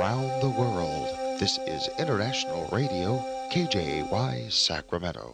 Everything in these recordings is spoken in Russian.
around the world. This is International Radio, KJY, Sacramento.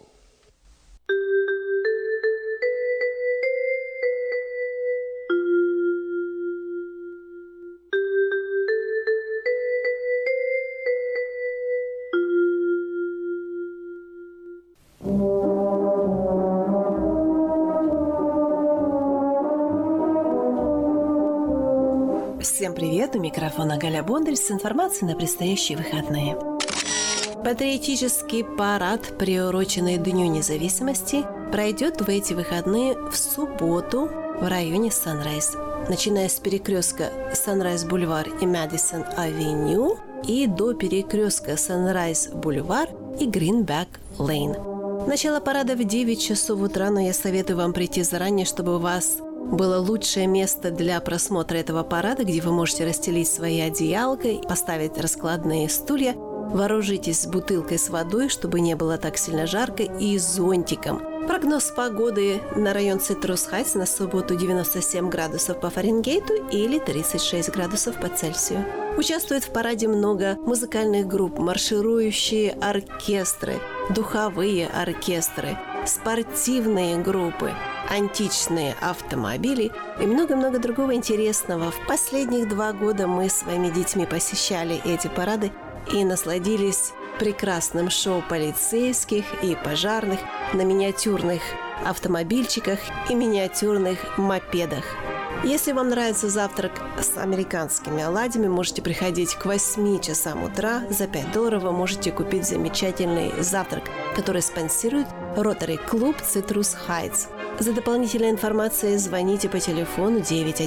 Всем привет! У микрофона Галя Бондарь с информацией на предстоящие выходные. Патриотический парад, приуроченный Дню независимости, пройдет в эти выходные в субботу в районе Санрайз, начиная с перекрестка Санрайз-Бульвар и Мэдисон-Авеню и до перекрестка Санрайз-Бульвар и Гринбек-Лейн. Начало парада в 9 часов утра, но я советую вам прийти заранее, чтобы у вас было лучшее место для просмотра этого парада, где вы можете расстелить свои одеялка, поставить раскладные стулья, вооружитесь бутылкой с водой, чтобы не было так сильно жарко, и зонтиком. Прогноз погоды на район Цитрус Хайтс на субботу 97 градусов по Фаренгейту или 36 градусов по Цельсию. Участвует в параде много музыкальных групп, марширующие оркестры, духовые оркестры, спортивные группы, античные автомобили и много-много другого интересного. В последних 2 года мы с своими детьми посещали эти парады и насладились прекрасным шоу полицейских и пожарных на миниатюрных автомобильчиках и миниатюрных мопедах. Если вам нравится завтрак с американскими оладьями, можете приходить к 8 часам утра. За $5 вы можете купить замечательный завтрак, который спонсирует Rotary Club Citrus Heights. За дополнительной информацией звоните по телефону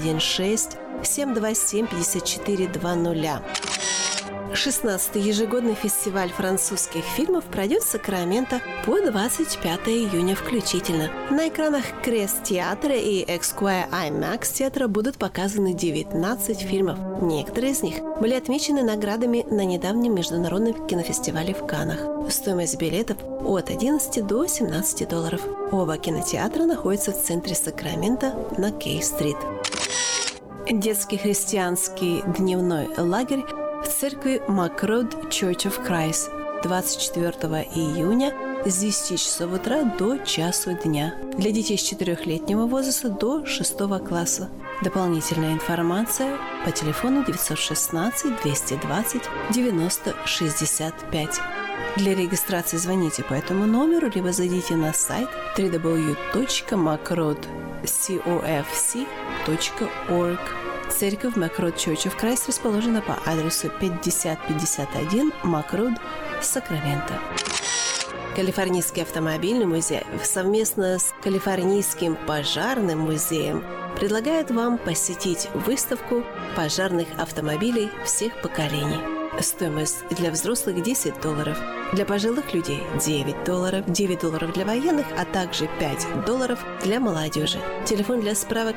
916-727-5420. 16-й ежегодный фестиваль французских фильмов пройдет в Сакраменто по 25 июня включительно. На экранах Крест театра и Esquire IMAX театра будут показаны 19 фильмов. Некоторые из них были отмечены наградами на недавнем международном кинофестивале в Каннах. Стоимость билетов от $11 до $17. Оба кинотеатра находятся в центре Сакраменто на Кей-стрит. Детский христианский дневной лагерь в церкви Макрод Church of Christ 24 июня с 10 часов утра до часу дня. Для детей с 4-летнего возраста до 6 класса. Дополнительная информация по телефону 916-220-9065. Для регистрации звоните по этому номеру, либо зайдите на сайт www.macrodcofc.org. Церковь Макрод Church of Christ расположена по адресу 5051 Макрод, Сакраменто. Калифорнийский автомобильный музей совместно с Калифорнийским пожарным музеем предлагает вам посетить выставку пожарных автомобилей всех поколений. Стоимость для взрослых $10, для пожилых людей $9, $9 для военных, а также $5 для молодежи. Телефон для справок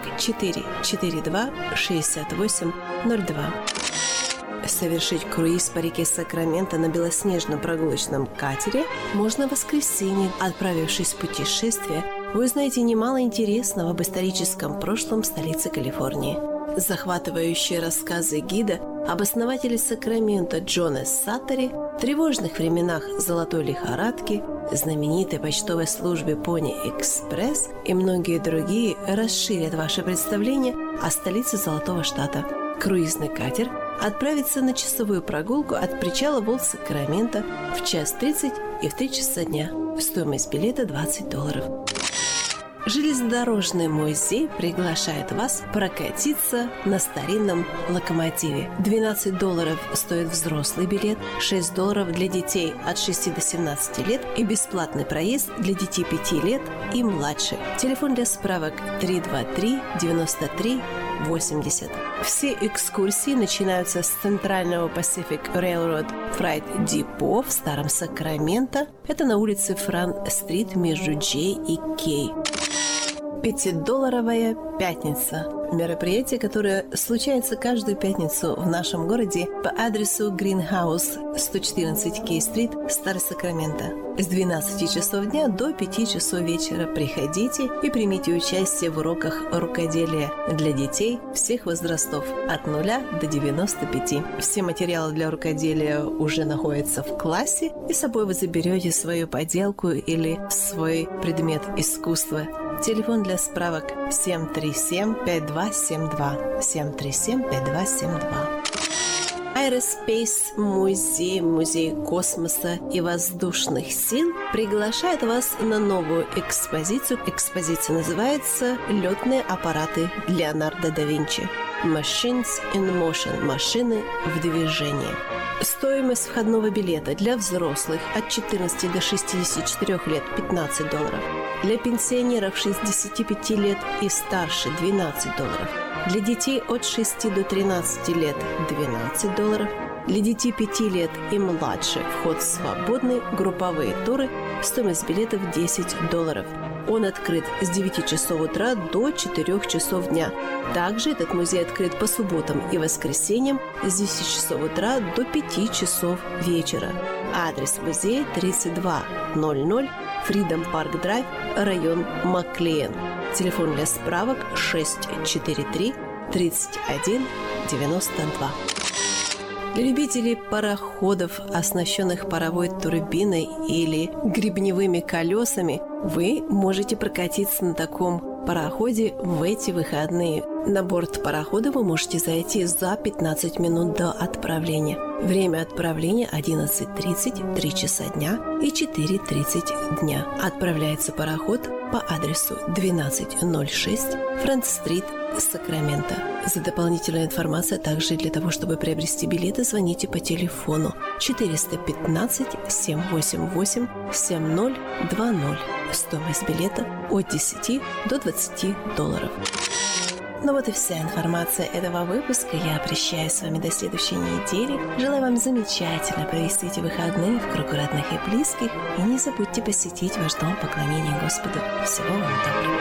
442-6802. Совершить круиз по реке Сакраменто на белоснежном прогулочном катере можно в воскресенье. Отправившись в путешествие, вы узнаете немало интересного об историческом прошлом столицы Калифорнии. Захватывающие рассказы гида об основателе Сакраменто Джоне Саттери, тревожных временах золотой лихорадки, знаменитой почтовой службе Pony Express и многие другие расширят ваше представление о столице Золотого Штата. Круизный катер отправится на часовую прогулку от причала Волт-Сакраменто в 1:30 и в 3 часа дня. Стоимость билета $20. Железнодорожный музей приглашает вас прокатиться на старинном локомотиве. $12 стоит взрослый билет, $6 для детей от 6 до 17 лет и бесплатный проезд для детей 5 лет и младше. Телефон для справок 323-93-80. Все экскурсии начинаются с центрального Pacific Railroad Freight Depot в Старом Сакраменто. Это на улице Фран-стрит между Джей и Кей. 5-долларовая пятница. Мероприятие, которое случается каждую пятницу в нашем городе по адресу Greenhouse, 114 Кей-стрит, Старый Сакраменто. С 12 часов дня до 5 часов вечера приходите и примите участие в уроках рукоделия для детей всех возрастов от 0 до 95. Все материалы для рукоделия уже находятся в классе, и с собой вы заберете свою поделку или свой предмет искусства. Телефон для справок 737-5272. 737-5272. Aerospace музей космоса и воздушных сил приглашает вас на новую экспозицию. Экспозиция называется «Летные аппараты Леонардо да Винчи». Machines in Motion – машины в движении. Стоимость входного билета для взрослых от 14 до 64 лет – $15. Для пенсионеров 65 лет и старше – $12. Для детей от 6 до 13 лет – $12. Для детей 5 лет и младше вход свободный, групповые туры, стоимость билетов $10. Он открыт с 9 часов утра до 4 часов дня. Также этот музей открыт по субботам и воскресеньям с 10 часов утра до 5 часов вечера. Адрес музея 3200 Freedom Park Drive, район Маклеен. Телефон для справок 643 31 92. Для любителей пароходов, оснащенных паровой турбиной или гребневыми колесами, вы можете прокатиться на таком пароходе в эти выходные. На борт парохода вы можете зайти за 15 минут до отправления. Время отправления 11:30, 3 часа дня и 4:30 дня. Отправляется пароход по адресу 1206 Франц-стрит, Сакраменто. За дополнительной информацией, а также для того, чтобы приобрести билеты, звоните по телефону 415-788-7020. Стоимость билета от $10 до $20. Ну вот и вся информация этого выпуска. Я прощаюсь с вами до следующей недели. Желаю вам замечательно провести эти выходные в кругу родных и близких. И не забудьте посетить ваш дом поклонения Господу. Всего вам доброго.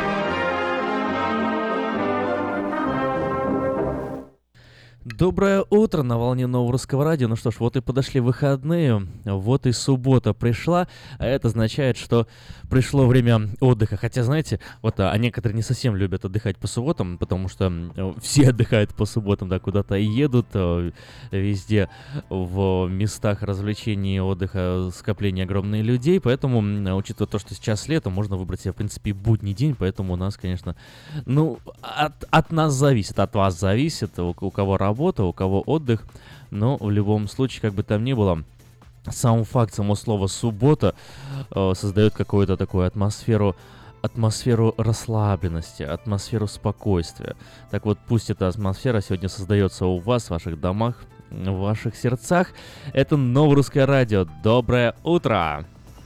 Доброе утро на волне Нового Русского Радио. Ну что ж, вот и подошли выходные, вот и суббота пришла, а это означает, что пришло время отдыха. Хотя, знаете, вот некоторые не совсем любят отдыхать по субботам, потому что все отдыхают по субботам, да, куда-то едут, везде в местах развлечений и отдыха скопление огромных людей, поэтому, учитывая то, что сейчас лето, можно выбрать себе, в принципе, будний день, поэтому у нас, конечно, от нас зависит, от вас зависит, у кого работа, у кого отдых, но в любом случае, как бы там ни было, сам факт, само слово «суббота» создает какую-то такую атмосферу расслабленности, атмосферу спокойствия. Так вот, пусть эта атмосфера сегодня создается у вас, в ваших домах, в ваших сердцах. Это Новое Русское Радио. Доброе утро!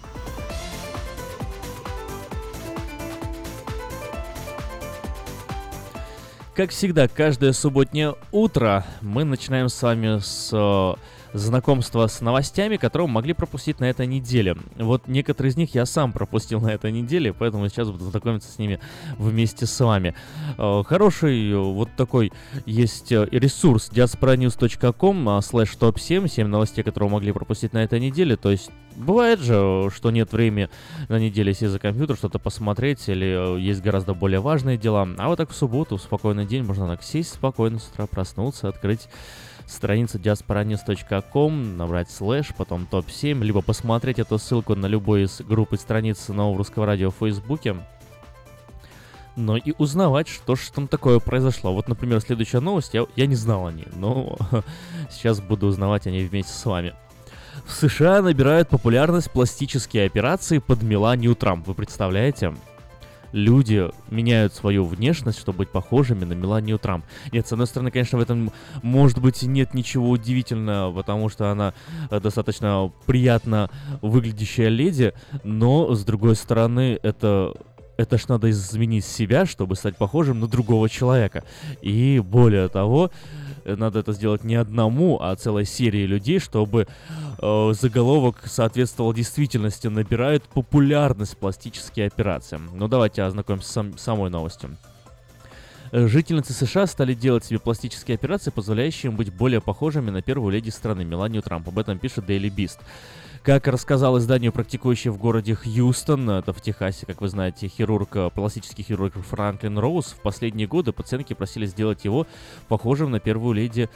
Как всегда, каждое субботнее утро мы начинаем с вами с знакомства с новостями, которые мы могли пропустить на этой неделе. Вот некоторые из них я сам пропустил на этой неделе, поэтому сейчас буду знакомиться с ними вместе с вами. Хороший вот такой есть ресурс diasporanews.com/top7, 7 новостей, которые мы могли пропустить на этой неделе. То есть бывает же, что нет времени на неделе сесть за компьютер, что-то посмотреть, или есть гораздо более важные дела. А вот так в субботу, в спокойный день, можно так сесть спокойно с утра, проснуться, открыть страницу diasporanews.com, набрать слэш, потом топ-7, либо посмотреть эту ссылку на любой из групп и страниц Нового Русского Радио в Фейсбуке. Ну и узнавать, что же там такое произошло. Вот, например, следующая новость, я не знал о ней, но сейчас буду узнавать о ней вместе с вами. В США набирают популярность пластические операции под Меланию Трамп. Вы представляете? Люди меняют свою внешность, чтобы быть похожими на Меланию Трамп. Нет, с одной стороны, конечно, в этом, может быть, нет ничего удивительного, потому что она достаточно приятно выглядящая леди, но, с другой стороны, это ж надо изменить себя, чтобы стать похожим на другого человека. И более того, надо это сделать не одному, а целой серии людей, чтобы заголовок соответствовал действительности. Набирают популярность пластические операции. Ну, давайте ознакомимся с самой новостью. Жительницы США стали делать себе пластические операции, позволяющие им быть более похожими на первую леди страны Меланию Трамп. Об этом пишет Daily Beast. Как рассказал изданию, практикующий в городе Хьюстон, это в Техасе, как вы знаете, пластический хирург Франклин Роуз, в последние годы пациентки просили сделать его похожим на первую леди...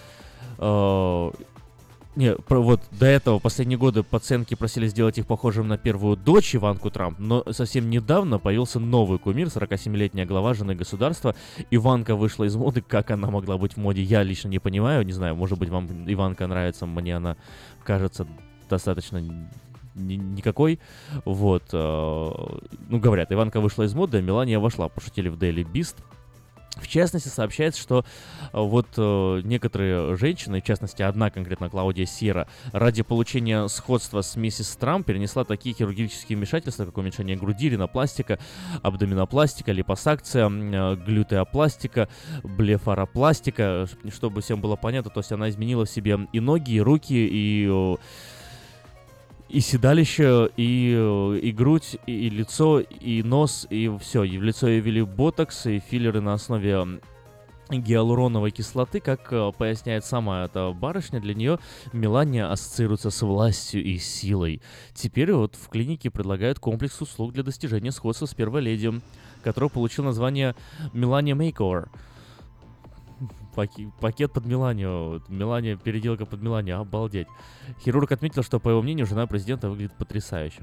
вот до этого последние годы пациентки просили сделать их похожим на первую дочь Иванку Трамп, но совсем недавно появился новый кумир, 47-летняя глава жены государства. Иванка вышла из моды. Как она могла быть в моде, я лично не понимаю. Не знаю, может быть, вам Иванка нравится, мне она кажется достаточно никакой. Вот. Говорят, Иванка вышла из моды, а Мелания вошла, пошутили в Daily Beast. В частности, сообщается, что некоторые женщины, в частности, одна конкретно, Клаудия Сьерра, ради получения сходства с миссис Трамп перенесла такие хирургические вмешательства, как уменьшение груди, ринопластика, абдоминопластика, липосакция, глютеопластика, блефаропластика. Чтобы всем было понятно, то есть она изменила в себе и ноги, и руки, и седалище, и грудь, и лицо, и нос, и все. И в лицо ей ввели ботокс и филлеры на основе гиалуроновой кислоты. Как поясняет сама эта барышня, для нее Мелания ассоциируется с властью и силой. Теперь вот в клинике предлагают комплекс услуг для достижения сходства с первой леди, который получил название Melania Makeover. Пакет под Меланию. Мелания, переделка под Меланию. Обалдеть. Хирург отметил, что, по его мнению, жена президента выглядит потрясающе.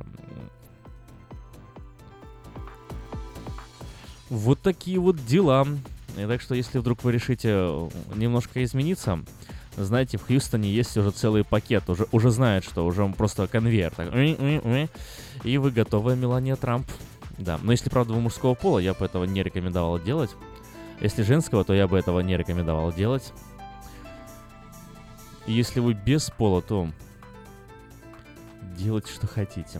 Вот такие вот дела. И так что, если вдруг вы решите немножко измениться, знаете, в Хьюстоне есть уже целый пакет. Уже знают, что уже просто конвейер. Так, и вы готовы, Мелания Трамп. Да, но если, правда, вы мужского пола, я бы этого не рекомендовал делать. Если женского, то я бы этого не рекомендовал делать. И если вы без пола, то делайте, что хотите.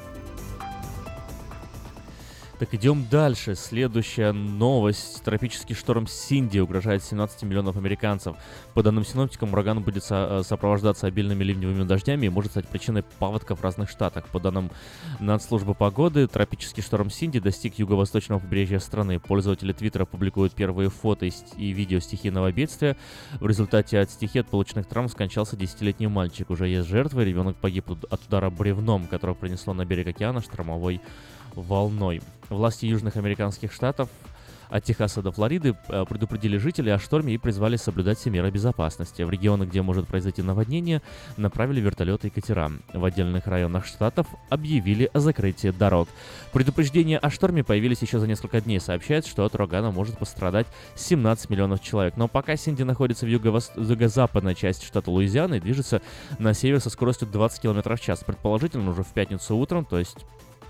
Так, идем дальше. Следующая новость. Тропический шторм Синди угрожает 17 миллионов американцев. По данным синоптикам, ураган будет сопровождаться обильными ливневыми дождями и может стать причиной паводков в разных штатах. По данным Нацслужбы погоды, тропический шторм Синди достиг юго-восточного побережья страны. Пользователи Твиттера публикуют первые фото и видео стихийного бедствия. В результате от стихии от полученных травм скончался 10-летний мальчик. Уже есть жертвы. Ребенок погиб от удара бревном, которое принесло на берег океана штормовой волной. Власти южных американских штатов от Техаса до Флориды предупредили жителей о шторме и призвали соблюдать все меры безопасности. В регионах, где может произойти наводнение, направили вертолеты и катера. В отдельных районах штатов объявили о закрытии дорог. Предупреждения о шторме появились еще за несколько дней. Сообщается, что от урагана может пострадать 17 миллионов человек. Но пока Синди находится в юго-западной части штата Луизиана и движется на север со скоростью 20 км в час. Предположительно, уже в пятницу утром, то есть...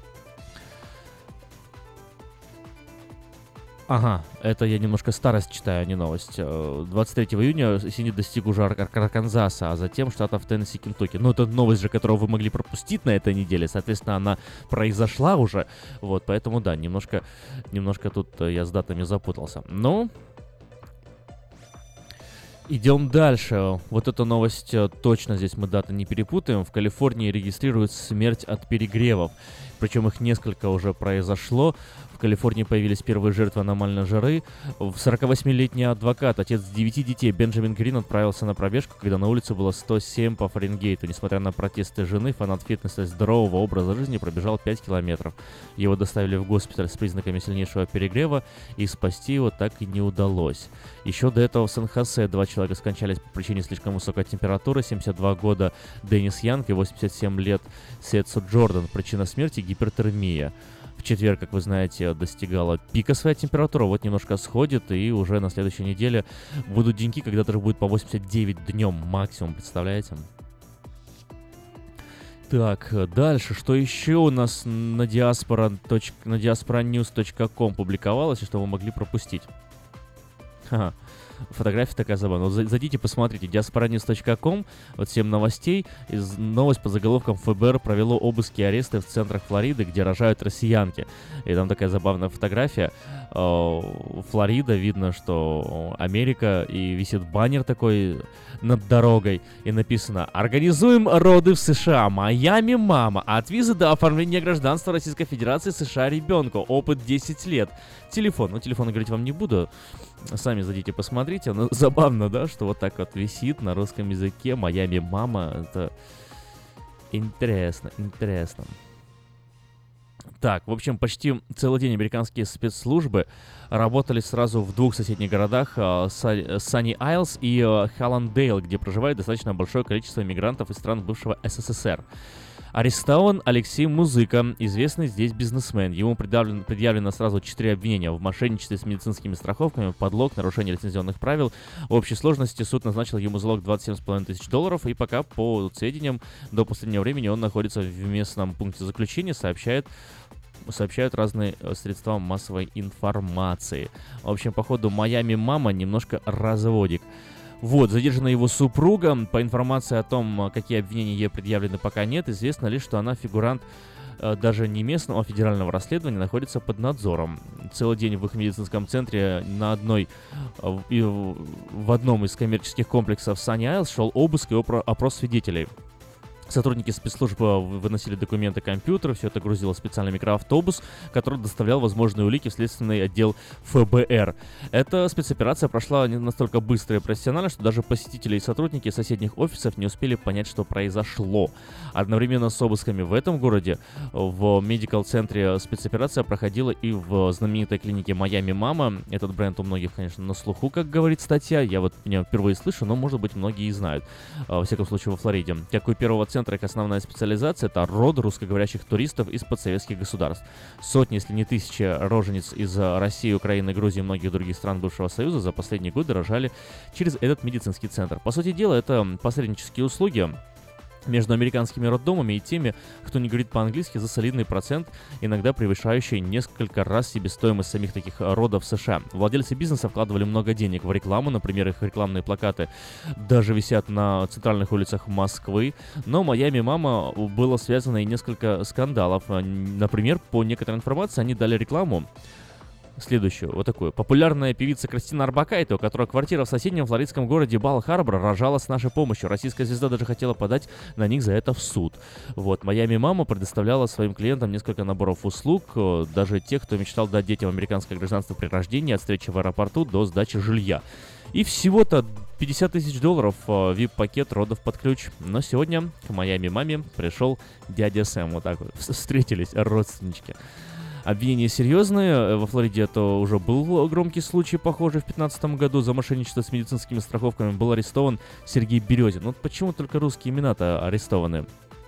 Ага, это я немножко старость читаю, а не новость. 23 июня Синди достиг уже Арканзаса, а затем штатов Теннесси, Кентукки. Ну, это новость же, которую вы могли пропустить на этой неделе. Соответственно, она произошла уже. Вот, поэтому, да, немножко тут я с датами запутался. Но... Идем дальше. Вот эту новость точно здесь мы даты не перепутаем. В Калифорнии регистрируют смерть от перегревов. Причем их несколько уже произошло. В Калифорнии появились первые жертвы аномальной жары. 48-летний адвокат, отец 9 детей Бенджамин Грин отправился на пробежку, когда на улице было 107 по Фаренгейту. Несмотря на протесты жены, фанат фитнеса и здорового образа жизни пробежал 5 километров. Его доставили в госпиталь с признаками сильнейшего перегрева, и спасти его так и не удалось. Еще до этого в Сан-Хосе 2 человека скончались по причине слишком высокой температуры. 72 года Деннис Янг и 87 лет Сетсу Джордан. Причина смерти — гипертермия. В четверг, как вы знаете, достигала пика своя температура, вот немножко сходит, и уже на следующей неделе будут деньки, когда даже будет по 89 днем максимум, представляете? Так, дальше, что еще у нас на diasporanews.com публиковалось, и что вы могли пропустить? Ха-ха. Фотография такая забавная. Вот зайдите, посмотрите. diasporanews.com. Вот 7 новостей. Новость под заголовком: ФБР провело обыски и аресты в центрах Флориды, где рожают россиянки. И там такая забавная фотография. Флорида, видно, что Америка, и висит баннер такой над дорогой, и написано: «Организуем роды в США. Майами, мама. От визы до оформления гражданства Российской Федерации США ребенку. Опыт 10 лет. Телефон». Ну, телефон говорить вам не буду. Сами зайдите, посмотрите. Но забавно, да, что вот так вот висит на русском языке «Майами, мама». Это интересно. Так, в общем, почти целый день американские спецслужбы работали сразу в двух соседних городах, Sunny Isles и Халландейл, где проживает достаточно большое количество мигрантов из стран бывшего СССР. Арестован Алексей Музыка, известный здесь бизнесмен. Ему предъявлено сразу 4 обвинения: в мошенничестве с медицинскими страховками, подлог, нарушение лицензионных правил. В общей сложности суд назначил ему залог $27 500, и пока, по сведениям, до последнего времени он находится в местном пункте заключения, сообщают разные средства массовой информации. В общем, походу, Майами мама немножко разводик. Вот, задержана его супруга. По информации о том, какие обвинения ей предъявлены, пока нет. Известно лишь, что она фигурант даже не местного, а федерального расследования, находится под надзором. Целый день в их медицинском центре в одном из коммерческих комплексов Sunny Isles шел обыск и опрос свидетелей. Сотрудники спецслужб выносили документы, компьютеры, все это грузило в специальный микроавтобус, который доставлял возможные улики в следственный отдел ФБР. Эта спецоперация прошла не настолько быстро и профессионально, что даже посетители и сотрудники соседних офисов не успели понять, что произошло. Одновременно с обысками в этом городе в медикал-центре спецоперация проходила и в знаменитой клинике Майами Мама. Этот бренд у многих, конечно, на слуху, как говорит статья. Я вот меня впервые слышу, но, может быть, многие и знают. Во всяком случае, во Флориде. Как у первого центра, их основная специализация — это род русскоговорящих туристов из подсоветских государств. Сотни, если не тысячи рожениц из России, Украины, Грузии и многих других стран бывшего Союза за последние годы рожали через этот медицинский центр. По сути дела, это посреднические услуги между американскими роддомами и теми, кто не говорит по-английски, за солидный процент, иногда превышающий несколько раз себестоимость самих таких родов в США. Владельцы бизнеса вкладывали много денег в рекламу, например, их рекламные плакаты даже висят на центральных улицах Москвы, но Майами Мама было связано и несколько скандалов. Например, по некоторой информации, они дали рекламу следующую, вот такую. Популярная певица Кристина Орбакайте, у которой квартира в соседнем флоридском городе Балл-Харбор, рожала с нашей помощью. Российская звезда даже хотела подать на них за это в суд. Вот, Майами Мама предоставляла своим клиентам несколько наборов услуг, даже тех, кто мечтал дать детям американское гражданство при рождении, от встречи в аэропорту до сдачи жилья. И всего-то $50 000 VIP-пакет родов под ключ. Но сегодня к Майами Маме пришел дядя Сэм. Вот так вот встретились родственнички. Обвинения серьезные. Во Флориде это уже был громкий случай, похожий в 2015 году. За мошенничество с медицинскими страховками был арестован Сергей Березин. Вот почему только русские имена-то арестованы?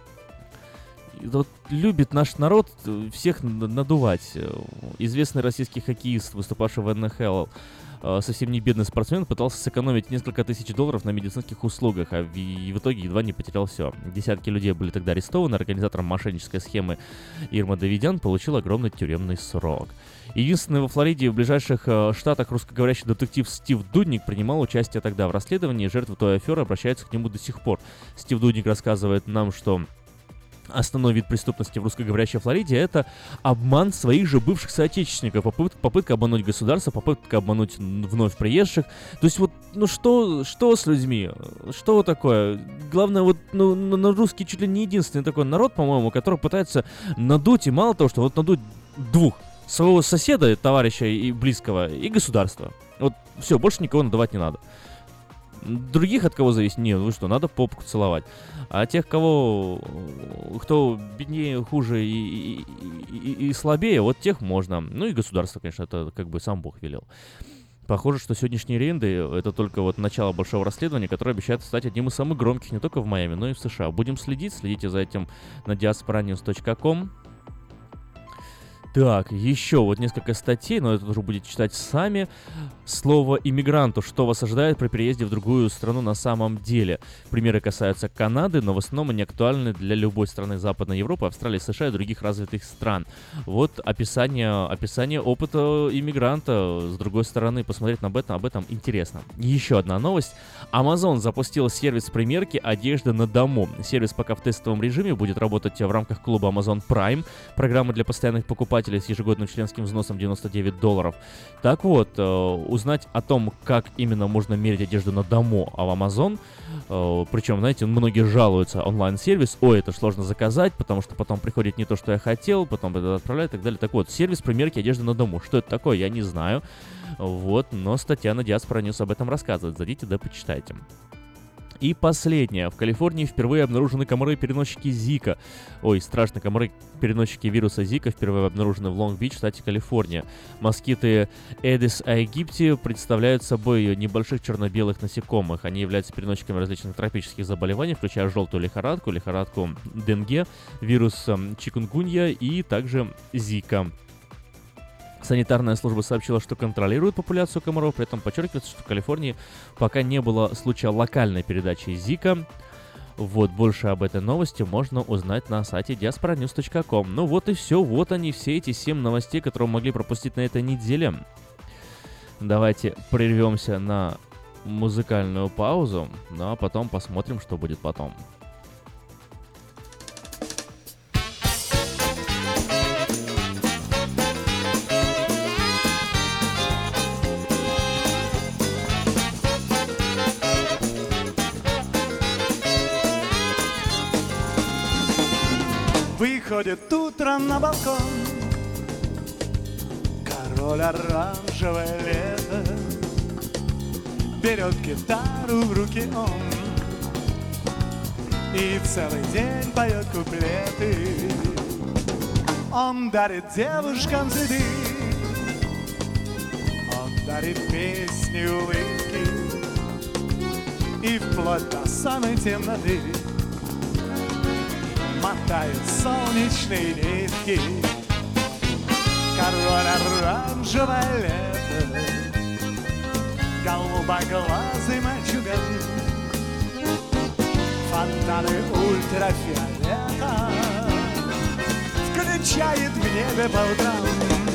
Вот любит наш народ всех надувать. Известный российский хоккеист, выступавший в НХЛ, совсем не бедный спортсмен, пытался сэкономить несколько тысяч долларов на медицинских услугах, а в итоге едва не потерял все. Десятки людей были тогда арестованы. Организатором мошеннической схемы Ирма Давидян получил огромный тюремный срок. Единственный во Флориде и в ближайших штатах русскоговорящий детектив Стив Дудник принимал участие тогда в расследовании, и жертвы той аферы обращаются к нему до сих пор. Стив Дудник рассказывает нам, что основной вид преступности в русскоговорящей Флориде — это обман своих же бывших соотечественников, попытка обмануть государство, попытка обмануть вновь приезжих. То есть вот, ну что с людьми? Что такое? Главное, вот, русский чуть ли не единственный такой народ, по-моему, который пытается надуть, и мало того, что вот надуть двух: своего соседа, товарища и близкого, и государства. Вот все, больше никого надавать не надо. Других от кого зависит? Нет, вы что, надо попку целовать. А тех, кто беднее, хуже и слабее, вот тех можно. Ну и государство, конечно, это как бы сам Бог велел. Похоже, что сегодняшние рейды — это только вот начало большого расследования, которое обещает стать одним из самых громких не только в Майами, но и в США. Будем следите за этим на diasporanews.com. Так, еще вот несколько статей, но это уже будете читать сами. Слово «иммигранту». Что вас ожидает при переезде в другую страну на самом деле? Примеры касаются Канады, но в основном они актуальны для любой страны Западной Европы, Австралии, США и других развитых стран. Вот описание опыта иммигранта с другой стороны. Посмотреть об этом интересно. Еще одна новость. Amazon запустил сервис примерки одежды на дому. Сервис пока в тестовом режиме, будет работать в рамках клуба Amazon Prime, программы для постоянных покупателей с ежегодным членским взносом $99. Так вот, узнать о том, как именно можно мерить одежду на дому, в Amazon, причем, знаете, многие жалуются, онлайн-сервис, это сложно заказать, потому что потом приходит не то, что я хотел, потом это отправляют и так далее. Так вот, сервис примерки одежды на дому. Что это такое, я не знаю. Вот, но статья на Diaspora News об этом рассказывает. Зайдите, да почитайте. И последнее. В Калифорнии впервые обнаружены комары-переносчики Зика. Страшно, комары-переносчики вируса Зика впервые обнаружены в Лонг-Бич, штате Калифорния. Москиты Aedes aegypti представляют собой небольших черно-белых насекомых. Они являются переносчиками различных тропических заболеваний, включая желтую лихорадку денге, вирус чикунгунья и также Зика. Санитарная служба сообщила, что контролирует популяцию комаров, при этом подчеркивается, что в Калифорнии пока не было случая локальной передачи Зика. Вот, больше об этой новости можно узнать на сайте diasporanews.com. Ну вот и все, вот они, все эти 7 новостей, которые мы могли пропустить на этой неделе. Давайте прервемся на музыкальную паузу, ну а потом посмотрим, что будет потом. Выходит утром на балкон король оранжевое лето, берет гитару в руки он и целый день поет куплеты. Он дарит девушкам цветы, он дарит песни, улыбки и вплоть до самой темноты мотает солнечные нитки. Король оранжевое лето, голубоглазый мальчуган, фонтаны ультрафиолета включает в небе по утрам.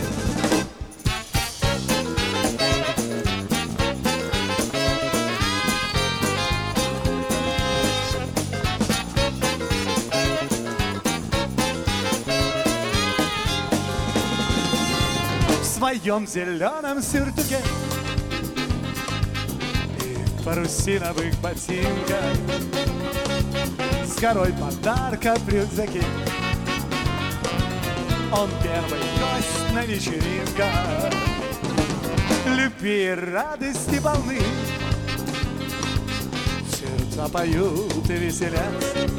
В своем зеленом сюртуке и парусиновых ботинках, с горой подарков в рюкзаке, он первый гость на вечеринках. Любви и радости полны, сердца поют и веселятся,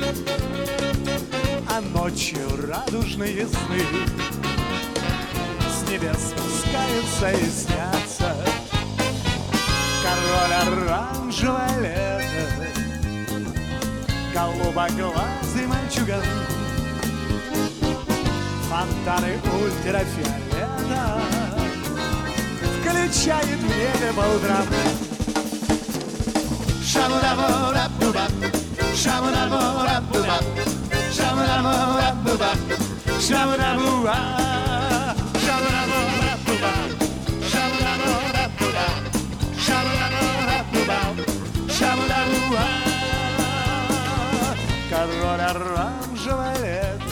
а ночью радужные сны с небес спускаются и снятся. Король оранжевое лето, голубоглазый мальчуган, фонтаны ультрафиолета включает в небе по утрам. Шаму-даму-раб-бубап, шаму-даму-раб-бубап, шаму-даму-раб-бубап, шаму-даму-раб. Король оранжевое лето,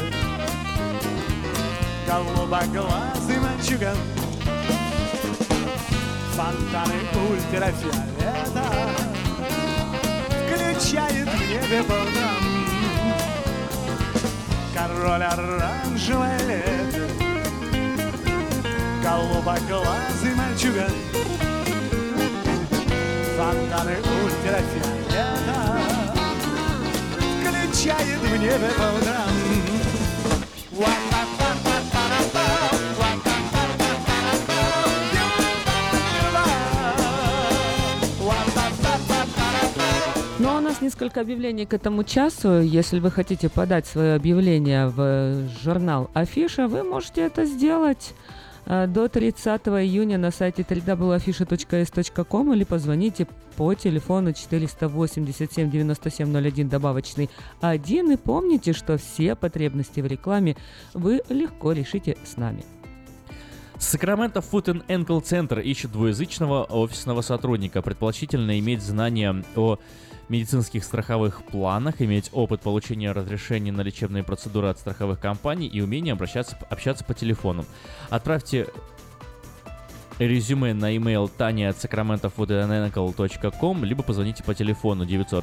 голубоглазый мальчуган, фонтаны ультрафиолета включает в небе по утрам. Король оранжевое лето, голубоглазый мальчуган, фонтаны ультрафиолета включает в небе по утрам. Но нас несколько объявлений к этому часу. Если вы хотите подать свое объявление в журнал «Афиша», вы можете это сделать до 30 июня на сайте www.afisha.s.com или позвоните по телефону 487 9701 добавочный 1. И помните, что все потребности в рекламе вы легко решите с нами. Сакраменто Foot and Ankle Center ищет двуязычного офисного сотрудника. Предположительно иметь знания о медицинских страховых планах, иметь опыт получения разрешений на лечебные процедуры от страховых компаний и умение общаться по телефону. Отправьте резюме на e-mail tanya@sacramentofootandAnkle.com либо позвоните по телефону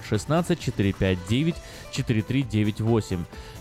916-459-4398.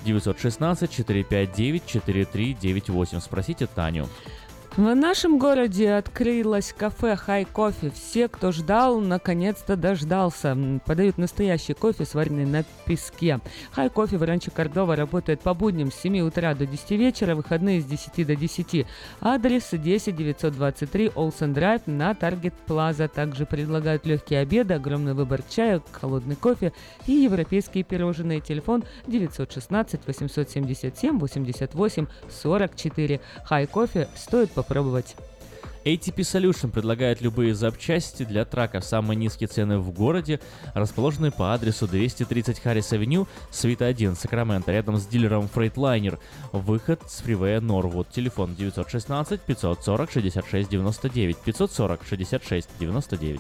916-459-4398. Спросите Таню. В нашем городе открылось кафе High Coffee. Все, кто ждал, наконец-то дождался. Подают настоящий кофе, сваренный на песке. High Coffee в Ранчо Кордова работает по будням с 7 утра до 10 вечера, выходные с 10 до 10. Адрес 10923 Олсен Драйв на Таргет Плаза. Также предлагают легкие обеды, огромный выбор чая, холодный кофе и европейские пирожные. Телефон 916 877 88 44. High Coffee стоит попробовать. ATP Solution предлагает любые запчасти для траков. Самые низкие цены в городе расположены по адресу 230 Харрис-авеню, Свита 1, Сакраменто, рядом с дилером Freightliner. Выход с фривея Норвуд. Телефон 916 540 66 99 540 66 99.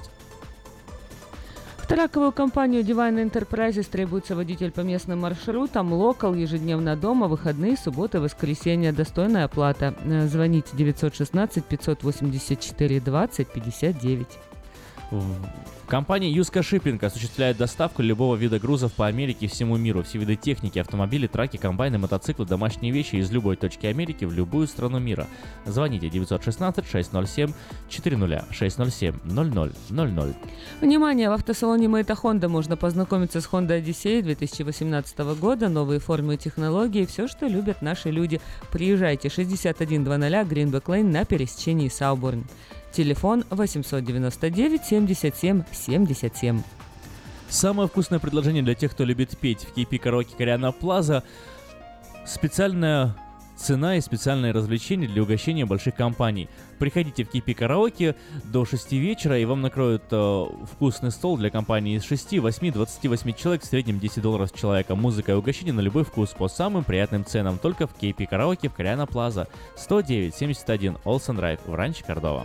В траковую компанию Divine Enterprises требуется водитель по местным маршрутам, локал, ежедневно дома, выходные, субботы, воскресенья, достойная оплата. Звоните 916 584 20 59. Компания Юска Shipping осуществляет доставку любого вида грузов по Америке и всему миру. Все виды техники, автомобили, траки, комбайны, мотоциклы, домашние вещи из любой точки Америки в любую страну мира. Звоните 916-607-400, 607-0000. Внимание! В автосалоне Мэйта Хонда можно познакомиться с Honda Odyssey 2018 года. Новые формы и технологии, все, что любят наши люди. Приезжайте 6100 Greenback Lane на пересечении Сауборн. Телефон 899 77 77. Самое вкусное предложение для тех, кто любит петь. В KP Караоке Кориана Плаза специальная цена и специальные развлечения для угощения больших компаний. Приходите в KP Караоке до 6 вечера, и вам накроют вкусный стол для компании из 6, 8, 28 человек, в среднем $10 с человека. Музыка и угощение на любой вкус по самым приятным ценам. Только в KP Караоке в Кориана Плаза. 109-71 Олсен Драйв в Ранчо Кордова.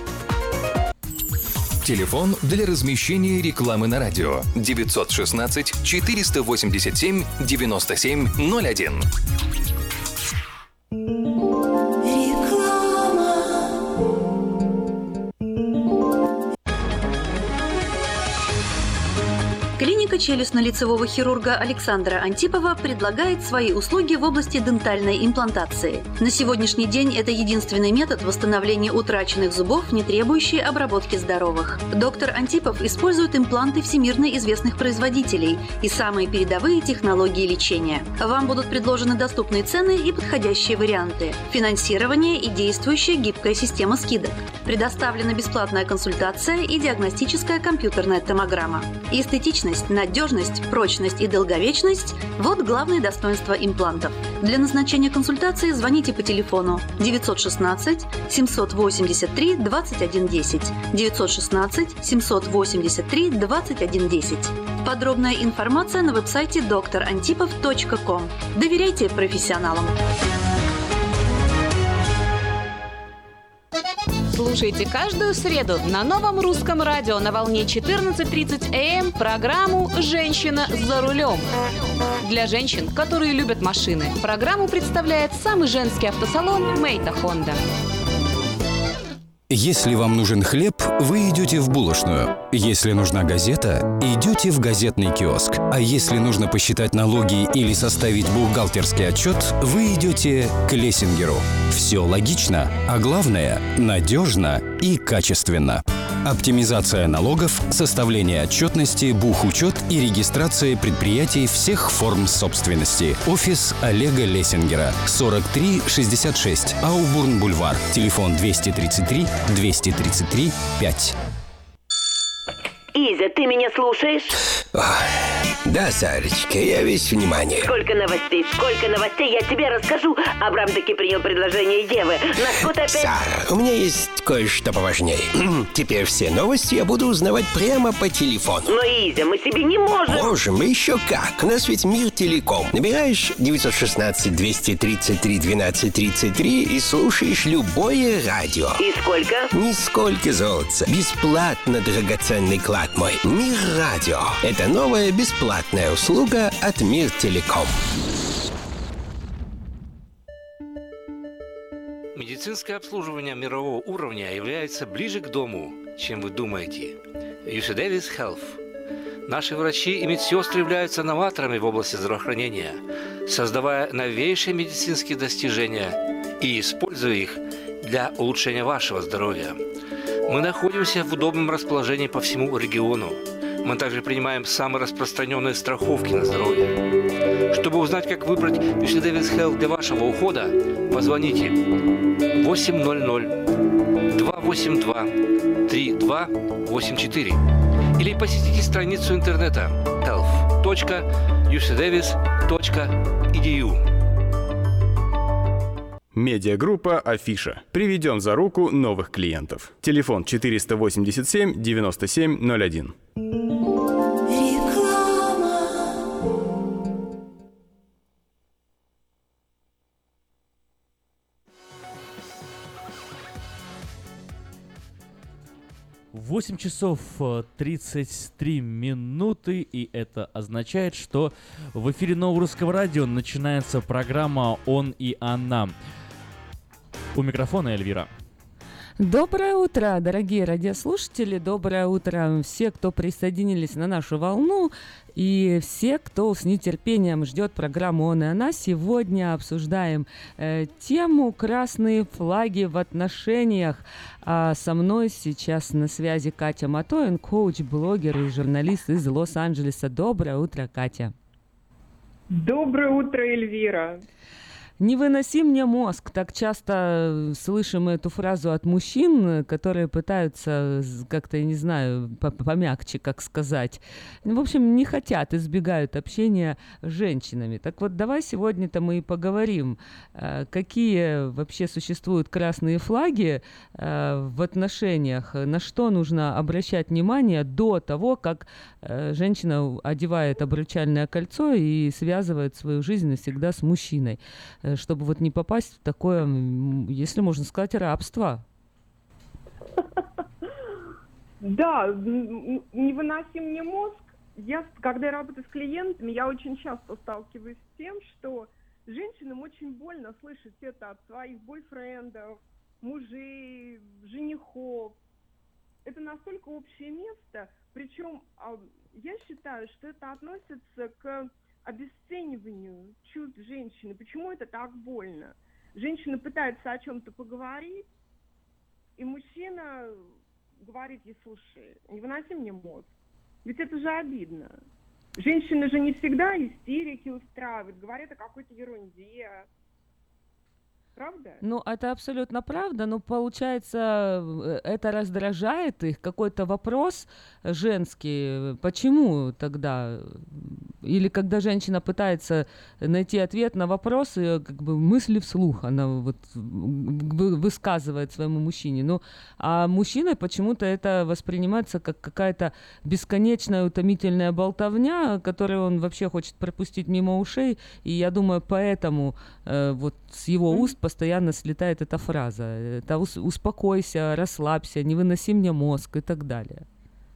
Телефон для размещения рекламы на радио 916 487 9701. Клиника челюстно-лицевого хирурга Александра Антипова предлагает свои услуги в области дентальной имплантации. На сегодняшний день это единственный метод восстановления утраченных зубов, не требующий обработки здоровых. Доктор Антипов использует импланты всемирно известных производителей и самые передовые технологии лечения. Вам будут предложены доступные цены и подходящие варианты, финансирование и действующая гибкая система скидок. Предоставлена бесплатная консультация и диагностическая компьютерная томограмма. Эстетичность, надежность, прочность и долговечность – вот главные достоинства имплантов. Для назначения консультации звоните по телефону 916 783 2110, 916 783 2110. Подробная информация на веб-сайте drantipov.com. Доверяйте профессионалам. Слушайте каждую среду на Новом русском радио на волне 14:30 АМ программу «Женщина за рулем». Для женщин, которые любят машины, программу представляет самый женский автосалон «Мэйта Хонда». Если вам нужен хлеб, вы идете в булочную. Если нужна газета, идете в газетный киоск. А если нужно посчитать налоги или составить бухгалтерский отчет, вы идете к Лессингеру. Все логично, а главное – надежно и качественно. Оптимизация налогов, составление отчетности, бухучет и регистрация предприятий всех форм собственности. Офис Олега Лессингера. 4366 Аубурн-Бульвар. Телефон 233 233 5. Изя, ты меня слушаешь? Да, Сарочка, я весь внимание. Сколько новостей, я тебе расскажу. Абрам таки принял предложение Евы. Нас тут опять... Сара, у меня есть кое-что поважнее. Теперь все новости я буду узнавать прямо по телефону. Но, Изя, мы себе не можем. Можем, еще как. У нас ведь Мир Телеком. Набираешь 916-233-1233 и слушаешь любое радио. И сколько? Нисколько золотца. Бесплатно, драгоценный клад мой. Мир Радио. Это новая бесплатная услуга от Мир Телеком. Медицинское обслуживание мирового уровня является ближе к дому, чем вы думаете. UC Davis Health. Наши врачи и медсестры являются новаторами в области здравоохранения, создавая новейшие медицинские достижения и используя их для улучшения вашего здоровья. Мы находимся в удобном расположении по всему региону. Мы также принимаем самые распространенные страховки на здоровье. Чтобы узнать, как выбрать UC Davis Health для вашего ухода, позвоните 800-282-3284 или посетите страницу интернета health.ucdavis.edu. Медиагруппа «Афиша». Приведем за руку новых клиентов. Телефон 487-97-01. Восемь часов 33 минуты, и это означает, что в эфире Нового Русского Радио начинается программа «Он и она». У микрофона Эльвира. Доброе утро, дорогие радиослушатели, доброе утро все, кто присоединились на нашу волну, и все, кто с нетерпением ждет программу «Он и она». Сегодня обсуждаем тему «Красные флаги в отношениях». А со мной сейчас на связи Катя Матоин, коуч, блогер и журналист из Лос-Анджелеса. Доброе утро, Катя. Доброе утро, Эльвира. «Не выноси мне мозг». Так часто слышим эту фразу от мужчин, которые пытаются как-то, я не знаю, помягче, как сказать. В общем, не хотят, избегают общения с женщинами. Так вот, давай сегодня-то мы и поговорим, какие вообще существуют красные флаги в отношениях, на что нужно обращать внимание до того, как женщина одевает обручальное кольцо и связывает свою жизнь навсегда с мужчиной, чтобы вот не попасть в такое, если можно сказать, рабство. Да, не выноси мне мозг. Когда я работаю с клиентами, я очень часто сталкиваюсь с тем, что женщинам очень больно слышать это от своих бойфрендов, мужей, женихов. Это настолько общее место, причем я считаю, что это относится к обесцениванию чувств женщины. Почему это так больно? Женщина пытается о чем-то поговорить, и мужчина говорит ей: слушай, не выноси мне мозг. Ведь это же обидно. Женщины же не всегда истерики устраивают, говорят о какой-то ерунде. Правда? Ну, это абсолютно правда, но получается, это раздражает их, какой-то вопрос женский, почему тогда? Или когда женщина пытается найти ответ на вопрос, как бы мысли вслух она вот высказывает своему мужчине. Ну, а мужчина почему-то это воспринимается как какая-то бесконечная утомительная болтовня, которую он вообще хочет пропустить мимо ушей, и я думаю, поэтому вот с его уст постоянно слетает эта фраза. Это успокойся, расслабься, не выноси мне мозг и так далее.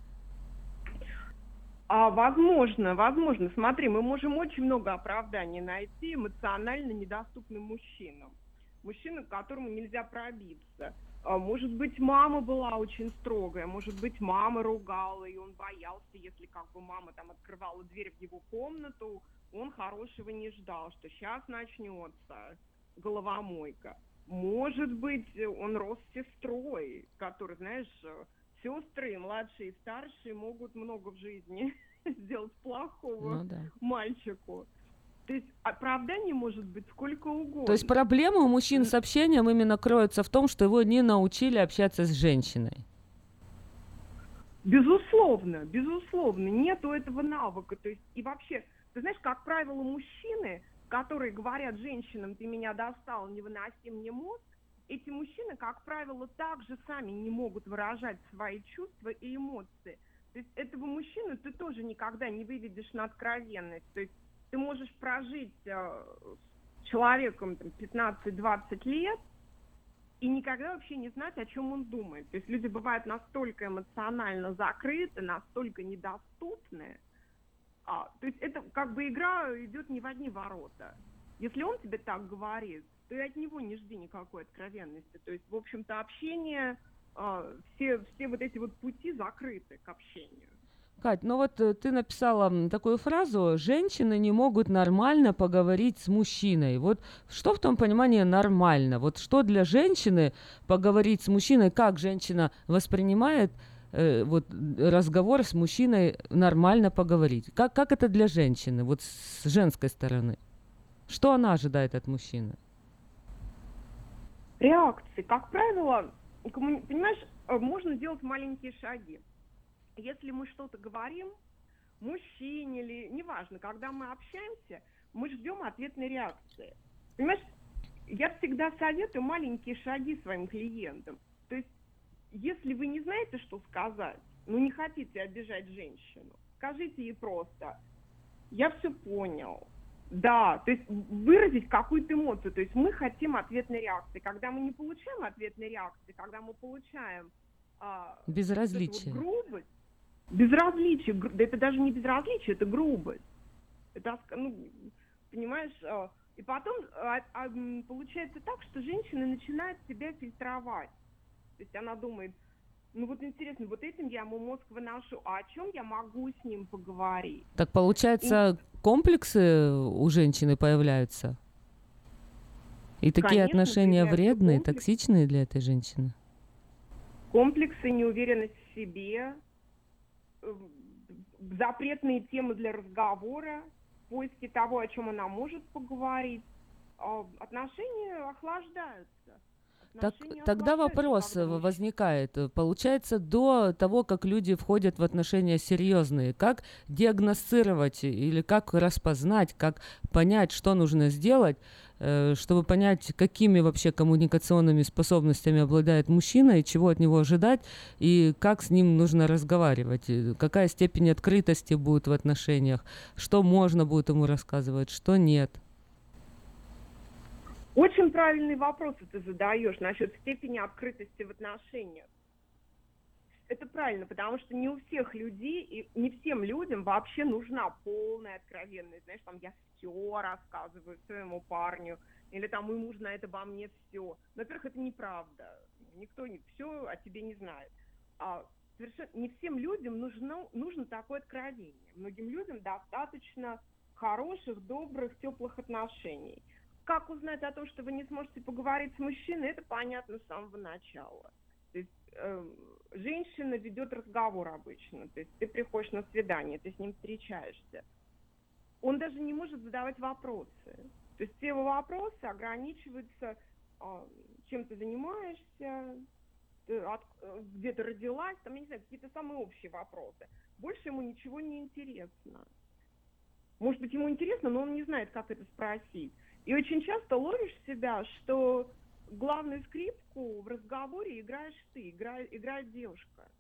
Возможно. Смотри, мы можем очень много оправданий найти эмоционально недоступным мужчинам. Мужчинам, к которому нельзя пробиться. Может быть, мама была очень строгая, может быть, мама ругала, и он боялся, если как бы мама там открывала дверь в его комнату, он хорошего не ждал, что сейчас начнется головомойка. Может быть, он рос с сестрой, который, знаешь, сестры, младшие и старшие, могут много в жизни сделать плохого мальчику. То есть оправданий может быть сколько угодно. То есть проблема у мужчин с общением именно кроется в том, что его не научили общаться с женщиной. Безусловно, нету этого навыка. То есть, и вообще, ты знаешь, как правило, мужчины, которые говорят женщинам: ты меня достал, не выноси мне мозг, эти мужчины, как правило, также сами не могут выражать свои чувства и эмоции. То есть этого мужчину ты тоже никогда не выведешь на откровенность. То есть ты можешь прожить с человеком 15-20 лет и никогда вообще не знать, о чем он думает. То есть люди бывают настолько эмоционально закрыты, настолько недоступны. То есть это как бы игра идет не в одни ворота. Если он тебе так говорит, ты от него не жди никакой откровенности. То есть, в общем-то, общение, все вот эти вот пути закрыты к общению. Кать, ну вот ты написала такую фразу: женщины не могут нормально поговорить с мужчиной. Вот что в том понимании нормально? Вот что для женщины поговорить с мужчиной, как женщина воспринимает вот разговор с мужчиной, нормально поговорить? Как это для женщины, вот с женской стороны? Что она ожидает от мужчины? Реакции. Как правило, понимаешь, можно делать маленькие шаги. Если мы что-то говорим мужчине или неважно, когда мы общаемся, мы ждем ответной реакции. Понимаешь, я всегда советую маленькие шаги своим клиентам. То есть, если вы не знаете, что сказать, не хотите обижать женщину, скажите ей просто: я все понял. Да, то есть выразить какую-то эмоцию. То есть мы хотим ответной реакции. Когда мы не получаем ответной реакции, когда мы получаем безразличие. Вот грубость, безразличие, да это даже не безразличие, это грубость. Это, понимаешь, и потом получается так, что женщина начинает себя фильтровать. То есть она думает: вот интересно, вот этим я ему мозг выношу, а о чем я могу с ним поговорить? Так получается, комплексы у женщины появляются? И такие отношения вредные, токсичные для этой женщины? Комплексы, неуверенность в себе, запретные темы для разговора, поиски того, о чем она может поговорить. Отношения охлаждаются. Тогда вопрос возникает. Получается, до того, как люди входят в отношения серьезные, как диагностировать или как распознать, как понять, что нужно сделать, чтобы понять, какими вообще коммуникационными способностями обладает мужчина и чего от него ожидать, и как с ним нужно разговаривать, какая степень открытости будет в отношениях, что можно будет ему рассказывать, что нет. Очень правильные вопросы ты задаешь насчет степени открытости в отношениях. Это правильно, потому что не у всех людей и не всем людям вообще нужна полная откровенность. Знаешь, я все рассказываю своему парню, или ему нужно это обо мне все. Во-первых, это неправда. Никто все о тебе не знает. Совершенно не всем людям нужно такое откровение. Многим людям достаточно хороших, добрых, теплых отношений. Как узнать о том, что вы не сможете поговорить с мужчиной, это понятно с самого начала. То есть женщина ведет разговор обычно. То есть ты приходишь на свидание, ты с ним встречаешься. Он даже не может задавать вопросы. То есть все его вопросы ограничиваются, чем ты занимаешься, где ты родилась, я не знаю, какие-то самые общие вопросы. Больше ему ничего не интересно. Может быть, ему интересно, но он не знает, как это спросить. И очень часто ловишь себя, что главную скрипку в разговоре играешь ты, играет девушка.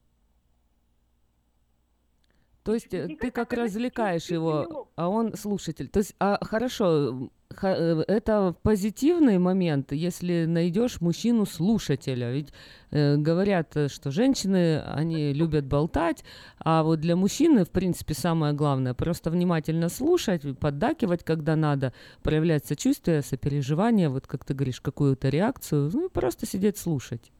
То есть ты как развлекаешь его, а он слушатель. То есть, хорошо, это позитивный момент, если найдешь мужчину-слушателя. Ведь говорят, что женщины, они любят болтать, а вот для мужчины, в принципе, самое главное, просто внимательно слушать, поддакивать, когда надо, проявлять сочувствие, сопереживание, вот как ты говоришь, какую-то реакцию, и просто сидеть слушать.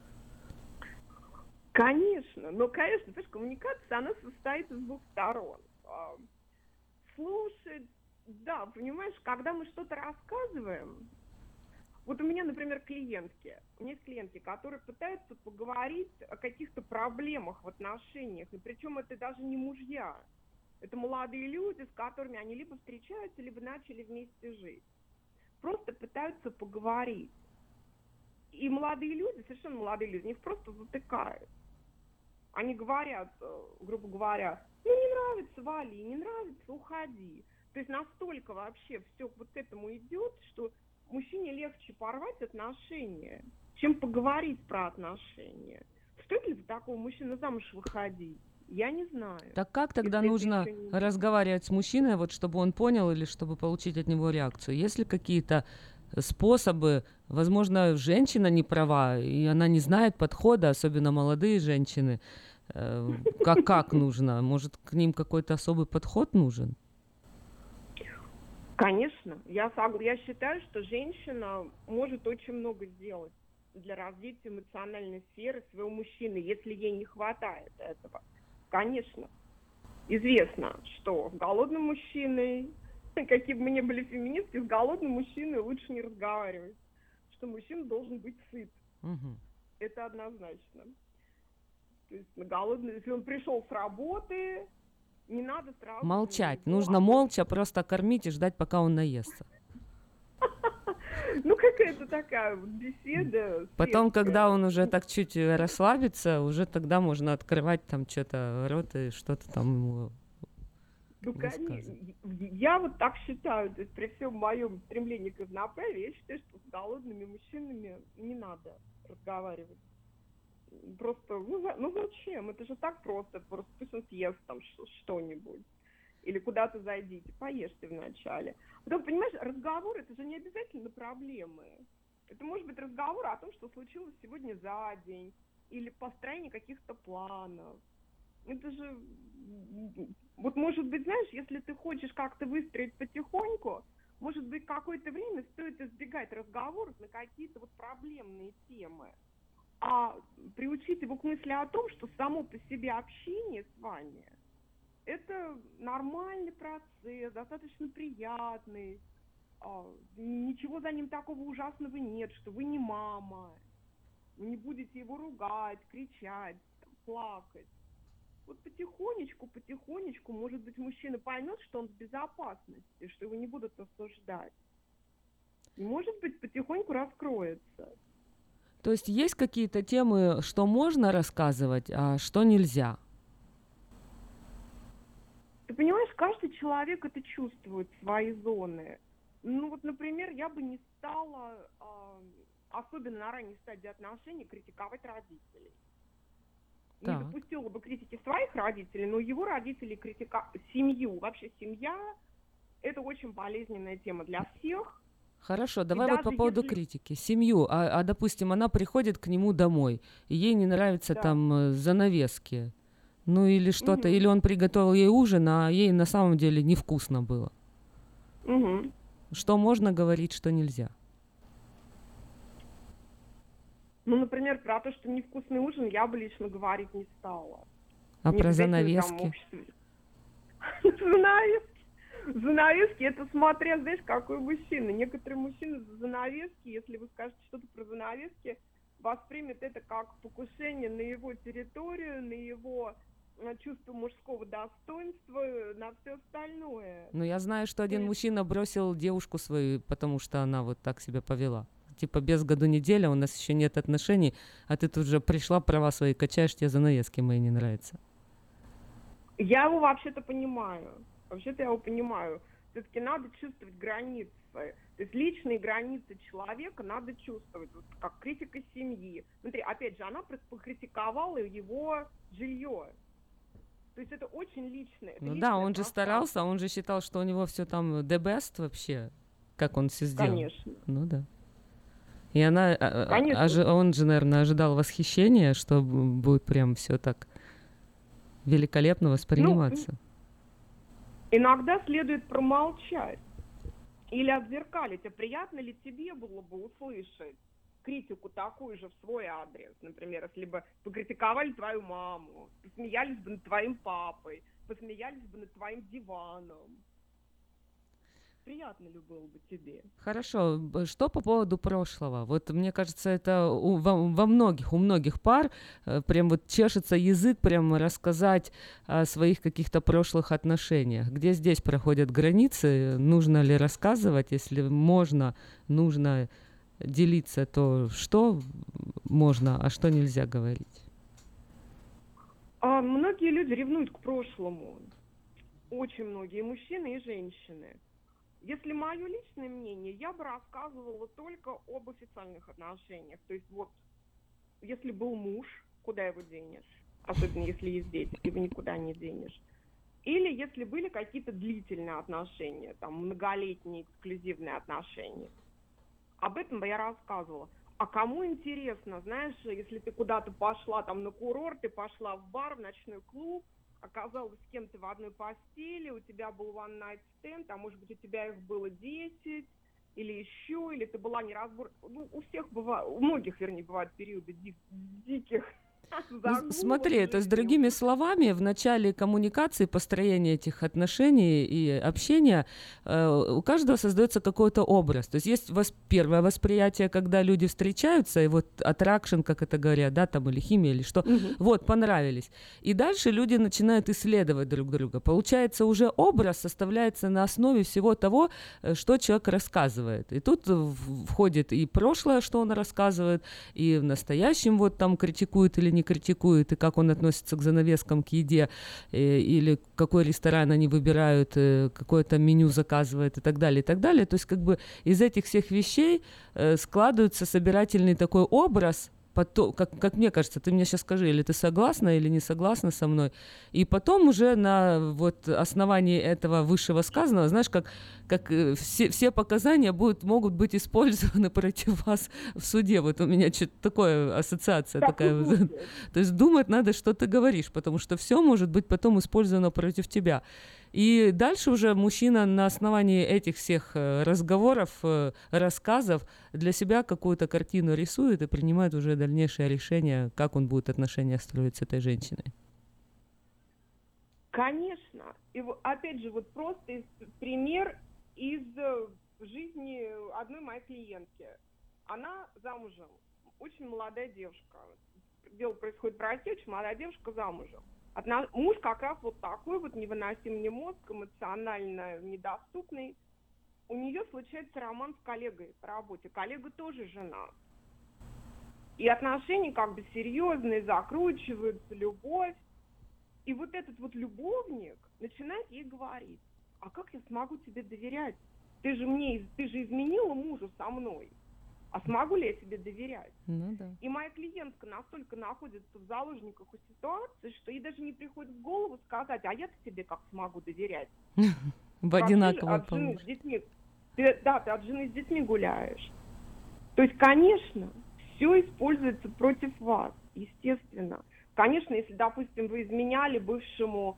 Конечно, понимаешь, коммуникация, она состоит из двух сторон. Слушать, да, понимаешь, когда мы что-то рассказываем, вот у меня, например, у меня есть клиентки, которые пытаются поговорить о каких-то проблемах в отношениях, и причем это даже не мужья, это молодые люди, с которыми они либо встречаются, либо начали вместе жить. Просто пытаются поговорить. И молодые люди, совершенно молодые люди, их просто затыкают. Они говорят, грубо говоря, ну не нравится, вали, не нравится, уходи. То есть настолько вообще все вот к этому идет, что мужчине легче порвать отношения, чем поговорить про отношения. Стоит ли за такого мужчину замуж выходить? Я не знаю. Так как тогда нужно разговаривать с мужчиной, вот чтобы он понял или чтобы получить от него реакцию? Есть ли какие-то способы? Возможно, женщина не права, и она не знает подхода, особенно молодые женщины. Как нужно? Может, к ним какой-то особый подход нужен? Конечно. Я считаю, что женщина может очень много сделать для развития эмоциональной сферы своего мужчины, если ей не хватает этого. Конечно. Известно, что с голодным мужчиной, какие бы мы ни были феминистки, с голодным мужчиной лучше не разговаривать. Что мужчина должен быть сыт. Угу. Это однозначно. То есть на голодный, если он пришел с работы, не надо сразу... Молчать. Нужно молча просто кормить и ждать, пока он наестся. Ну, какая-то такая беседа. Потом, когда он уже так чуть расслабится, уже тогда можно открывать там что-то рот и что-то там ему конечно. Я вот так считаю, то есть при всем моем стремлении к равноправию, я считаю, что с голодными мужчинами не надо разговаривать. Просто, ну зачем? Это же так просто пусть он съест там что-нибудь. Или куда-то зайдите, поешьте вначале. Потом, понимаешь, разговор — это же не обязательно проблемы. Это может быть разговор о том, что случилось сегодня за день, или построение каких-то планов. Это же, вот может быть, знаешь, если ты хочешь как-то выстроить потихоньку, может быть, какое-то время стоит избегать разговоров на какие-то вот проблемные темы, а приучить его к мысли о том, что само по себе общение с вами — это нормальный процесс, достаточно приятный, ничего за ним такого ужасного нет, что вы не мама, вы не будете его ругать, кричать, плакать. Вот потихонечку, может быть, мужчина поймет, что он в безопасности, что его не будут осуждать. И, может быть, потихоньку раскроется. То есть есть какие-то темы, что можно рассказывать, а что нельзя? Ты понимаешь, каждый человек это чувствует, свои зоны. Ну вот, например, я бы не стала, особенно на ранней стадии отношений, критиковать родителей. Так. Не допустила бы критики своих родителей, но его родителей семью. Вообще семья — это очень болезненная тема для всех. Хорошо, давай вот по поводу критики. Семью, допустим, она приходит к нему домой, и ей не нравятся там занавески. Ну или что-то, или он приготовил ей ужин, а ей на самом деле невкусно было. Что можно говорить, что нельзя? Ну, например, про то, что невкусный ужин, я бы лично говорить не стала. А про занавески? Занавески, это смотря, знаешь, какой мужчина. Некоторые мужчины за занавески, если вы скажете что-то про занавески, воспримет это как покушение на его территорию, на его чувство мужского достоинства, на все остальное. Ну, я знаю, что один мужчина бросил девушку свою, потому что она вот так себя повела. Типа, без году неделя, у нас еще нет отношений, а ты тут же пришла, права свои качаешь, тебе занавески мои не нравятся. Я его вообще-то понимаю. Вообще-то я его понимаю. Все-таки надо чувствовать границы. То есть личные границы человека надо чувствовать, вот как критика семьи. Смотри, опять же, она покритиковала его жилье. То есть это очень личное. Это да, он же старался, он же считал, что у него все там the best вообще, как он все сделал. Конечно. Ну да. И она, он же, наверное, ожидал восхищения, что будет прям все так великолепно восприниматься. Иногда следует промолчать или отзеркалить. А приятно ли тебе было бы услышать критику такую же в свой адрес? Например, если бы покритиковали твою маму, посмеялись бы над твоим папой, посмеялись бы над твоим диваном. Приятно ли было бы тебе? Хорошо. Что по поводу прошлого? Вот мне кажется, это у многих пар прям вот чешется язык прям рассказать о своих каких-то прошлых отношениях. Где здесь проходят границы? Нужно ли рассказывать? Если нужно делиться, то что можно, а что нельзя говорить? Многие люди ревнуют к прошлому. Очень многие, и мужчины, и женщины. Если мое личное мнение, я бы рассказывала только об официальных отношениях. То есть вот, если был муж, куда его денешь? Особенно если есть дети, его никуда не денешь. Или если были какие-то длительные отношения, там, многолетние эксклюзивные отношения. Об этом бы я рассказывала. А кому интересно, знаешь, если ты куда-то пошла там на курорт, ты пошла в бар, в ночной клуб, оказалась с кем-то в одной постели, у тебя был one night stand, а может быть у тебя их было 10 или еще, или ты была неразбор... Ну, у всех бывает, у многих, вернее, бывают периоды диких. Смотри, то есть, другими словами, в начале коммуникации, построения этих отношений и общения у каждого создается какой-то образ. То есть есть первое восприятие, когда люди встречаются, и вот attraction, как это говорят, да, там, или химия, или что, вот, понравились. И дальше люди начинают исследовать друг друга. Получается, уже образ составляется на основе всего того, что человек рассказывает. И тут входит и прошлое, что он рассказывает, и в настоящем вот там критикует или не критикует, и как он относится к занавескам, к еде, или какой ресторан они выбирают, какое-то меню заказывает и так далее, и так далее. То есть как бы из этих всех вещей складывается собирательный такой образ, как мне кажется, ты мне сейчас скажи, или ты согласна, или не согласна со мной, и потом уже на вот основании этого высшего сказанного, знаешь, как все показания могут быть использованы против вас в суде. Вот у меня что-то такое, ассоциация такая. То есть думать надо, что ты говоришь, потому что все может быть потом использовано против тебя. И дальше уже мужчина на основании этих всех разговоров, рассказов для себя какую-то картину рисует и принимает уже дальнейшее решение, как он будет отношения строить с этой женщиной. Конечно. И опять же, вот просто пример из жизни одной моей клиентки. Она замужем, очень молодая девушка. Дело происходит в России, очень молодая девушка замужем. Муж как раз вот такой вот, невыносим мне мозг, эмоционально недоступный. У нее случается роман с коллегой по работе. Коллега тоже жена. И отношения как бы серьезные, закручиваются, любовь. И вот этот вот любовник начинает ей говорить: а как я смогу тебе доверять? Ты же изменила мужу со мной. А смогу ли я тебе доверять? Ну, да. И моя клиентка настолько находится в заложниках у ситуации, что ей даже не приходит в голову сказать: а я-то тебе как смогу доверять? В одинаковой полноте. Ты от жены с детьми гуляешь. То есть, конечно, все используется против вас, естественно. Конечно, если, допустим, вы изменяли бывшему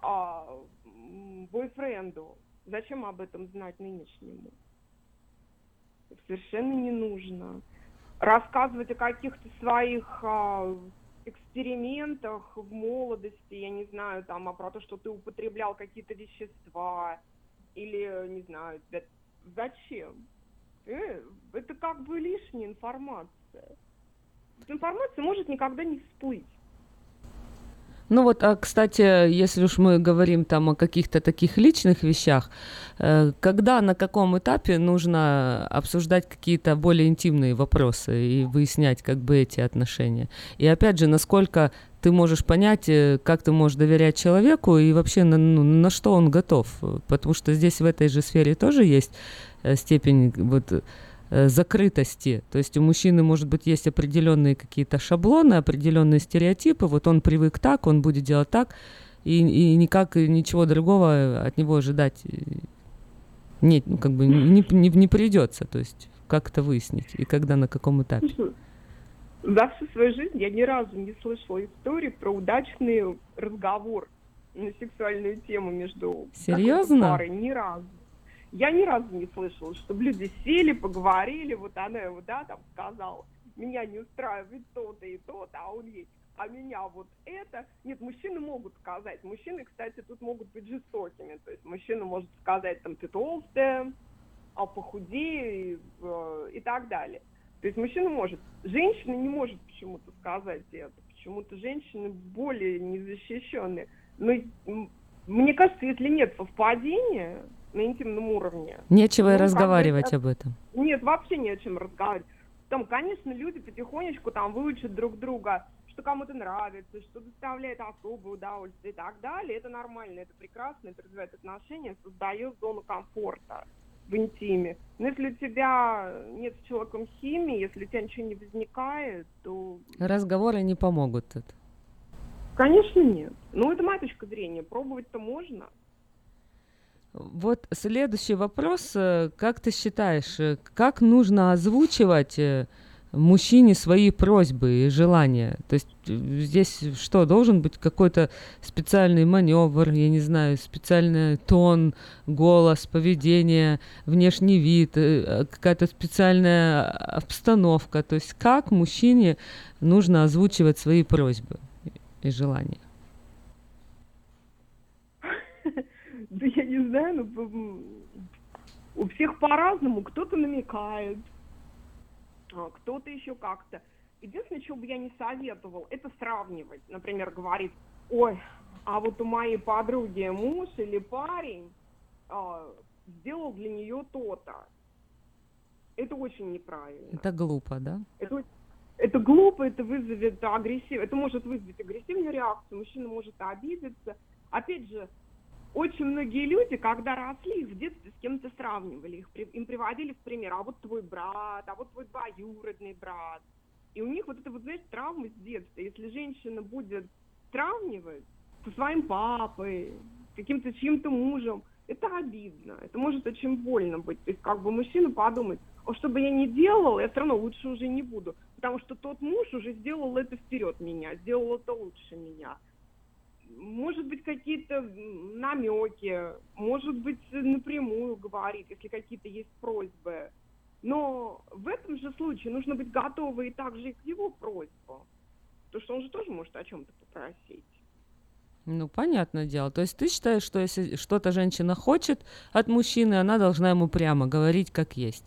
бойфренду, зачем об этом знать нынешнему? Совершенно не нужно. Рассказывать о каких-то своих экспериментах в молодости, я не знаю, там, про то, что ты употреблял какие-то вещества, или, не знаю, зачем? Это как бы лишняя информация. Эта информация может никогда не всплыть. Ну вот, кстати, если уж мы говорим там о каких-то таких личных вещах, когда, на каком этапе нужно обсуждать какие-то более интимные вопросы и выяснять как бы эти отношения? И опять же, насколько ты можешь понять, как ты можешь доверять человеку и вообще на что он готов? Потому что здесь в этой же сфере тоже есть степень вот закрытости. То есть у мужчины, может быть, есть определенные какие-то шаблоны, определенные стереотипы. Вот он привык так, он будет делать так, и никак ничего другого от него ожидать нет, как бы не придется. То есть как это выяснить и когда, на каком этапе? За всю свою жизнь я ни разу не слышала истории про удачный разговор на сексуальную тему между парой. Ни разу. Я ни разу не слышала, чтобы люди сели, поговорили, вот она его, да, там сказала, меня не устраивает то-то и то-то, а он есть, а меня вот это. Нет, мужчины могут сказать. Мужчины, кстати, тут могут быть жестокими. То есть мужчина может сказать, там, ты толстая, а похудей и так далее. То есть мужчина может. Женщина не может почему-то сказать это. Почему-то женщины более незащищенные. Но мне кажется, если нет совпадения на интимном уровне... Нечего и разговаривать об этом. Нет, вообще не о чем разговаривать. Там, конечно, люди потихонечку там выучат друг друга, что кому-то нравится, что доставляет особое удовольствие и так далее, это нормально, это прекрасно, это развивает отношения, создает зону комфорта в интиме. Но если у тебя нет с человеком химии, если у тебя ничего не возникает, то... Разговоры не помогут тут. Конечно, нет. Ну, это моя точка зрения. Пробовать-то можно. Вот следующий вопрос. Как ты считаешь, как нужно озвучивать мужчине свои просьбы и желания? То есть здесь что, должен быть какой-то специальный маневр, я не знаю, специальный тон, голос, поведение, внешний вид, какая-то специальная обстановка? То есть как мужчине нужно озвучивать свои просьбы и желания? Да я не знаю, у всех по-разному. Кто-то намекает, кто-то еще как-то. Единственное, чего бы я не советовал, это сравнивать. Например, говорит: ой, а вот у моей подруги муж или парень сделал для нее то-то. Это очень неправильно. Это глупо, да? Это глупо, это вызовет это может вызвать агрессивную реакцию, мужчина может обидеться. Опять же, очень многие люди, когда росли, их в детстве с кем-то сравнивали, им приводили в пример: а вот твой брат, а вот твой двоюродный брат. И у них вот это, знаешь, травма с детства. Если женщина будет сравнивать со своим папой, каким-то чьим-то мужем, это обидно, это может очень больно быть. То есть как бы мужчина подумает: что бы я ни делал, я все равно лучше уже не буду, потому что тот муж уже сделал это вперед меня, сделал это лучше меня. Может быть, какие-то намеки, может быть, напрямую говорит, если какие-то есть просьбы. Но в этом же случае нужно быть готовы и также и к его просьбам, потому что он же тоже может о чем-то попросить. Ну, понятное дело. То есть ты считаешь, что если что-то женщина хочет от мужчины, она должна ему прямо говорить, как есть?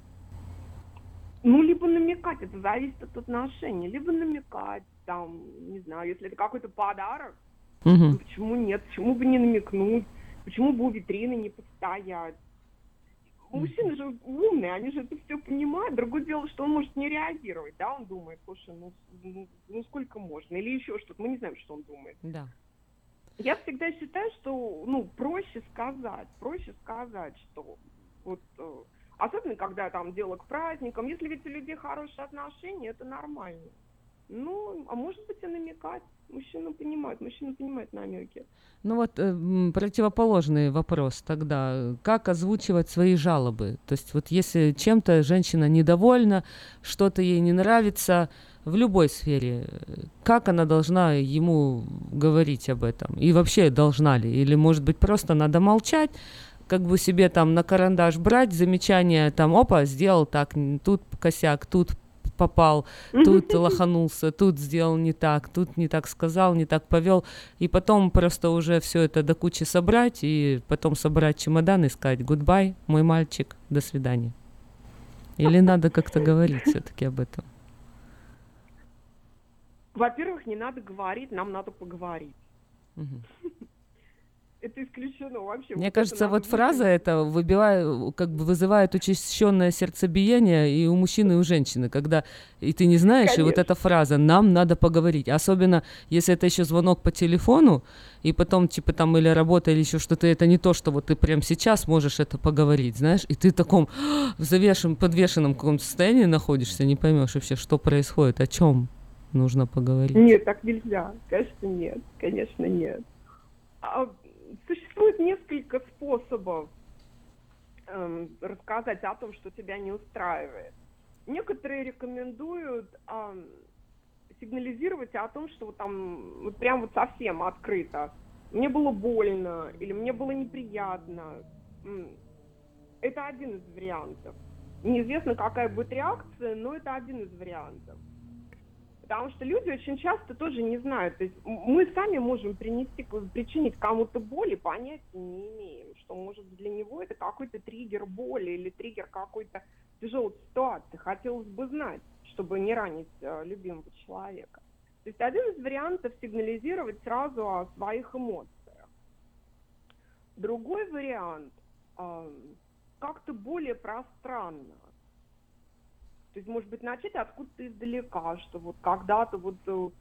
Ну, либо намекать, это зависит от отношений, либо намекать, там, не знаю, если это какой-то подарок, Угу. почему нет, почему бы не намекнуть, почему бы у витрины не постоять. Мужчины же умные, они же это все понимают. Другое дело, что он может не реагировать, да, он думает: слушай, ну сколько можно, или еще что-то, мы не знаем, что он думает. Да. Я всегда считаю, что, проще сказать, что вот, особенно когда там дело к праздникам, если ведь у людей хорошие отношения, это нормально. Ну, а может быть и намекать. Мужчина понимает намеки. Ну вот противоположный вопрос тогда. Как озвучивать свои жалобы? То есть вот если чем-то женщина недовольна, что-то ей не нравится в любой сфере, как она должна ему говорить об этом? И вообще должна ли? Или, может быть, просто надо молчать, как бы себе там на карандаш брать замечания, там, опа, сделал так, тут косяк, тут попал, тут лоханулся, тут сделал не так, тут не так сказал, не так повел, и потом просто уже все это до кучи собрать, и потом собрать чемодан и сказать: goodbye, мой мальчик, до свидания. Или надо как-то говорить все-таки об этом? Во-первых, не надо говорить, нам надо поговорить. Это исключено вообще. Мне кажется, вот фраза эта вызывает учащенное сердцебиение и у мужчины, и у женщины, когда и ты не знаешь, конечно. И вот эта фраза «нам надо поговорить», особенно если это еще звонок по телефону, и потом типа там или работа, или еще что-то, это не то, что вот ты прямо сейчас можешь это поговорить, знаешь, и ты в таком подвешенном каком-то состоянии находишься, не поймешь вообще, что происходит, о чем нужно поговорить. Нет, так нельзя, конечно нет. Существует несколько способов рассказать о том, что тебя не устраивает. Некоторые рекомендуют сигнализировать о том, что вот прям вот совсем открыто. Мне было больно или мне было неприятно. Это один из вариантов. Неизвестно, какая будет реакция, но это один из вариантов. Потому что люди очень часто тоже не знают. То есть мы сами можем причинить кому-то боль и понятия не имеем, что, может, для него это какой-то триггер боли или триггер какой-то тяжелой ситуации. Хотелось бы знать, чтобы не ранить любимого человека. То есть один из вариантов — сигнализировать сразу о своих эмоциях. Другой вариант — как-то более пространно. То есть, может быть, начать откуда-то издалека, что вот когда-то вот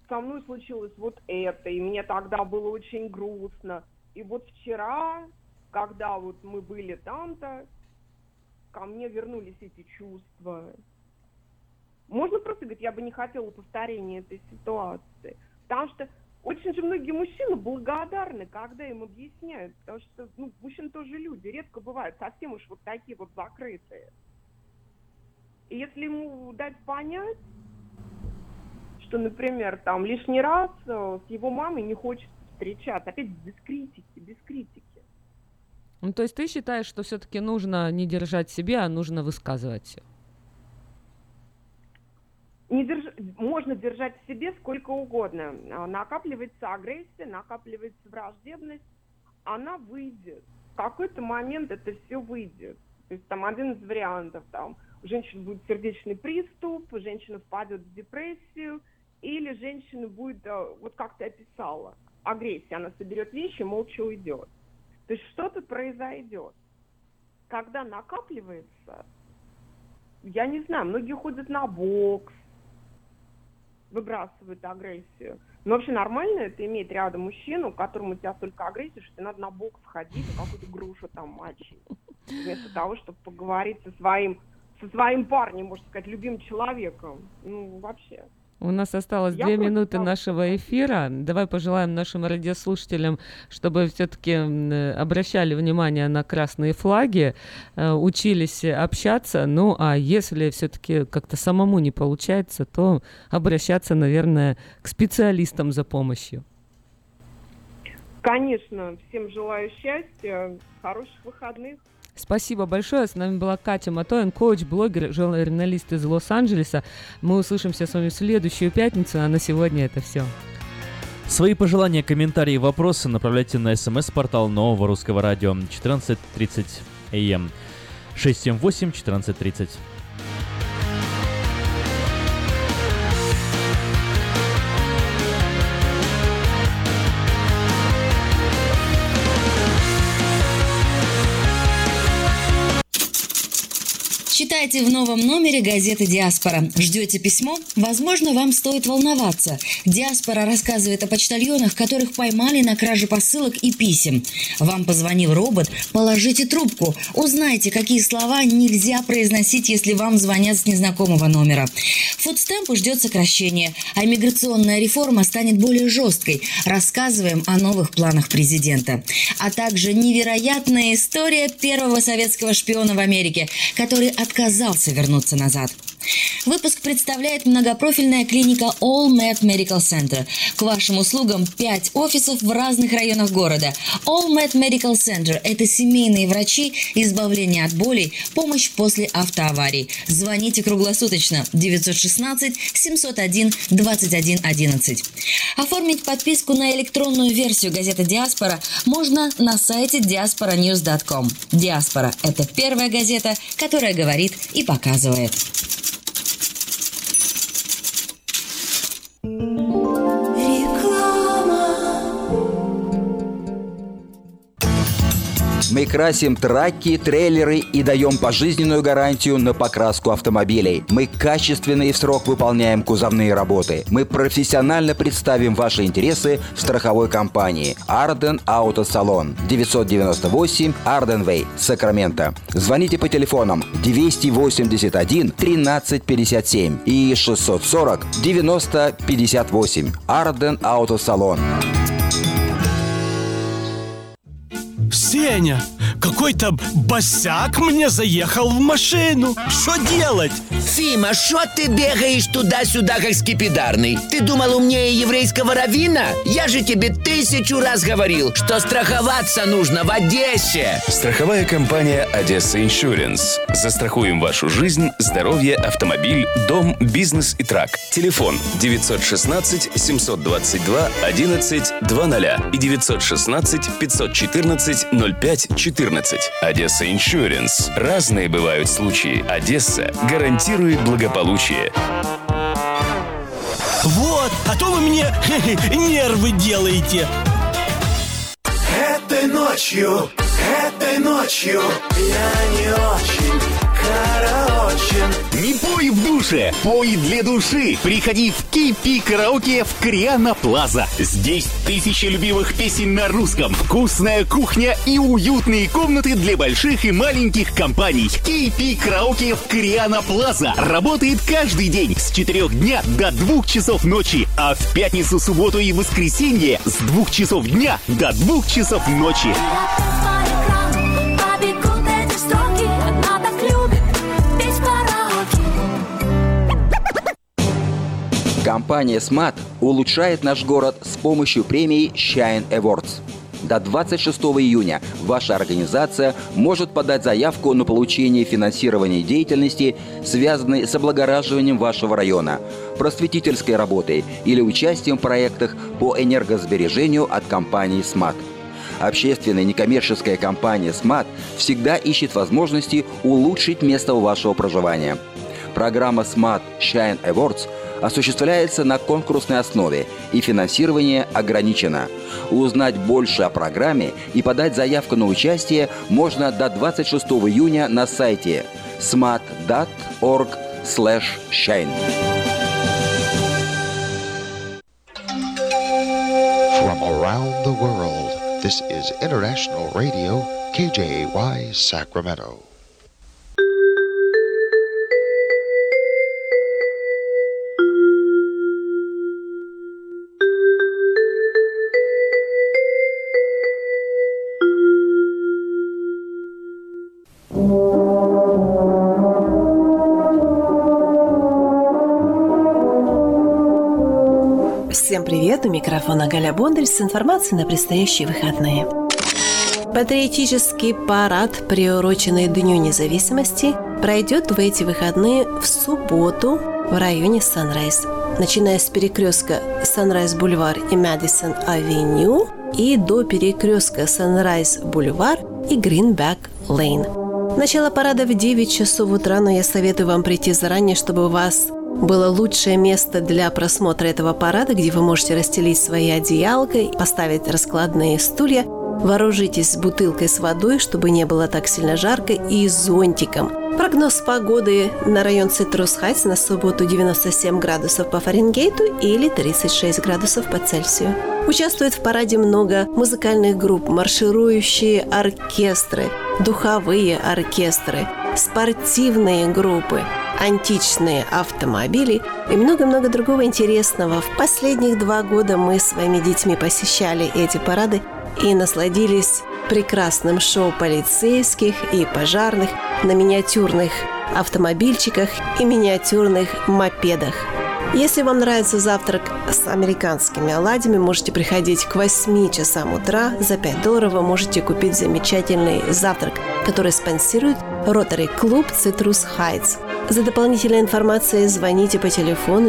со мной случилось вот это, и мне тогда было очень грустно. И вот вчера, когда вот мы были там-то, ко мне вернулись эти чувства. Можно просто говорить, я бы не хотела повторения этой ситуации. Потому что очень же многие мужчины благодарны, когда им объясняют. Потому что, мужчины тоже люди, редко бывают совсем уж вот такие вот закрытые. И если ему дать понять, что, например, там лишний раз с его мамой не хочет встречаться, опять без критики. Ну, то есть ты считаешь, что все-таки нужно не держать себе, а нужно высказывать все? Можно держать в себе сколько угодно. Накапливается агрессия, накапливается враждебность, она выйдет. В какой-то момент это все выйдет. То есть там один из вариантов, там, у женщины будет сердечный приступ, женщина впадет в депрессию, или женщина будет, вот как ты описала, агрессия, она соберет вещи, молча уйдет. То есть что-то произойдет. Когда накапливается, я не знаю, многие ходят на бокс, выбрасывают агрессию. Но вообще нормально это иметь рядом мужчину, которому у тебя столько агрессии, что тебе надо на бокс ходить, на какую-то грушу там мочить. Вместо того, чтобы поговорить со своим парнем, можно сказать, любимым человеком. Вообще. У нас осталось 2 минуты нашего эфира. Давай пожелаем нашим радиослушателям, чтобы все-таки обращали внимание на красные флаги, учились общаться. Ну, а если все-таки как-то самому не получается, то обращаться, наверное, к специалистам за помощью. Конечно. Всем желаю счастья, хороших выходных. Спасибо большое. С нами была Катя Матоин, коуч, блогер, журналист из Лос-Анджелеса. Мы услышимся с вами в следующую пятницу, а на сегодня это все. Свои пожелания, комментарии и вопросы направляйте на смс-портал Нового Русского Радио 14:30 АМ 678-1430. Читайте в новом номере газеты «Диаспора». Ждете письмо? Возможно, вам стоит волноваться. «Диаспора» рассказывает о почтальонах, которых поймали на краже посылок и писем. Вам позвонил робот? Положите трубку. Узнайте, какие слова нельзя произносить, если вам звонят с незнакомого номера. Фудстемпу ждет сокращение, а миграционная реформа станет более жесткой. Рассказываем о новых планах президента. А также невероятная история первого советского шпиона в Америке, который отказался вернуться назад. Выпуск представляет многопрофильная клиника All Med Medical Center. К вашим услугам 5 офисов в разных районах города. All Med Medical Center – это семейные врачи, избавление от болей, помощь после автоаварий. Звоните круглосуточно 916-701-2111. Оформить подписку на электронную версию газеты «Диаспора» можно на сайте diasporanews.com. «Диаспора» – это первая газета, которая говорит и показывает. Мы красим траки, трейлеры и даем пожизненную гарантию на покраску автомобилей. Мы качественно и в срок выполняем кузовные работы. Мы профессионально представим ваши интересы в страховой компании Arden Auto Salon 998 Arden Way, Сакраменто. Звоните по телефонам 281 13 57 и 640 90 58. Arden Auto Salon. Сеня, какой-то босяк мне заехал в машину. Что делать? Фима, что ты бегаешь туда-сюда, как скипидарный? Ты думал умнее еврейского раввина? Я же тебе 1000 раз говорил, что страховаться нужно в Одессе. Страховая компания «Одесса Иншуренс». Застрахуем вашу жизнь, здоровье, автомобиль, дом, бизнес и трак. Телефон 916-722-11-00 и 916-514-05-14. «Одесса Иншуренс». Разные бывают случаи. «Одесса» гарантирует благополучие. Вот, а то вы мне нервы делаете. Этой ночью я не очень караоке. приурочен. Не пой в душе, пой для души. Приходи в KP Караоке в Кориана Плаза. Здесь тысячи любимых песен на русском, вкусная кухня и уютные комнаты для больших и маленьких компаний. KP Караоке в Кориана Плаза работает каждый день с 4 дня до 2 часов ночи, а в пятницу, субботу и воскресенье с 2 часов дня до 2 часов ночи. Компания Smart улучшает наш город с помощью премии Shine Awards. До 26 июня ваша организация может подать заявку на получение финансирования деятельности, связанной с облагораживанием вашего района, просветительской работой или участием в проектах по энергосбережению от компании Smart. Общественная некоммерческая компания Smart всегда ищет возможности улучшить место вашего проживания. Программа Smart Shine Awards осуществляется на конкурсной основе, и финансирование ограничено. Узнать больше о программе и подать заявку на участие можно до 26 июня на сайте smart.org/shine. From around the world, this is International Radio, KJY, Sacramento. Всем привет! У микрофона Галя Бондарь с информацией на предстоящие выходные. Патриотический парад, приуроченный Дню независимости, пройдет в эти выходные в субботу в районе Санрайз, начиная с перекрестка Санрайз-Бульвар и Мэдисон-Авеню и до перекрестка Санрайз-Бульвар и Гринбек-Лейн. Начало парада в 9 часов утра, но я советую вам прийти заранее, чтобы у вас было лучшее место для просмотра этого парада, где вы можете расстелить свои одеялка, поставить раскладные стулья, вооружитесь бутылкой с водой, чтобы не было так сильно жарко, и зонтиком. Прогноз погоды на район Цитрус Хайтс на субботу 97 градусов по Фаренгейту или 36 градусов по Цельсию. Участвует в параде много музыкальных групп, марширующие оркестры, духовые оркестры, спортивные группы, античные автомобили и много-много другого интересного. В последних 2 года мы с своими детьми посещали эти парады и насладились прекрасным шоу полицейских и пожарных на миниатюрных автомобильчиках и миниатюрных мопедах. Если вам нравится завтрак с американскими оладьями, можете приходить к 8 часам утра. За $5 вы можете купить замечательный завтрак, который спонсирует Rotary Club Citrus Heights. За дополнительной информацией звоните по телефону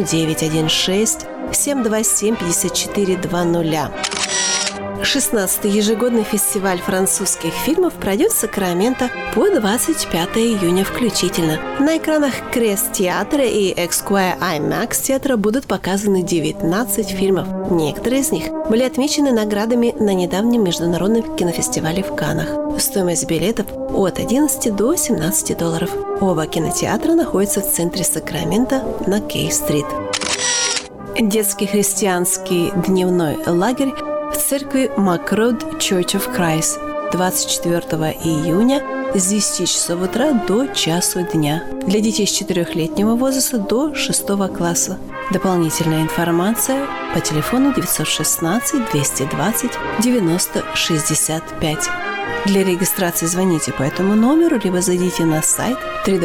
916-727-5420. 16-й ежегодный фестиваль французских фильмов пройдет в Сакраменто по 25 июня включительно. На экранах Крест театра и Esquire IMAX театра будут показаны 19 фильмов. Некоторые из них были отмечены наградами на недавнем международном кинофестивале в Каннах. Стоимость билетов от $11 до $17. Оба кинотеатра находятся в центре Сакраменто на Кей-стрит. Детский христианский дневной лагерь в церкви Макрод Church of Christ 24 июня с 10 часов утра до часу дня. Для детей с 4-летнего возраста до 6 класса. Дополнительная информация по телефону 916-220-9065. Для регистрации звоните по этому номеру, либо зайдите на сайт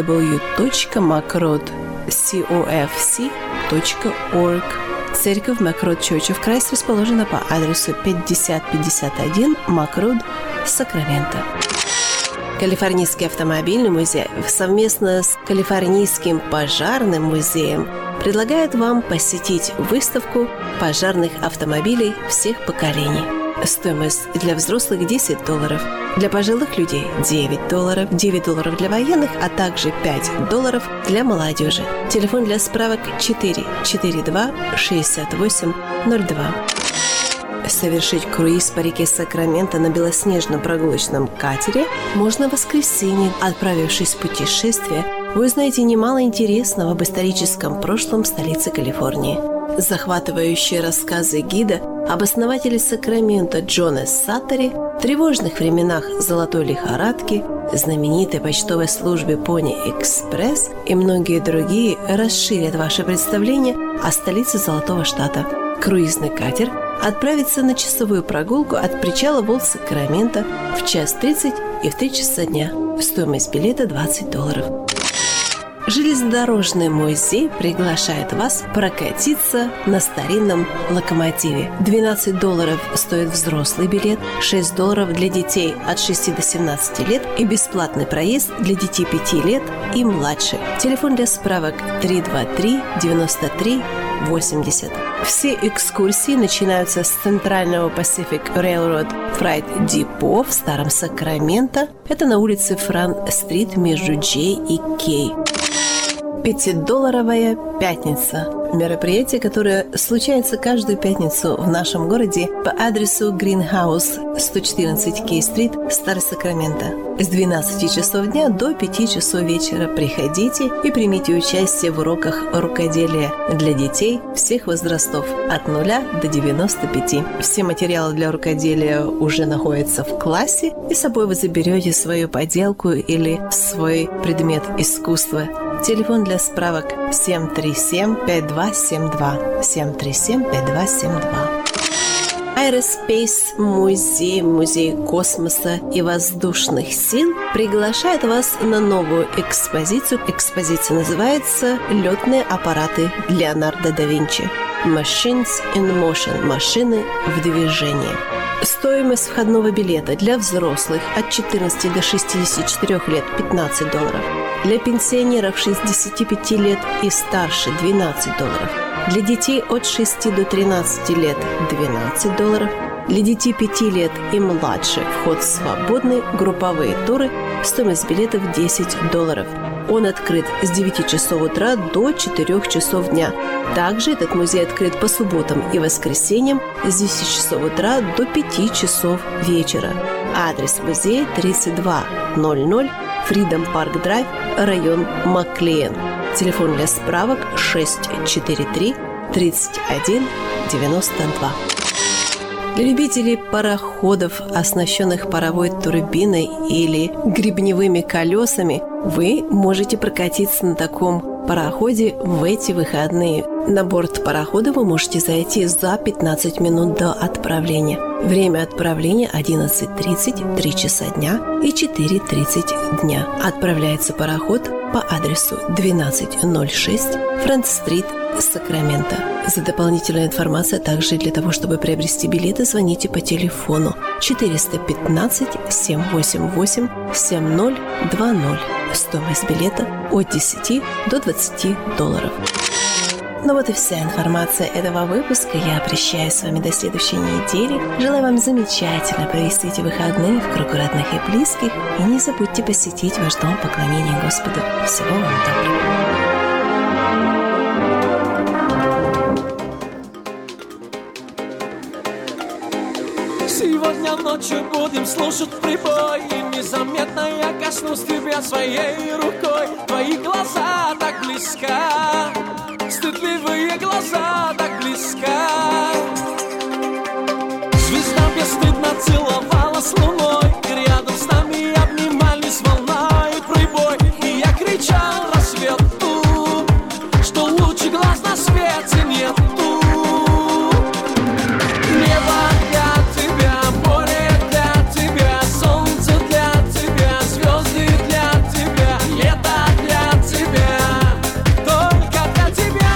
www.macrodcofc.org. Церковь Макрод Church of Christ расположена по адресу 5051 Макрод, Сакраменто. Калифорнийский автомобильный музей совместно с Калифорнийским пожарным музеем предлагает вам посетить выставку пожарных автомобилей всех поколений. Стоимость для взрослых $10, для пожилых людей $9, $9 для военных, а также $5 для молодежи. Телефон для справок 442-6802. Совершить круиз по реке Сакраменто на белоснежном прогулочном катере можно в воскресенье, отправившись в путешествие вы узнаете немало интересного об историческом прошлом столицы Калифорнии. Захватывающие рассказы гида об основателе Сакраменто Джоне Саттери, тревожных временах золотой лихорадки, знаменитой почтовой службе Pony Express и многие другие расширят ваше представление о столице Золотого Штата. Круизный катер отправится на часовую прогулку от причала Волт Сакраменто в 1:30 и в 3 часа дня. Стоимость билета $20. Железнодорожный музей приглашает вас прокатиться на старинном локомотиве. $12 стоит взрослый билет, $6 для детей от 6 до 17 лет и бесплатный проезд для детей 5 лет и младше. Телефон для справок 323-93-80. Все экскурсии начинаются с центрального Pacific Railroad Freight Depot в Старом Сакраменто. Это на улице Фран-стрит между Джей и Кей. $5 пятница. Мероприятие, которое случается каждую пятницу в нашем городе по адресу Greenhouse 114 Кей-стрит, Старый Сакраменто. С 12 часов дня до 5 часов вечера приходите и примите участие в уроках рукоделия для детей всех возрастов от 0 до 95. Все материалы для рукоделия уже находятся в классе, и с собой вы заберете свою поделку или свой предмет искусства. Телефон для справок 737-5272. 737-5272. Aerospace музей космоса и воздушных сил приглашает вас на новую экспозицию. Экспозиция называется «Летные аппараты Леонардо да Винчи». Machines in Motion. Машины в движении. Стоимость входного билета для взрослых от 14 до 64 лет $15. Для пенсионеров 65 лет и старше $12. Для детей от 6 до 13 лет $12. Для детей 5 лет и младше вход свободный, групповые туры, стоимость билетов $10. Он открыт с 9 часов утра до 4 часов дня. Также этот музей открыт по субботам и воскресеньям с 10 часов утра до 5 часов вечера. Адрес музея 3200 Freedom Park Drive, район Маклеен. Телефон для справок 643-31-92. Для любителей пароходов, оснащенных паровой турбиной или гребневыми колесами, вы можете прокатиться на таком пароходе в эти выходные. На борт парохода вы можете зайти за 15 минут до отправления. Время отправления 11:30, 3 часа дня и 4:30 дня. Отправляется пароход по адресу 1206 Франц-стрит, Сакраменто. За дополнительной информацией, а также для того, чтобы приобрести билеты, звоните по телефону 415-788-7020. Стоимость билета от $10 до $20. Ну вот и вся информация этого выпуска. Я прощаюсь с вами до следующей недели. Желаю вам замечательно провести эти выходные в кругу родных и близких. И не забудьте посетить ваш дом поклонения Господу. Всего вам доброго. Сегодня ночью будем слушать прибой, и незаметно я коснусь тебя своей рукой. Твои глаза так близко, стыдливые глаза так близко. Звезда бесстыдно целовалась луной, и рядом с нами обнимались волна и прибой. И я кричал рассвету, что лучше глаз на свете нету. Небо для тебя, море для тебя, солнце для тебя, звезды для тебя, лето для тебя, только для тебя.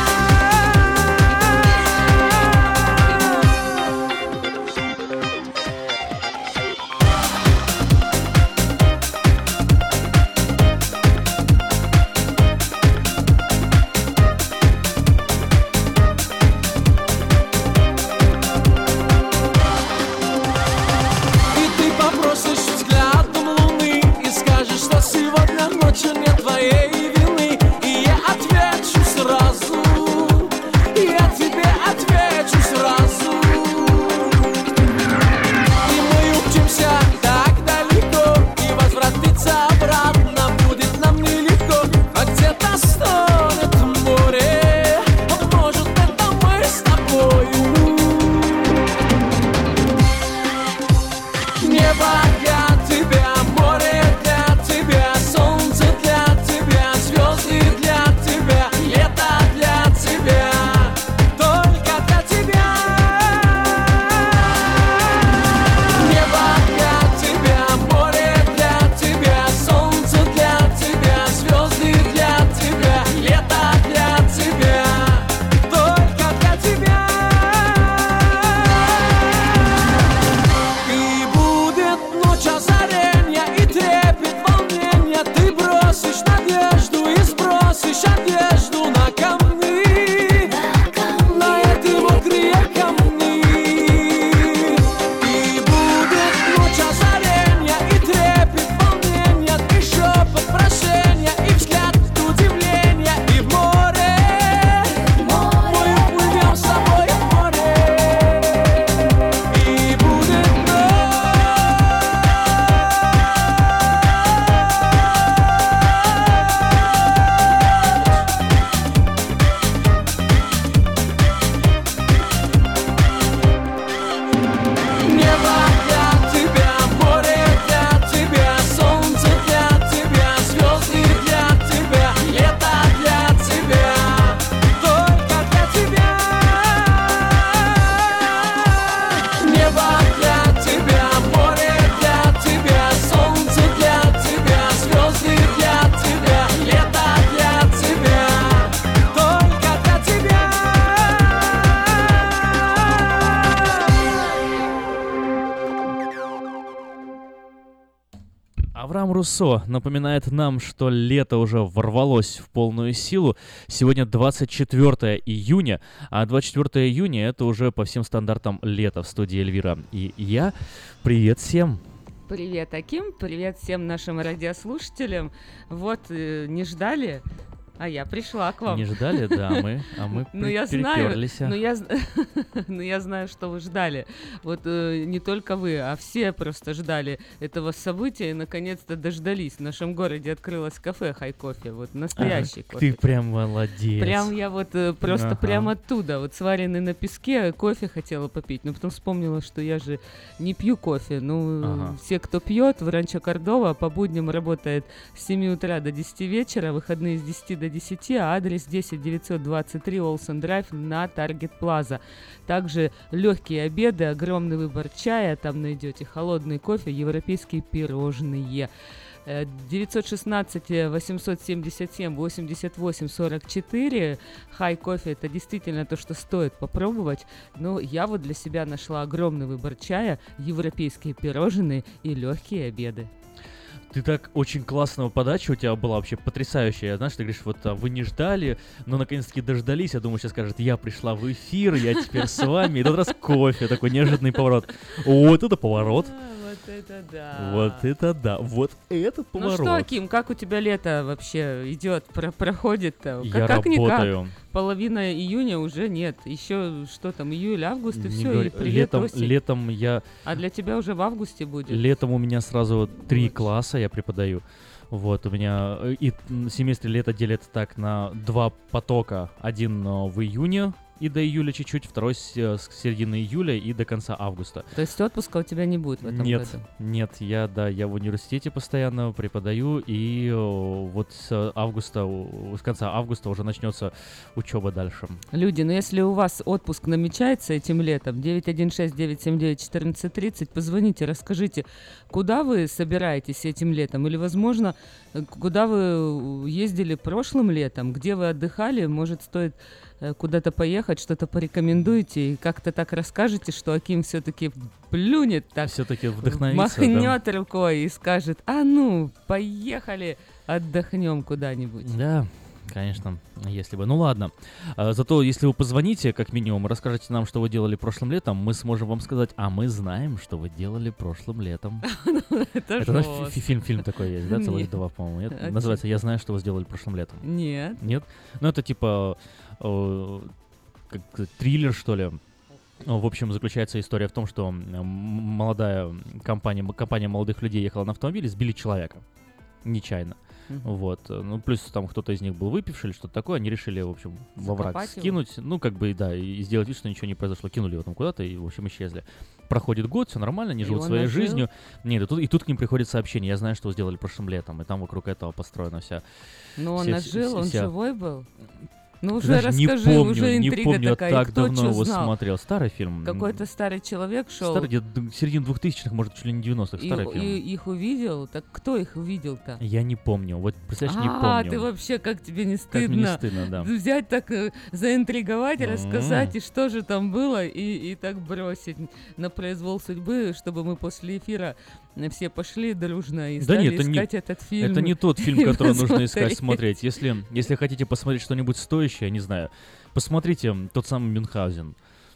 Авраам Руссо напоминает нам, что лето уже ворвалось в полную силу. Сегодня 24 июня, а 24 июня это уже по всем стандартам лето в студии Эльвира. И я. Привет всем! Привет, Аким, привет всем нашим радиослушателям. Вот, не ждали? А я пришла к вам. Не ждали, да, мы переперлись. Но я знаю, что вы ждали. Вот не только вы, а все просто ждали этого события и наконец-то дождались. В нашем городе открылось кафе Хай Кофе, вот настоящий кофе. Ты прям молодец. Прям я вот просто прям оттуда, вот сваренный на песке, кофе хотела попить, но потом вспомнила, что я же не пью кофе. Все, кто пьет, в Ранчо Кордова по будням работает с 7 утра до 10 вечера, выходные с 10 до 10, а адрес 10923 Олсен Драйв на Таргет Плаза. Также легкие обеды, огромный выбор чая, там найдете холодный кофе, европейские пирожные. 916-877-88-44. Хай Кофе — это действительно то, что стоит попробовать. Но я вот для себя нашла огромный выбор чая, европейские пирожные и легкие обеды. Ты так очень классного подача у тебя была, вообще потрясающая. Знаешь, ты говоришь, вот вы не ждали, но наконец-таки дождались. Я думаю, сейчас скажет, я пришла в эфир, я теперь с вами. И тот раз кофе, такой неожиданный поворот. Вот это поворот. Вот это да. Вот это да. Вот это поворот. Ну что, Аким, как у тебя лето вообще идет, проходит-то? Я как работаю. Никак. Половина июня уже нет. Еще что там, июль, август, и все, говори, и привет, осень. Летом я... А для тебя уже в августе будет? Летом у меня сразу 3 класса я преподаю. Вот, у меня и семестр лета делят так на 2 потока. Один в июне и до июля чуть-чуть, второй с середины июля и до конца августа. То есть отпуска у тебя не будет в этом году? Нет, я в университете постоянно преподаю, и вот с конца августа уже начнется учеба дальше. Люди, ну если у вас отпуск намечается этим летом, 916-979-1430, позвоните, расскажите, куда вы собираетесь этим летом, или, возможно, куда вы ездили прошлым летом, где вы отдыхали, может, стоит куда-то поехать, что-то порекомендуете и как-то так расскажете, что Аким все-таки плюнет так, все-таки вдохновится, махнет рукой и скажет, а ну, поехали, отдохнем куда-нибудь. Да, конечно, если бы. Ну ладно. Зато если вы позвоните, как минимум, расскажете нам, что вы делали прошлым летом, мы сможем вам сказать, а мы знаем, что вы делали прошлым летом. Это фильм такой есть, да, целых 2, по-моему. Называется «Я знаю, что вы сделали прошлым летом». Нет. Нет? Ну это типа как триллер, что ли. В общем, заключается история в том, что молодая компания молодых людей ехала на автомобиле, сбили человека. Нечаянно. Вот. Ну, плюс там кто-то из них был выпивший или что-то такое, они решили, в общем, во враг скинуть. Ну, как бы, да, и сделать вид, что ничего не произошло. Кинули его там куда-то и, в общем, исчезли. Проходит год, все нормально, они живут своей жизнью. Нет, и тут к ним приходит сообщение, я знаю, что вы сделали прошлым летом, и там вокруг этого построена вся... Но он жил, он живой был? Ну уже даже расскажи, не помню, уже интрига не помню, такая, так кто давно его знал? Смотрел. Старый фильм. Какой-то старый человек шел. Старый, где-то середина 2000-х, может, чуть ли не 90-х, старый фильм. И их увидел? Так кто их увидел-то? Я не помню, вот, представляешь, не помню. Ты вообще, как тебе не стыдно? Как мне не стыдно, да. Взять так, заинтриговать, рассказать, и что же там было, и так бросить на произвол судьбы, чтобы мы после эфира все пошли дружно и стали искать этот фильм. Это не тот фильм, который нужно искать, смотреть. Если хотите посмотреть что-нибудь стоящее, не знаю, посмотрите тот самый Мюнхгаузен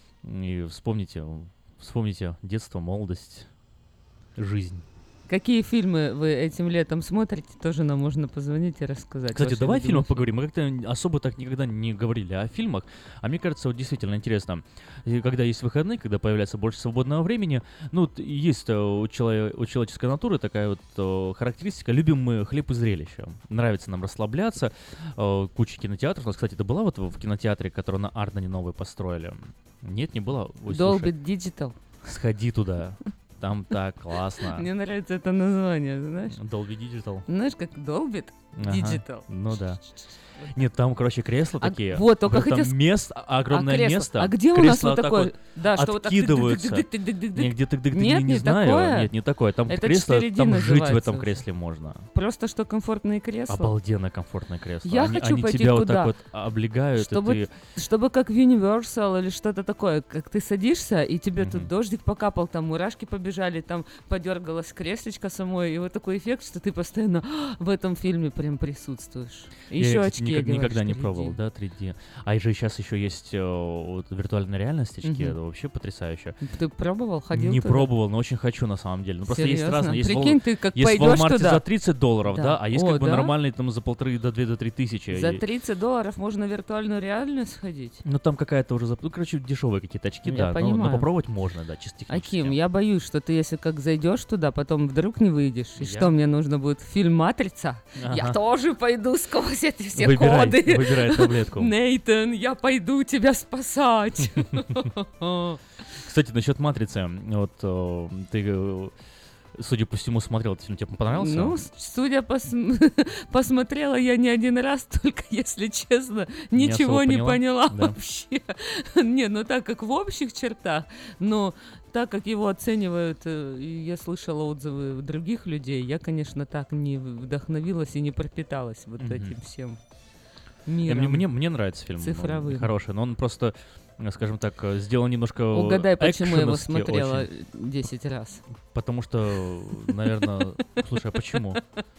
и вспомните детство, молодость, жизнь. Какие фильмы вы этим летом смотрите, тоже нам можно позвонить и рассказать. Кстати, давай о фильмах поговорим. Мы как-то особо так никогда не говорили о фильмах, а мне кажется, вот действительно интересно, когда есть выходные, когда появляется больше свободного времени, ну, есть у человеческой натуры такая вот характеристика, любим мы хлеб и зрелища. Нравится нам расслабляться, куча кинотеатров. Кстати, ты была вот в кинотеатре, который на Ардене новый построили? Нет, не была? Dolby Digital. Сходи туда. Там так классно. Мне нравится это название, знаешь? Dolby Digital. Знаешь, как Dolby Digital? Ну да. Нет, там, короче, кресла такие. Вот, только хотел... Там место, огромное место. А где у нас вот такое? Да, что вот откидываются. Нет, где тык-тык-тык, не знаю. Такое? Нет, не такое. Там это кресло, там жить в этом уже. Кресле можно. Просто что комфортные кресла? Обалденно комфортное кресло. Я хочу они пойти тебя куда? вот так вот облегают. Чтобы как в Universal или что-то такое, как ты садишься, и тебе тут дождик покапал, там мурашки побежали. побежали, там подергалась креслечко самой, и вот такой эффект, что ты постоянно в этом фильме прям присутствуешь. Еще Я очки одеваешь никогда не 3D. пробовал, да, 3D. А же сейчас еще есть вот, виртуальная реальность очки, это вообще потрясающе. Ты пробовал, ходил Не туда? пробовал, но очень хочу на самом деле. Ну, просто есть Серьезно? разные. Есть Прикинь, ты как есть в пойдешь Walmart туда. за $30, да, а есть О, как бы да? нормальные там за 1,5 до 3 тысячи. За $30 можно в виртуальную реальность ходить? Ну там какая-то уже, ну, короче, дешевые какие-то очки, Я да, понимаю. но попробовать можно, да, чисто технически. Аким, я боюсь, что ты, если как зайдешь туда, потом вдруг не выйдешь, и что мне нужно будет? Фильм «Матрица»? Я тоже пойду сквозь эти все коды. Выбирай таблетку. Нейтан, я пойду тебя спасать. Кстати, насчет «Матрицы», вот ты, судя по всему, смотрел этот фильм, тебе понравился? Ну, судя посмотрела я не один раз, только, если честно, ничего не поняла вообще. Не, ну так как в общих чертах, но так как его оценивают, я слышала отзывы других людей, я, конечно, так не вдохновилась и не пропиталась вот этим всем миром. Мне нравится фильм. Цифровым. Хороший, но он просто, скажем так, сделан немножко Угадай, почему я его экшеновски смотрела очень. 10 раз. Потому что, наверное... Слушай, а почему?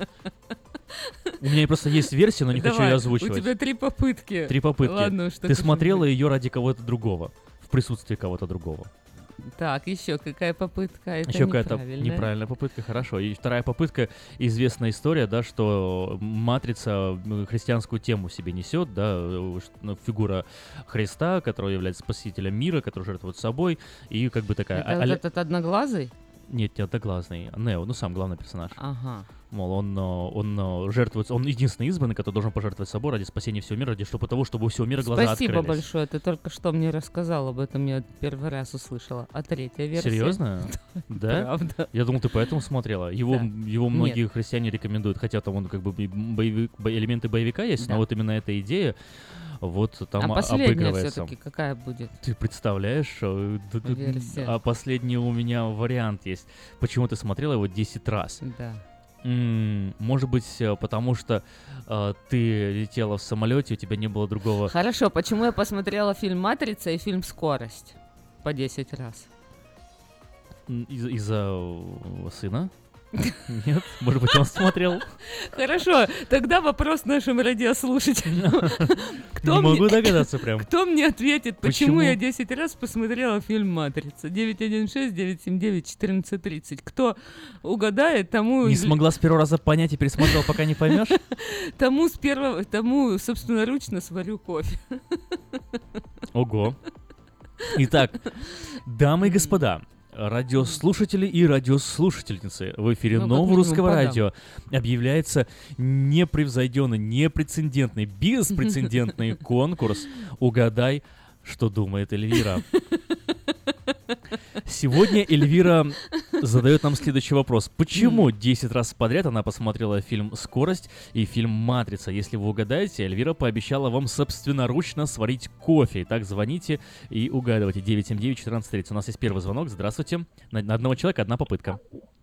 У меня просто есть версия, но не хочу ее озвучивать. У тебя 3 попытки. 3 попытки. Ладно, что ты смотрела ее ради кого-то другого, в присутствии кого-то другого. Так, еще какая попытка? Это еще какая-то неправильная попытка, хорошо. И вторая попытка, известная история, да, что «Матрица» христианскую тему в себе несет, да, фигура Христа, который является спасителем мира, который жертвует собой, и как бы такая... Это этот одноглазый? Нет, не одноглазный, Нео, ну сам главный персонаж. Ага. Мол, он жертвует, он единственный избранный, который должен пожертвовать собой ради спасения всего мира, ради того, чтобы у всего мира глаза Спасибо открылись. большое, ты только что мне рассказал об этом, я первый раз услышала. А третья версия? Серьезно? Да? Правда. Я думал, ты поэтому смотрела. Его многие христиане рекомендуют, хотя там он как бы элементы боевика есть, но вот именно эта идея вот там обыгрывается. Все-таки какая будет? Ты представляешь? Версия. А последний у меня вариант есть. Почему ты смотрела его 10 раз? Да. Может быть, потому что ты летела в самолете, у тебя не было другого... Хорошо, почему я посмотрела фильм «Матрица» и фильм «Скорость» по 10 раз? Из-за сына? Нет? Может быть, он смотрел? Хорошо, тогда вопрос нашим радиослушателям. Не могу догадаться прям. Кто мне ответит, почему я 10 раз посмотрела фильм «Матрица»? 916-979-1430. Кто угадает, тому... Не смогла с первого раза понять и пересмотрел, пока не поймешь? Тому собственноручно сварю кофе. Ого. Итак, дамы и господа, радиослушатели и радиослушательницы, в эфире Нового Русского Радио объявляется непревзойденный, непрецедентный, беспрецедентный конкурс «Угадай, что думает Эльвира». Сегодня Эльвира задает нам следующий вопрос. Почему 10 раз подряд она посмотрела фильм «Скорость» и фильм «Матрица»? Если вы угадаете, Эльвира пообещала вам собственноручно сварить кофе. Итак, звоните и угадывайте. 979-1430. У нас есть первый звонок. Здравствуйте. На одного человека одна попытка.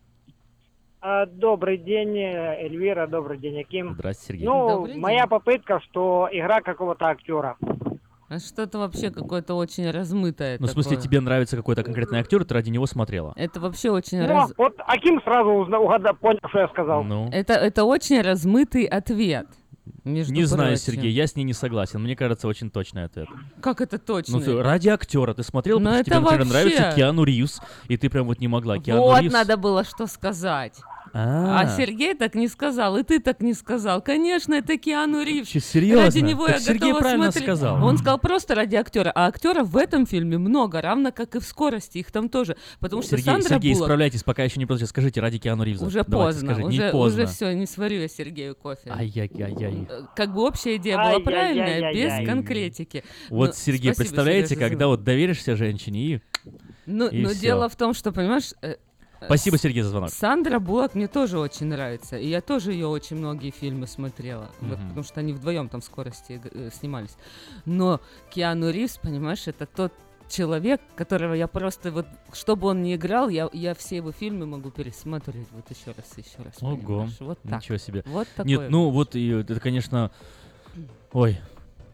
Добрый день, Эльвира. Добрый день, Аким. Здравствуйте, Сергей. Моя попытка, что игра какого-то актера. А что-то вообще какое-то очень размытое. Ну, в смысле, тебе нравится какой-то конкретный актер, и ты ради него смотрела? Это вообще очень Вот Аким сразу понял, что я сказал. Ну. Это очень размытый ответ. Не знаю, Сергей, я с ней не согласен. Мне кажется, очень точный ответ. Как это точно? Ну, ради актера. Ты смотрела, потому что тебе, например, нравится Киану Ривз, и ты прям вот не могла. Вот надо было что сказать. А Сергей так не сказал, и ты так не сказал. Конечно, это Киану Ривз. Серьезно? Ради него так я Сергей готова правильно смотреть. сказал. Он сказал просто ради актера. А актеров в этом фильме много, равно как и в «Скорости». Их там тоже. Потому что Сергей, Буллок... исправляйте, пока еще не поздно. Скажите, ради Киану Ривза. Уже Давайте, поздно. Скажите, Уже все, не сварю я Сергею кофе. Ай-яй-яй-яй. Как бы общая идея была правильная, без конкретики. Вот, Сергей, представляете, когда вот доверишься женщине и... Но дело в том, что, понимаешь... Спасибо, Сергей, за звонок. Сандра Буллок мне тоже очень нравится. И я тоже ее очень многие фильмы смотрела. Вот, потому что они вдвоем там в «Скорости» снимались. Но Киану Ривз, понимаешь, это тот человек, которого я просто вот, что бы он ни играл, я все его фильмы могу пересматривать вот еще раз. Ого, вот так. Ничего себе. Вот такое. Нет, ну вот, и это, конечно... Ой...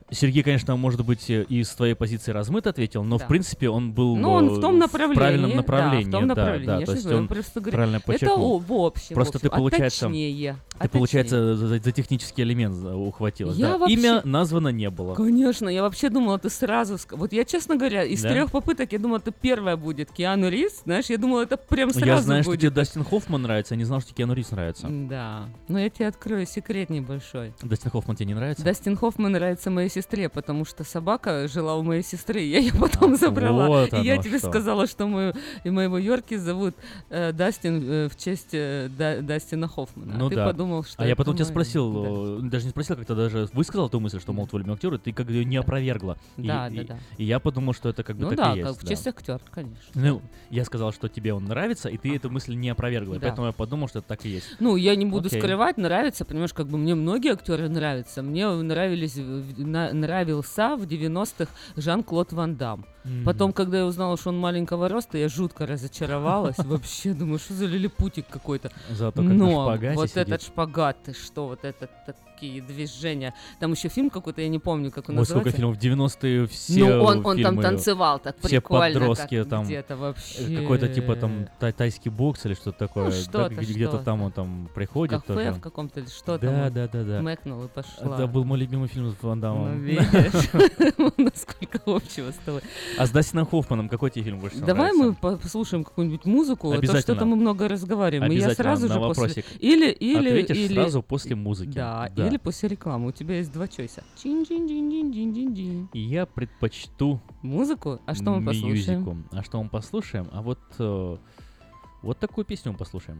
Сергей, конечно, может быть, и с твоей позиции размыто ответил, но, в принципе, он был он в том направлении, в правильном направлении. Да, в том направлении. Да, Я то есть говорю, он просто говорю, правильно подчеркнул. Это в общем. Просто ты, получается, точнее. Получается, за технический элемент ухватилась. Я Да. вообще... Имя названо не было. Конечно, я вообще думала, ты сразу... Вот я, честно говоря, из 3 попыток, я думала, это первая будет Киану Ривз. Знаешь, я думала, это прям сразу будет. Я знаю, что тебе Дастин Хоффман нравится, я не знал, что тебе Киану Ривз нравится. Да, но я тебе открою секрет небольшой. Дастин Хоффман тебе не нравится? Дастин Хоффман нравится моей сестре, потому что собака жила у моей сестры, я ее потом забрала. Вот и я тебе сказала, что моего Йорки зовут Дастин в честь Дастина Хоффмана. Ну ты подумал, что я потом тебя спросил, даже не спросил, как-то даже высказал ту мысль, что, мол, твой любимый актер, и ты как ее не опровергла. Да. И я подумал, что это как бы так и есть. Ну да, в честь актера, конечно. Ну, я сказал, что тебе он нравится, и ты эту мысль не опровергла, поэтому я подумал, что это так и есть. Ну, я не буду скрывать, нравится, понимаешь, как бы мне многие актеры нравятся. Мне нравился в 90-х Жан-Клод Ван Дамм. Потом, когда я узнала, что он маленького роста, я жутко разочаровалась. Вообще, думаю, что за лилипутик какой-то. Зато как на шпагате вот сидит. этот шпагат, ты что, вот это такие движения. Там еще фильм какой-то, я не помню, как он называется. Сколько фильмов, в 90-е все он там танцевал так все прикольно. Подростки как там. Где-то вообще. Какой-то типа там тайский бокс или что-то такое. Где-то там он там приходит. В кафе в каком-то или что там. Да. Мэкнул и пошла. Это был мой любимый фильм с Ван Даммом. Ну, видишь, насколько общего с тобой. А с Дастином Хоффманом какой тебе фильм больше Давай нравится? мы послушаем какую-нибудь музыку, а то что-то мы много разговариваем. Обязательно, и я сразу на же вопросик. Или ответишь сразу после музыки. Да, или после рекламы. У тебя есть 2 чойса. Чин-чин-чин-чин-чин-чин-чин. И я предпочту музыку. А что мы послушаем? А что мы послушаем? А вот такую песню мы послушаем.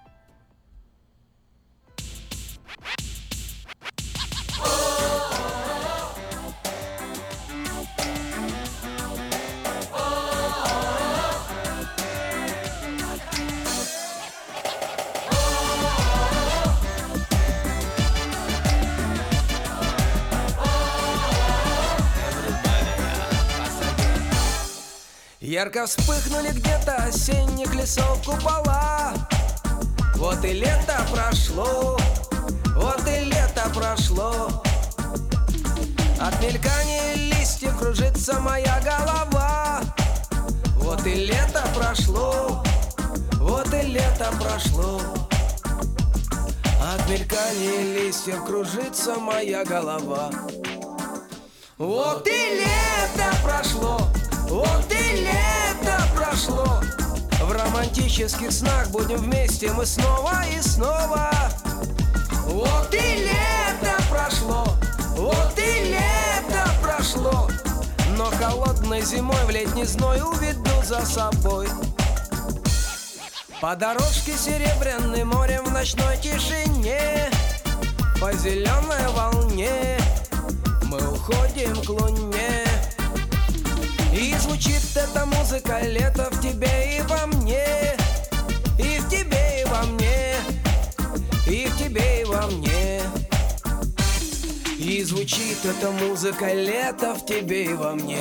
Ярко вспыхнули где-то осенних лесов купола. Вот и лето прошло, вот и лето прошло. От мелькания листьев кружится моя голова. Вот и лето прошло, вот и лето прошло. От мелькания листьев кружится моя голова. Вот и лето прошло, вот и лето прошло. В романтических снах будем вместе мы снова и снова. Вот и лето прошло, вот и лето прошло. Но холодной зимой в летний зной уведу за собой. По дорожке серебряным морем в ночной тишине, по зеленой волне мы уходим к луне. И звучит эта музыка, лето в тебе и во мне, и в тебе и во мне, и в тебе и во мне. И звучит эта музыка, лето в тебе и во мне.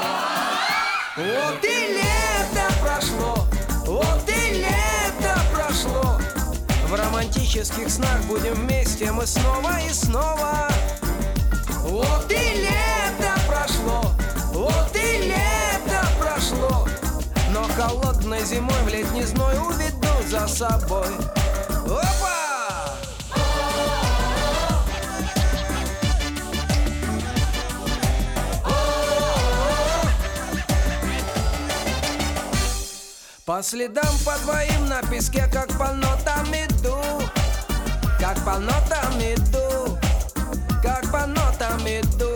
Вот и лето прошло, вот и лето прошло. В романтических снах будем вместе мы снова и снова. Вот и лето прошло, вот и лето прошло. Но холодной зимой в летний зной уведу за собой. Опа! По следам по твоим на песке, как по нотам иду, как по нотам иду, как по нотам иду.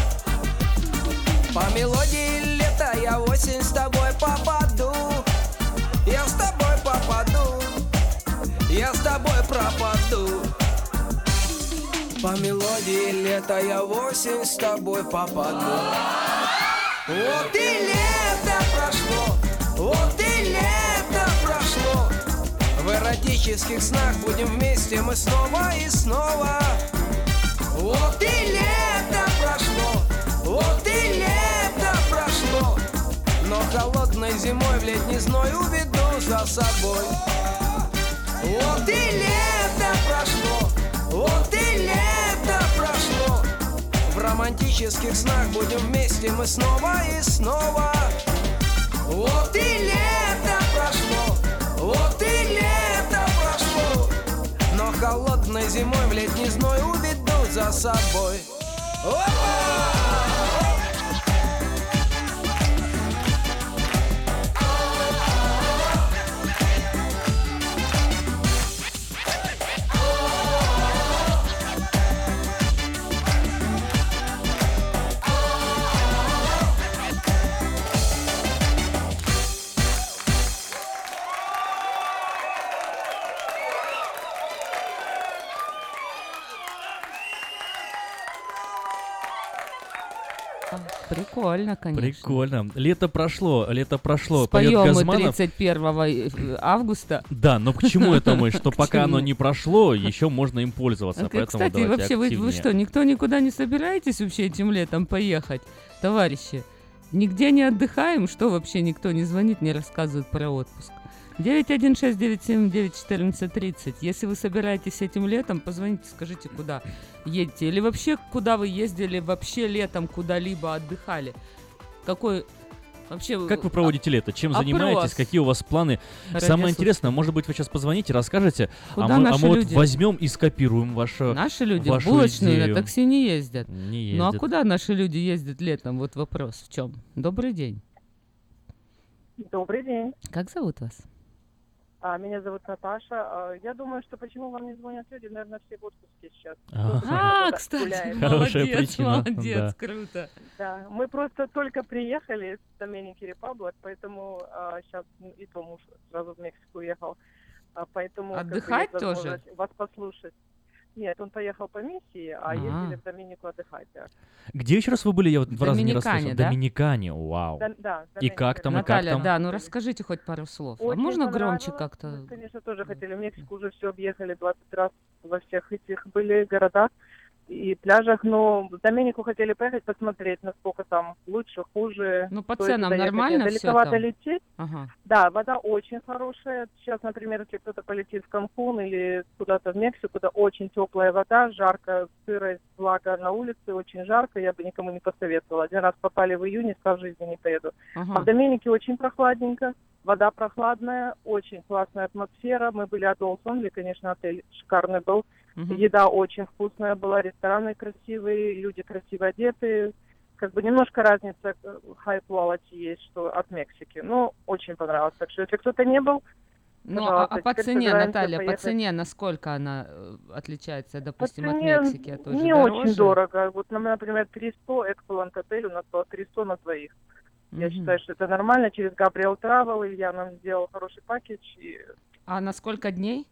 По мелодии лета я в осень с тобой попаду. Я с тобой попаду, я с тобой пропаду. По мелодии лета я в осень с тобой попаду. Вот и лето прошло, вот и лето прошло. В эротических снах будем вместе мы снова и снова. Вот и лето прошло, вот и лето прошло. Но холодной зимой в летний зной уведу за собой. Вот и лето прошло, вот и лето прошло. В романтических романтических снах будем вместе мы снова и снова. Вот и лето прошло, вот и лето прошло, но холодной зимой в летний зной уведу за собой. Прикольно, конечно. Прикольно. Лето прошло. Споем мы 31 августа. Да, но к чему это мы? Что пока оно не прошло, еще можно им пользоваться. Поэтому кстати, вообще вы что, никто никуда не собираетесь вообще этим летом поехать, товарищи? Нигде не отдыхаем? Что вообще никто не звонит, не рассказывает про отпуск? 916-979-1430. Если вы собираетесь этим летом, позвоните, скажите, куда едете. Или вообще, куда вы ездили вообще летом куда-либо отдыхали. Какой вообще... Как вы проводите лето? Чем занимаетесь? Какие у вас планы? Самое интересное, может быть, вы сейчас позвоните, расскажете, а мы вот возьмем и скопируем вашу Наши люди вашу в булочную идею. на такси не ездят. Не ездят. Ну а куда наши люди ездят летом? Вот вопрос в чем. Добрый день. Добрый день. Как зовут вас? Меня зовут Наташа. Я думаю, что почему вам не звонят люди, наверное, все в отпуске сейчас. Кстати, молодец, круто. Да, мы просто только приехали с Доминики Репаблик, поэтому сейчас и то муж сразу в Мексику уехал. Поэтому отдыхать тоже? Вас послушать. Нет, он поехал по миссии, а ездили в Доминику отдыхать. Да. Где еще раз вы были? Я вот два раза не расслышал. Да? Доминикане, вау. Да, и как там, Наталья, и как там? да, ну расскажите хоть пару слов. Очень а можно громче как-то? Мы, конечно, тоже хотели в Мексику, уже все объехали 20 раз во всех этих были городах и пляжах, но в Доминику хотели поехать посмотреть, насколько там лучше, хуже. Ну, по ценам нормально все там? Далековато лететь. Ага. Да, вода очень хорошая. Сейчас, например, если кто-то полетит в Канкун или куда-то в Мексику, то очень теплая вода, жарко, сырость, влага на улице, очень жарко, я бы никому не посоветовала. Один раз попали в июне, сказал, в жизни не поеду. Ага. А в Доминике очень прохладненько, вода прохладная, очень классная атмосфера. Мы были Adults Only, конечно, отель шикарный был. Еда очень вкусная была, рестораны красивые, люди красиво одеты. Как бы немножко разница high quality есть, что от Мексики. Ну, очень понравилось. Так что, если кто-то не был, ну, а по цене, Наталья, по цене, насколько она отличается, допустим, от Мексики? А не очень дорого. Вот, например, 300, Excellent отель у нас было 300 на двоих. Я считаю, что это нормально. Через Gabriel Travel Илья нам сделал хороший пакетч. А на сколько дней?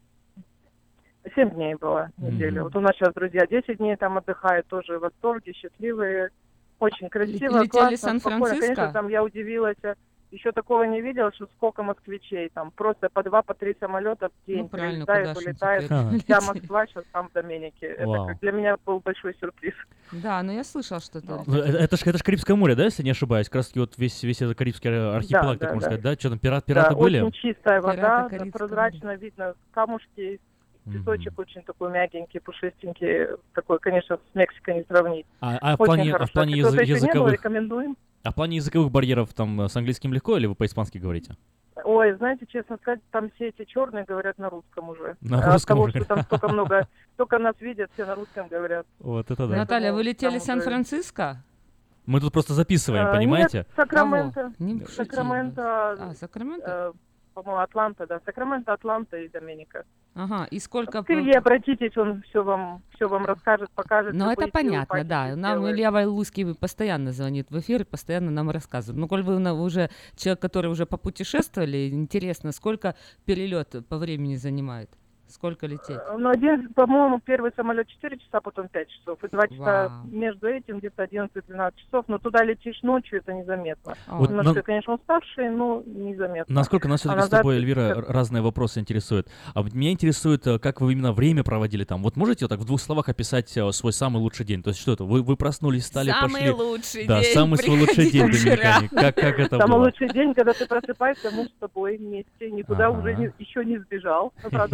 7 дней была неделя. Вот у нас сейчас друзья 10 дней там отдыхают, тоже в восторге, счастливые. Очень красиво, летели классно, в Сан-Франциско? Спокойно. Конечно, там я удивилась. Еще такого не видела, что сколько москвичей. Там просто по 2-3 самолета в день прилетают, улетают. Вся Москва сейчас там в Доминике. Это как для меня был большой сюрприз. Да, но я слышала что-то. Это ж Карибское море, да, если не ошибаюсь? Как раз таки вот весь этот Карибский архипелаг, так можно сказать, да? Что там, пираты были? Очень чистая вода, прозрачно видно камушки, песочек очень такой мягенький, пушистенький, такой, конечно, с Мексикой не сравнить. А в плане языковых? Рекомендуем. А в плане языковых барьеров там с английским легко или вы по-испански говорите? Ой, знаете, честно сказать, там все эти черные говорят на русском уже. На русском от того, уже. Что там столько много, только нас видят, все на русском говорят. Вот это да. Наталья, вы летели в Сан-Франциско? Мы тут просто записываем, понимаете? Нет, Сакраменто. Сакраменто? По-моему, Атланта, да. Сакраменто, Атланта и Доминика. Ага, и сколько... К Илье обратитесь, он все вам расскажет, покажет. Ну, это понятно, да. Нам Илья Вайлуйский постоянно звонит в эфир и постоянно нам рассказывает. Ну, коль вы уже человек, который уже попутешествовали, интересно, сколько перелет по времени занимает? Сколько лететь? Ну, по-моему, первый самолет 4 часа, потом 5 часов. И 2 часа между этим, где-то 11-12 часов. Но туда летишь ночью, это незаметно. Вот немножко, конечно, уставшие, но незаметно. Насколько нас все-таки с тобой, Эльвира, разные вопросы интересуют. А меня интересует, как вы именно время проводили там. Вот можете вот так в 2 словах описать свой самый лучший день? То есть что это? Вы проснулись, встали, пошли... Самый лучший день. Да, самый свой лучший день в Доминикане. Как это было? Самый лучший день, когда ты просыпаешься, муж с тобой вместе, никуда уже еще не сбежал. Правда, он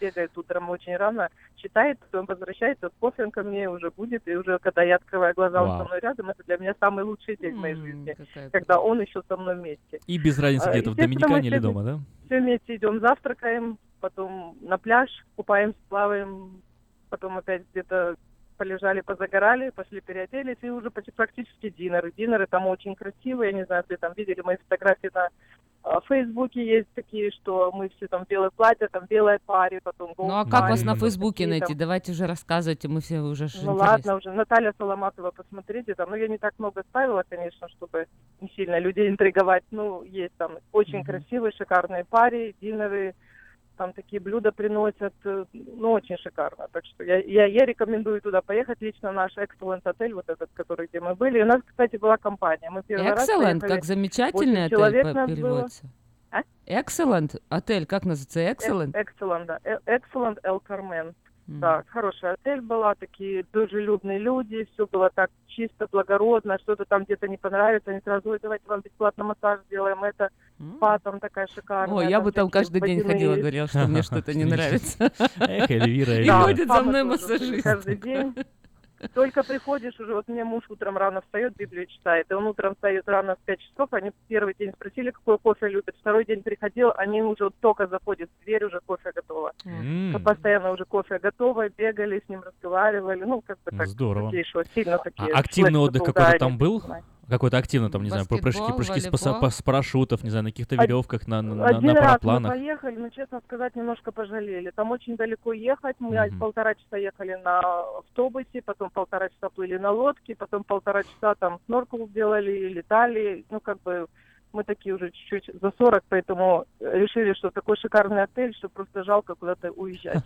бегает утром очень рано, читает, потом возвращается с кофе ко мне, уже будет, и уже когда я открываю глаза, он со мной рядом, это для меня самый лучший день в моей жизни, когда он еще со мной вместе. И без разницы где-то в Доминикане или дома, да? Все вместе идем, завтракаем, потом на пляж, купаемся, плаваем, потом опять где-то полежали, позагорали, пошли переоделись, и уже практически динеры. Динеры там очень красивые, я не знаю, если там видели мои фотографии на Фейсбуке, есть такие, что мы все там в белое платье, там белая паре, потом Ну а как вас на Фейсбуке найти? Давайте уже рассказывайте, мы все уже... Ну ладно, уже Наталья Соломатова, посмотрите, там, ну я не так много ставила, конечно, чтобы не сильно людей интриговать, ну есть там очень красивые, шикарные пари, динеры, там такие блюда приносят, ну, очень шикарно. Так что я рекомендую туда поехать. Лично наш Excellent отель, вот этот, который, где мы были. И у нас, кстати, была компания. Мы первый раз Excellent, поехали, как замечательный отель переводится. Excellent отель, как называется? Excellent? Excellent, да. Excellent El Carmen. Да, хороший отель была, такие дружелюбные люди, все было так чисто, благородно, что-то там где-то не понравится, они сразу: ой, давайте вам бесплатно массаж сделаем, это спа там такая шикарная. Ой, я бы там каждый день ходила, говорила, что мне что-то не нравится. Эх, Эльвира. И ходит за мной массажист. Каждый день. Только приходишь уже, вот у меня муж утром рано встает, Библию читает, и он утром встает рано в 5 часов, они первый день спросили, какой кофе любят, второй день приходил, они уже вот только заходят в дверь, уже кофе готово. Постоянно уже кофе готово, бегали, с ним разговаривали, ну, как бы так. Здорово. Сильно такие. Активный отдых какой-то там был? Какой-то активно там, не знаю, прыжки с парашютов, не знаю, на каких-то веревках, на парапланах. Один раз мы поехали, но, честно сказать, немножко пожалели. Там очень далеко ехать, мы 1,5 часа ехали на автобусе, потом 1,5 часа плыли на лодке, потом 1,5 часа там сноркл делали, летали, ну, как бы мы такие уже чуть-чуть за 40, поэтому решили, что такой шикарный отель, что просто жалко куда-то уезжать.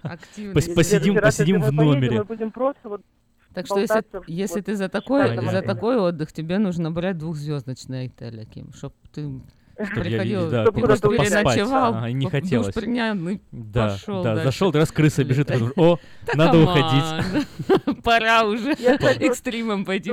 Посидим в номере. Мы будем просто вот... Так что если ты за такой отдых, тебе нужно брать 2-звездочный отель, Аким, чтобы ты приходил, просто переночевал, не хотелось. душ принял, и пошел дальше. Зашел, раз крыса бежит, о, надо уходить. Пора уже экстримом пойти.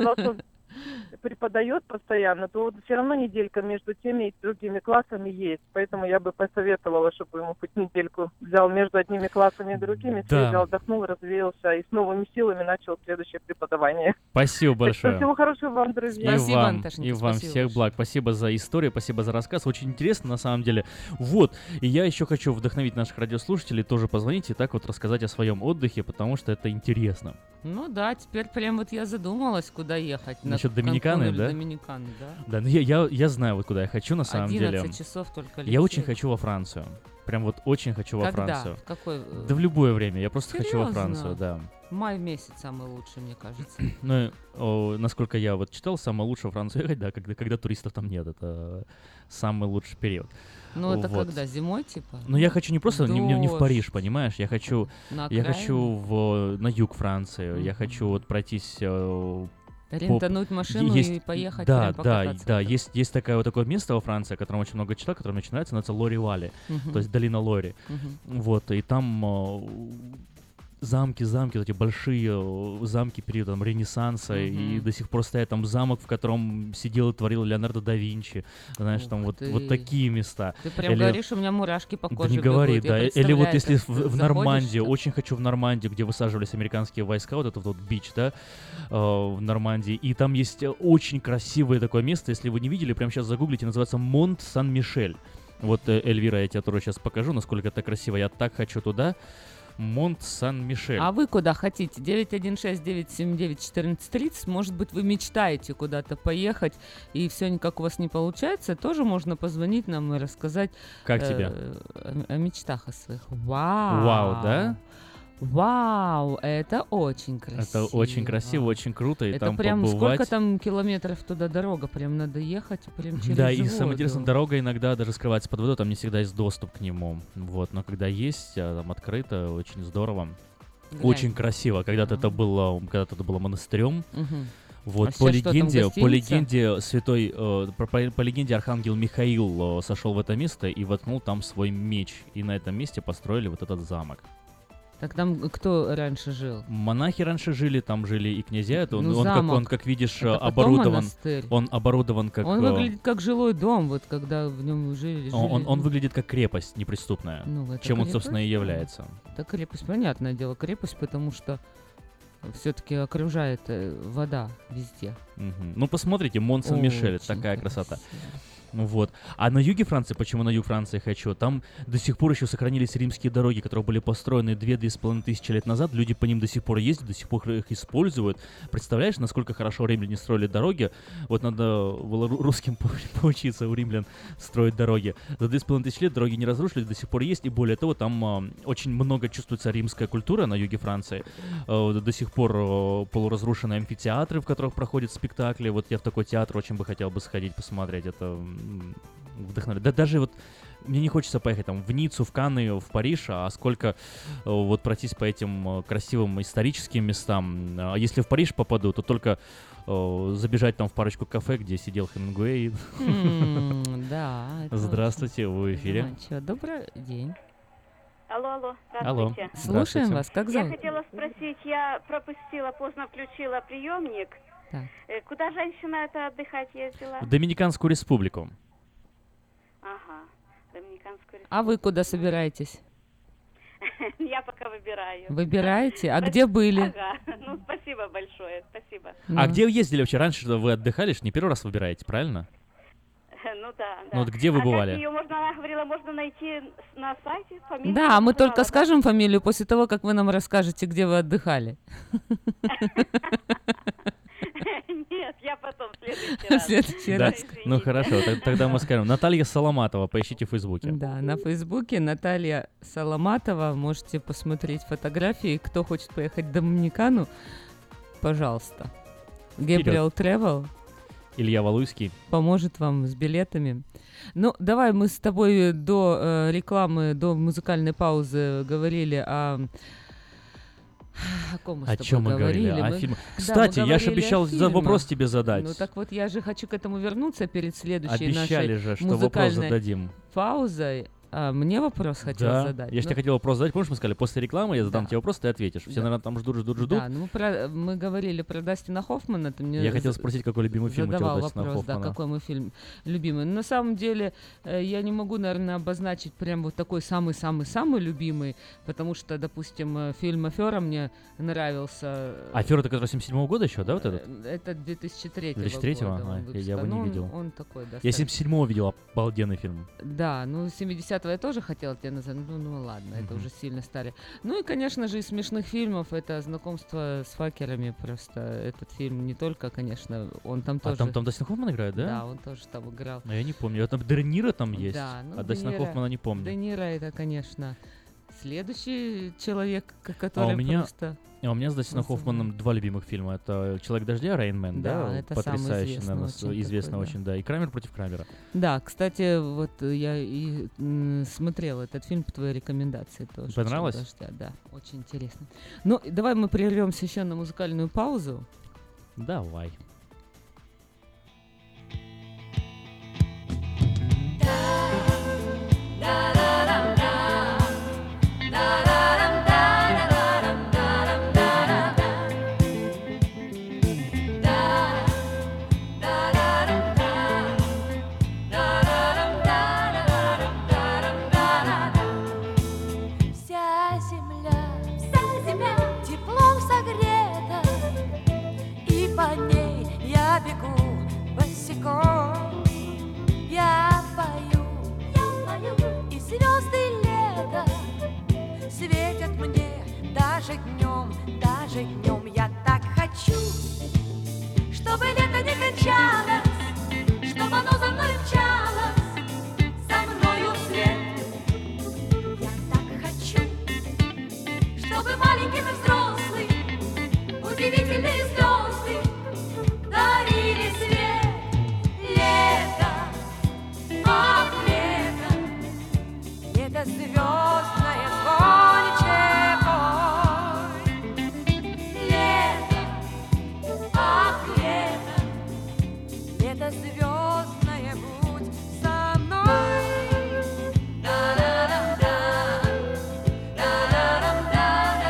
Преподает постоянно, то вот все равно неделька между теми и другими классами есть. Поэтому я бы посоветовала, чтобы ему хоть недельку взял между одними классами и другими, съездил, отдохнул, развеялся и с новыми силами начал следующее преподавание. Спасибо большое. Всего хорошего вам, друзья. И вам всех благ. Спасибо за историю, спасибо за рассказ. Очень интересно, на самом деле. Вот, и я еще хочу вдохновить наших радиослушателей тоже позвонить и так вот рассказать о своем отдыхе, потому что это интересно. Ну да, теперь прям вот я задумалась, куда ехать. Насчет Доминиканы, да? Доминиканы, да. Да, ну я знаю, вот куда я хочу на самом деле. 11 часов только лететь. Я очень хочу во Францию. Прям вот очень хочу во Францию. В какой? Да в любое время. Я просто хочу во Францию, да. Май месяц самый лучший, мне кажется. Ну, насколько я вот читал, самое лучшее во Францию ехать, да, когда туристов там нет. Это самый лучший период. Ну, это вот. Когда? Зимой, типа? Ну, я хочу не просто не в Париж, понимаешь? Я хочу на юг Франции. Я хочу вот пройтись... Рентануть машину и поехать прям покататься. Да, есть такое место во Франции, о котором очень много читал, которое мне очень нравится, называется Лори-Валли, то есть долина Лори. Вот, и там замки, вот эти большие замки периода там, Ренессанса, и до сих пор стоят там замок, в котором сидел и творил Леонардо да Винчи, знаешь, там вот такие места. Ты прям говоришь, у меня мурашки по коже бегут. Да не говори, да. Или вот если в Нормандию, очень хочу в Нормандию, где высаживались американские войска, вот этот вот бич, да, в Нормандии, и там есть очень красивое такое место, если вы не видели, прямо сейчас загуглите, называется Монт-Сан-Мишель. Вот, Эльвира, я тебе тоже сейчас покажу, насколько это красиво, я так хочу туда. Монт-Сан-Мишель. А вы куда хотите? 916-979-1430. Может быть, вы мечтаете куда-то поехать, и все никак у вас не получается. Тоже можно позвонить нам и рассказать как тебе? О мечтах о своих. Вау! Вау, да? Вау, это очень красиво. Это очень красиво, очень круто. И это там прям побывать. Сколько там километров туда дорога? Прям надо ехать прям через Да, воду. И самое интересное, дорога иногда даже скрывается под водой, там не всегда есть доступ к нему. Вот, но когда есть, там открыто, очень здорово. Очень красиво. Когда-то это было монастырем. Вот, по легенде святой, по легенде архангел Михаил сошел в это место и воткнул там свой меч. И на этом месте построили вот этот замок. Так там кто раньше жил? Монахи раньше жили, там жили и князья. Это он, Ну, он, как, замок. он, как видишь, Это потом оборудован. монастырь. Он оборудован как... Он выглядит как жилой дом, вот когда в нем жили. Он выглядит как крепость неприступная, Ну, это чем он, крепость, собственно, и да. является. Это крепость, понятное дело, крепость, потому что все-таки окружает вода везде. Мгм. Ну, посмотрите, Мон-Сен-Мишель, Очень такая красота. Ну вот. А на юге Франции, почему на юг Франции хочу? Там до сих пор еще сохранились римские дороги, которые были построены 2-2,5 тысячи лет назад. Люди по ним до сих пор ездят, до сих пор их используют. Представляешь, насколько хорошо римляне строили дороги? Вот надо было русским поучиться у римлян строить дороги. За 2,5 тысячи лет дороги не разрушили, до сих пор есть. И более того, там очень много чувствуется римская культура на юге Франции. До сих пор полуразрушенные амфитеатры, в которых проходят спектакли. Вот я в такой театр очень бы хотел бы сходить, посмотреть. Это вдохновляет. Да даже вот мне не хочется поехать там в Ниццу, в Канны, в Париж, а сколько вот пройтись по этим красивым историческим местам. А если в Париж попаду, то только забежать там в парочку кафе, где сидел Хемингуэй. Да. Здравствуйте, вы в эфире. Добрый день. Алло, Алло. здравствуйте. Слушаем вас, как Я зовут? хотела спросить, я пропустила, поздно включила приемник. Так. Куда женщина это отдыхать ездила? В Доминиканскую республику. Ага, Доминиканскую республику. А вы куда собираетесь? Я пока выбираю. Выбираете? А где были? Ага, ну спасибо большое, спасибо. А где вы ездили вообще? Раньше вы отдыхали, что не первый раз выбираете, правильно? Ну да, да. Ну вот где вы бывали? Как ее можно, она говорила, можно найти на сайте фамилию. Да, мы назвала, только да? скажем фамилию после того, как вы нам расскажете, где вы отдыхали. Нет, я потом в следующий В раз. следующий Да. раз. Ну хорошо, тогда мы скажем. Наталья Соломатова, поищите в Фейсбуке. Да, на Фейсбуке Наталья Соломатова. Можете посмотреть фотографии. Кто хочет поехать в Доминикану, пожалуйста. Gabriel Travel Илья Валуйский. поможет вам с билетами. Ну, давай мы с тобой до рекламы, до музыкальной паузы говорили о ком мы с О тобой чем мы говорили? О фильме. Да, Кстати, мы я же говорили обещал о за вопрос фильмах. тебе задать. Ну так вот, я же хочу к этому вернуться перед следующей Обещали нашей же, что вопрос музыкальной зададим. паузой. А, мне вопрос хотел Да, задать. я же тебе хотел вопрос задать. Помнишь, мы сказали, после рекламы я задам тебе вопрос, ты ответишь. Все, наверное, там ждут. Да, ну мы говорили про Дастина Хоффмана. Ты мне Я хотел спросить, какой любимый фильм у тебя задавал Дастина вопрос, да, Хоффмана. какой мой фильм любимый. Но на самом деле я не могу, наверное, обозначить прям вот такой самый-самый-самый любимый, потому что, допустим, фильм «Афера» мне нравился. «Афера» — это который 77-го года еще, да, вот этот? Это 2003 2003-го? года. он Я его выпуска. не Ну, видел. Он такой, да. Я 77-го видел, обалденный фильм. Да, ну 70-го я тоже хотела тебе назвать, ну ладно, это уже сильно старый. Ну и, конечно же, из смешных фильмов это «Знакомство с факерами», просто этот фильм не только, конечно, он там тоже... А там Дастин Хоффман играет, да? Да, он тоже там играл. А я не помню, там Де Ниро там есть, Да, ну, а Дастина Де Ниро- Хоффмана не помню. Де Ниро это, конечно, следующий человек, который у меня с Дастином вызывает. Хоффманом два любимых фильма. Это «Человек дождя», «Рейн Мэн», Да, да? это самый Потрясающий, известный наверное, очень известный такой, очень, да. И «Крамер против Крамера». Да, кстати, вот я и смотрела этот фильм по твоей рекомендации тоже. Понравилось? «Человек дождя», да, очень интересно. Ну, давай мы прервемся еще на музыкальную паузу. Давай. Вся земля теплом согрета, и по ней я бегу босиком. Я пою, и звезды лета светят мне даже днем я так хочу, чтобы лето не кончалось, чтобы оно за мной мчалось, за мною вслед. Я так хочу, чтобы маленький и взрослый, удивительные звезды дарили свет. Лето, ах, лето, лето звездное, звоничье пой. Лето, ах, лето, лето звездное, будь со мной. Да-да-дам-да, да-да-дам-да,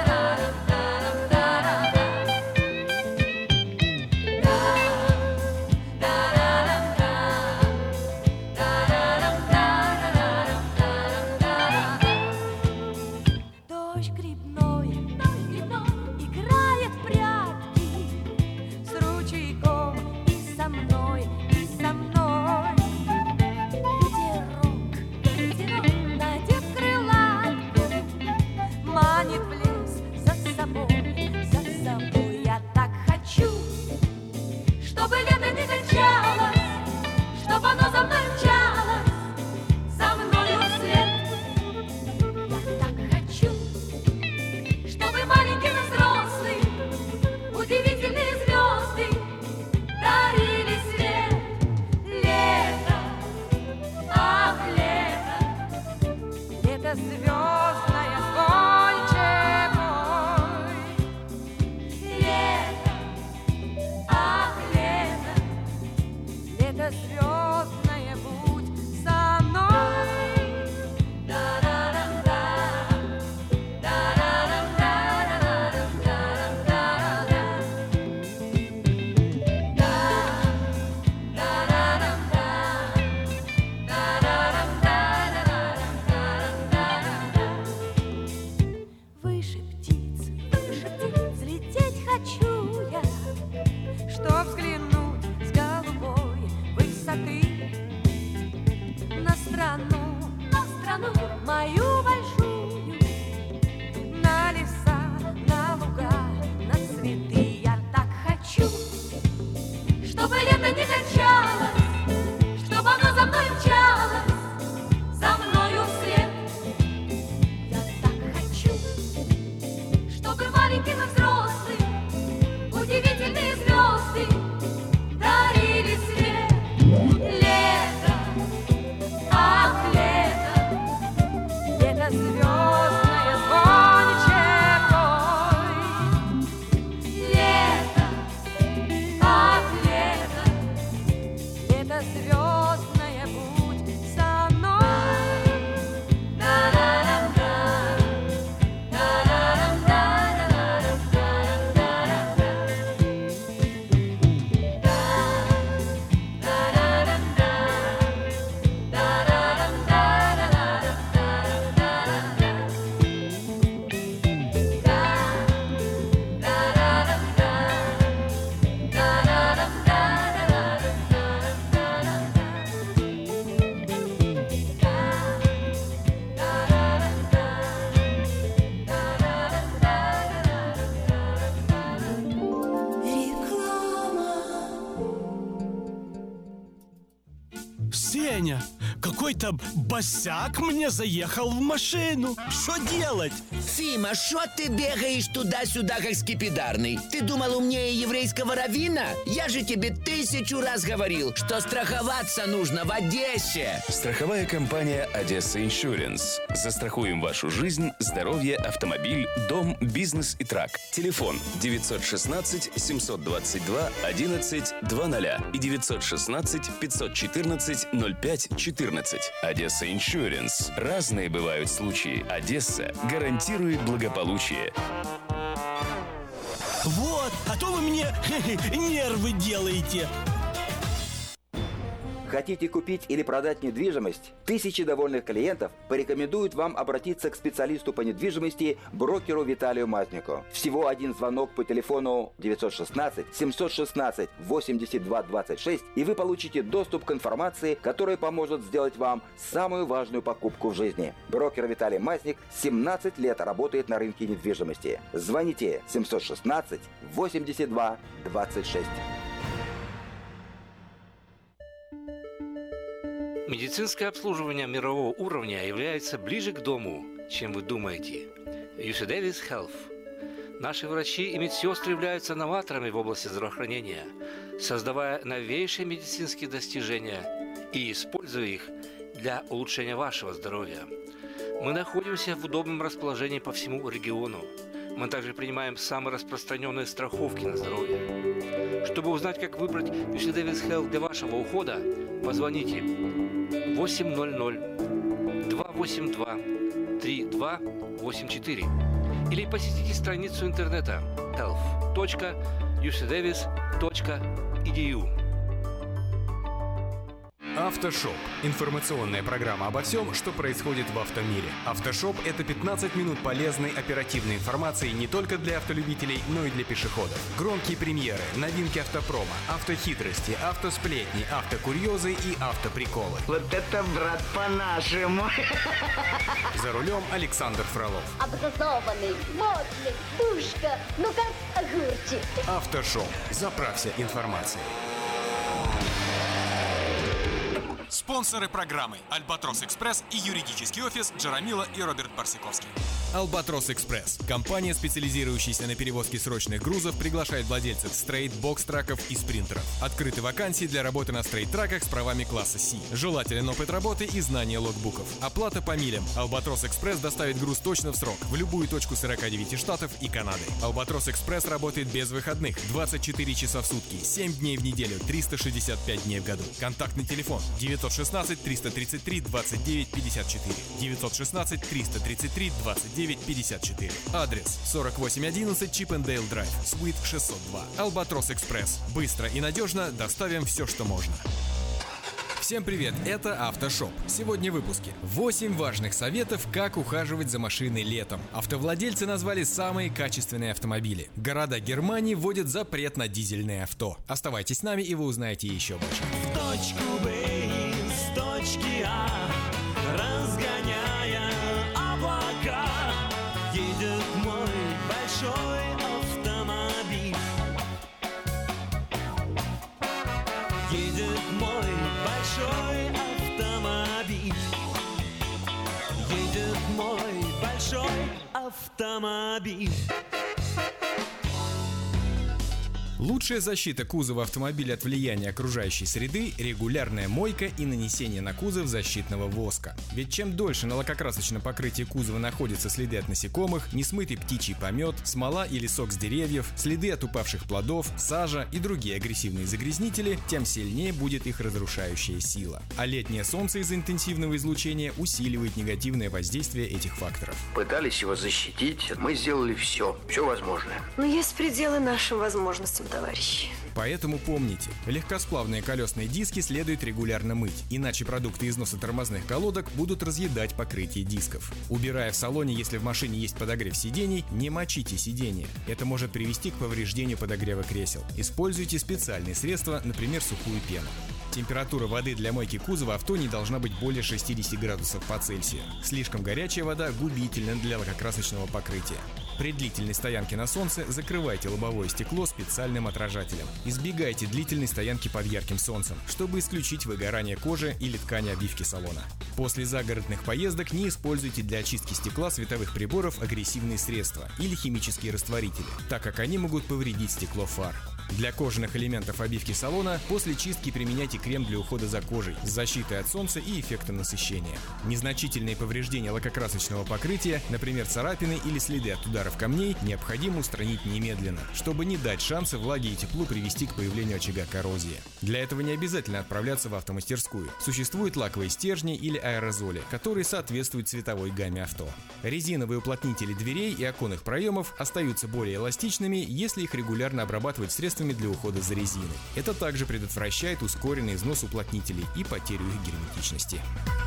Женя, какой-то босяк мне заехал в машину. Что делать? Фима, что ты бегаешь туда-сюда, как скипидарный? Ты думал умнее еврейского раввина? Я же тебе 1000 раз говорил, что страховаться нужно в Одессе. Страховая компания «Одесса Иншуренс». Застрахуем вашу жизнь, здоровье, автомобиль, дом, бизнес и трак. Телефон 916 722 11 00 и 916 514 05 14. «Одесса Иншуренс». Разные бывают случаи. «Одесса» гарантирует благополучие. Вот, а то вы мне нервы делаете. Хотите купить или продать недвижимость? Тысячи довольных клиентов порекомендуют вам обратиться к специалисту по недвижимости, брокеру Виталию Мазнику. Всего один звонок по телефону 916 716 82 26, и вы получите доступ к информации, которая поможет сделать вам самую важную покупку в жизни. Брокер Виталий Мазник 17 лет работает на рынке недвижимости. Звоните 716 82 26. Медицинское обслуживание мирового уровня является ближе к дому, чем вы думаете. UC Davis Health. Наши врачи и медсестры являются новаторами в области здравоохранения, создавая новейшие медицинские достижения и используя их для улучшения вашего здоровья. Мы находимся в удобном расположении по всему региону. Мы также принимаем самые распространенные страховки на здоровье. Чтобы узнать, как выбрать UC Davis Health для вашего ухода, позвоните 800-282-3284 или посетите страницу интернета health.ucdavis.edu. Автошоп. Информационная программа обо всем, что происходит в автомире. Автошоп – это 15 минут полезной оперативной информации не только для автолюбителей, но и для пешеходов. Громкие премьеры, новинки автопрома, автохитрости, автосплетни, автокурьезы и автоприколы. Вот это, брат, по-нашему. За рулем Александр Фролов. Образованный, модный, душка, ну как огурчик. Автошоп. Заправься информацией. Спонсоры программы «Альбатрос Экспресс» и юридический офис Джарамила и Роберт Барсиковский. «Альбатрос Экспресс» – компания, специализирующаяся на перевозке срочных грузов, приглашает владельцев стрейт, бокс-траков и спринтеров. Открыты вакансии для работы на стрейт-траках с правами класса C. Желателен опыт работы и знание логбуков. Оплата по милям. «Альбатрос Экспресс» доставит груз точно в срок, в любую точку 49 штатов и Канады. «Альбатрос Экспресс» работает без выходных, 24 часа в сутки, 7 дней в неделю, 365 дней в году. Контактный телефон 916-333-29-54. 916-333-29-54. Адрес 4811 Чиппендейл Драйв, Суит 602. «Альбатрос Экспресс». Быстро и надежно доставим все, что можно. Всем привет, это Автошоп. Сегодня в выпуске 8 важных советов, как ухаживать за машиной летом. Автовладельцы назвали самые качественные автомобили. Города Германии вводят запрет на дизельные авто. Оставайтесь с нами, и вы узнаете еще больше. В точку Б из точки А, разгоняя облака, едет мой большой автомобиль. Едет мой большой автомобиль. Едет мой большой автомобиль. Лучшая защита кузова автомобиля от влияния окружающей среды – регулярная мойка и нанесение на кузов защитного воска. Ведь чем дольше на лакокрасочном покрытии кузова находятся следы от насекомых, несмытый птичий помет, смола или сок с деревьев, следы от упавших плодов, сажа и другие агрессивные загрязнители, тем сильнее будет их разрушающая сила. А летнее солнце из-за интенсивного излучения усиливает негативное воздействие этих факторов. Пытались его защитить, мы сделали все возможное. Но есть пределы нашим возможностям, товарищи. Поэтому помните, легкосплавные колесные диски следует регулярно мыть, иначе продукты износа тормозных колодок будут разъедать покрытие дисков. Убирая в салоне, если в машине есть подогрев сидений, не мочите сиденья. Это может привести к повреждению подогрева кресел. Используйте специальные средства, например, сухую пену. Температура воды для мойки кузова авто не должна быть более 60 градусов по Цельсию. Слишком горячая вода губительна для лакокрасочного покрытия. При длительной стоянке на солнце закрывайте лобовое стекло специальным отражателем. Избегайте длительной стоянки под ярким солнцем, чтобы исключить выгорание кожи или ткани обивки салона. После загородных поездок не используйте для очистки стекла световых приборов агрессивные средства или химические растворители, так как они могут повредить стекло фар. Для кожаных элементов обивки салона после чистки применяйте крем для ухода за кожей с защитой от солнца и эффектом насыщения. Незначительные повреждения лакокрасочного покрытия, например, царапины или следы от ударов камней, необходимо устранить немедленно, чтобы не дать шанса влаге и теплу привести к появлению очага коррозии. Для этого не обязательно отправляться в автомастерскую. Существуют лаковые стержни или аэрозоли, которые соответствуют цветовой гамме авто. Резиновые уплотнители дверей и оконных проемов остаются более эластичными, если их регулярно обрабатывать средствами для ухода за резиной. Это также предотвращает ускоренный износ уплотнителей и потерю их герметичности.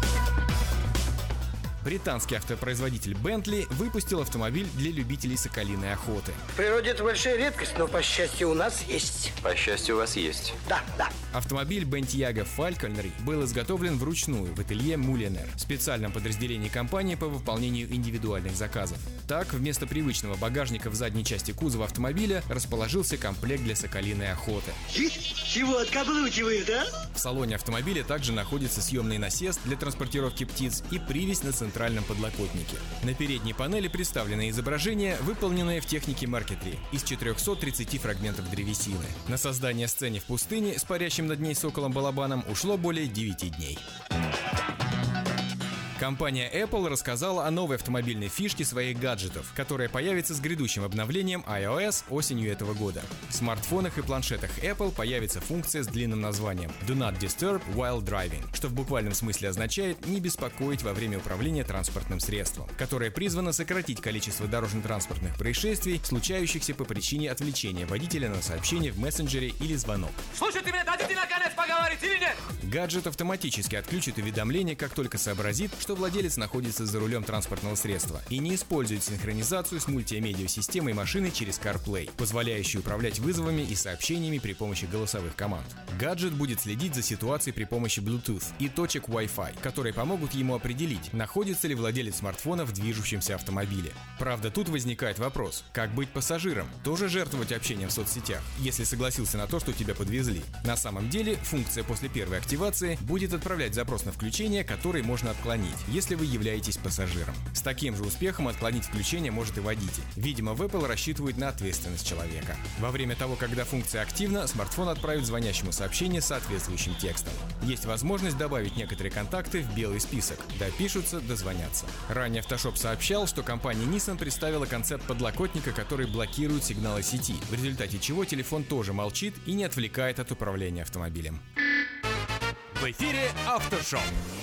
Британский автопроизводитель Bentley выпустил автомобиль для любителей соколиной охоты. В природе это большая редкость, но, по счастью, у нас есть. По счастью, у вас есть. Да. Автомобиль Bentayga Falconry был изготовлен вручную в ателье Mulliner, специальном подразделении компании по выполнению индивидуальных заказов. Так, вместо привычного багажника в задней части кузова автомобиля расположился комплект для соколиной охоты. Чего откаблучивает, а? В салоне автомобиля также находится съемный насест для транспортировки птиц и привязь на центральном подлокотнике. На передней панели представлено изображение, выполненное в технике маркетри из 430 фрагментов древесины. На создание сцены в пустыне с парящим над ней соколом-балабаном ушло более 9 дней. Компания Apple рассказала о новой автомобильной фишке своих гаджетов, которая появится с грядущим обновлением iOS осенью этого года. В смартфонах и планшетах Apple появится функция с длинным названием Do Not Disturb While Driving, что в буквальном смысле означает «не беспокоить во время управления транспортным средством», которое призвано сократить количество дорожно-транспортных происшествий, случающихся по причине отвлечения водителя на сообщение в мессенджере или звонок. Слушайте меня, дадите наконец поговорить или нет? Гаджет автоматически отключит уведомление, как только сообразит, что владелец находится за рулем транспортного средства и не использует синхронизацию с мультимедиа-системой машины через CarPlay, позволяющую управлять вызовами и сообщениями при помощи голосовых команд. Гаджет будет следить за ситуацией при помощи Bluetooth и точек Wi-Fi, которые помогут ему определить, находится ли владелец смартфона в движущемся автомобиле. Правда, тут возникает вопрос, как быть пассажиром? Тоже жертвовать общением в соцсетях, если согласился на то, что тебя подвезли? На самом деле, функция после первой активации будет отправлять запрос на включение, который можно отклонить, если вы являетесь пассажиром. С таким же успехом отклонить включение может и водитель. Видимо, в Apple рассчитывают на ответственность человека. Во время того, когда функция активна, смартфон отправит звонящему сообщение с соответствующим текстом. Есть возможность добавить некоторые контакты в белый список. Допишутся, дозвонятся. Ранее Photoshop сообщал, что компания Nissan представила концепт подлокотника, который блокирует сигналы сети, в результате чего телефон тоже молчит и не отвлекает от управления автомобилем. В эфире Автошоу.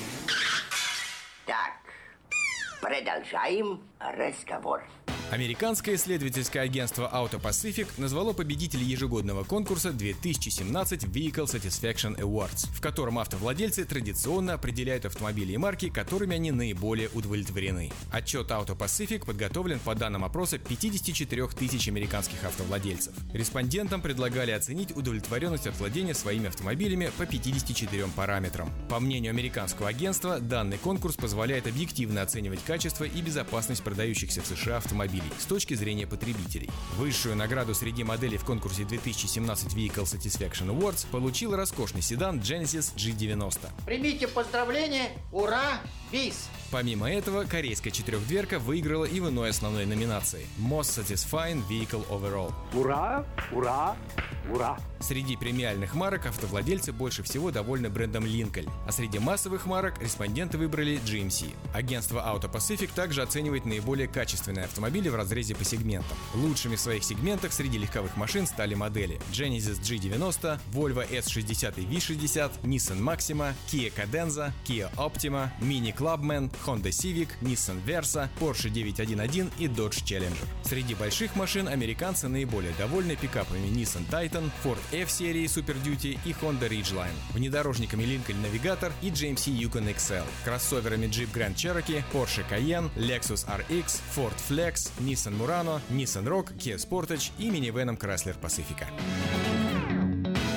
Так, продолжаем разговор. Американское исследовательское агентство Auto Pacific назвало победителей ежегодного конкурса 2017 Vehicle Satisfaction Awards, в котором автовладельцы традиционно определяют автомобили и марки, которыми они наиболее удовлетворены. Отчет Auto Pacific подготовлен по данным опроса 54 тысяч американских автовладельцев. Респондентам предлагали оценить удовлетворенность от владения своими автомобилями по 54 параметрам. По мнению американского агентства, данный конкурс позволяет объективно оценивать качество и безопасность продающихся в США автомобилей с точки зрения потребителей. Высшую награду среди моделей в конкурсе 2017 Vehicle Satisfaction Awards получил роскошный седан Genesis G90. Примите поздравления, ура, бис! Помимо этого, корейская четырехдверка выиграла и в иной основной номинации Most Satisfying Vehicle Overall. Ура, ура, ура! Среди премиальных марок автовладельцы больше всего довольны брендом Lincoln, а среди массовых марок респонденты выбрали GMC. Агентство Auto Pacific также оценивает наиболее качественные автомобили в разрезе по сегментам. Лучшими в своих сегментах среди легковых машин стали модели Genesis G90, Volvo S60 и V60, Nissan Maxima, Kia Cadenza, Kia Optima, Mini Clubman, Honda Civic, Nissan Versa, Porsche 911 и Dodge Challenger. Среди больших машин американцы наиболее довольны пикапами Nissan Titan, Ford F-серии Super Duty и Honda Ridgeline, внедорожниками Lincoln Navigator и GMC Yukon XL, кроссоверами Jeep Grand Cherokee, Porsche Cayenne, Lexus RX, Ford Flex, Nissan Murano, Nissan Rogue, Kia Sportage и минивеном Chrysler Pacifica.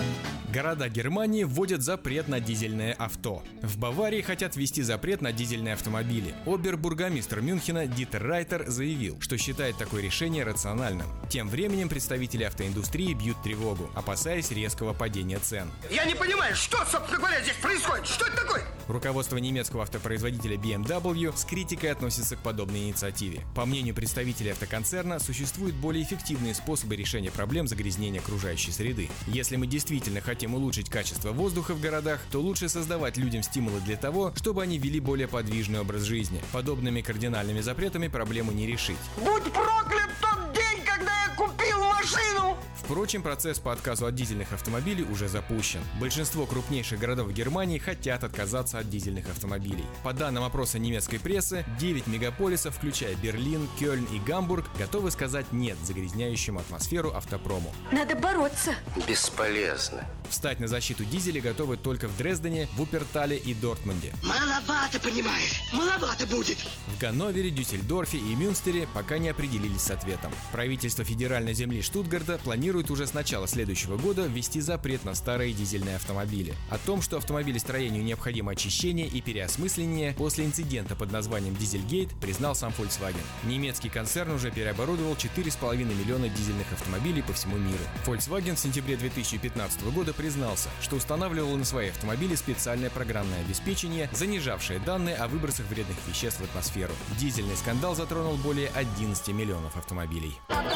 Города Германии вводят запрет на дизельное авто. В Баварии хотят ввести запрет на дизельные автомобили. Обербургомистр Мюнхена Дитер Райтер заявил, что считает такое решение рациональным. Тем временем представители автоиндустрии бьют тревогу, опасаясь резкого падения цен. Я не понимаю, что, собственно говоря, здесь происходит? Что это такое? Руководство немецкого автопроизводителя BMW с критикой относится к подобной инициативе. По мнению представителей автоконцерна, существуют более эффективные способы решения проблем загрязнения окружающей среды. Если мы действительно хотим улучшить качество воздуха в городах, то лучше создавать людям стимулы для того, чтобы они вели более подвижный образ жизни. Подобными кардинальными запретами проблему не решить. Будь проклят тот день, когда я купил машину! Впрочем, процесс по отказу от дизельных автомобилей уже запущен. Большинство крупнейших городов Германии хотят отказаться от дизельных автомобилей. По данным опроса немецкой прессы, 9 мегаполисов, включая Берлин, Кёльн и Гамбург, готовы сказать «нет» загрязняющему атмосферу автопрому. Надо бороться. Бесполезно. Встать на защиту дизеля готовы только в Дрездене, Вупертале и Дортмунде. Маловато, понимаешь? Маловато будет. В Ганновере, Дюссельдорфе и Мюнстере пока не определились с ответом. Правительство федеральной земли Штутгарта планирует уже с начала следующего года ввести запрет на старые дизельные автомобили. О том, что автомобилестроению необходимо очищение и переосмысление, после инцидента под названием Дизельгейт признал сам Volkswagen. Немецкий концерн уже переоборудовал 4,5 миллиона дизельных автомобилей по всему миру. Volkswagen в сентябре 2015 года признался, что устанавливал на свои автомобили специальное программное обеспечение, занижавшее данные о выбросах вредных веществ в атмосферу. Дизельный скандал затронул более 11 миллионов автомобилей.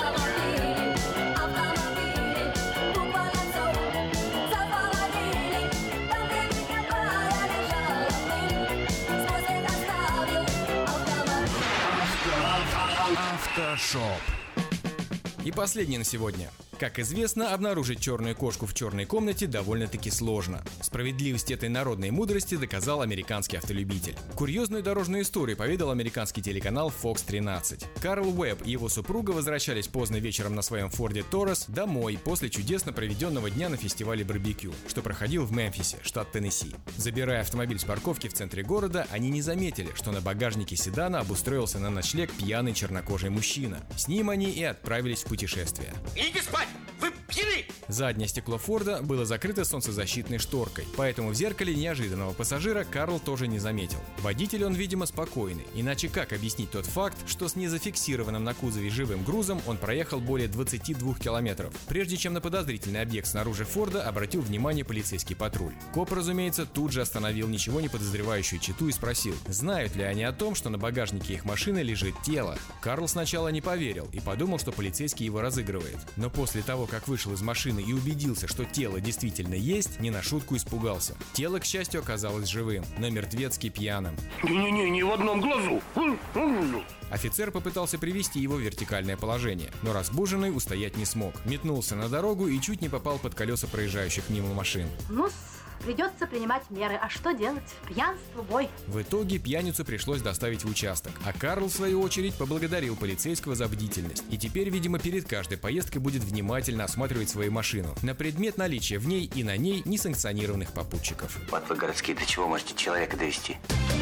Автошоп. И последнее на сегодня. Как известно, обнаружить черную кошку в черной комнате довольно-таки сложно. Справедливость этой народной мудрости доказал американский автолюбитель. Курьезную дорожную историю поведал американский телеканал Fox 13. Карл Уэбб и его супруга возвращались поздно вечером на своем Форде Торрес домой после чудесно проведенного дня на фестивале барбекю, что проходил в Мемфисе, штат Теннесси. Забирая автомобиль с парковки в центре города, они не заметили, что на багажнике седана обустроился на ночлег пьяный чернокожий мужчина. С ним они и отправились в путешествие. Идите спать! Вы пьяны! Заднее стекло Форда было закрыто солнцезащитной шторкой, поэтому в зеркале неожиданного пассажира Карл тоже не заметил. Водитель он, видимо, спокойный, иначе как объяснить тот факт, что с незафиксированным на кузове живым грузом он проехал более 22 километров, прежде чем на подозрительный объект снаружи Форда обратил внимание полицейский патруль. Коп, разумеется, тут же остановил ничего не подозревающую чету и спросил, знают ли они о том, что на багажнике их машины лежит тело. Карл сначала не поверил и подумал, что полицейский его разыгрывает, но после того, как вышел из машины и убедился, что тело действительно есть, не на шутку испугался. Тело, к счастью, оказалось живым, но мертвецки пьяным. Не-не-не, ни в одном глазу. Офицер попытался привести его в вертикальное положение, но разбуженный устоять не смог. Метнулся на дорогу и чуть не попал под колеса проезжающих мимо машин. Придется принимать меры. А что делать? Пьянство, бой. В итоге пьяницу пришлось доставить в участок, а Карл, в свою очередь, поблагодарил полицейского за бдительность. И теперь, видимо, перед каждой поездкой будет внимательно осматривать свою машину на предмет наличия в ней и на ней несанкционированных попутчиков. Вот вы, городские, до чего можете человека довести?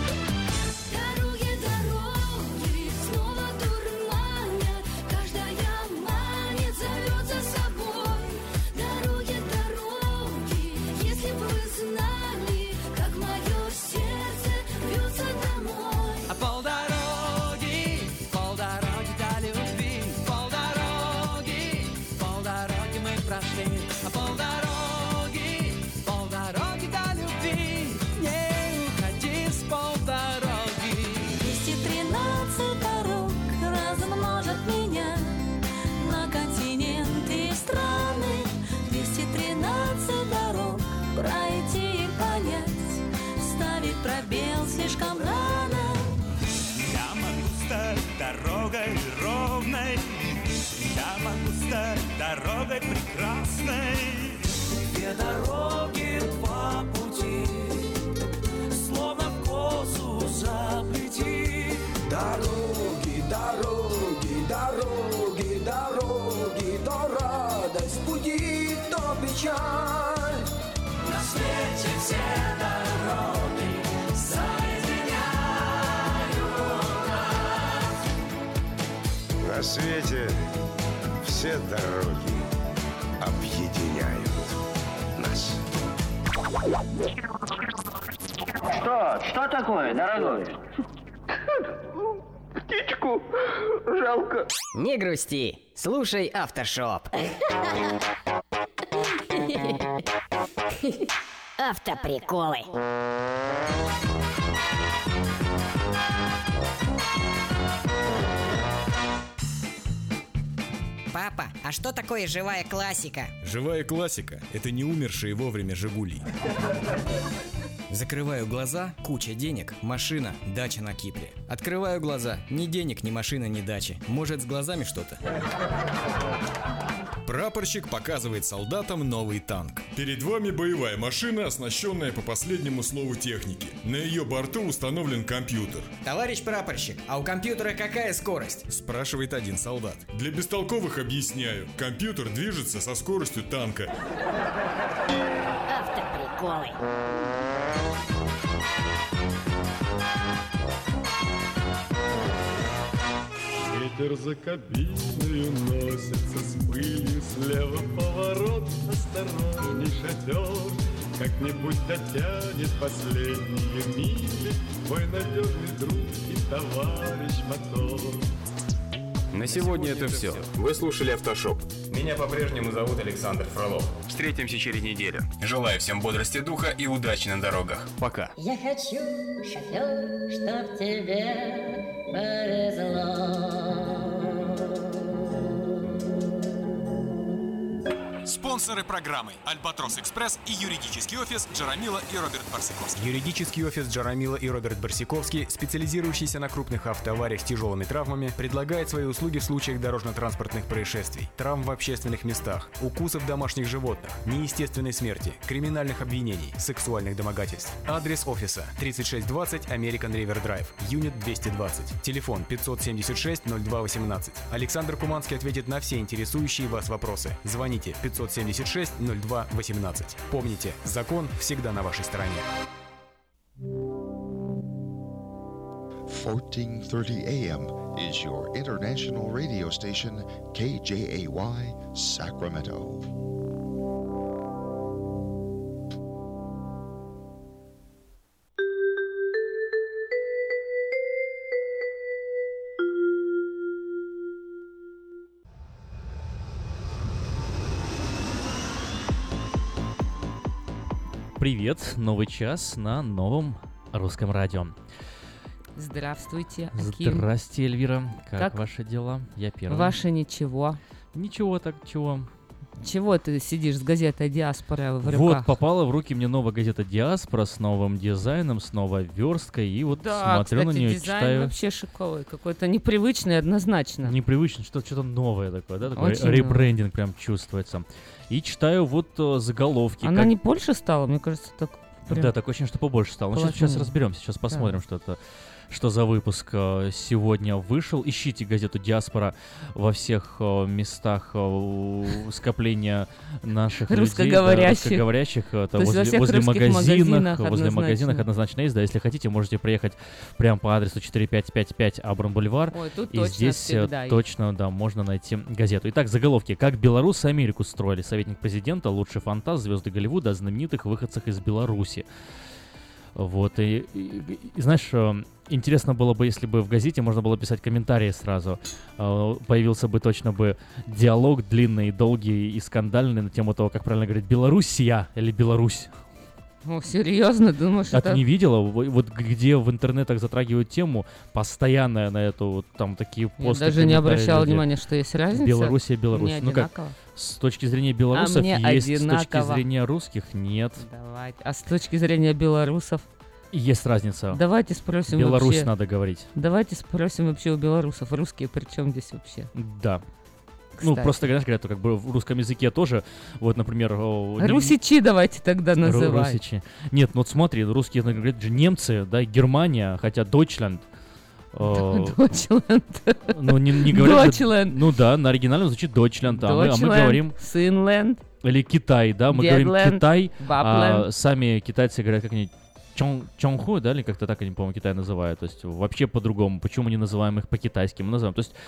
Пробел слишком рано. Я могу стать дорогой ровной, я могу стать дорогой прекрасной. Две дороги, два пути, словно в косу заплети. Дороги, дороги, дороги, дороги, то радость будет, то печаль. На свете все дороги на свете все дороги объединяют нас. Express. Что такое, дорогой? Птичку жалко. Не грусти, слушай Авторшоп. Автоприколы. Папа, а что такое живая классика? Живая классика – это не умершие вовремя «Жигули». Закрываю глаза, куча денег, машина, дача на Кипре. Открываю глаза, ни денег, ни машина, ни дачи. Может, с глазами что-то? Прапорщик показывает солдатам новый танк. Перед вами боевая машина, оснащенная по последнему слову техники. На ее борту установлен компьютер. Товарищ прапорщик, а у компьютера какая скорость? Спрашивает один солдат. Для бестолковых объясняю. Компьютер движется со скоростью танка. Автоприколы. Ветер за кабиной носится с пылью, слева поворот, осторожней шофер. Как-нибудь дотянет последние мили твой надежный друг и товарищ мотор. На сегодня это все. Вы слушали «Автошоп». Меня по-прежнему зовут Александр Фролов. Встретимся через неделю. Желаю всем бодрости духа и удачи на дорогах. Пока. Я хочу, шофер, чтоб тебе повезло. Спонсоры программы «Альбатрос Экспресс» и юридический офис Джарамила и Роберт Барсиковский. Юридический офис Джарамила и Роберт Барсиковский, специализирующийся на крупных автоавариях с тяжелыми травмами, предлагает свои услуги в случаях дорожно-транспортных происшествий, травм в общественных местах, укусов домашних животных, неестественной смерти, криминальных обвинений, сексуальных домогательств. Адрес офиса: 3620 American River Drive, Юнит 220. Телефон 576-0218. Александр Куманский ответит на все интересующие вас вопросы. Звоните 576-0218. Помните, закон всегда на вашей стороне. 1430 AM is your international radio station, KJAY, Sacramento. Привет, новый час на новом русском радио. Здравствуйте, Аким. Здрасте, Эльвира. Как ваши дела? Я первый. Ваши ничего. Ничего так, чего. Чего ты сидишь с газетой «Диаспора» в руках? Вот, попала в руки мне новая газета «Диаспора» с новым дизайном, с новой версткой, и вот да, смотрю кстати, на нее, дизайн читаю. Вообще шиковый, какой-то непривычный однозначно. Непривычно, что-то новое такое, да? Такой ребрендинг прям чувствуется. И читаю вот заголовки. Она не больше стала, мне кажется, так прям... Да, такое ощущение, что побольше стало. Ну, сейчас разберемся, сейчас посмотрим, что за выпуск сегодня вышел. Ищите газету «Диаспора» во всех местах скопления наших русскоговорящих. Это возле магазинах однозначно есть. Да, если хотите, можете приехать прямо по адресу 4555 Абрам-Бульвар. И здесь точно, да, можно найти газету. Итак, заголовки. Как белорусы Америку строили. Советник президента, лучший фантаст, звезды Голливуда о знаменитых выходцах из Беларуси. Вот, и знаешь, интересно было бы, если бы в газете можно было писать комментарии сразу. Появился бы точно бы диалог длинный, долгий и скандальный на тему того, как правильно говорить, Белоруссия или Беларусь. О, серьезно? Думаешь, а ты не видела? Вот где в интернетах затрагивают тему, постоянно на эту, вот, там такие посты. Я даже не обращала внимания, что есть разница. Белоруссия, Беларусь. Ну как, с точки зрения белорусов есть, с точки зрения русских нет. Давайте. А с точки зрения белорусов? Есть разница. Давайте спросим Беларусь вообще. Надо говорить. Давайте спросим вообще у белорусов, русские при чем здесь вообще? Да. Кстати. Ну, просто, говорят, как бы в русском языке тоже, вот, например... Русичи давайте тогда называть. Русичи. Нет, ну вот смотри, русские, говорят же немцы, да, Германия, хотя Deutschland. Deutschland. Ну, не говорят же, ну да, на оригинале звучит Deutschland, а мы говорим... Finland. Или Китай, да, мы Deadland, говорим Китай, Bapland. а сами китайцы говорят как-нибудь Чонху, да, или как-то так они, по-моему, Китай называют, то есть вообще по-другому. Почему мы не называем их по-китайски? Мы называем, то есть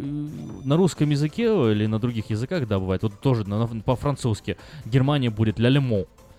на русском языке или на других языках, да, бывает, вот тоже по-французски Германия будет ля-лемо,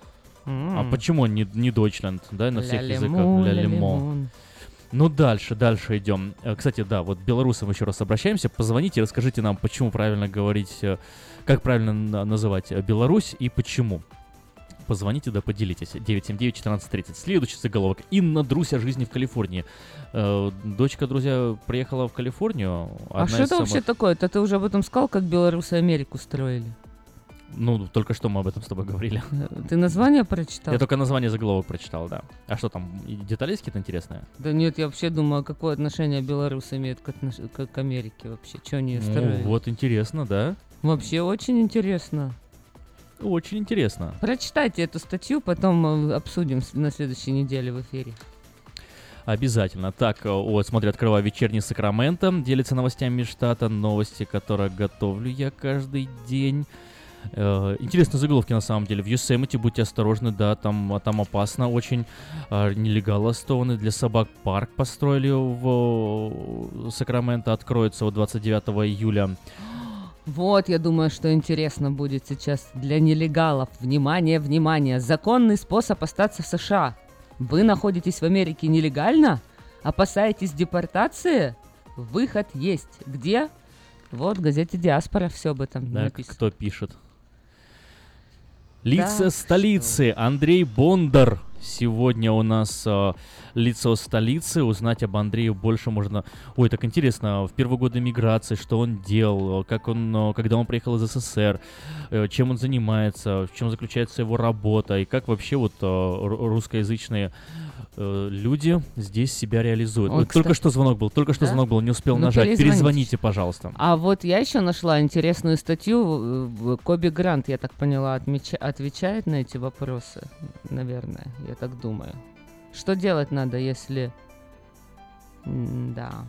А почему не Deutschland, да, на всех языках? Ля-лимон. Ну, дальше идем. Кстати, да, вот белорусам еще раз обращаемся. Позвоните, расскажите нам, почему правильно говорить, как правильно называть Беларусь и почему. Позвоните, да поделитесь. 979-1430. Следующий заголовок. Инна Друся о жизни в Калифорнии. Дочка, друзья, приехала в Калифорнию. А что это вообще такое? Это ты уже об этом сказал, как белорусы Америку строили? Ну, только что мы об этом с тобой говорили. Ты название прочитал? Я только название заголовок прочитал, да. А что там, детали есть какие-то интересные? Да нет, я вообще думаю, какое отношение белорусы имеют к Америке вообще. Что они строили? Ну, вот интересно, да? Вообще очень интересно. Очень интересно. Прочитайте эту статью, потом обсудим на следующей неделе в эфире. Обязательно. Так, вот, смотри, открываю вечерний Сакраменто. Делится новостями штата. Новости, которые готовлю я каждый день. Интересные заголовки на самом деле. В Йосемите будьте осторожны, да, там опасно очень. Нелегалы арестованы. Для собак парк построили в Сакраменто. Откроется вот 29 июля. Вот, я думаю, что интересно будет сейчас для нелегалов. Внимание, внимание. Законный способ остаться в США. Вы находитесь в Америке нелегально? Опасаетесь депортации? Выход есть. Где? Вот в газете «Диаспора» все об этом написано. Кто пишет? Лица столицы. Андрей Бондар. Сегодня у нас лицо столицы. Узнать об Андрее больше можно... Ой, так интересно. В первые годы миграции, что он делал, как он, когда он приехал из СССР, чем он занимается, в чем заключается его работа, и как вообще вот русскоязычные люди здесь себя реализуют. Ой, только что звонок был, не успел нажать. Перезвоните, пожалуйста. А вот я еще нашла интересную статью. Коби Грант, я так поняла, отвечает на эти вопросы, наверное, я так думаю. Что делать надо, если... Да.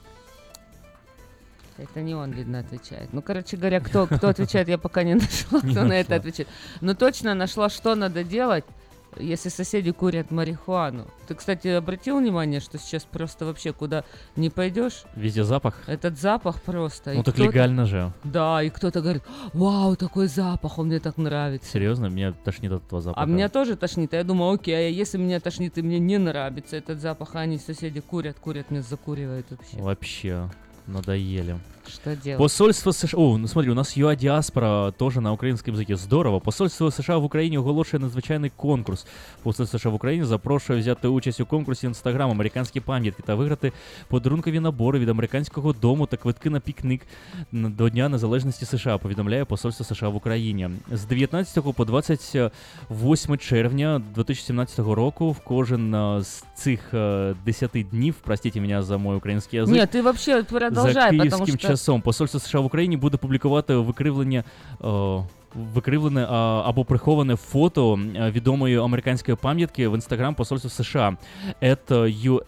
Это не он, видно, отвечает. Ну, короче говоря, кто отвечает, я пока не нашла, кто на это отвечает. Но точно нашла, что надо делать, если соседи курят марихуану. Ты, кстати, обратил внимание, что сейчас просто вообще куда не пойдешь? Везде запах? Этот запах просто. Ну так легально же. Да, и кто-то говорит, вау, такой запах, он мне так нравится. Серьезно? Меня тошнит от этого запаха. А меня тоже тошнит. А я думаю, окей, а если меня тошнит и мне не нравится этот запах, а они соседи курят, меня закуривают вообще. Вообще. Надоели. Что делать? Посольство США... О, ну смотри, у нас ЮА Діаспора тоже на українському язикі. Здорово. Посольство США в Україні оголошує надзвичайний конкурс. Посольство США в Україні запрошує взяти участь у конкурсі Instagram «Американські пам'ятки» та виграти подарункові набори від американського дому та квитки на пікник до Дня Незалежності США, повідомляє Посольство США в Україні. З 19 по 28 червня 2017 року в кожен з цих 10 днів, простите меня за мой український язик, Нет, ты вообще продолжай, за київським потому что... часом Посольство США в Україні буде публікувати викривлене або приховане фото відомої американської пам'ятки в інстаграм Посольства США. Это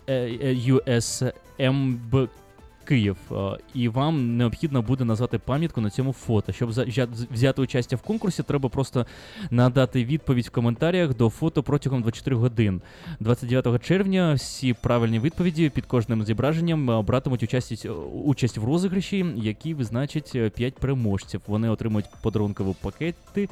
USMB Київ. І вам необхідно буде назвати пам'ятку на цьому фото. Щоб взяти участь в конкурсі, треба просто надати відповідь в коментарях до фото протягом 24 годин. 29 червня всі правильні відповіді під кожним зображенням братимуть участь в розіграші, які визначать 5 переможців. Вони отримують подарункові пакети,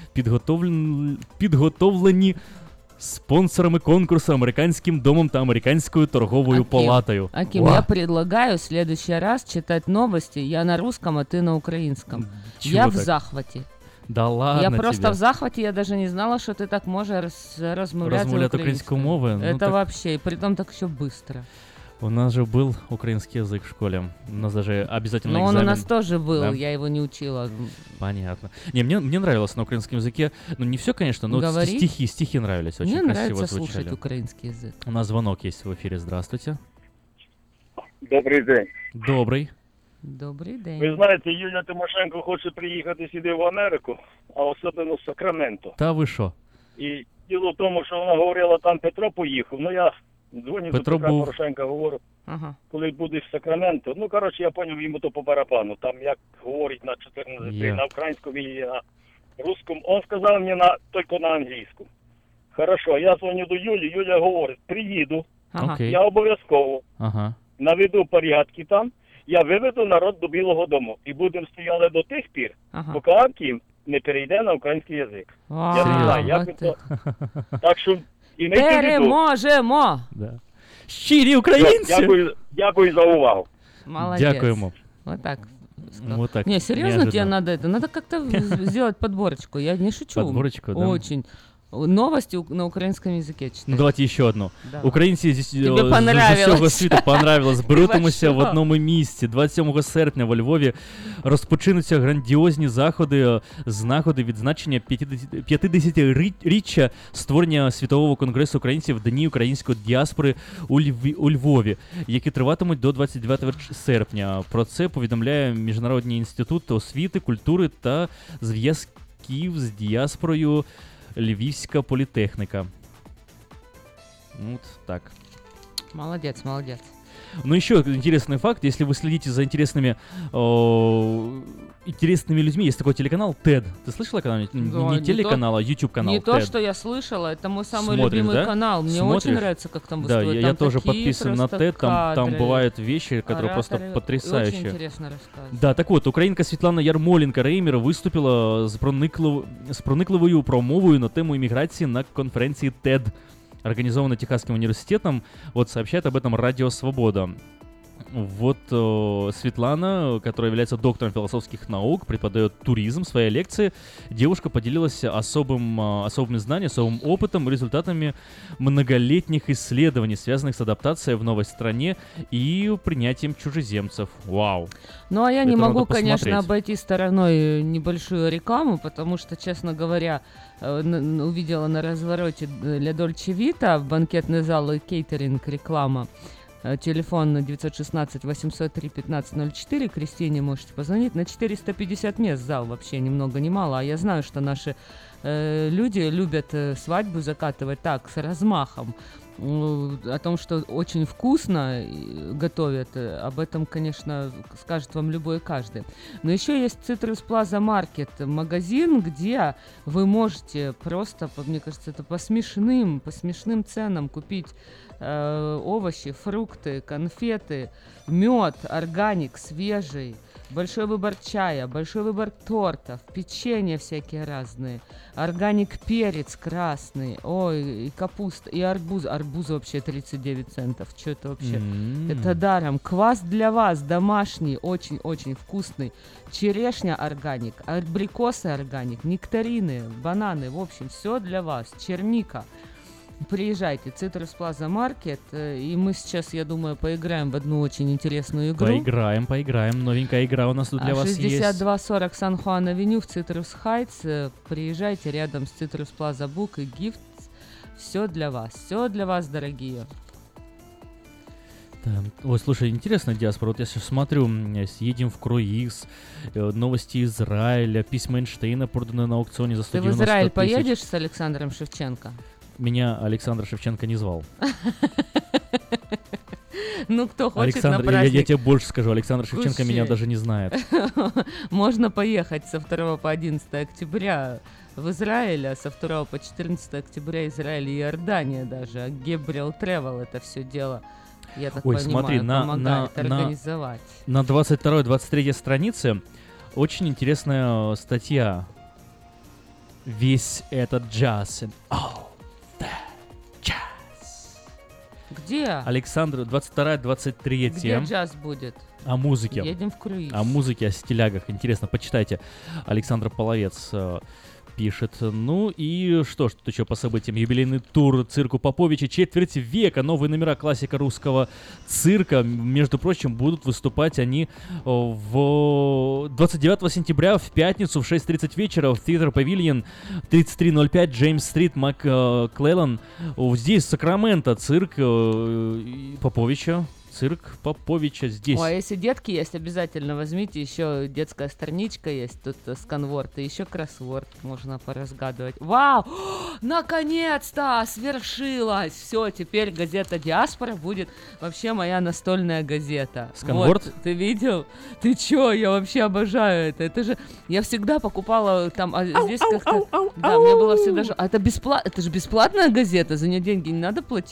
підготовлені спонсорами конкурсу, Американским домом та Американскую торговую палатою. Аким, я предлагаю в следующий раз читать новости. Я на русском, а ты на украинском. Чего я так? В захвате. Да ладно Я тебе. просто в захвате, я даже не знала, что ты так можешь размовлять украинскую мову. Это так... вообще, и притом так еще быстро. У нас же был украинский язык в школе. У нас даже обязательно экзамен. Но он у нас тоже был, да? Я его не учила. Понятно. Не, мне нравилось на украинском языке. Ну, не все, конечно, но стихи нравились. Очень мне красиво нравится звучали. слушать украинский язык. У нас звонок есть в эфире. Здравствуйте. Добрий день. Добрий. Добрий день. Ви знаєте, Юлія Тимошенко хоче приїхати сюди в Америку, а особливо в Сакраменто. Та ви що? І діло в тому, що вона говорила, там Петро поїхав. Ну, я дзвоню до Петра Порошенка, говорю, коли будеш в Сакраменто. Ну, коротше, я поняв, йому то по барабану. Там, як говорить на 14, на українському і на русскому. Он сказав мені тільки на англійському. Хорошо, я дзвоню до Юлі, Юля говорить, приїду, я обов'язково наведу порядки там, я виведу народ до Білого дому. І будемо стояли до тих пір, поки Аким не перейде на український язик. А, я не знаю, як от це. Так що імейте в виду. Переможемо! Да. Щирі українці! Дякую за увагу. Молодец. Дякуємо. Вот так. Вот так. Не, серьезно неожиданно. тебе надо это? Надо как-то сделать подборочку. Я не шучу. Подборочку, да? Очень. Новости на украинском языке читать. Ну давайте еще одну. Да. Українці з усього світу понравилось. Зберетимося в одному місці. 27 серпня во Львові розпочинуться грандіозні заходи з нагоди відзначення 50-річчя створення Світового конгресу українців Дні української діаспори у Львові, які триватимуть до 29 серпня. Про це повідомляє Міжнародний інститут освіти, культури та зв'язків з діаспорою Львівська політехніка. Вот так. Молодец, молодец. Ну, еще интересный факт, если вы следите за интересными людьми, есть такой телеканал TED. Ты слышала когда-нибудь? Да, не телеканал, а YouTube-канал Не TED. то, что я слышала, это мой самый Смотришь, любимый да? канал. Мне Смотришь? очень нравится, как там Да, выступают. я тоже подписан на TED, там бывают вещи, которые просто потрясающие. Очень интересно рассказывать. Да, так вот, українка Світлана Ярмоленко-Реймер виступила з проникливою промовою на тему імміграції на конференції TED, организованной Техасским университетом. Вот сообщает об этом Радио Свобода. Вот Светлана, которая является доктором философских наук, преподает туризм в своей лекции. Девушка поделилась особыми знаниями, особым опытом и результатами многолетних исследований, связанных с адаптацией в новой стране и принятием чужеземцев. Вау! Ну, а я Это не могу, надо посмотреть. конечно, обойти стороной небольшую рекламу, потому что, честно говоря, увидела на развороте Ля Дольче Вита, банкетный зал и кейтеринг реклама. Телефон 916-803-1504. Кристине можете позвонить. На 450 мест зал, вообще ни много ни мало. А я знаю, что наши люди любят свадьбу закатывать так, с размахом. О том, что очень вкусно готовят, об этом, конечно, скажет вам любой и каждый. Но еще есть Citrus Plaza Market, магазин, где вы можете просто, мне кажется, это по смешным ценам купить овощи, фрукты, конфеты, мед, органик, свежий, большой выбор чая, большой выбор тортов, печенья всякие разные, органик перец красный, ой, и капуста, и арбуз. Арбуз вообще 39 центов. Что это вообще? Это даром. Квас для вас домашний, очень-очень вкусный. Черешня органик, абрикосы органик, нектарины, бананы. В общем, все для вас. Черника. Приезжайте, Citrus Plaza Market, и мы сейчас, я думаю, поиграем в одну очень интересную игру. Поиграем. Новенькая игра у нас тут для вас есть. 6240 Сан-Хуан-Авеню в Citrus Heights. Приезжайте рядом с Citrus Plaza Book и Gifts. Все для вас, дорогие. Да. Ой, слушай, интересная диаспора. Вот я сейчас смотрю, съедем в круиз, новости Израиля, письма Эйнштейна, проданные на аукционе за 190 Ты в Израиль 000. поедешь с Александром Шевченко? Меня Александр Шевченко не звал. Ну, кто хочет Александр, на праздник. я тебе больше скажу, Александр Шевченко меня даже не знает. Можно поехать со 2 по 11 октября в Израиль, а со 2 по 14 октября Израиль и Иордания даже. А Gabriel Travel это все дело, я так понимаю, смотри, помогает организовать. На 22-23 странице очень интересная статья. Весь этот джаз. Где? Александр, 22-23. Где джаз будет? О музыке. Едем в круиз. О музыке, о стилягах. Интересно, почитайте. Александр Половец пишет. Ну и что тут еще по событиям? Юбилейный тур цирку Поповича. Четверть века. Новые номера классика русского цирка. Между прочим, будут выступать они в 29 сентября в пятницу в 6:30 вечера в Theater Pavilion 3305 Джеймс-стрит, Макклеллан. Здесь Сакраменто. Цирк Поповича. Цирк Поповича здесь. Ой, а если детки есть, обязательно возьмите. Еще детская страничка есть, тут сканворд, и еще кроссворд можно поразгадывать. Вау! Наконец-то свершилось! Все, теперь газета «Диаспора» будет вообще моя настольная газета. Сканворд? Вот, ты видел? Ты чё? Я вообще обожаю это. Это же... Я всегда покупала там, а здесь как-то... Да, мне было всегда... А это же бесплатная газета, за нее деньги не надо платить?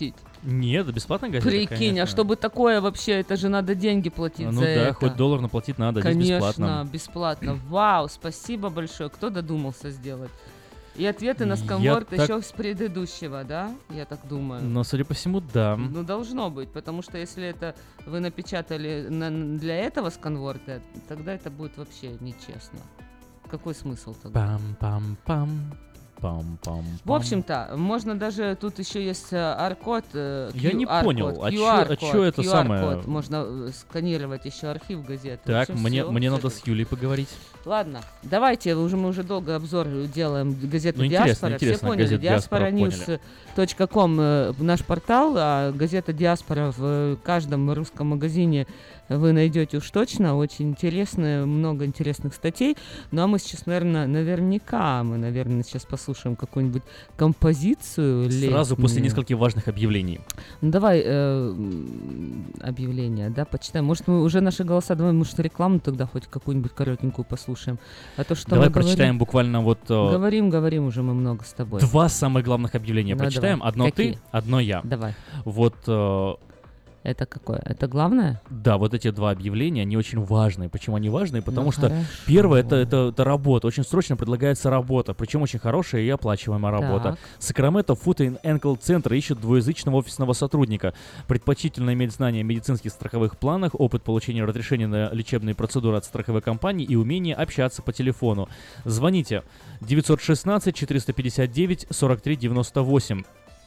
Нет, бесплатная газета, Прикинь, конечно. а чтобы такое вообще, это же надо деньги платить за это. Ну да, хоть $1 наплатить надо, здесь бесплатно. Конечно, бесплатно. Вау, спасибо большое. Кто додумался сделать? И ответы на сканворд еще с предыдущего, да? Я так думаю. Но, судя по всему, да. Ну, должно быть, потому что если это вы напечатали для этого сканворда, тогда это будет вообще нечестно. Какой смысл тогда? Пам-пам-пам. В общем-то, можно даже, тут еще есть QR-код. Я не понял, а что это самое? Можно сканировать еще архив газеты. Так, мне надо с Юлей поговорить. Ладно, давайте, мы уже долго обзор делаем газеты «Диаспора». Все поняли, diasporanews.com наш портал, а газета «Диаспора» в каждом русском магазине вы найдете уж точно. Очень интересно, много интересных статей. Ну а мы сейчас, наверняка сейчас послушаем какую-нибудь композицию. Сразу после нескольких важных объявлений. Ну давай объявления, да, почитаем. Может, мы уже наши голоса, давай, может, рекламу тогда хоть какую-нибудь коротенькую послушаем. А то, что давай прочитаем буквально вот... Говорим уже мы много с тобой. 2 самых главных объявления прочитаем. Давай. Одно Какие? ты, одно я. Давай. Вот... Это какое? Это главное? Да, вот эти 2 объявления, они очень важные. Почему они важные? Потому что первое, это работа. Очень срочно предлагается работа, причем очень хорошая и оплачиваемая работа. Сакраменто Foot and Ankle Center ищет двуязычного офисного сотрудника. Предпочтительно иметь знания о медицинских страховых планах, опыт получения разрешения на лечебные процедуры от страховой компании и умение общаться по телефону. Звоните 916-459-4398.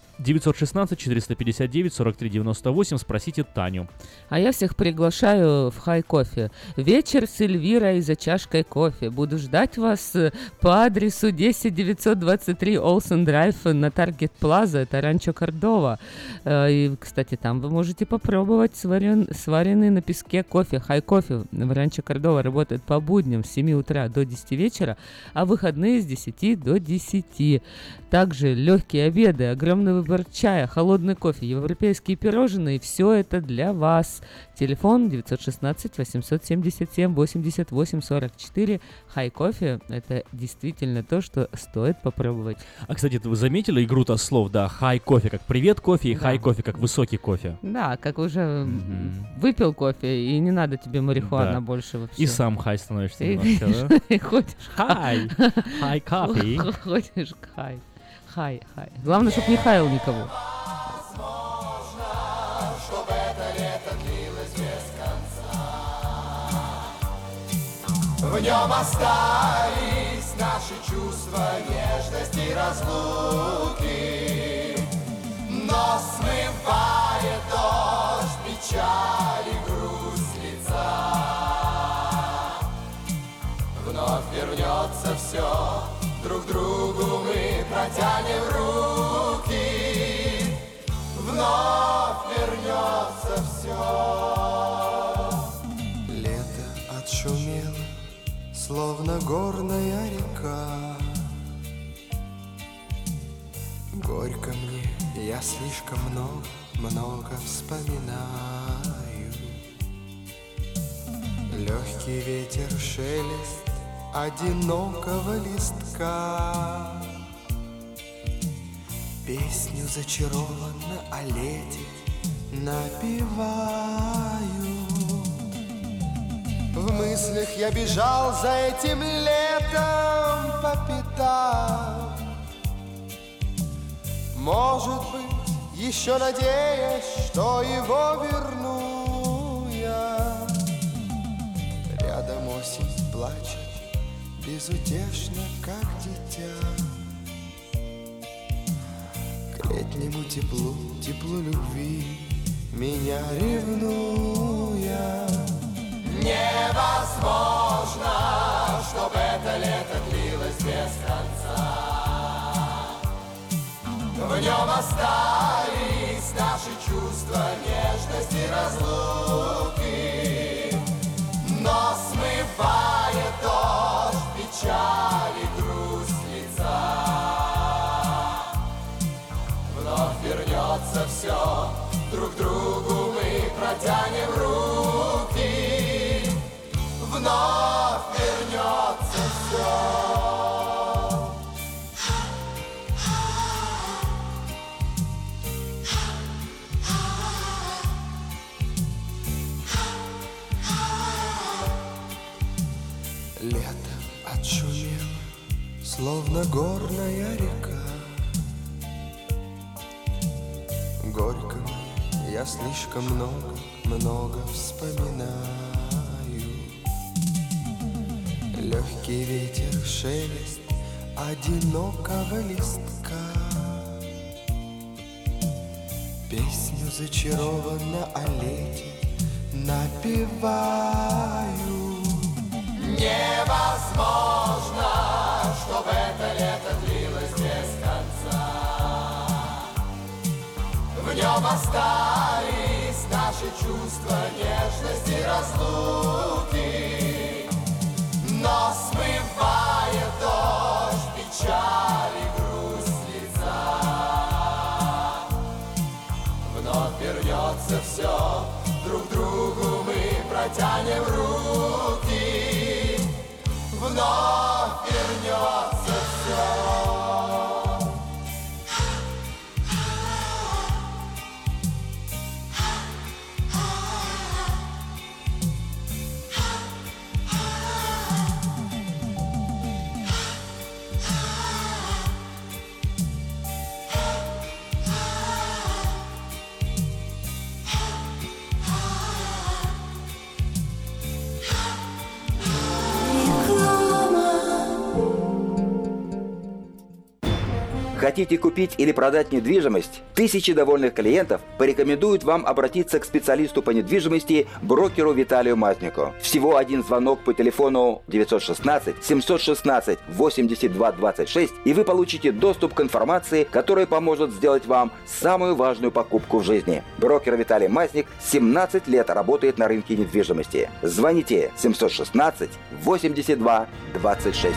916-459-4398, спросите Таню. А я всех приглашаю в Хай Кофе. Вечер с Эльвирой за чашкой кофе. Буду ждать вас по адресу 10923 Олсен Драйв на Таргет Плаза, это Ранчо Кордова. И, кстати, там вы можете попробовать сваренный на песке кофе. Хай Кофе в Ранчо Кордова работает по будням с 7 утра до 10 вечера, а выходные с 10 до 10. Также легкие обеды, огромный выбор чая, холодный кофе, европейские пирожные. Все это для вас. Телефон 916-877-88-44. Хай Кофе — это действительно то, что стоит попробовать. А, кстати, вы заметили игру-то слов, да? Хай кофе как привет кофе и хай кофе как высокий кофе. Да, как уже выпил кофе, и не надо тебе марихуана больше вообще. И сам хай становишься немножко, да? И ходишь хай. Хай кофе. Ходишь хай. Хай. Главное, чтобы не хаял никого. Чтобы это лето длилось без конца. В нем остались наши чувства, нежности и разлуки. Но смывает дождь, печаль и грусть лица. Вновь вернется все, друг другу мы протянем руки. Вновь вернется все. Лето отшумело, словно горная река. Горько мне, я слишком много вспоминаю. Легкий ветер, шелест одинокого листка. Песню зачарованно о лете напеваю. В мыслях я бежал за этим летом по пятам. Может быть, еще надеясь, что его верну я. Рядом осень плачет безутешно, как дитя. К летнему теплу любви меня ревнуя. Невозможно, чтобы это лето длилось без конца. В нем остались наши чувства, нежность и разлуки. Но смывает дождь, печаль и грусть лица. Вновь вернется все, друг другу мы протянем руки. Вновь вернется все. словно горная река. Горько я слишком много вспоминаю. Легкий ветер, шелест одинокого листка. Песню зачарованно о лете напеваю. Невозможно, чтобы это лето длилось без конца. В нем остались наши чувства, нежности, разлуки. Но смывает дождь, печаль и грусть лица. Вновь вернется все, друг другу мы протянем руки. Вновь вернется все. Хотите купить или продать недвижимость? Тысячи довольных клиентов порекомендуют вам обратиться к специалисту по недвижимости, брокеру Виталию Мазнику. Всего один звонок по телефону 916-716-8226, и вы получите доступ к информации, которая поможет сделать вам самую важную покупку в жизни. Брокер Виталий Мазник 17 лет работает на рынке недвижимости. Звоните 716-8226.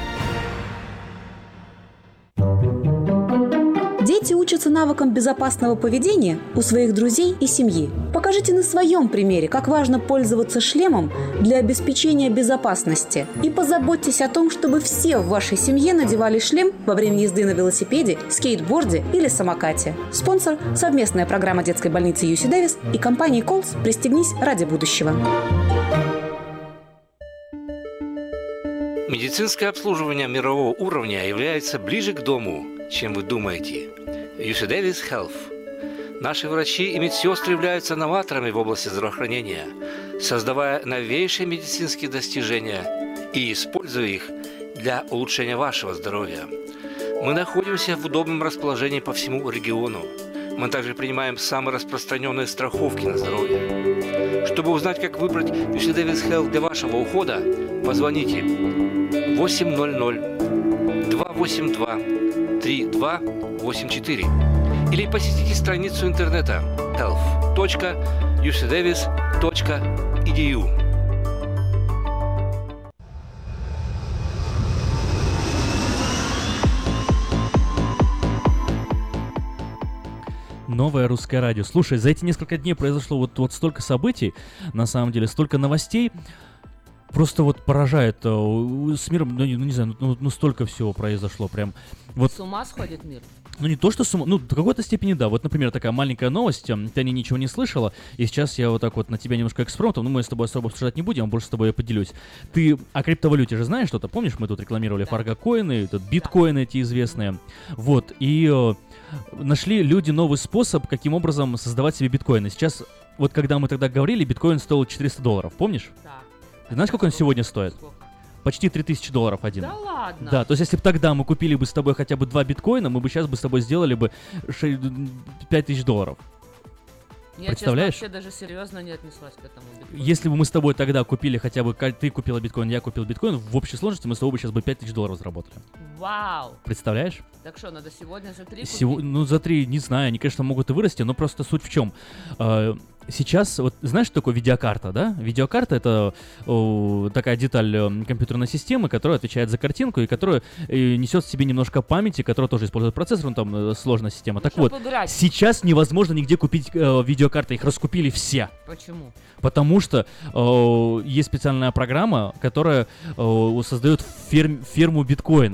Дети учатся навыкам безопасного поведения у своих друзей и семьи. Покажите на своем примере, как важно пользоваться шлемом для обеспечения безопасности. И позаботьтесь о том, чтобы все в вашей семье надевали шлем во время езды на велосипеде, скейтборде или самокате. Спонсор – совместная программа детской больницы UC Davis и компании Колс «Пристегнись ради будущего». Медицинское обслуживание мирового уровня является ближе к дому, чем вы думаете. UC Davis Health. Наши врачи и медсестры являются новаторами в области здравоохранения, создавая новейшие медицинские достижения и используя их для улучшения вашего здоровья. Мы находимся в удобном расположении по всему региону. Мы также принимаем самые распространенные страховки на здоровье. Чтобы узнать, как выбрать UC Davis Health для вашего ухода, позвоните 800-282-3284 или посетите страницу интернета health.ucdavis.edu. Новое русское радио. Слушай, за эти несколько дней произошло вот столько событий, на самом деле, столько новостей. Просто вот поражает с миром, не знаю, столько всего произошло, прям вот. С ума сходит мир? Ну не то, что с ума, в какой-то степени да. Вот, например, такая маленькая новость, ты о ней ничего не слышала, и сейчас я вот так вот на тебя немножко экспромтом, мы с тобой особо обсуждать не будем, а больше с тобой я поделюсь. Ты о криптовалюте же знаешь что-то? Помнишь, мы тут рекламировали фаргокоины, тут биткоины эти известные, вот, и нашли люди новый способ, каким образом создавать себе биткоины. Сейчас, вот когда мы тогда говорили, биткоин стоил $400, помнишь? Да. Ты знаешь, сколько он сегодня стоит? Почти $3000 один. Да ладно? Да, то есть если бы тогда мы купили бы с тобой хотя бы 2 биткоина, мы бы сейчас бы с тобой сделали бы $5000. Я, представляешь? честно, вообще даже серьезно не отнеслась к этому биткоину. Если бы мы с тобой тогда купили хотя бы, ты купила биткоин, я купил биткоин, в общей сложности мы с тобой бы сейчас бы $5000 заработали. Вау! Представляешь? Так что, надо сегодня за 3 купить? Ну, за 3, не знаю, они, конечно, могут и вырасти, но просто суть в чем? Сейчас, вот знаешь, что такое видеокарта, да? Видеокарта — это такая деталь компьютерной системы, которая отвечает за картинку и которая несет в себе немножко памяти, которая тоже использует процессор, там сложная система. Так вот, сейчас невозможно нигде купить видеокарты, их раскупили все. Почему? Потому что есть специальная программа, которая создает ферму биткоинов.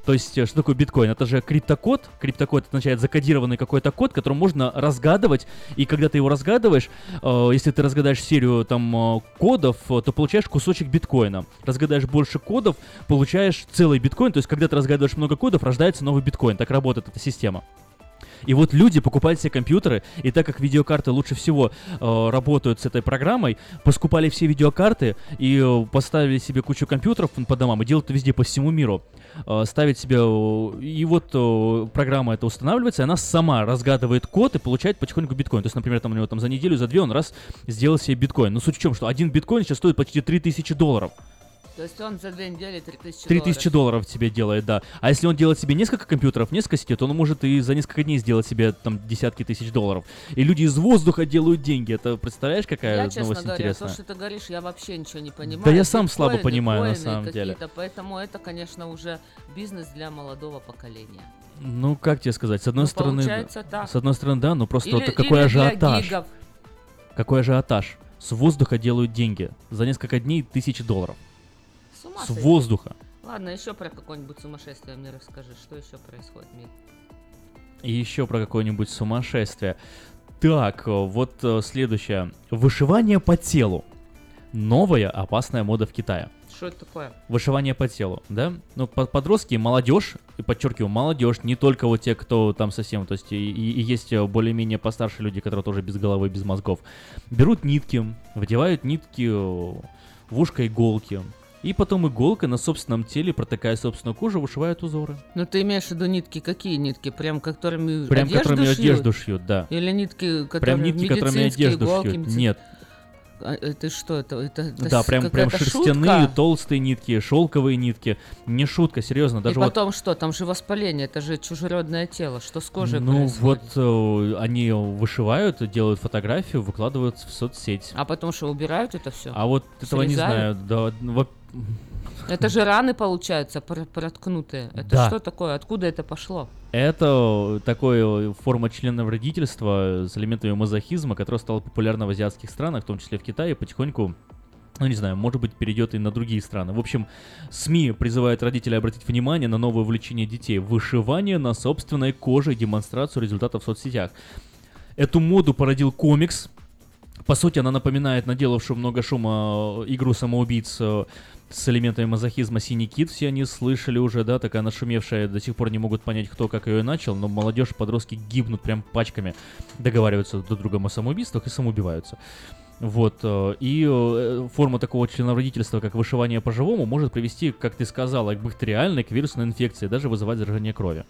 То есть, что такое биткоин? Это же криптокод. Криптокод означает закодированный какой-то код, который можно разгадывать. И когда ты его разгадываешь, если ты разгадаешь серию там кодов, то получаешь кусочек биткоина. Разгадаешь больше кодов, получаешь целый биткоин. То есть, когда ты разгадываешь много кодов, рождается новый биткоин. Так работает эта система. И вот люди покупают себе компьютеры, и так как видеокарты лучше всего работают с этой программой, поскупали все видеокарты и поставили себе кучу компьютеров по домам и делают это везде по всему миру. Ставить себе... И вот программа эта устанавливается, и она сама разгадывает код и получает потихоньку биткоин. То есть, например, там у него там за неделю, за 2 он раз сделал себе биткоин. Но суть в чем, что один биткоин сейчас стоит почти $3000. То есть он за 2 недели $3000. $3000 тебе делает, да. А если он делает себе несколько компьютеров, несколько сетей, то он может и за несколько дней сделать себе там десятки тысяч долларов. И люди из воздуха делают деньги. Это представляешь, какая новость интересная? Я, честно говоря, то, что ты говоришь, я вообще ничего не понимаю. Да я сам слабо понимаю, на самом деле. Поэтому это, конечно, уже бизнес для молодого поколения. Ну, как тебе сказать, с одной стороны... Получается так. С одной стороны, да, но просто вот какой ажиотаж. Какой ажиотаж. С воздуха делают деньги. За несколько дней $1000. С воздуха. Ладно, еще про какое-нибудь сумасшествие мне расскажи. Что еще происходит в мире? И еще про какое-нибудь сумасшествие. Так, вот следующее. Вышивание по телу. Новая опасная мода в Китае. Что это такое? Вышивание по телу, да? Ну, подростки, молодежь, и подчеркиваю, молодежь, не только вот те, кто там совсем, то есть и есть более-менее постарше люди, которые тоже без головы, без мозгов, берут нитки, вдевают нитки в ушко иголки, и потом иголкой на собственном теле, протыкая собственную кожу, вышивают узоры. Ну, ты имеешь в виду нитки какие нитки? Прям которыми одежду шьют, да. Или нитки, которыми которыми одежду шьют? Нет. Это что? Это да, прям шерстяные, шутка? Толстые нитки, шелковые нитки. Не шутка, серьезно. Даже и потом вот... что? Там же воспаление, это же чужеродное тело. Что с кожей происходит? Вот они вышивают, делают фотографию, выкладывают в соцсеть. А потом что, убирают это все? А вот этого не знаю. Да, это же раны, получаются, проткнутые. Это да. Что такое? Откуда это пошло? Это такая форма членовредительства с элементами мазохизма, которая стала популярна в азиатских странах, в том числе в Китае, потихоньку, ну не знаю, может быть, перейдет и на другие страны. В общем, СМИ призывают родителей обратить внимание на новое увлечение детей. Вышивание на собственной коже и демонстрацию результатов в соцсетях. Эту моду породил комикс. По сути, она напоминает наделавшую много шума игру самоубийц с элементами мазохизма «Синий кит». Все они слышали уже, да, такая нашумевшая, до сих пор не могут понять, кто как ее начал, но молодежь, подростки гибнут прям пачками, договариваются друг с другом о самоубийствах и самоубиваются. Вот, и форма такого членовредительства, как вышивание по-живому, может привести, как ты сказала, к бактериальной, к вирусной инфекции, даже вызывать заражение крови.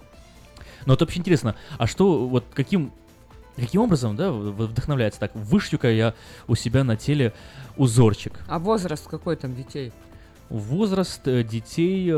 Но это вообще интересно, а что, вот каким образом, да, вдохновляется так? Вышью-ка я у себя на теле узорчик. А возраст какой там детей? Возраст детей...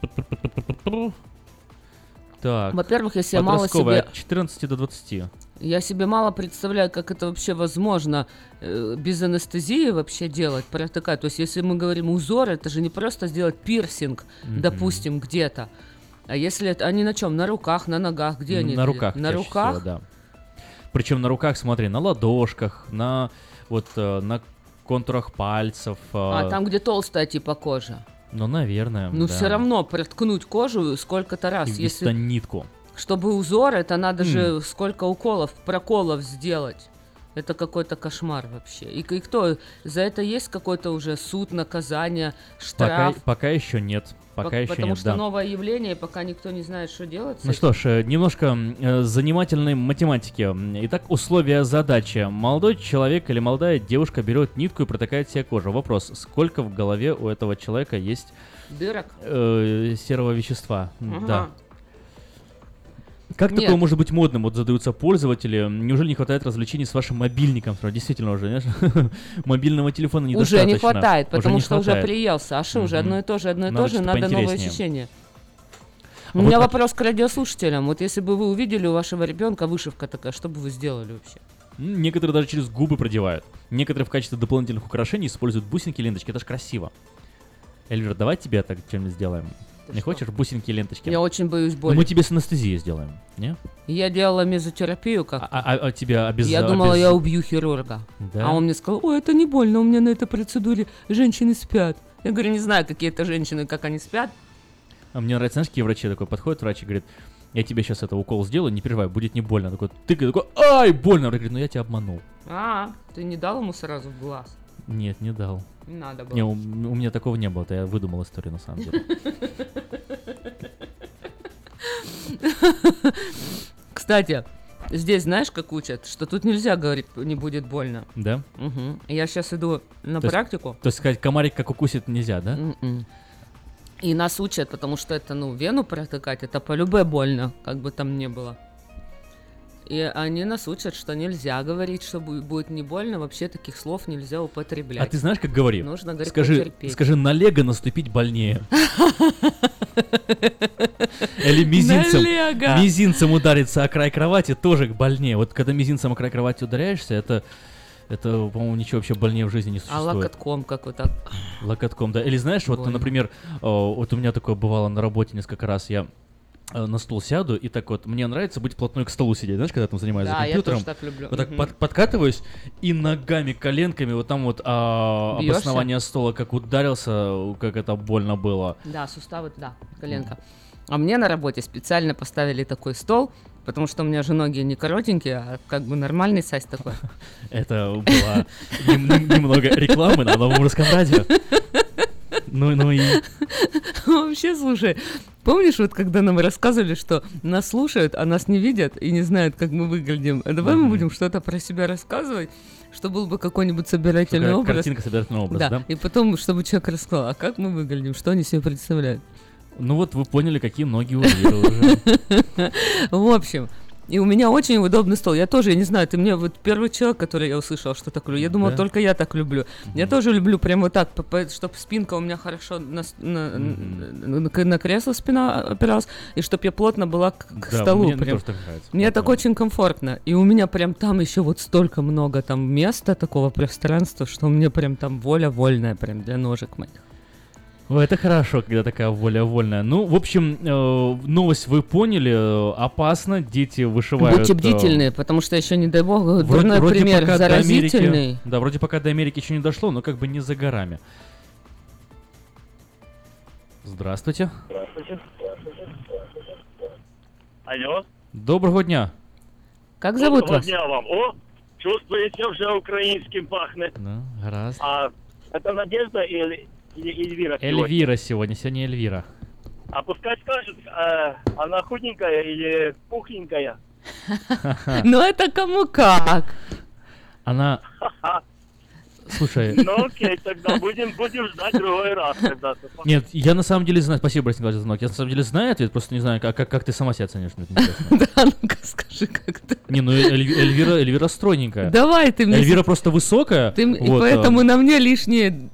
Так. Во-первых, я себе мало себе... от 14 до 20. Я себе мало представляю, как это вообще возможно без анестезии вообще делать, протыкать. То есть, если мы говорим узор, это же не просто сделать пирсинг, допустим, где-то. А если это... Они на чем? На руках, на ногах? Где они? На руках. На руках? Всего, да. Причем на руках, смотри, на ладошках, на контурах пальцев. Там, где толстая типа кожа. Ну, наверное. Ну, да. все равно проткнуть кожу сколько-то раз. И если нитку. Чтобы узор, это надо же сколько проколов сделать. Это какой-то кошмар вообще. И кто? За это есть какой-то уже суд, наказание, штраф? Пока еще нет. Потому что новое явление, пока никто не знает, что делать. Ну что ж, немножко занимательной математики. Итак, условия задачи. Молодой человек или молодая девушка берет нитку и протыкает себе кожу. Вопрос, сколько в голове у этого человека есть дырок? Серого вещества? Ага. Да. Как такое может быть модным? Вот задаются пользователи. Неужели не хватает развлечений с вашим мобильником? Действительно уже, знаешь, мобильного телефона недостаточно. Уже не хватает, потому что уже приелся. А что уже? Одно и то же, надо новое ощущение. У меня вопрос к радиослушателям. Вот если бы вы увидели у вашего ребенка вышивка такая, что бы вы сделали вообще? Некоторые даже через губы продевают. Некоторые в качестве дополнительных украшений используют бусинки, ленточки. Это ж красиво. Эльвира, давай тебе так чем-нибудь сделаем. Не хочешь бусинки и ленточки? Я очень боюсь боли. Но мы тебе с анестезией сделаем, не? Я делала мезотерапию как-то. А тебя обязательно... Я думала, я убью хирурга. Да? А он мне сказал, ой, это не больно, у меня на этой процедуре женщины спят. Я говорю, не знаю, какие это женщины, как они спят. А мне нравится, знаешь, какие врачи такой подходят, врач и говорит, я тебе сейчас это укол сделаю, не переживай, будет не больно. Такой, тыкай, такой, ай, больно. Врач говорит, ну я тебя обманул. Ты не дал ему сразу в глаз? Нет, не дал. Не надо было. Не, у меня такого не было, это я выдумал историю на самом деле. Кстати, здесь знаешь, как учат, что тут нельзя говорить, не будет больно. Да? Угу. Я сейчас иду на практику. То есть сказать, комарик как укусит нельзя, да? И нас учат, потому что это, вену протыкать, это по-любе больно, как бы там ни было. И они нас учат, что нельзя говорить, что будет не больно, вообще таких слов нельзя употреблять. А ты знаешь, как говори? Нужно говорить, скажи, на лего наступить больнее. Или мизинцем удариться о край кровати тоже больнее. Вот когда мизинцем о край кровати ударяешься, это, по-моему, ничего вообще больнее в жизни не существует. А локотком как вот так? Локотком, да. Или знаешь, вот, например, вот у меня такое бывало на работе несколько раз, я на стул сяду, и так вот, мне нравится быть вплотную к столу сидеть, знаешь, когда там занимаюсь за компьютером. Я тоже так люблю. Вот так подкатываюсь, и ногами, коленками, вот там вот об основание стола как ударился, как это больно было. Да, суставы, да, коленка. А мне на работе специально поставили такой стол, потому что у меня же ноги не коротенькие, а как бы нормальный сайз такой. Это была немного рекламы на Новом Русском радио. Ну и... Вообще, слушай, помнишь, вот когда нам рассказывали, что нас слушают, а нас не видят и не знают, как мы выглядим? А давай мы будем что-то про себя рассказывать, что был бы какой-нибудь собирательный образ. Картинка собирательного образа, да? И потом, чтобы человек рассказал, а как мы выглядим, что они себе представляют? Ну вот вы поняли, какие ноги у Эльвиры уже. В общем... И у меня очень удобный стол. Я тоже, я не знаю, ты мне вот первый человек, который я услышал, что так люблю. Я думала, только я так люблю. Я тоже люблю прямо вот так, чтобы спинка у меня хорошо на кресло спина опиралась, и чтобы я плотно была к столу. Мне тоже так нравится. Мне так очень комфортно. И у меня прям там еще вот столько много там места, такого пространства, что у меня прям там воля вольная прям для ножек моих. Это хорошо, когда такая воля вольная. Ну, в общем, новость вы поняли, опасно, дети вышивают... Будьте бдительны, потому что еще, не дай бог, дурной пример заразительный. Да, вроде пока до Америки еще не дошло, но как бы не за горами. Здравствуйте. Здравствуйте. Алло. Доброго дня. Как зовут вас? Доброго дня вам. О, чувствуете, уже украинским пахнет. Ну, гаразд. А это Надежда или Эльвира сегодня? Эльвира сегодня Эльвира. А пускай скажет, она худенькая или пухленькая? Ну это кому как? Она... Слушай... Ну окей, тогда будем ждать другой раз когда-то. Нет, я на самом деле знаю... Спасибо, Борис Николаевич, за звонок. Я на самом деле знаю ответ, просто не знаю, как ты сама себя ценишь. Да, ну-ка скажи, как ты... Не, ну Эльвира стройненькая. Давай ты мне... Эльвира просто высокая. И поэтому на мне лишние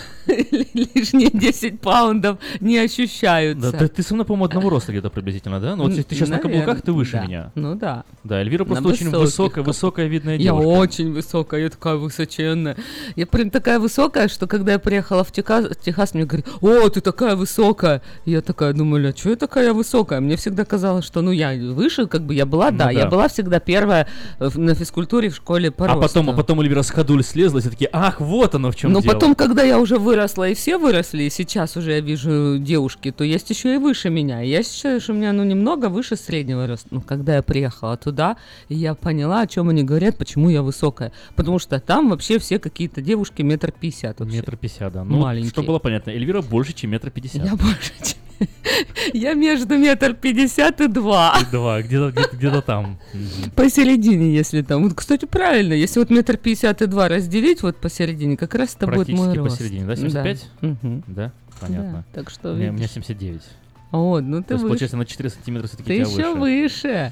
10 паундов не ощущаются. Да, ты со мной, по-моему, одного роста где-то приблизительно, да? Ну вот ты сейчас на каблуках, ты выше меня. Ну да. Да, Эльвира просто очень высокая, видная девушка. Я очень высокая, я такая высоченная. Я прям такая высокая, что когда я приехала в Техас, мне говорят: о, ты такая высокая. И я такая думаю, а что я такая высокая? Мне всегда казалось, что я выше, как бы я была, я была всегда первая на физкультуре в школе по росту. А потом Эльвира с ходуль слезла, и такие, ах, вот оно в чем дело. Но потом, когда я уже выросла, и все выросли, и сейчас уже я вижу девушки, то есть еще и выше меня. И я считаю, что у меня, немного выше среднего роста. Но когда я приехала туда, я поняла, о чем они говорят, почему я высокая. Потому что там вообще все какие-то девушки 1,50 м. 1,50 м, да. Маленькие. Что было понятно, Эльвира больше, чем 1,50 м. Я больше, чем... Я между 1,50 м и 2. Где-то там. Посередине, если там. Вот, кстати, правильно, если вот 1,50 м и 2 разделить вот посередине, как раз это будет мой рост. Практически посередине, да? 75? Да. Да? Понятно. Да, так что, у меня 79. Вот, ты выше. То есть, получается, на 4 сантиметра все-таки ты тебя выше. Ты еще выше.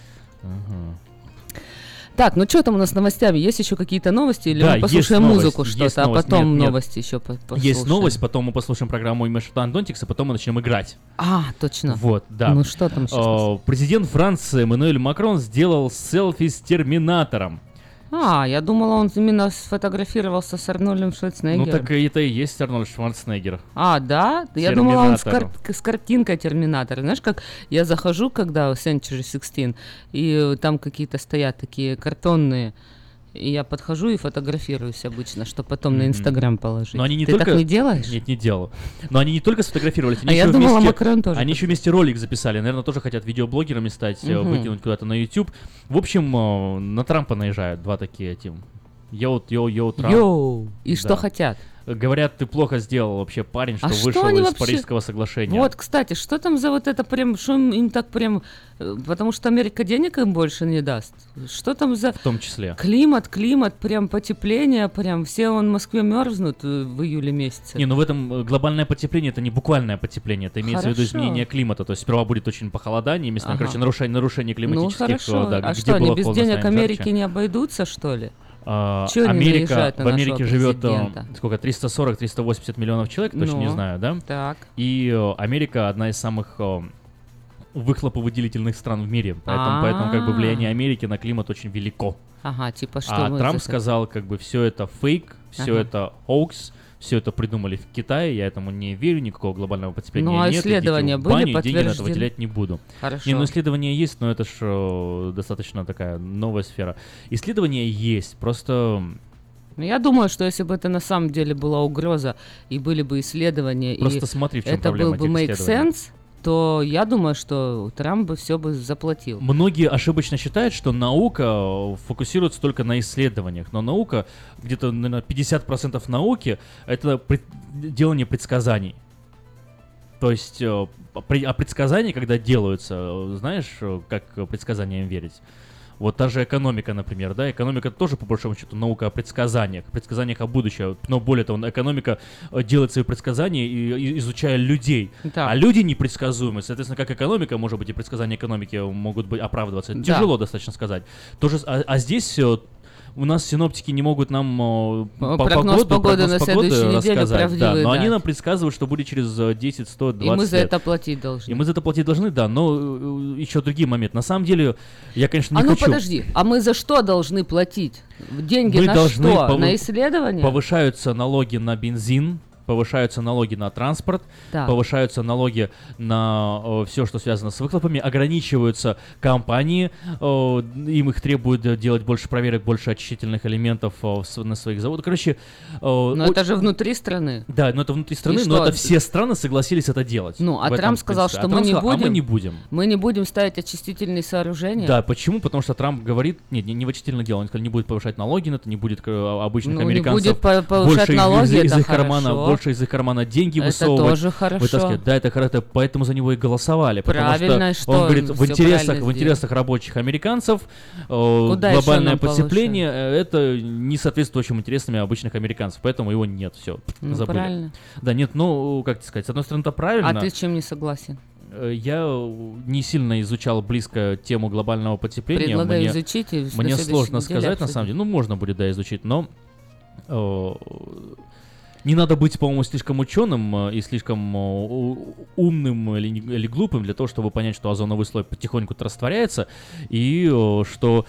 Так, что там у нас с новостями? Есть еще какие-то новости? Или мы послушаем музыку что-то, а потом новости еще послушаем? Есть новость, потом мы послушаем программу Imagine Don'tix, а потом мы начнем играть. А, точно. Вот, да. Ну что там сейчас? Президент Франции Эммануэль Макрон сделал селфи с Терминатором. Я думала, он именно сфотографировался с Арнольдом Шварценеггером. Ну так это и есть Арнольд Шварценеггер. Да? Я думала, он с картинкой Терминатора. Знаешь, как я захожу, когда в Century 16, и там какие-то стоят такие картонные, И я подхожу и фотографируюсь обычно, чтобы потом на Инстаграм положить. Но они не Ты только... так не делаешь? Нет, не делал. Но они не только сфотографировались, они я думала, Макрон тоже. Они еще вместе ролик записали. Наверное, тоже хотят видеоблогерами стать, выкинуть куда-то на YouTube. В общем, на Трампа наезжают два такие Йоу, Трамп. Йоу, и что хотят? Говорят, ты плохо сделал вообще, парень, что вышел из Парижского соглашения. Вот, кстати, что там за вот это прям, что им так прям, потому что Америка денег им больше не даст. Что там за... В том числе. Климат, прям потепление, прям все в Москве мерзнут в июле месяце. Не, ну в этом глобальное потепление, это не буквальное потепление, это имеется в виду изменение климата. То есть сперва будет очень похолодание, местами, нарушение климатических... Ну хорошо, а что, они без денег Америки не обойдутся, что ли? Америка, в Америке живет сколько, 340-380 миллионов человек, точно не знаю, да? Так. И Америка одна из самых выхлоповыделительных стран в мире, поэтому как бы влияние Америки на климат очень велико. Ага, типа что? Трамп сказал, как бы все это фейк, все это hoax, все это придумали в Китае, я этому не верю, никакого глобального потепления нет. Ну, а исследования были подтверждены? Деньги на это выделять не буду. Хорошо. Не, ну исследования есть, но это ж достаточно такая новая сфера. Исследования есть, просто... Я думаю, что если бы это на самом деле была угроза, и были бы исследования, просто и смотри, в чем это был бы make sense, то я думаю, что Трамп бы все бы заплатил. Многие ошибочно считают, что наука фокусируется только на исследованиях, но наука, где-то, наверное, 50% науки — это делание предсказаний. То есть, а предсказания, когда делаются, знаешь, как предсказаниям верить? Вот та же экономика, например, да, экономика тоже, по большому счету, наука о предсказаниях о будущем, но более того, экономика делает свои предсказания, изучая людей, а люди непредсказуемы, соответственно, как экономика, может быть, и предсказания экономики могут быть оправдываться, тяжело достаточно сказать. Тоже, а здесь... У нас синоптики не могут нам прогноз погоды на следующей неделе правдивый, но они нам предсказывают, что будет через 10, 100, 20 лет. И мы за это платить должны. И мы за это платить должны, да, но еще другие моменты. На самом деле, я, конечно, не хочу... подожди, а мы за что должны платить? Деньги мы на что? На исследования? Повышаются налоги на бензин, повышаются налоги на транспорт, повышаются налоги на все, что связано с выхлопами, ограничиваются компании, им их требуют делать больше проверок, больше очистительных элементов на своих заводах. Короче... Но это же внутри страны. Да, но это внутри страны, но это все страны согласились это делать. Ну, а Трамп сказал, что мы не будем. А мы не будем. Мы не будем ставить очистительные сооружения. Да, почему? Потому что Трамп говорит, нет, не в очистительное дело, он сказал, не будет повышать налоги на это, не будет обычных американцев. Не будет повышать налоги, из их кармана, больше из их кармана деньги высовывать. Это тоже хорошо. Да, это хорошо, поэтому за него и голосовали. Правильно, что он говорит, в интересах рабочих американцев глобальное потепление, это не соответствует общим интересам обычных американцев, поэтому его нет, все, забыли. Правильно. Да, нет, как тебе сказать, с одной стороны, это правильно. А ты с чем не согласен? Я не сильно изучал близко тему глобального потепления. Предлагаю изучить. Мне сложно сказать, на самом деле. Ну, можно будет, изучить, но... Не надо быть, по-моему, слишком ученым и слишком умным или глупым для того, чтобы понять, что озоновый слой потихоньку-то растворяется, и что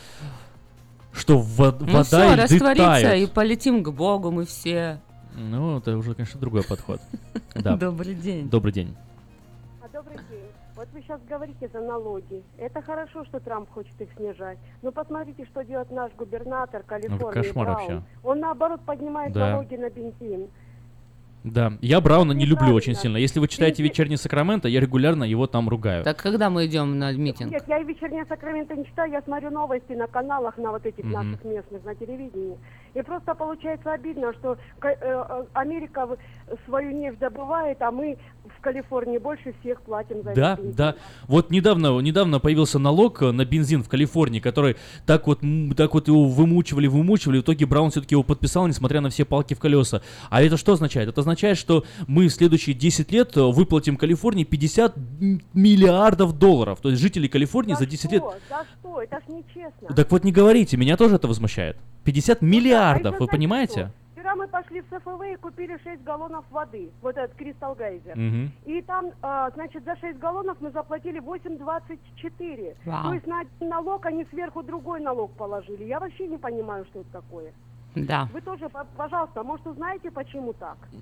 вода все, и растворится, и полетим к Богу мы все. Ну, это уже, конечно, другой подход. Да. Добрый день. Добрый день. Добрый день. Вот вы сейчас говорите за налоги. Это хорошо, что Трамп хочет их снижать. Но посмотрите, что делает наш губернатор Калифорнии. Кошмар Браун. вообще. Он, наоборот, поднимает налоги на бензин. Да, я Брауна не люблю очень сильно. Если вы читаете «Вечерний Сакраменто», я регулярно его там ругаю. Так когда мы идем на митинг? Нет, я и «Вечернее Сакраменто» не читаю, я смотрю новости на каналах, на вот этих наших местных, на телевидении. И просто получается обидно, что Америка свою нефть добывает, а мы в Калифорнии больше всех платим за бензин. Да. Вот недавно появился налог на бензин в Калифорнии, который так вот его вымучивали, в итоге Браун все-таки его подписал, несмотря на все палки в колеса. А это что означает? Это означает, что мы в следующие 10 лет выплатим Калифорнии $50 миллиардов. То есть жители Калифорнии за 10 лет... За что? Это ж нечестно. Так вот не говорите, меня тоже это возмущает. 50 миллиардов, вы понимаете? Вчера мы пошли в СФВ и купили 6 галлонов воды, вот этот Кристал Гейзер. И там, значит, за 6 галлонов мы заплатили $8.24. То есть на один налог они сверху другой налог положили. Я вообще не понимаю, что это такое. Да. Вы тоже, пожалуйста, может, узнаете, почему так?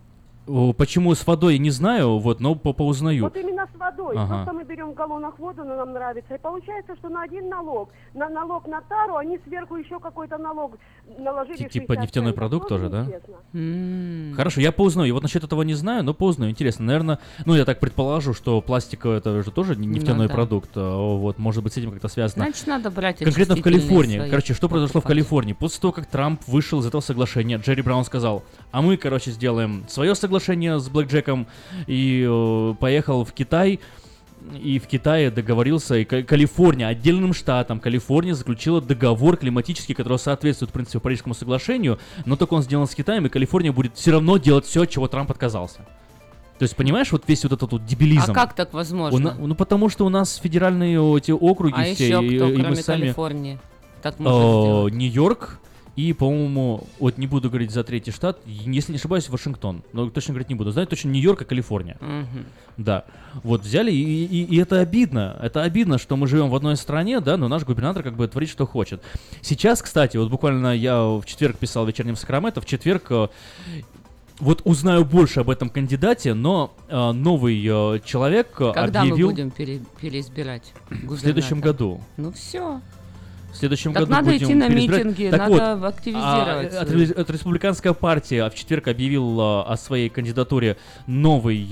Почему с водой, не знаю, вот, но поузнаю. Вот именно с водой. Просто мы берем в галлонах воду, но нам нравится. И получается, что на один налог на тару, они сверху еще какой-то налог наложили. Типа нефтяной продукт тоже, да? Хорошо, я поузнаю. И вот насчет этого не знаю, но поузнаю. Интересно. Наверное, я так предположу, что пластик это же тоже нефтяной продукт. Вот, может быть, с этим как-то связано. Значит, надо брать конкретно в Калифорнии. Короче, что произошло в Калифорнии? После того, как Трамп вышел из этого соглашения, Джерри Браун сказал, а мы, короче, сделаем свое соглашение с Блэк Джеком, и поехал в Китай, и в Китае договорился, и Калифорния, отдельным штатом, Калифорния заключила договор климатический, который соответствует, в принципе, Парижскому соглашению, но только он сделан с Китаем, и Калифорния будет все равно делать все, от чего Трамп отказался. То есть, понимаешь, вот весь вот этот вот дебилизм. А как так возможно? Потому что у нас федеральные эти округи а все, еще кто, и кроме мы сами... Калифорнии, так можно сделать? Нью-Йорк. И, по-моему, вот не буду говорить за третий штат, если не ошибаюсь, Вашингтон. Но точно говорить не буду. Знаю точно Нью-Йорк и Калифорния. Да. Вот взяли, и это обидно. Это обидно, что мы живем в одной стране, да, но наш губернатор как бы творит, что хочет. Сейчас, кстати, вот буквально я в четверг писал в вечернем Сакраменто, в четверг вот узнаю больше об этом кандидате, но новый человек Когда объявил... мы будем переизбирать губернатора? В следующем году. Ну все. В следующем так году надо будем идти на переизбирать. митинги, так надо вот, активизироваться. От республиканская партия в четверг объявил о своей кандидатуре новый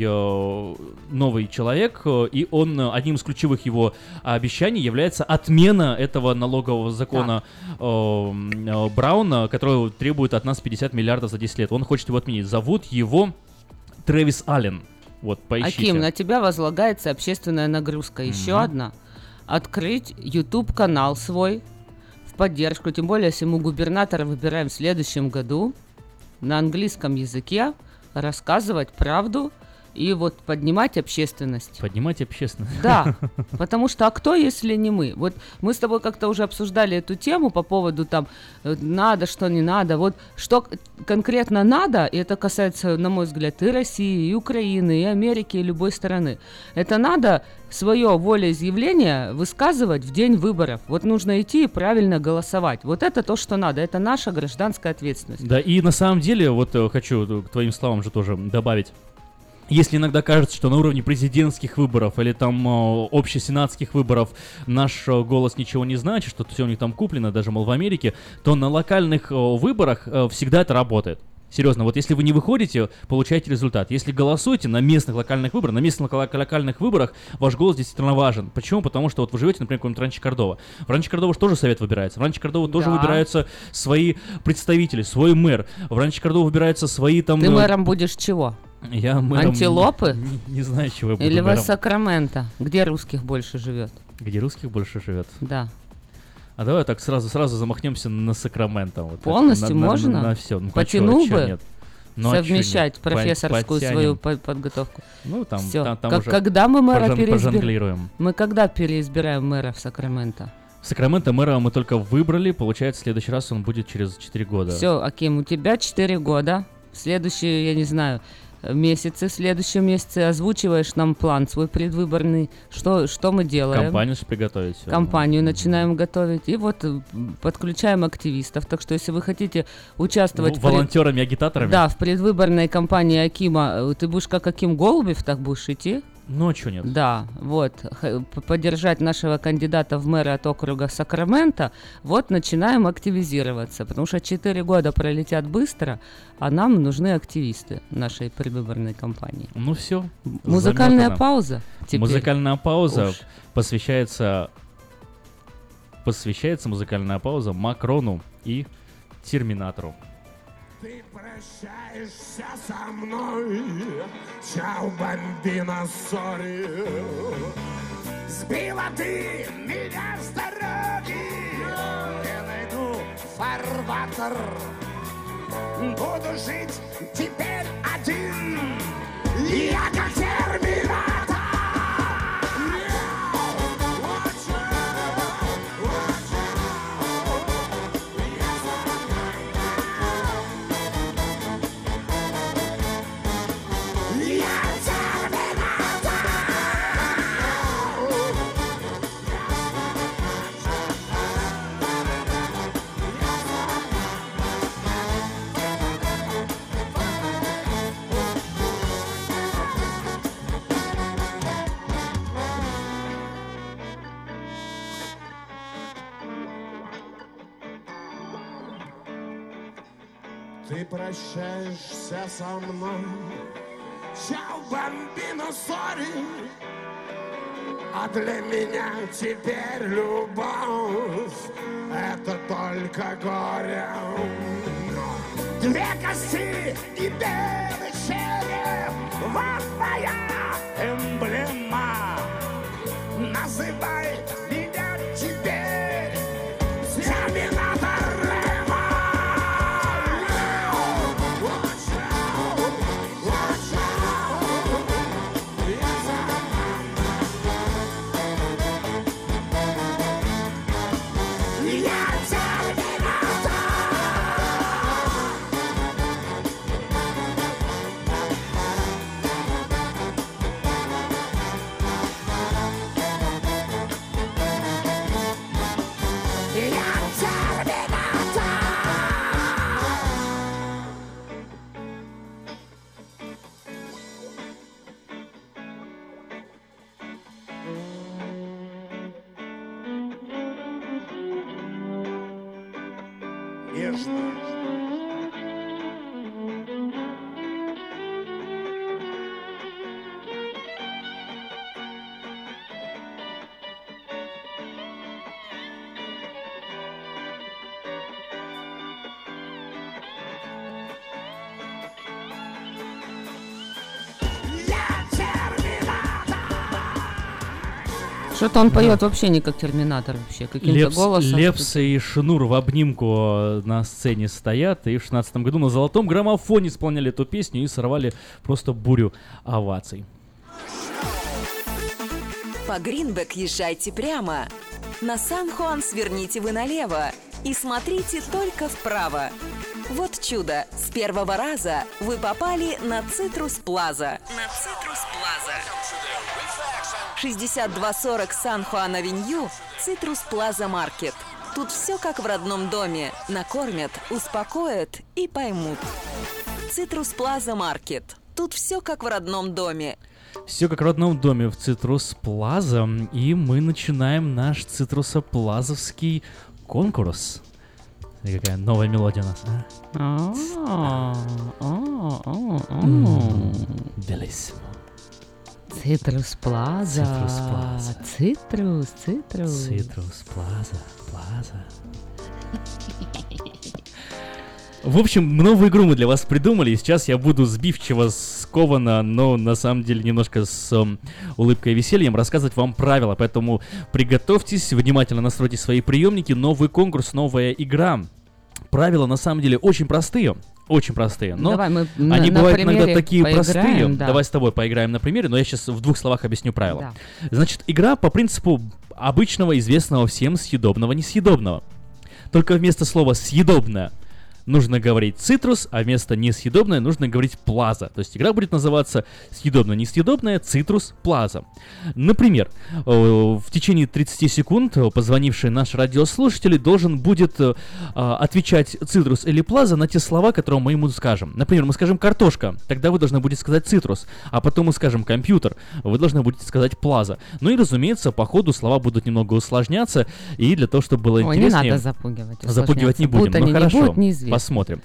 человек, и он, одним из ключевых его обещаний является отмена этого налогового закона Брауна, который требует от нас 50 миллиардов за 10 лет. Он хочет его отменить. Зовут его Трэвис Аллен. Вот, поищите. Аким, на тебя возлагается общественная нагрузка. Еще одна. Открыть YouTube-канал свой в поддержку, тем более, если мы губернатора выбираем в следующем году, на английском языке рассказывать правду и вот поднимать общественность. Поднимать общественность. Да, потому что, а кто, если не мы? Вот мы с тобой как-то уже обсуждали эту тему по поводу там надо, что не надо. Вот что конкретно надо, и это касается, на мой взгляд, и России, и Украины, и Америки, и любой страны. Это надо свое волеизъявление высказывать в день выборов. Вот нужно идти и правильно голосовать. Вот это то, что надо. Это наша гражданская ответственность. Да, и на самом деле, вот хочу к твоим словам же тоже добавить. Если иногда кажется, что на уровне президентских выборов или там общесенатских выборов наш голос ничего не значит, что все у них там куплено, даже, мол, в Америке, то на локальных выборах всегда это работает. Серьезно, вот если вы не выходите, получаете результат. Если голосуете на местных локальных выборах, ваш голос действительно важен. Почему? Потому что вот вы живете, например, в каком-нибудь Ранчо Кордова. В Ранчо Кордова же тоже совет выбирается. В Ранчо Кордова тоже выбираются свои представители, свой мэр. В Ранчо Кордова выбираются свои там... Ты мэром будешь чего? Я мэром... Антилопы? Не знаю, чего я буду Или мэром. в Сакраменто? Где русских больше живет? Где русских больше живет? Да. А давай так сразу замахнемся на Сакраменто. Вот полностью так, можно? На все. Ну, потянул бы нет? Ну, совмещать профессорскую свою подготовку. Ну, там, все. там уже когда мы мэра переизбираем? Мы когда переизбираем мэра в Сакраменто? В Сакраменто мэра мы только выбрали. Получается, в следующий раз он будет через 4 года. Все, Аким, у тебя 4 года. В следующий, я не знаю... в следующем месяце озвучиваешь нам план свой предвыборный, что мы делаем. Компанию приготовить. Компанию начинаем готовить. И вот подключаем активистов. Так что, если вы хотите участвовать... волонтерами, агитаторами? Да, в предвыборной кампании Акима. Ты будешь как Аким Голубев, так будешь идти? Ну, а что нет? Да, вот, поддержать нашего кандидата в мэры от округа Сакраменто, вот начинаем активизироваться, потому что 4 года пролетят быстро, а нам нужны активисты нашей предвыборной кампании. Ну все. Музыкальная пауза. Музыкальная пауза посвящается музыкальная пауза Макрону и Терминатору. Ты прощаешься со мной, чао, бомбина, сори. Сбила ты меня с дороги, я найду фарватер. Буду жить теперь один, я как терминатор. ты прощаешься со мной. Чао, бамбино, сори. А для меня теперь любовь — это только горе. Две кости и белый череп — вот моя эмблема. Называй меня теперь Терминатор Рема. Что-то он поет вообще не как Терминатор, вообще каким-то голосом. Лепс и Шнур в обнимку на сцене стоят, и в 2016 году на Золотом граммофоне исполняли эту песню и сорвали просто бурю оваций. По Гринбек езжайте прямо. На Сан-Хуан сверните вы налево и смотрите только вправо. Вот чудо, с первого раза вы попали на Цитрус Плаза. 6240 Сан-Хуан-Авеню, Цитрус Плаза Маркет. Тут все как в родном доме. Накормят, успокоят и поймут. Цитрус Плаза Маркет. Тут все как в родном доме. Все как в родном доме в Цитрус Плаза. И мы начинаем наш Цитрусоплазовский конкурс. И какая новая мелодия у нас, Белиссимо. Цитрус Плаза. Цитрус Плаза. В общем, новую игру мы для вас придумали, и сейчас я буду сбивчиво, скованно, но на самом деле немножко с улыбкой и весельем рассказывать вам правила, поэтому приготовьтесь, внимательно настройте свои приемники, новый конкурс, новая игра. Правила на самом деле очень простые, но давай мы они бывают иногда такие поиграем, простые. Да. Давай с тобой поиграем на примере, но я сейчас в 2 словах объясню правила. Да. Значит, игра по принципу обычного, известного всем съедобного, несъедобного. Только вместо слова «съедобное» нужно говорить цитрус, а вместо несъедобное нужно говорить плаза. То есть игра будет называться съедобно-несъедобная цитрус плаза. Например, в течение 30 секунд позвонивший наш радиослушатель должен будет отвечать цитрус или плаза на те слова, которые мы ему скажем. Например, мы скажем картошка, тогда вы должны будете сказать цитрус, а потом мы скажем компьютер, вы должны будете сказать плаза. Ну и, разумеется, по ходу слова будут немного усложняться, и для того, чтобы было интереснее... не надо запугивать. Запугивать не будем, ну хорошо. Посмотрим.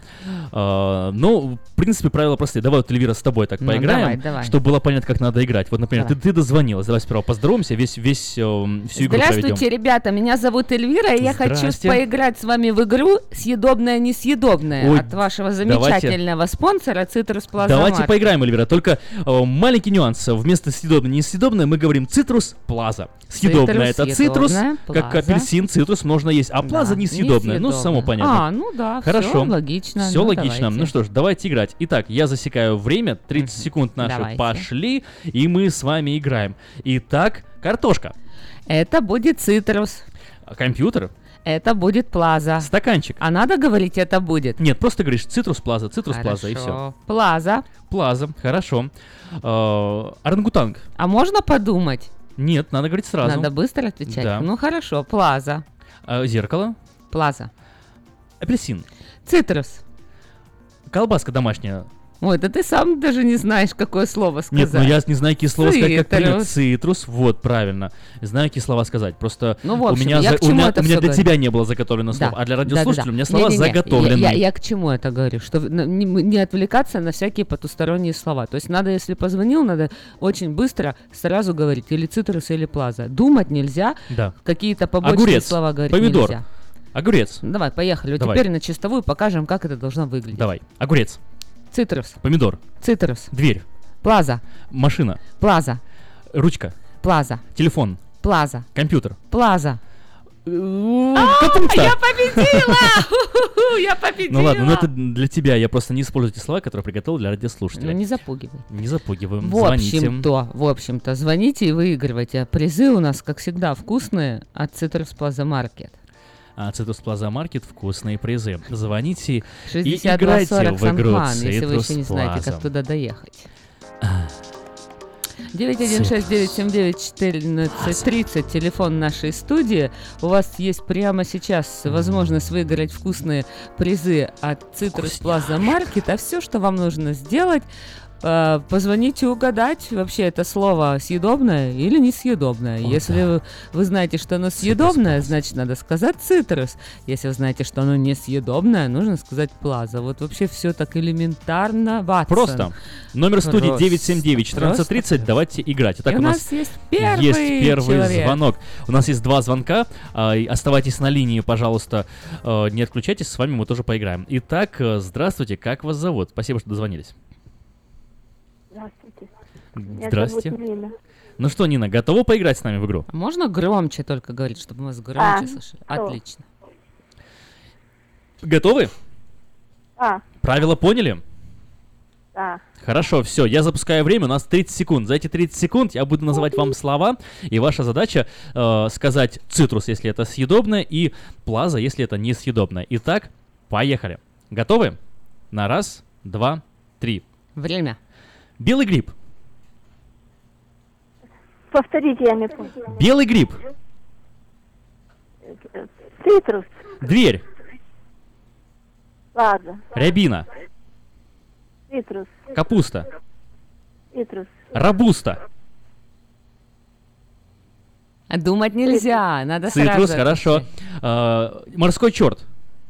Ну, в принципе, правила простые. Давай вот, Эльвира, с тобой так поиграем, давай. чтобы было понятно, как надо играть. Вот, например, ты дозвонилась. Давай сперва поздороваемся, всю игру проведем. Здравствуйте, ребята, меня зовут Эльвира, и я хочу поиграть с вами в игру «Съедобное-несъедобное» от вашего замечательного спонсора Цитрус Плаза. Давайте поиграем, Эльвира. Только маленький нюанс. Вместо «съедобное-несъедобное» мы говорим «Цитрус Плаза». Съедобное — это цитрус, как апельсин, цитрус можно есть, а плаза несъедобное. Ну, само понятно. Ну да, хорошо. Логично. Все логично. Давайте. Ну что ж, давайте играть. Итак, я засекаю время. 30 секунд наши давайте. Пошли. И мы с вами играем. Итак, картошка. Это будет цитрус. Компьютер. Это будет плаза. Стаканчик. А надо говорить это будет? Нет, просто говоришь цитрус плаза, и все. Плаза. Плаза, хорошо. Орангутанг. А можно подумать? Нет, надо говорить сразу. Надо быстро отвечать? Да. Ну хорошо, плаза. Зеркало. Плаза. Апельсин. Цитрус. Колбаска домашняя. Ой, да ты сам даже не знаешь, какое слово сказать. Нет, ну я не знаю, какие слова сказать, как принято. Цитрус, вот, правильно. Знаю, какие слова сказать. Просто ну, в общем, у меня для тебя не было заготовлено слов, а для радиослушателей у меня слова заготовлены. Я к чему это говорю? Что не отвлекаться на всякие потусторонние слова. То есть надо, если позвонил, надо очень быстро сразу говорить или цитрус, или плаза. Думать нельзя, какие-то побочные слова говорить помидор. Нельзя. Огурец. Давай, поехали. Давай. Теперь на чистовую покажем, как это должно выглядеть. Давай. Огурец. Цитрус. Помидор. Цитрус. Дверь. Плаза. Машина. Плаза. Ручка. Плаза. Телефон. Плаза. Компьютер. Плаза. Капуста. Я победила! Я победила! Ну ладно, но это для тебя. Я просто не использую те слова, которые приготовил для радиослушателей. Ну не запугивай. Не запугиваем. В общем-то, звоните и выигрывайте. Призы у нас, как всегда, вкусные от Citrus Plaza Market. Citrus Plaza Market вкусные призы. Звоните и 62 играйте 40 в игру Сан-Хуан, Citrus если вы еще не знаете, Plaza. как туда доехать. 916-979-1430, телефон нашей студии. У вас есть прямо сейчас возможность выиграть вкусные призы от Citrus Plaza Market. А все, что вам нужно сделать, позвонить и угадать, вообще это слово съедобное или несъедобное. Если вы знаете, что оно съедобное, значит, надо сказать цитрус. Если вы знаете, что оно несъедобное, нужно сказать плаза. Вот вообще все так элементарно, Ватсон. Просто. Номер студии 979-1430. Давайте играть. Итак, у нас есть первый звонок. У нас есть 2 звонка. Оставайтесь на линии, пожалуйста. Не отключайтесь, с вами мы тоже поиграем. Итак, здравствуйте, как вас зовут? Спасибо, что дозвонились. Здравствуйте. Здравствуйте. Меня зовут Нина. Ну что, Нина, готова поиграть с нами в игру? Можно громче только говорить, чтобы мы вас громче слышали? Отлично. Готовы? Правила поняли? Да. Хорошо, все, я запускаю время, у нас 30 секунд. За эти 30 секунд я буду называть вам слова, и ваша задача сказать цитрус, если это съедобное, и плаза, если это несъедобное. Итак, поехали. Готовы? На 1, 2, 3. Время. Белый гриб. Повторите, я не понял. Белый гриб. Цитрус. Дверь. Плаза. Рябина. Цитрус. Капуста. Цитрус. Рабуста. Думать нельзя, надо сразу. Цитрус, хорошо. Морской черт.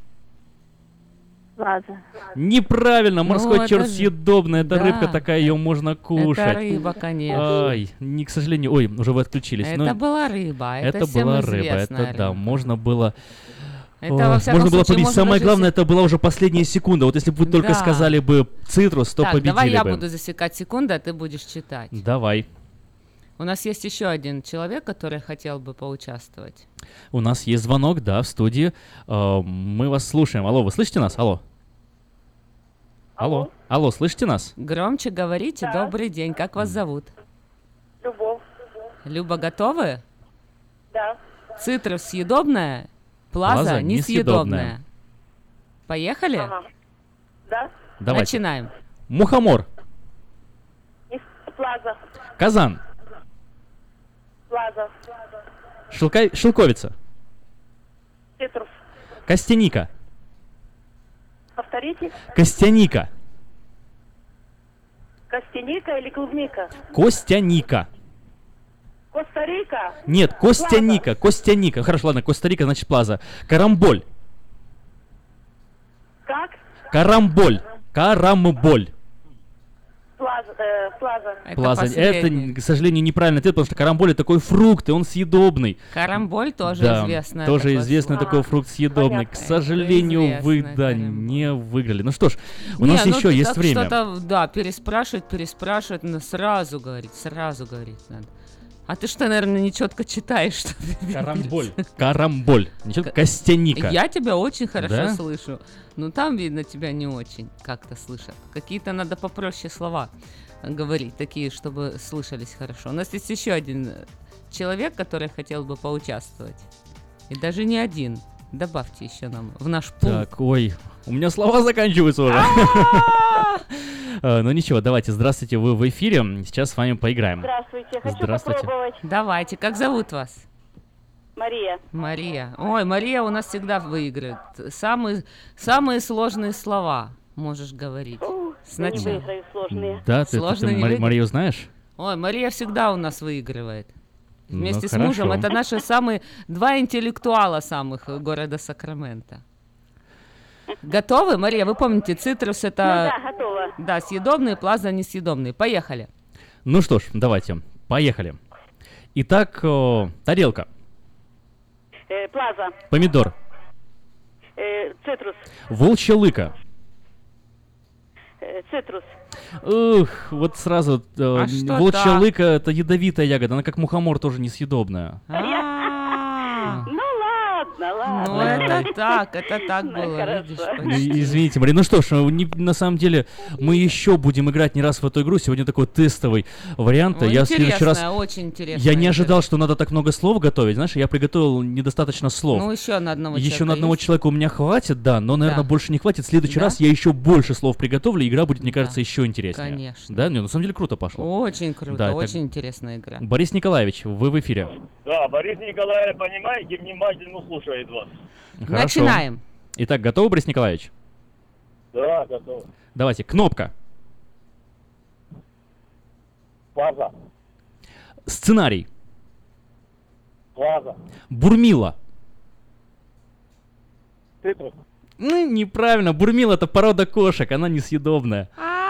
Плаза. Неправильно, морской черт съедобный, это рыбка такая, ее можно кушать. Это рыба, конечно. Ай, не, к сожалению, ой, уже вы отключились. Это была рыба, это всем была известная рыба, это рыба. да, можно было... Можно было победить. Самое главное, это была уже последняя секунда. Вот если бы вы только сказали бы цитрус, то победили бы. Давай я буду засекать секунды, а ты будешь читать. Давай. У нас есть еще один человек, который хотел бы поучаствовать. У нас есть звонок, да, в студии. Мы вас слушаем. Алло, вы слышите нас? Алло. Алло. Алло, слышите нас? Громче говорите. Да. Добрый день. Как вас зовут? Любовь. Люба, готовы? Да. Цитрус съедобная, плаза несъедобная. Поехали? Ага. Да. Давайте. Начинаем. Мухомор. Плаза. Казан. Плаза. Шелковица. Цитрус. Костяника. Повторите. Костяника. Костяника или клубника? Костяника. Коста-Рика? Нет, Костяника. Плаза. Костяника. Хорошо, ладно, Коста-Рика, значит плаза. Карамболь. Как? Карамболь. Карамболь. Плаза. Плаза. Это, к сожалению, неправильный ответ, потому что карамболь такой фрукт, и он съедобный. Карамболь тоже известный. Тоже известный такой фрукт съедобный. К сожалению, вы, не выиграли. Ну что ж, у нас еще есть время. Что-то, да, переспрашивать, но сразу говорить надо. А ты что, наверное, нечетко читаешь, что ли? Карамболь. Карамболь. Нечетко. Костяника. Я тебя очень хорошо слышу. Но там, видно, тебя не очень как-то слышат. Какие-то надо попроще слова говорить, такие, чтобы слышались хорошо. У нас есть еще один человек, который хотел бы поучаствовать. И даже не один. Добавьте еще нам в наш пул. Так, ой, у меня слова заканчиваются уже. Ну ничего, давайте, здравствуйте, вы в эфире, сейчас с вами поиграем. Здравствуйте, хочу попробовать. Давайте, как зовут вас? Мария. Мария. Ой, Мария у нас всегда выиграет. Самые сложные слова можешь говорить. Я не выиграю сложные. Да, ты Марию знаешь? Ой, Мария всегда у нас выигрывает. Вместе с мужем. Это наши самые 2 интеллектуала самых города Сакраменто. Готовы, Мария? Вы помните, цитрус это... Да, готова. Да, съедобные, плаза несъедобные. Поехали. Ну что ж, давайте, поехали. Итак, тарелка. Плаза. Помидор. Цитрус. Волчья лыка. Цитрус. Ух, вот сразу волчья лыка — это ядовитая ягода, она как мухомор тоже несъедобная. Ладно. Ну, это так было, видишь, почти. Извините, Мария, ну что ж, на самом деле мы еще будем играть не раз в эту игру, сегодня такой тестовый вариант. Ну, я в следующий раз... очень интересно. Я не ожидал, что надо так много слов готовить, знаешь, я приготовил недостаточно слов. Ну, еще на одного человека. Еще на одного человека у меня хватит, да, но, наверное, больше не хватит. В следующий раз я еще больше слов приготовлю, и игра будет, мне кажется, еще интереснее. Конечно. Да, на самом деле круто пошло. Очень круто, очень интересная игра. Борис Николаевич, вы в эфире. Да, Борис Николаевич, понимаете, внимательно слушает вас. Хорошо. Начинаем. Итак, готовы, Борис Николаевич? Да, готов. Давайте, кнопка. Плаза. Сценарий. Плаза. Бурмила. Цитрус. Ну, неправильно, бурмила — это порода кошек, она несъедобная.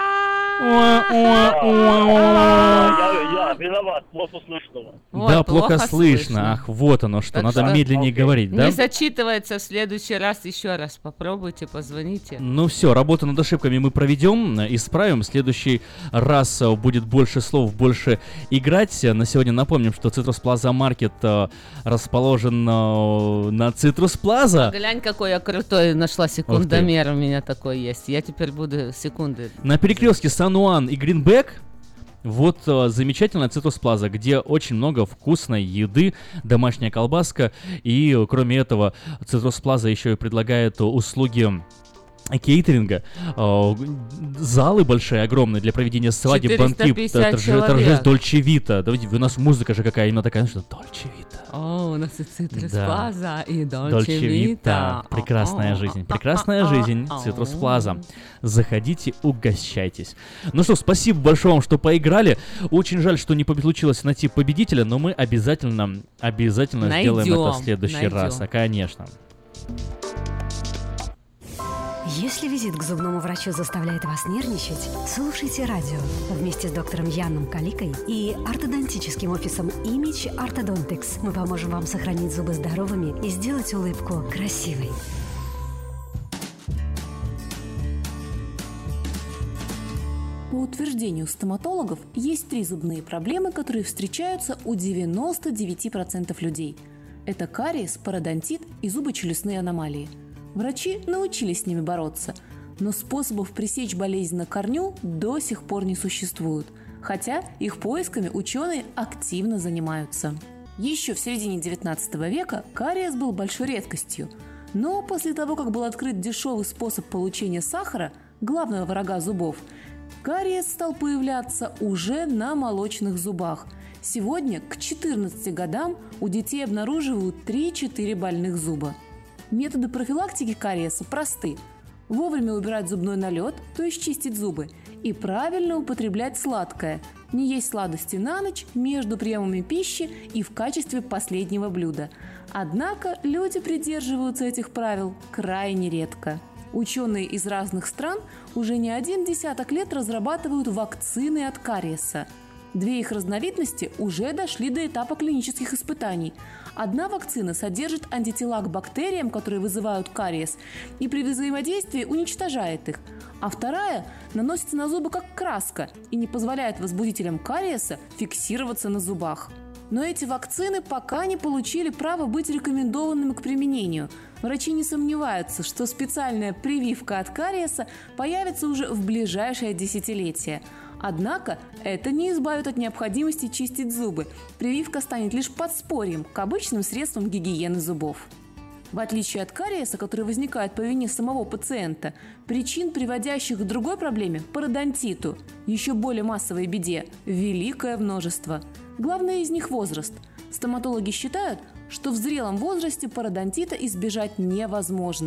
Я виноват, плохо слышно. Да, плохо слышно. Ах, вот оно что, надо медленнее говорить, да? Не зачитывается в следующий раз, еще раз попробуйте, позвоните. Ну все, работу над ошибками мы проведем, исправим. В следующий раз будет больше слов, больше играть. На сегодня напомним, что Citrus Plaza Market расположен на Citrus Plaza. Глянь, какой я крутой нашла секундомер, у меня такой есть. Я теперь буду секунды. На перекрестке Сан-Уан и Гринбек. Вот замечательная Citrus Plaza, где очень много вкусной еды, домашняя колбаска. И кроме этого, Citrus Plaza еще и предлагает услуги кейтеринга, залы большие, огромные для проведения свадеб, банкет, торжеств, Дольче Вита. Давайте, у нас музыка же какая, именно такая, что Дольче Вита. О, у нас и Citrus Plaza, и Дольче Вита. Прекрасная жизнь, прекрасная жизнь, Citrus Plaza. Заходите, угощайтесь. Ну что, спасибо большое вам, что поиграли. Очень жаль, что не получилось найти победителя, но мы обязательно сделаем это в следующий раз. Конечно. Если визит к зубному врачу заставляет вас нервничать, слушайте радио вместе с доктором Яном Каликой и ортодонтическим офисом Image Orthodontics. Мы поможем вам сохранить зубы здоровыми и сделать улыбку красивой. По утверждению стоматологов, есть 3 зубные проблемы, которые встречаются у 99% людей. Это кариес, пародонтит и зубочелюстные аномалии. Врачи научились с ними бороться, но способов пресечь болезнь на корню до сих пор не существует, хотя их поисками ученые активно занимаются. Еще в середине 19 века кариес был большой редкостью, но после того, как был открыт дешевый способ получения сахара, главного врага зубов, кариес стал появляться уже на молочных зубах. Сегодня к 14 годам у детей обнаруживают 3-4 больных зуба. Методы профилактики кариеса просты. Вовремя убирать зубной налет, то есть чистить зубы, и правильно употреблять сладкое. Не есть сладости на ночь, между приемами пищи и в качестве последнего блюда. Однако люди придерживаются этих правил крайне редко. Ученые из разных стран уже не 10 лет разрабатывают вакцины от кариеса. 2 их разновидности уже дошли до этапа клинических испытаний. Одна вакцина содержит антитела к бактериям, которые вызывают кариес, и при взаимодействии уничтожает их, а вторая наносится на зубы как краска и не позволяет возбудителям кариеса фиксироваться на зубах. Но эти вакцины пока не получили право быть рекомендованными к применению. Врачи не сомневаются, что специальная прививка от кариеса появится уже в ближайшее десятилетие. Однако это не избавит от необходимости чистить зубы. Прививка станет лишь подспорьем к обычным средствам гигиены зубов. В отличие от кариеса, который возникает по вине самого пациента, причин, приводящих к другой проблеме – пародонтиту, еще более массовой беде, великое множество. Главное из них – возраст. Стоматологи считают, что в зрелом возрасте пародонтита избежать невозможно.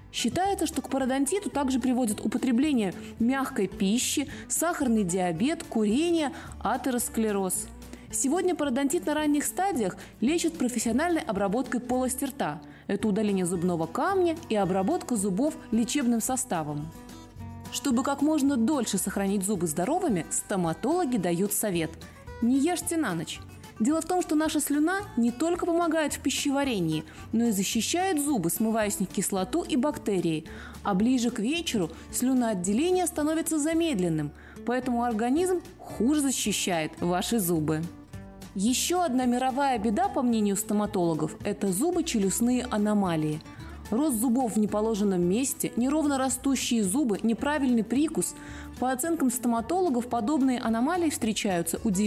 Считается, что к пародонтиту также приводят употребление мягкой пищи, сахарный диабет, курение, атеросклероз. Сегодня пародонтит на ранних стадиях лечат профессиональной обработкой полости рта. Это удаление зубного камня и обработка зубов лечебным составом. Чтобы как можно дольше сохранить зубы здоровыми, стоматологи дают совет – не ешьте на ночь. Дело в том, что наша слюна не только помогает в пищеварении, но и защищает зубы, смывая с них кислоту и бактерии. А ближе к вечеру слюноотделение становится замедленным, поэтому организм хуже защищает ваши зубы. Еще одна мировая беда, по мнению стоматологов, это зубочелюстные аномалии. Рост зубов в неположенном месте, неровно растущие зубы, неправильный прикус. По оценкам стоматологов, подобные аномалии встречаются у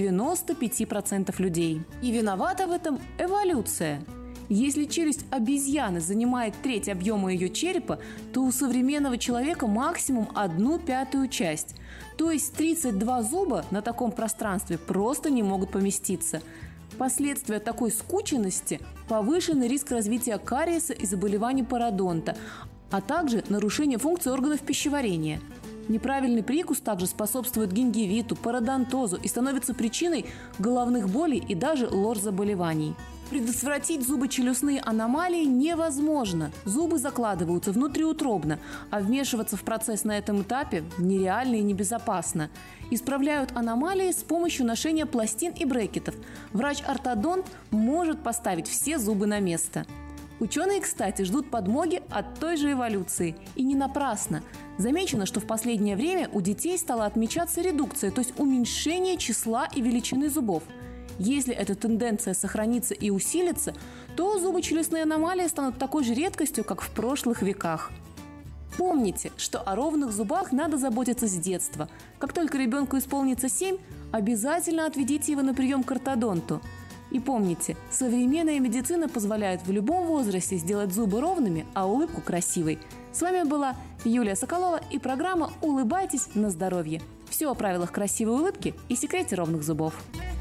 95% людей. И виновата в этом эволюция. Если челюсть обезьяны занимает треть объема ее черепа, то у современного человека максимум 1/5 часть. То есть 32 зуба на таком пространстве просто не могут поместиться. Последствия такой скученности – повышенный риск развития кариеса и заболеваний пародонта, а также нарушение функции органов пищеварения. Неправильный прикус также способствует гингивиту, пародонтозу и становится причиной головных болей и даже лор-заболеваний. Предотвратить зубочелюстные аномалии невозможно. Зубы закладываются внутриутробно, а вмешиваться в процесс на этом этапе нереально и небезопасно. Исправляют аномалии с помощью ношения пластин и брекетов. Врач-ортодонт может поставить все зубы на место. Ученые, кстати, ждут подмоги от той же эволюции. И не напрасно. Замечено, что в последнее время у детей стала отмечаться редукция, то есть уменьшение числа и величины зубов. Если эта тенденция сохранится и усилится, то зубочелюстные аномалии станут такой же редкостью, как в прошлых веках. Помните, что о ровных зубах надо заботиться с детства. Как только ребенку исполнится 7, обязательно отведите его на прием к ортодонту. И помните, современная медицина позволяет в любом возрасте сделать зубы ровными, а улыбку красивой. С вами была Юлия Соколова и программа «Улыбайтесь на здоровье». Все о правилах красивой улыбки и секрете ровных зубов.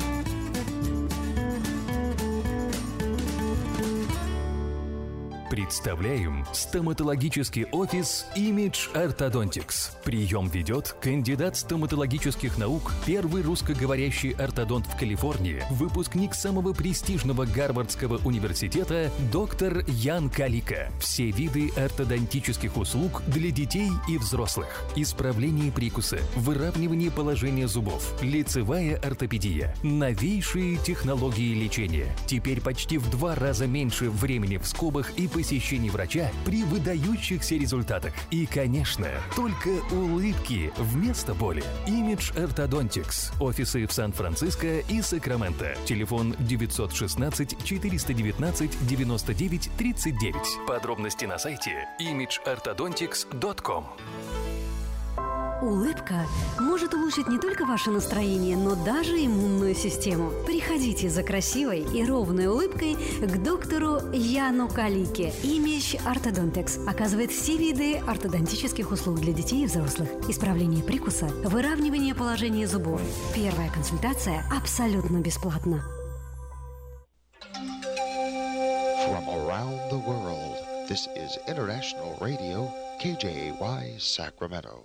Представляем стоматологический офис Image Orthodontics. Прием ведет кандидат стоматологических наук, первый русскоговорящий ортодонт в Калифорнии, выпускник самого престижного Гарвардского университета доктор Ян Калика. Все виды ортодонтических услуг для детей и взрослых. Исправление прикуса, выравнивание положения зубов, лицевая ортопедия, новейшие технологии лечения. Теперь почти в 2 раза меньше времени в скобах и посещений врача при выдающихся результатах. И, конечно, только улыбки вместо боли. Image Orthodontics. Офисы в Сан-Франциско и Сакраменто. Телефон 916-419-99-39. Подробности на сайте imageorthodontics.com. Улыбка может улучшить не только ваше настроение, но даже иммунную систему. Приходите за красивой и ровной улыбкой к доктору Яну Калике. Image Orthodontics оказывает все виды ортодонтических услуг для детей и взрослых. Исправление прикуса, выравнивание положения зубов. Первая консультация абсолютно бесплатна. From around the world, this is International Radio, KJY, Sacramento.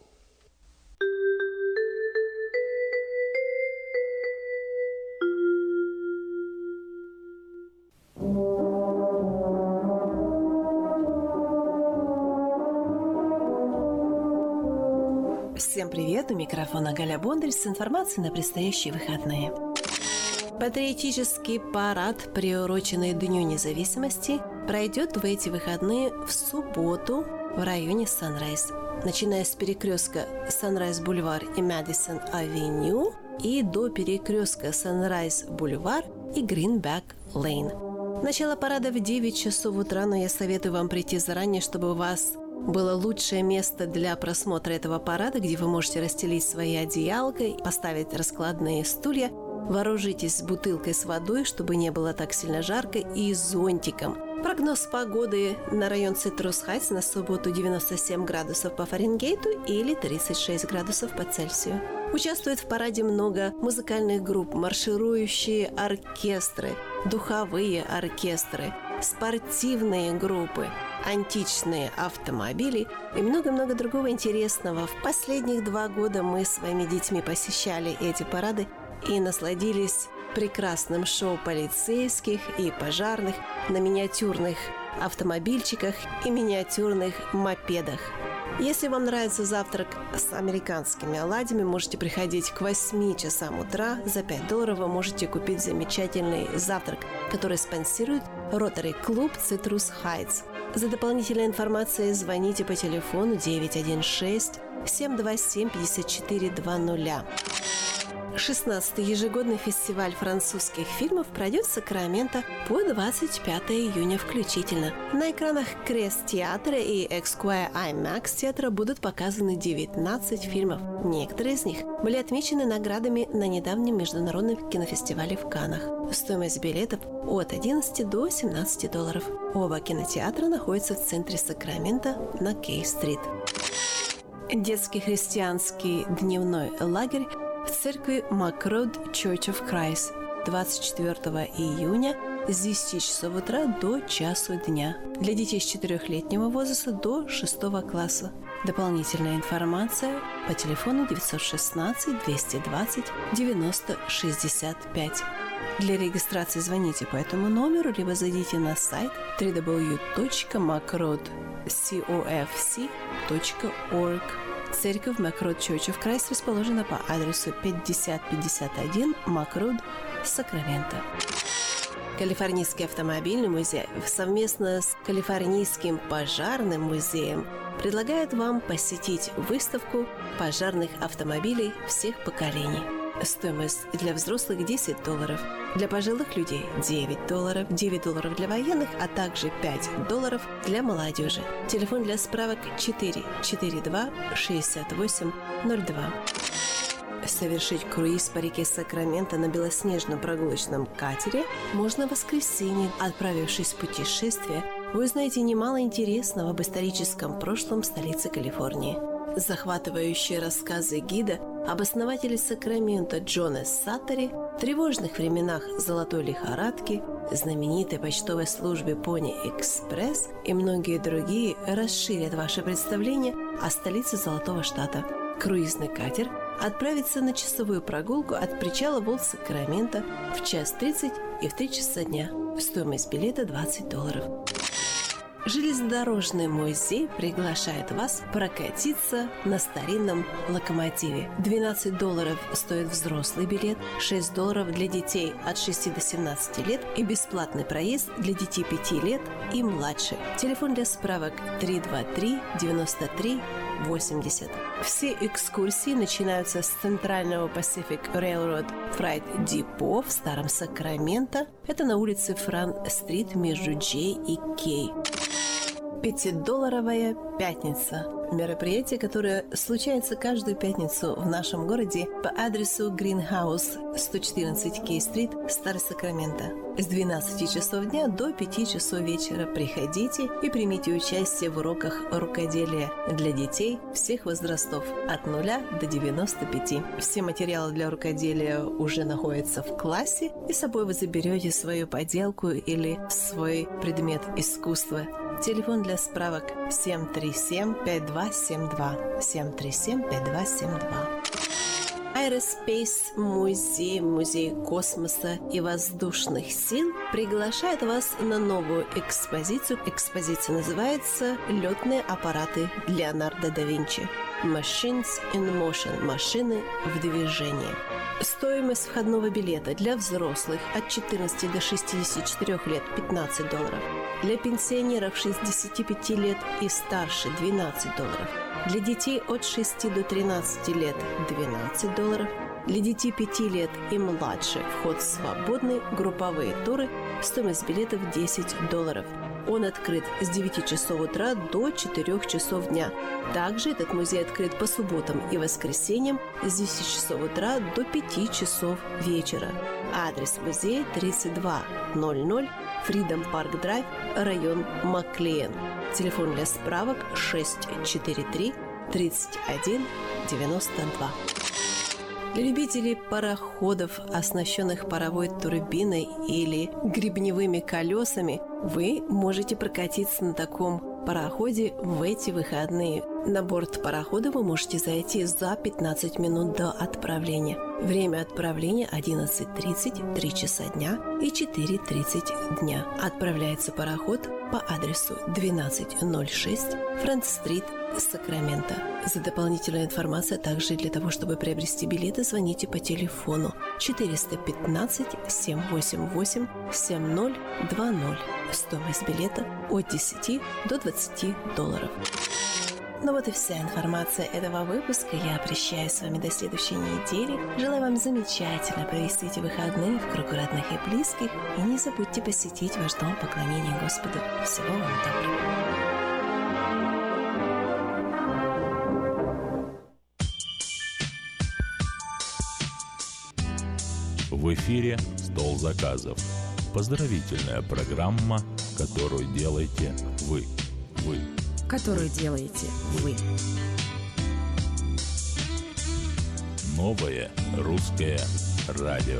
Всем привет! У микрофона Галя Бондарь с информацией на предстоящие выходные. Патриотический парад, приуроченный Дню независимости, пройдет в эти выходные в субботу в районе Санрайз, начиная с перекрестка Санрайз-Бульвар и Мэдисон-Авеню и до перекрестка Санрайз-Бульвар и Гринбэк-Лейн. Начало парада в 9 часов утра, но я советую вам прийти заранее, чтобы у вас было лучшее место для просмотра этого парада, где вы можете расстелить свои одеялка, поставить раскладные стулья, вооружитесь бутылкой с водой, чтобы не было так сильно жарко, и зонтиком. Прогноз погоды на район Цитрус Хайтс на субботу 97 градусов по Фаренгейту или 36 градусов по Цельсию. Участвует в параде много музыкальных групп, марширующие оркестры, духовые оркестры, спортивные группы, античные автомобили и много-много другого интересного. В последних 2 года мы с своими детьми посещали эти парады и насладились прекрасным шоу полицейских и пожарных на миниатюрных автомобильчиках и миниатюрных мопедах. Если вам нравится завтрак с американскими оладьями, можете приходить к 8 часам утра. За $5 вы можете купить замечательный завтрак, который спонсирует Rotary Club Citrus Heights. За дополнительной информацией звоните по телефону 916-727-5420. 16-й ежегодный фестиваль французских фильмов пройдет в Сакраменто по 25 июня включительно. На экранах Крест театра и Esquire IMAX театра будут показаны 19 фильмов. Некоторые из них были отмечены наградами на недавнем международном кинофестивале в Каннах. Стоимость билетов от $11 до $17. Оба кинотеатра находятся в центре Сакрамента на Кей-стрит. Детский христианский дневной лагерь в церкви Макрод Church of Christ 24 июня с 10 часов утра до часу дня. Для детей с 4-летнего возраста до 6 класса. Дополнительная информация по телефону 916-220-9065. Для регистрации звоните по этому номеру, либо зайдите на сайт www.macrodcofc.org. Церковь Макрод Church of Christ расположена по адресу 5051 Макрод, Сакраменто. Калифорнийский автомобильный музей совместно с Калифорнийским пожарным музеем предлагает вам посетить выставку пожарных автомобилей всех поколений. Стоимость для взрослых $10, для пожилых людей $9, $9 для военных, а также $5 для молодежи. Телефон для справок 442-6802. Совершить круиз по реке Сакраменто на белоснежном прогулочном катере можно в воскресенье. Отправившись в путешествие, вы узнаете немало интересного об историческом прошлом столицы Калифорнии. Захватывающие рассказы гида об основателе Сакрамента Джоне Саттери, тревожных временах золотой лихорадки, знаменитой почтовой службе Пони Экспресс и многие другие расширят ваше представление о столице Золотого Штата. Круизный катер отправится на часовую прогулку от причала Волт-Сакраменто в 1:30 и в 3 часа дня. Стоимость билета $20. Железнодорожный музей приглашает вас прокатиться на старинном локомотиве. $12 стоит взрослый билет, $6 для детей от 6 до 17 лет и бесплатный проезд для детей 5 лет и младше. Телефон для справок 323-93-80. Все экскурсии начинаются с центрального Pacific Railroad Freight Depot в Старом Сакраменто. Это на улице Фран-стрит между Джей и Кей. $5 пятница. Мероприятие, которое случается каждую пятницу в нашем городе по адресу Greenhouse 114 Кей-стрит, Старый Сакраменто. С 12 часов дня до 5 часов вечера приходите и примите участие в уроках рукоделия для детей всех возрастов от 0 до 95. Все материалы для рукоделия уже находятся в классе, и с собой вы заберете свою поделку или свой предмет искусства. Телефон для справок 737-5272. 737-5272. Aerospace музей космоса и воздушных сил приглашает вас на новую экспозицию. Экспозиция называется «Летные аппараты Леонардо да Винчи». Machines in Motion. Машины в движении. Стоимость входного билета для взрослых от 14 до 64 лет $15. Для пенсионеров 65 лет и старше $12. Для детей от 6 до 13 лет $12. Для детей 5 лет и младше вход свободный, групповые туры, стоимость билетов $10. Он открыт с 9 часов утра до 4 часов дня. Также этот музей открыт по субботам и воскресеньям с 10 часов утра до 5 часов вечера. Адрес музея 3200 Freedom Park Drive, район Маклеен. Телефон для справок 643-31-92. Для любителей пароходов, оснащенных паровой турбиной или гребневыми колесами, вы можете прокатиться на таком пароходе в эти выходные. На борт парохода вы можете зайти за 15 минут до отправления. Время отправления 11:30, 3 часа дня и 4:30 дня. Отправляется пароход по адресу 1206 Фрэнс-стрит, Сакраменто. За дополнительную информацию, а также для того, чтобы приобрести билеты, звоните по телефону 415-788-7020. Стоимость билета от $10 до $20. Ну вот и вся информация этого выпуска. Я прощаюсь с вами до следующей недели. Желаю вам замечательно провести эти выходные в кругу родных и близких. И не забудьте посетить ваш дом поклонения Господу. Всего вам доброго. В эфире «Стол заказов». Поздравительная программа, которую делаете вы. Которую делаете вы. Новое русское радио.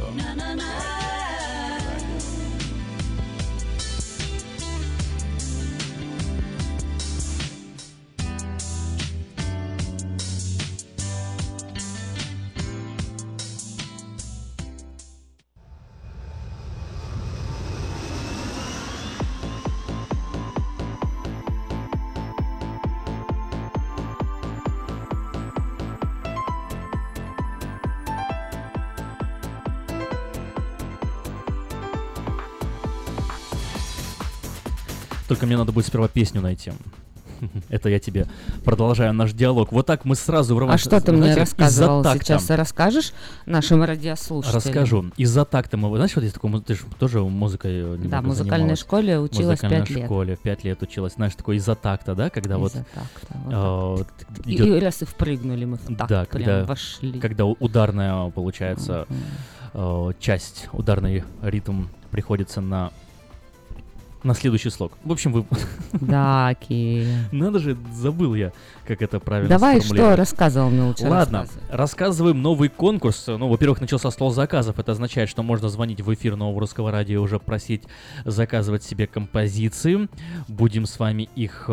Только мне надо будет сперва песню найти. Это я тебе продолжаю наш диалог. Вот так мы сразу врываемся. А что ты мне рассказывал? Сейчас расскажешь нашим радиослушателям? Расскажу. Из-за такта мы... Знаешь, вот есть такой... Ты же тоже музыкой Да, в музыкальной школе училась 5 лет. В школе 5 лет училась. Знаешь, такой из-за такта, да? Когда вот... Вот и раз и впрыгнули мы в такт, да, прям вошли. Когда ударная, получается, часть, ударный ритм приходится на следующий слог. В общем, вы... Да, окей. Надо же, забыл я, как это правильно Давай, сформулировать. что рассказывал мне лучше. Ладно, рассказываем новый конкурс. Ну, во-первых, начался стол заказов. Это означает, что можно звонить в эфир Нового Русского Радио и уже просить заказывать себе композиции. Будем с вами их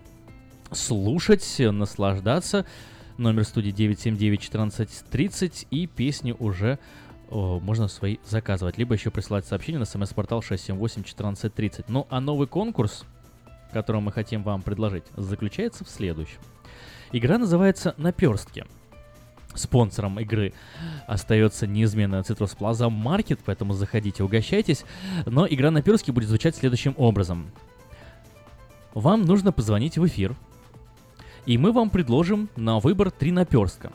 слушать, наслаждаться. Номер студии 979-1430 и песни уже... можно свои заказывать, либо еще присылать сообщение на смс-портал 678-1430. Ну, а новый конкурс, который мы хотим вам предложить, заключается в следующем. Игра называется «Наперстки». Спонсором игры остается неизменно Citrus Plaza Market, поэтому заходите, угощайтесь. Но игра «Наперстки» будет звучать следующим образом. Вам нужно позвонить в эфир, и мы вам предложим на выбор 3 наперстка,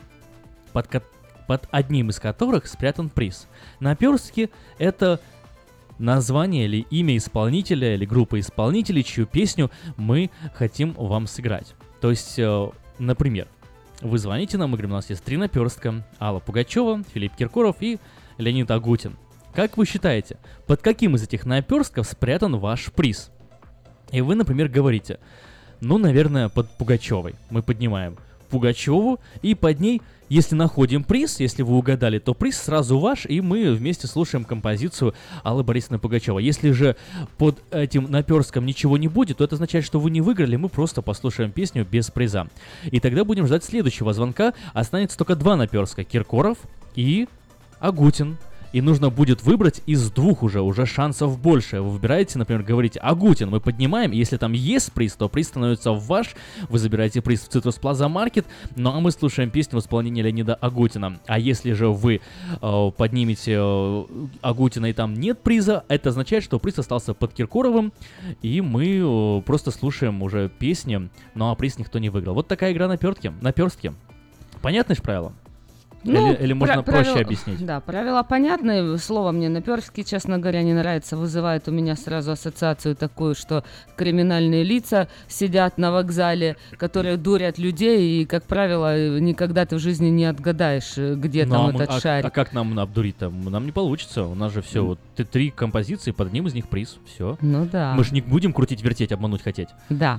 под одним из которых спрятан приз. Наперстки — это название или имя исполнителя или группы исполнителей, чью песню мы хотим вам сыграть. То есть, например, вы звоните нам, мы говорим, у нас есть 3 наперстка: Алла Пугачева, Филипп Киркоров и Леонид Агутин. Как вы считаете, под каким из этих наперстков спрятан ваш приз? И вы, например, говорите, ну, наверное, под Пугачевой. Мы поднимаем Пугачеву, и под ней, если находим приз, если вы угадали, то приз сразу ваш, и мы вместе слушаем композицию Аллы Борисовны Пугачевой. Если же под этим наперстком ничего не будет, то это означает, что вы не выиграли, мы просто послушаем песню без приза. И тогда будем ждать следующего звонка. Останется только 2 наперстка: Киркоров и Агутин. И нужно будет выбрать из 2 уже шансов больше. Вы выбираете, например, говорите Агутин, мы поднимаем, если там есть приз, то приз становится ваш, вы забираете приз в Citrus Plaza Market, ну а мы слушаем песню в исполнении Леонида Агутина. А если же вы поднимете Агутина и там нет приза, это означает, что приз остался под Киркоровым, и мы просто слушаем уже песни, ну а приз никто не выиграл. Вот такая игра наперстки. Понятно же правило? Ну, или можно проще объяснить? Да, правила понятны. Слово мне наперстки, честно говоря, не нравится. Вызывает у меня сразу ассоциацию такую, что криминальные лица сидят на вокзале, которые дурят людей, и, как правило, никогда ты в жизни не отгадаешь, где там этот шарик. А как нам обдурить-то? Нам не получится. У нас же все, вот 3 композиции, под одним из них приз. Все. Ну да. Мы же не будем крутить, вертеть, обмануть, хотеть. Да.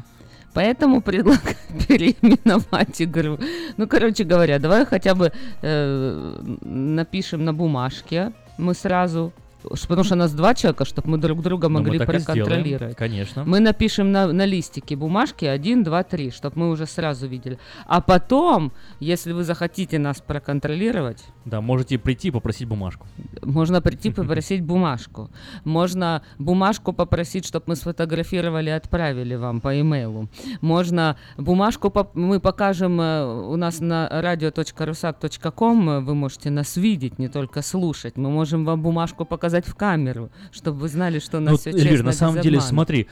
Поэтому предлагаю переименовать игру. Ну, короче говоря, давай хотя бы напишем на бумажке. Мы сразу... Потому что нас 2 человека, чтобы мы друг друга могли проконтролировать. Конечно. Мы напишем на листике бумажки 1, 2, 3, чтобы мы уже сразу видели. А потом, если вы захотите нас проконтролировать... Да, можете прийти и попросить бумажку. Можно прийти попросить бумажку. Можно бумажку попросить, чтобы мы сфотографировали и отправили вам по имейлу. Можно бумажку мы покажем у нас на radio.rusak.com. Вы можете нас видеть, не только слушать. Мы можем вам бумажку показать в камеру, чтобы вы знали, что у нас все честно, Эльвира, на самом без деле, обмана. смотри,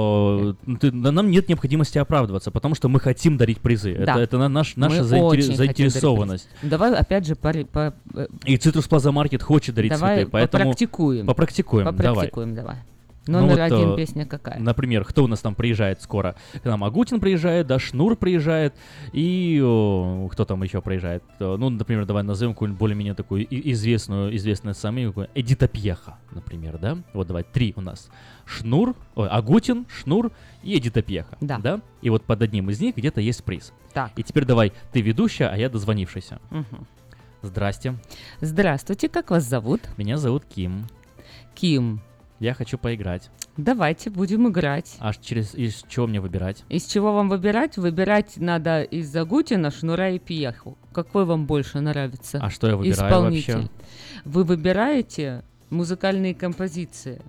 нам нет необходимости оправдываться, потому что мы хотим дарить призы. Да. Это наша заинтересованность. Давай опять же И Citrus Plaza Market хочет дарить цветы, поэтому... Попрактикуем, давай. Номер 1 песня какая? Например, кто у нас там приезжает скоро? К нам Агутин приезжает, да, Шнур приезжает, и кто там еще приезжает? Ну, например, давай назовем какую-нибудь более-менее такую известную самую, Эдита Пьеха, например, да? Вот давай, 3 у нас. Агутин, Шнур и Эдита Пьеха. Да. И вот под одним из них где-то есть приз. Так. И теперь давай, ты ведущая, а я дозвонившийся. Угу. Здрасте. Здравствуйте, как вас зовут? Меня зовут Ким. Ким. Я хочу поиграть. Давайте будем играть. А из чего мне выбирать? Из чего вам выбирать? Выбирать надо из Агутина, Шнура и Пьеху. Какой вам больше нравится? А что я выбираю исполнитель? вообще? Вы выбираете музыкальные композиции.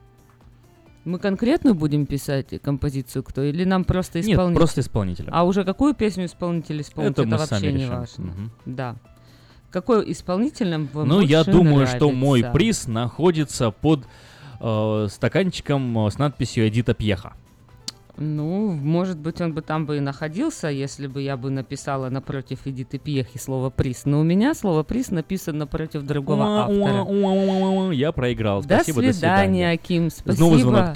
Мы конкретно будем писать композицию кто? Или нам просто исполнитель? Нет, просто исполнителя. А уже какую песню исполнитель исполнит? Это мы вообще сами не решим. важно. Угу. Да. Какой исполнитель нам вам Ну, больше я думаю, нравится? что мой приз находится под стаканчиком с надписью «Эдита Пьеха». Ну, может быть, он бы там бы и находился, если бы я бы написала напротив Эдиты Пьехи слово «приз». Но у меня слово «приз» написано напротив другого автора. Я проиграл. До свидания, Ким. Спасибо. Снова звонок.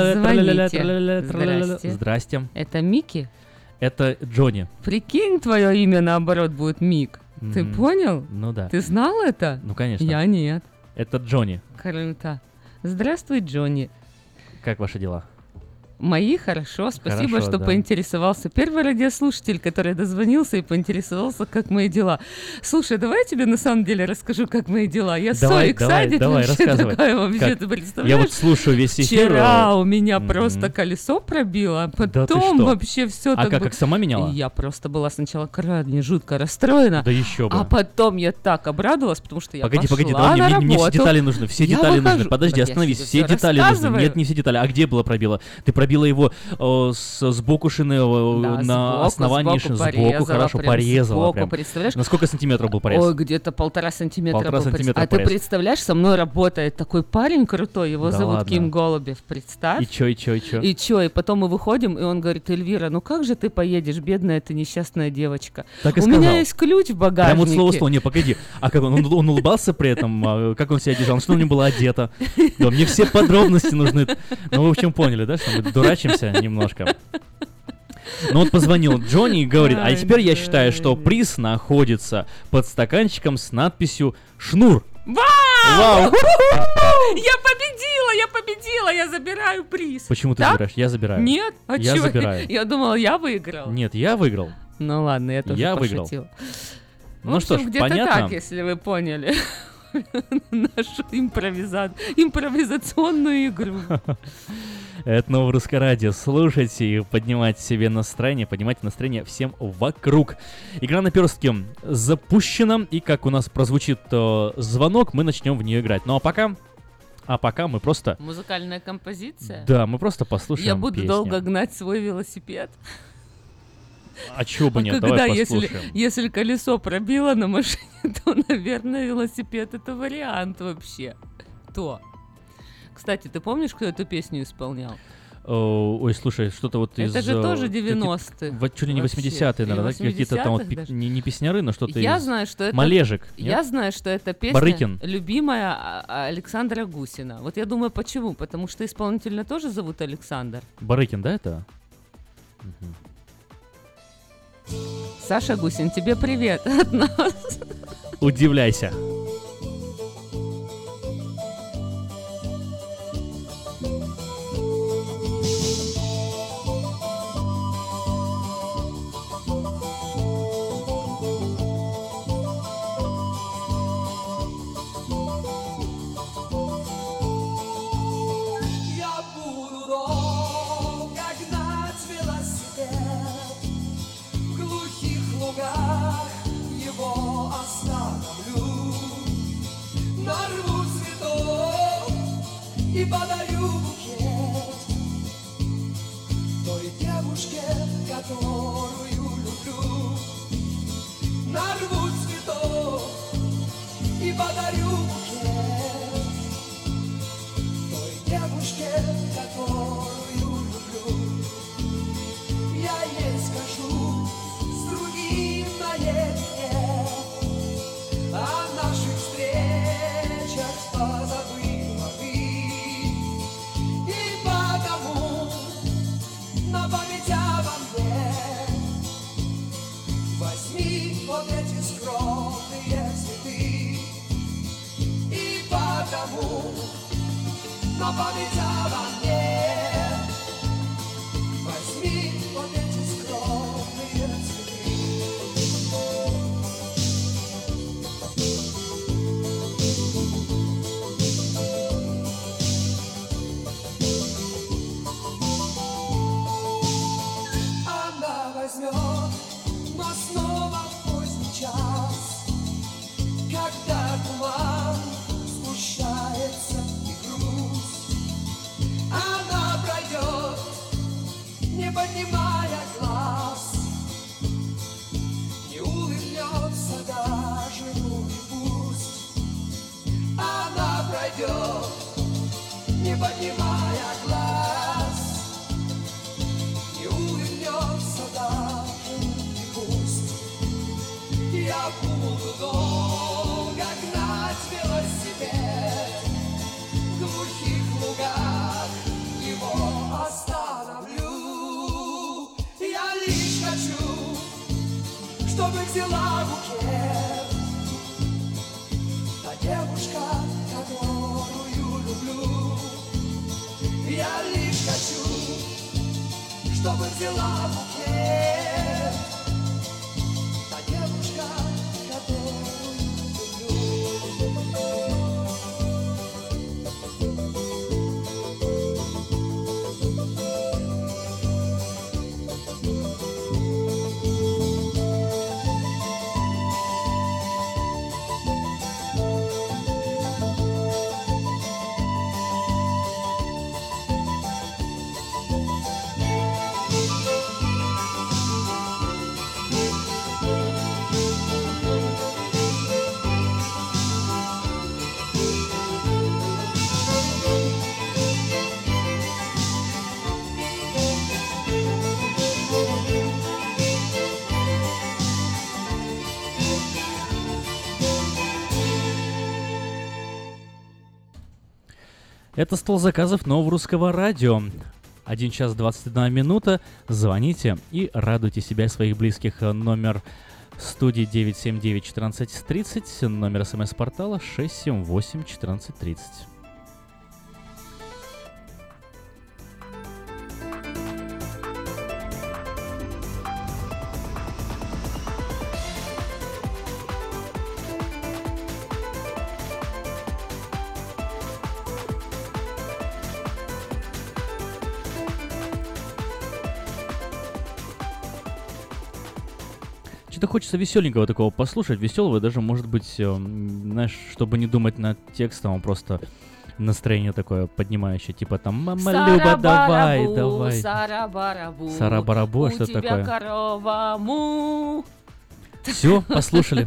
Звоните. Здрасте. Это Микки? Это Джонни. Прикинь, твое имя наоборот будет Мик. Ты понял? Ну да. Ты знал это? Ну, конечно. Я нет. Это Джонни. Круто. Здравствуй, Джонни. Как ваши дела? Мои хорошо, спасибо, Хорошо, что да. поинтересовался. Первый радиослушатель, который дозвонился и поинтересовался, как мои дела. Слушай, давай я тебе на самом деле расскажу, как мои дела. Я Давай, давай, рассказывай. Такая вообще, Как? ты представляешь? Я вот слушаю весь эфир. Вчера у меня просто колесо пробило, а Да ты потом что? вообще все А так как сама меняла? И я просто была сначала крайне жутко расстроена. Да еще бы. А потом я так обрадовалась, потому что я Погоди, пошла давай, на мне все работу. детали нужны, все Я детали выхожу. нужны. Подожди, Так я остановись, тебе все всё детали нужны. рассказываю. Нет, не все детали. А где было пробило? Ты пробила его сбоку шины, Да, на основании шины, сбоку, порезала, хорошо, прям порезала. сбоку, Прям. представляешь? На сколько сантиметров был порез? Ой, где-то 1,5 сантиметра. 1,5 был порез. сантиметра А ты порез. представляешь, со мной работает такой парень крутой, его Да зовут ладно. Ким Голубев, представь. И чё? И потом мы выходим, и он говорит: Эльвира, ну как же ты поедешь, бедная ты несчастная девочка. Так и У сказал. меня есть ключ в багажнике. Прям вот слово в слово, не, погоди. А как он улыбался при этом? А как он себя держал? Что у него было одето? Да, мне все подробности нужны. Ну, в общем, поняли, да, что мы дурачимся немножко. Ну вот позвонил Джонни и говорит: а теперь я считаю, что приз находится под стаканчиком с надписью «Шнур». Вау! Я победила, я забираю приз. Почему ты Так? забираешь? Я забираю. Нет, а Я чё? забираю. Я думала, я выиграл. Нет, я выиграл. Ну ладно, я тоже выиграл. пошутила. Ну что ж, где-то понятно. так, если вы поняли нашу импровизационную игру. Это новое русское радио. Слушайте и поднимайте себе настроение, поднимайте настроение всем вокруг. Игра наперстки запущена, и как у нас прозвучит звонок, мы начнем в нее играть. Ну а пока мы просто... Музыкальная композиция? Да, мы просто послушаем Я буду песню. долго гнать свой велосипед. А чего бы нет, Когда, давай послушаем. если колесо пробило на машине, то, наверное, велосипед — это вариант вообще. Кстати, ты помнишь, кто эту песню исполнял? Ой, слушай, что-то вот из... Это же тоже 90-е. Вот чуть ли не 80-е, наверное, да? Какие-то там вот не песняры, но что-то Я из... знаю, что это... Малежик. Я знаю, что это песня Барыкин. любимая Александра Гусина. Вот я думаю, почему? Потому что исполнителя тоже зовут Александр. Барыкин, да, это? Саша Гусин, тебе привет от нас. Удивляйся. но память обо мне. Возьми вот эти скромные цветы, и потому, но память обо мне. Возьми вот эти скромные цветы. Она возьмет, но снова в поздний час, когда туман сгущается и грусть. Она пройдет, не поднимая глаз, не улыбнется даже, ну и пусть. Она пройдет, не поднимая глаз, не улыбнется даже, ну и пусть. Я буду долго гнать велосипед в глухих лугах, его остановлю. Я лишь хочу, чтобы взяла букет та девушка, которую люблю. Я лишь хочу, чтобы взяла букет та девушка, которую люблю. Это стол заказов нового русского радио. 1 час 21 минута. Звоните и радуйте себя и своих близких. Номер студии 979-1430, номер смс-портала 678-1430. Что-то хочется веселенького такого послушать, веселого, даже, может быть, знаешь, чтобы не думать над текстом, а просто настроение такое поднимающее, типа там «Мама Люба, давай, давай». Сара-барабу, Сара-барабу, что такое? У тебя корова, му. Все, послушали.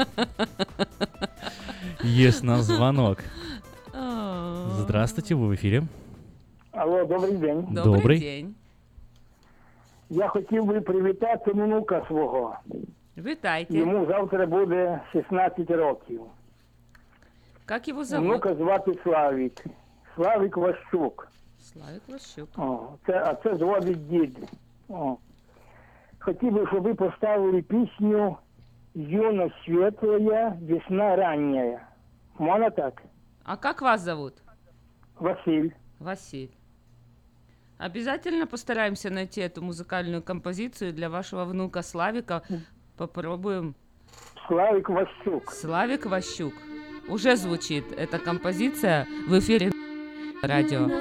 Есть наш звонок. Здравствуйте, вы в эфире. Алло, добрий день. Добрий день. Я хотів би привітати внука свого. Вітайте. Йому завтра буде 16 років. Як його зовут? Внука звати Славік. Славік Ващук. Славік Ващук. Це зводить дід. Хотів би, щоб ви поставили пісню «Юность светлая, весна ранняя». Можно так? А как вас зовут? Василь. Василь. Обязательно постараемся найти эту музыкальную композицию для вашего внука Славика. Попробуем. Славик Ващук. Славик Ващук. Уже звучит эта композиция в эфире радио.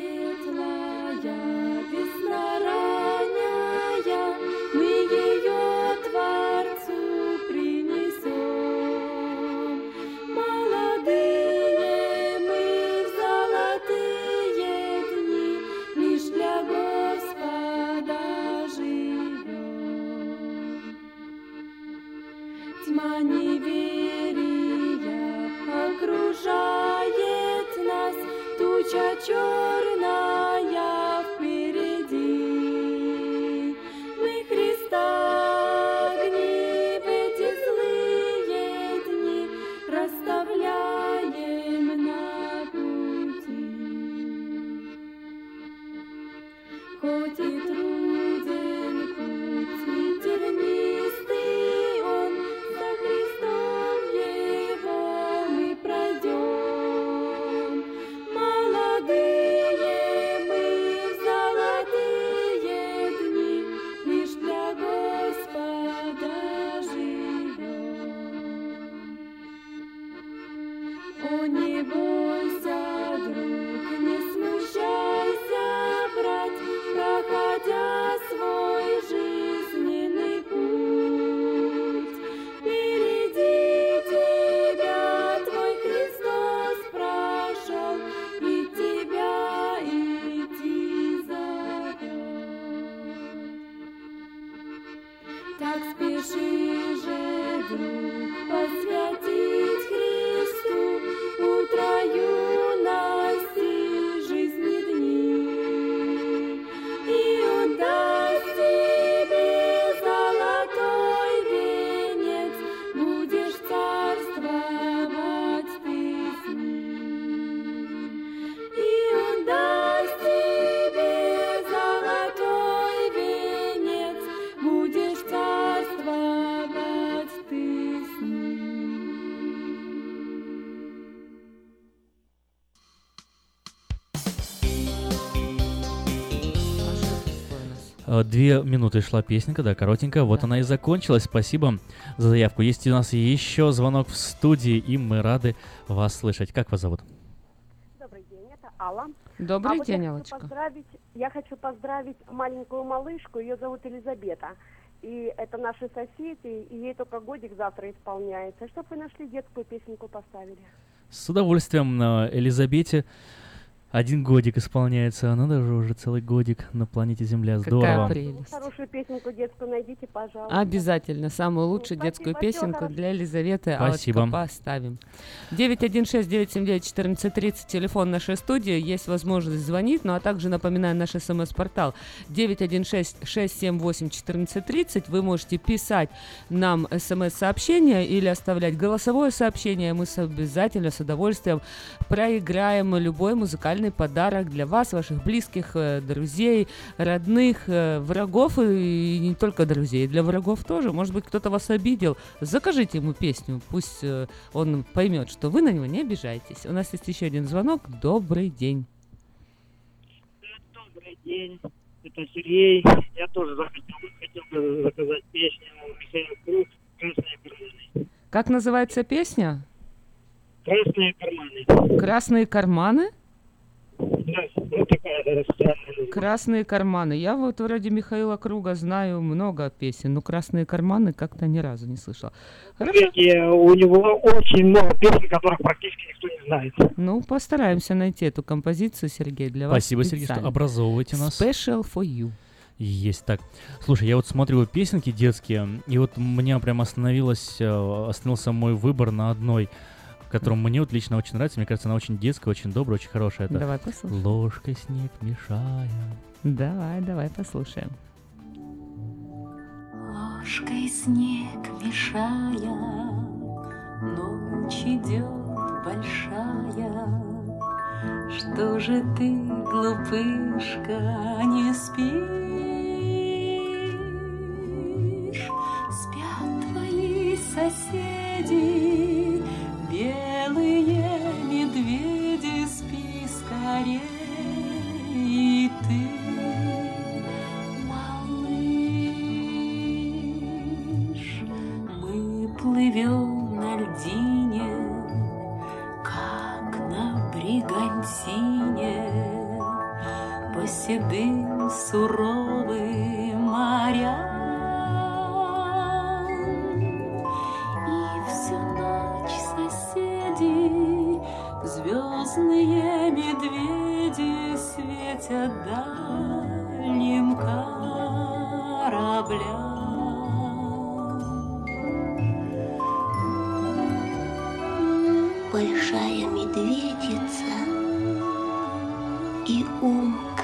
Черная впереди, мы Христа огни в эти злые дни расставляем на пути. Хоть и трудно Так спеши же, друг, посвятить Христу утро юности, жизни дни, и удаст тебе золотой венец, будешь царствовать ты с ним. И удаст тебе золотой венец, будешь царствовать ты с ним. 2 минуты шла песенка, да, коротенькая. Вот она и закончилась. Спасибо за заявку. Есть у нас еще звонок в студии, и мы рады вас слышать. Как вас зовут? Добрый день, это Алла. Добрый вот день, Аллочка. Я хочу поздравить маленькую малышку, ее зовут Елизавета. И это наши соседи, и ей только годик завтра исполняется. Чтобы вы нашли детскую песенку, поставили. С удовольствием. Элизабете 1 годик исполняется. Она даже уже целый годик на планете Земля. Здорово. Какая прелесть. Хорошую песенку детскую найдите, пожалуйста. Обязательно. Самую лучшую детскую песенку для Елизаветы. Спасибо. Аллочка, поставим. 916-979-1430, телефон нашей студии. Есть возможность звонить, ну а также напоминаю наш смс-портал 916-678-1430. Вы можете писать нам смс-сообщение или оставлять голосовое сообщение. Мы обязательно с удовольствием проиграем любой музыкальный подарок для вас, ваших близких, друзей, родных, врагов и не только друзей, для врагов тоже. Может быть, кто-то вас обидел. Закажите ему песню, пусть он поймет, что вы на него не обижаетесь. У нас есть еще один звонок. Добрый день. Добрый день. Это Сергей. Я тоже хотел бы заказать песню Михаила Круг «Красные карманы». Как называется песня? «Красные карманы». «Красные карманы»? Да, вот такая странная. «Красные карманы». Я вот вроде Михаила Круга знаю много песен, но «Красные карманы» как-то ни разу не слышала. Хорошо. У него очень много песен, которых практически никто не знает. Ну, постараемся найти эту композицию, Сергей, для вас. Спасибо, Сергей, что образовываете нас. Special for you. Есть так. Слушай, я вот смотрю песенки детские, и вот у меня прям остановился мой выбор на одной, которая мне вот лично очень нравится. Мне кажется, она очень детская, очень добрая, очень хорошая. Это давай послушаем. «Ложкой снег мешая». Давай послушаем. Ложкой снег мешая, ночь идет большая. Что же ты, глупышка, не спишь? Спят твои соседи, белые медведи, спи скорей, и ты, малыш. Мы плывем на льдине, как на бригантине, по седым суровым морям. Звездные медведи светят дальним кораблям. Большая медведица и умка.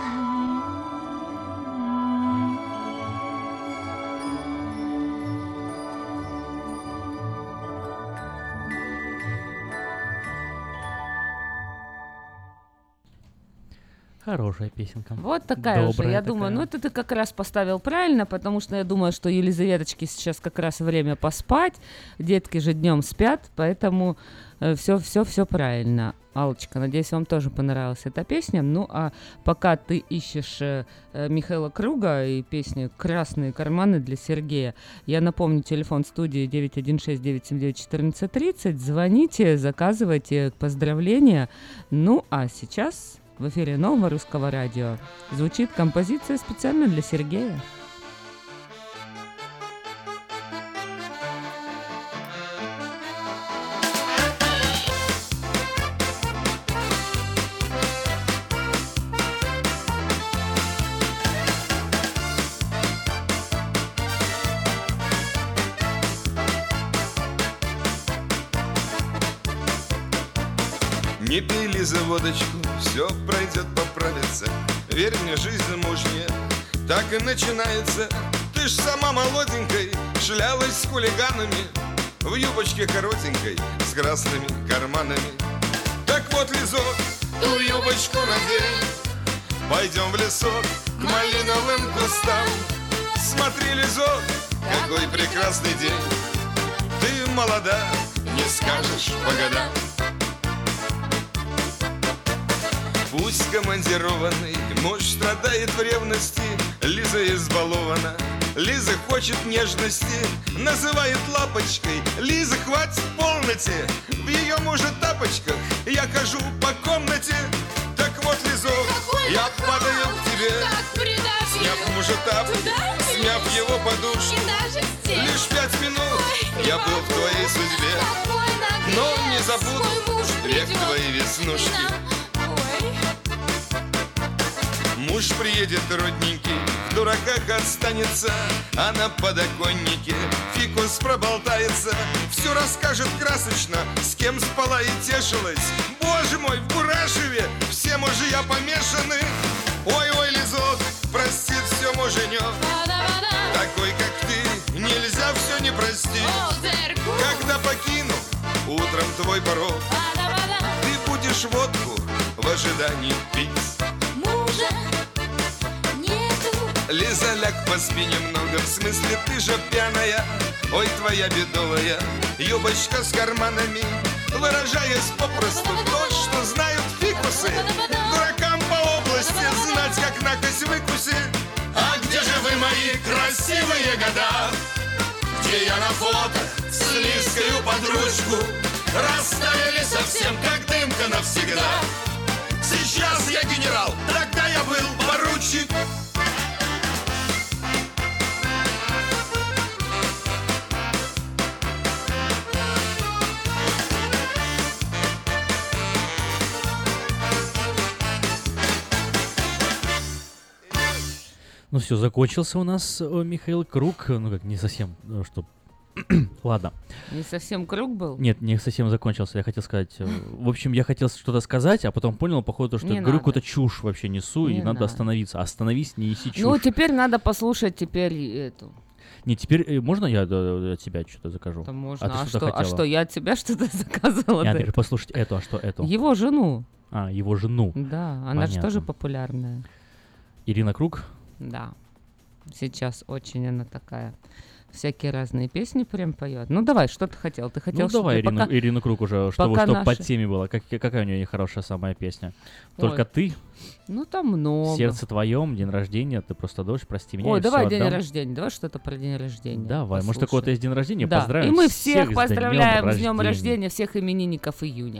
Хорошая песенка. Вот такая добрая уже, я такая. думаю, ну это ты как раз поставил правильно, потому что я думаю, что Елизаветочке сейчас как раз время поспать, детки же днем спят, поэтому все правильно. Аллочка, надеюсь, вам тоже понравилась эта песня. Ну, а пока ты ищешь Михаила Круга и песню «Красные карманы» для Сергея, я напомню, телефон студии 916-979-1430. Звоните, заказывайте поздравления. Ну, а сейчас в эфире Нового Русского Радио звучит композиция специально для Сергея. Не пей, Лиза, водочку, все пройдет, поправится. Верь мне, жизнь замужняя так и начинается. Ты ж сама молоденькой шлялась с хулиганами в юбочке коротенькой с красными карманами. Так вот, Лизок, ту юбочку надень, пойдем в лесок к малиновым кустам. Смотри, Лизок, какой прекрасный день. Ты молода, не скажешь по годам. Пусть командированный муж страдает в ревности, Лиза избалована, Лиза хочет нежности, называет лапочкой. Лиза, хватит полноте, в ее мужа тапочках я хожу по комнате. Так вот, Лизок, я падаю к тебе, сняв мужа тапки, сняв его подушку. Лишь 5 минут я был в твоей судьбе, но не забуду век твоей веснушки. Муж приедет родненький, в дураках останется, а на подоконнике фикус проболтается. Все расскажет красочно, с кем спала и тешилась. Боже мой, в Бурашеве все мужья помешаны. Ой-ой, Лизок, простит все муженек, такой, как ты, нельзя все не простить. Когда покину утром твой порог, ты будешь водку в ожидании пить. Лиза, ляг поспи немного, в смысле ты же пьяная. Ой, твоя бедовая юбочка с карманами, выражаясь попросту то, что знают фикусы. Дуракам по области знать, как накось выкуси. А где же вы, мои красивые года? Где я на фото с Лизкою под ручку? Растаяли совсем, как дымка навсегда. Сейчас я генерал, тогда я был поручик. Ну все, закончился у нас Михаил Круг. Ну как, не совсем, что... Ладно. Не совсем круг был? Нет, не совсем закончился, я хотел сказать. В общем, я хотел что-то сказать, а потом понял, походу, что говорю какую-то чушь вообще несу, и надо остановиться. Остановись, не неси чушь. Ну, теперь надо послушать теперь эту. Не, теперь можно я от тебя что-то закажу? Это можно. А что, я от тебя что-то заказывала? Нет, послушать эту, а что эту? Его жену. А, его жену. Да, она же тоже популярная. Ирина Круг? Да. Сейчас очень она такая. Всякие разные песни прям поет. Ну давай, что ты хотел? Ты хотел, ну давай Ирину Круг уже, чтобы по теме было. Какая у нее хорошая самая песня? Только ты? Ну там много. В сердце твоем, день рождения, ты просто дождь, прости меня. Ой, давай день рождения, давай что-то про день рождения. Давай, может, у кого-то есть день рождения, да. поздравим. И мы всех поздравляем с днем рождения, рождения всех именинников июня.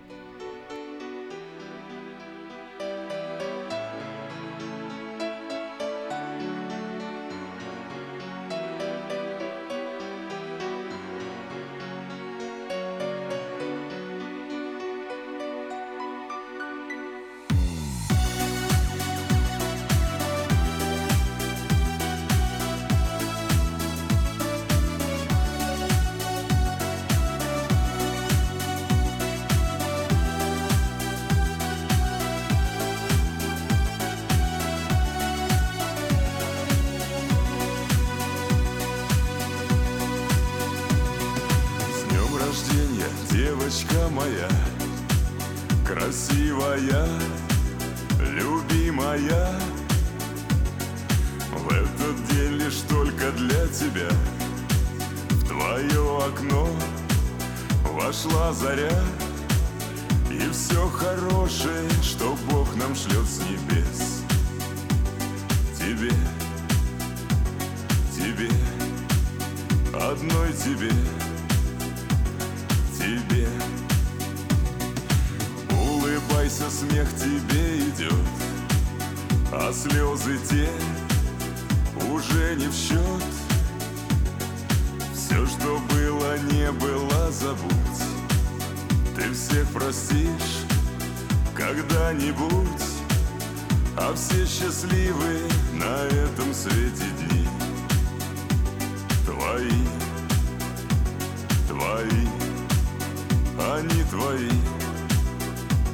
Девочка моя, красивая, любимая, в этот день лишь только для тебя в твое окно вошла заря, и все хорошее, что Бог нам шлет с небес, тебе, тебе, одной тебе. Тебе. Улыбайся, смех тебе идет, а слезы те уже не в счет. Все, что было, не было, забудь. Ты всех простишь когда-нибудь, а все счастливы на этом свете дни. Твои, твои, они твои,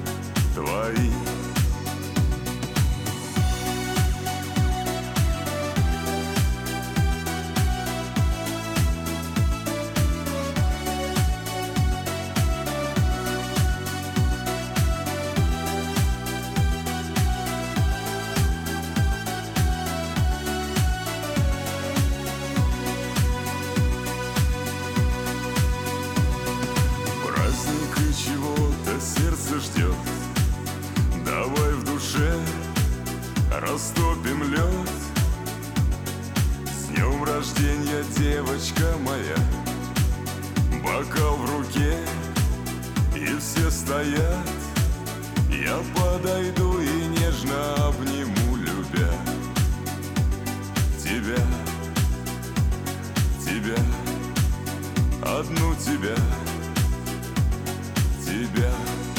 Воскресенье, девочка моя, бокал в руке, и все стоят. Я подойду и нежно обниму, любя тебя, тебя, одну тебя, тебя.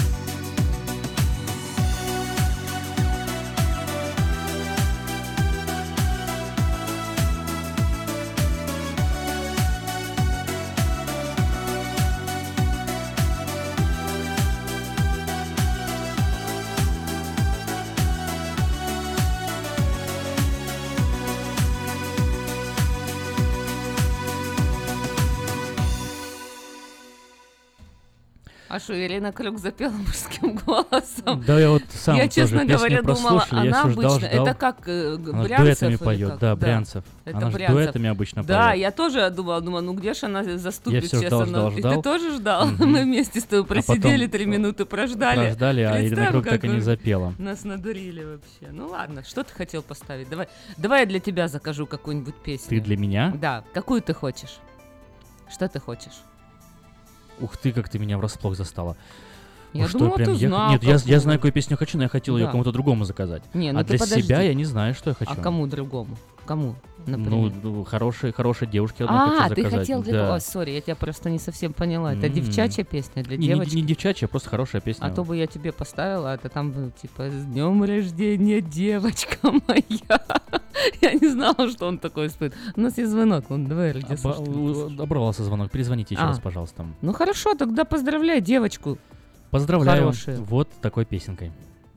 А что, Ирина Крюк запела мужским голосом? Да, я вот сам я, тоже честно говоря, прослушал, думала, она обычно... ждал. Это как Брянцев? Дуэтами поет, да, Брянцев. Это она же Брянцев. дуэтами обычно да, поет. я тоже думала, ну где же она заступит я все сейчас? ждал. И ты тоже ждал? Мы вместе с тобой просидели 3 минуты, прождали. А Ирина Крюк так и не запела. Нас надурили вообще. Ну ладно, что ты хотел поставить? Давай я для тебя закажу какую-нибудь песню. Ты для меня? Да, какую ты хочешь? Что ты хочешь? Ух ты, как ты меня врасплох застала. Я думала, ты знал. Нет, я знаю, какую песню хочу, но я хотел ее кому-то другому заказать. Не, а для себя я не знаю, что я хочу. А кому другому? Кому, например? Ну, хорошей девушке одной хочу заказать. Ты хотел для... Да. О, сори, я тебя просто не совсем поняла. Это девчачья песня для девочки? Не девчачья, просто хорошая песня. А то бы я тебе поставила, а это там типа «С днем рождения, девочка моя». Я не знала, что он такой стоит. У нас есть звонок, давай ради Оборвался звонок, перезвоните еще раз, пожалуйста. Ну хорошо, тогда поздравляй девочку. Поздравляю. Хорошая. Вот такой песенкой.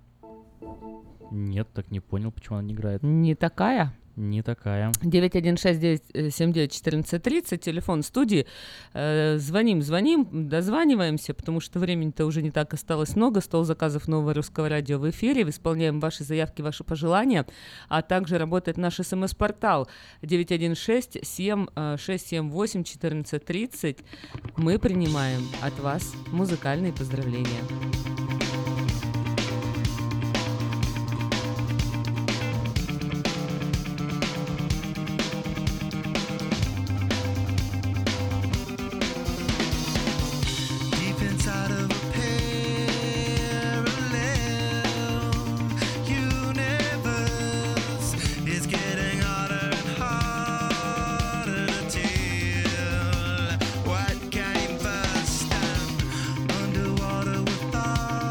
Нет, так не понял, почему она не играет. Не такая? Не такая. 916-979-1430, телефон студии. Звоним, дозваниваемся, потому что времени-то уже не так осталось много. Стол заказов Нового Русского Радио в эфире. Исполняем ваши заявки, ваши пожелания. А также работает наш СМС-портал 916-678-1430. Мы принимаем от вас музыкальные поздравления. What came first? Underwater with all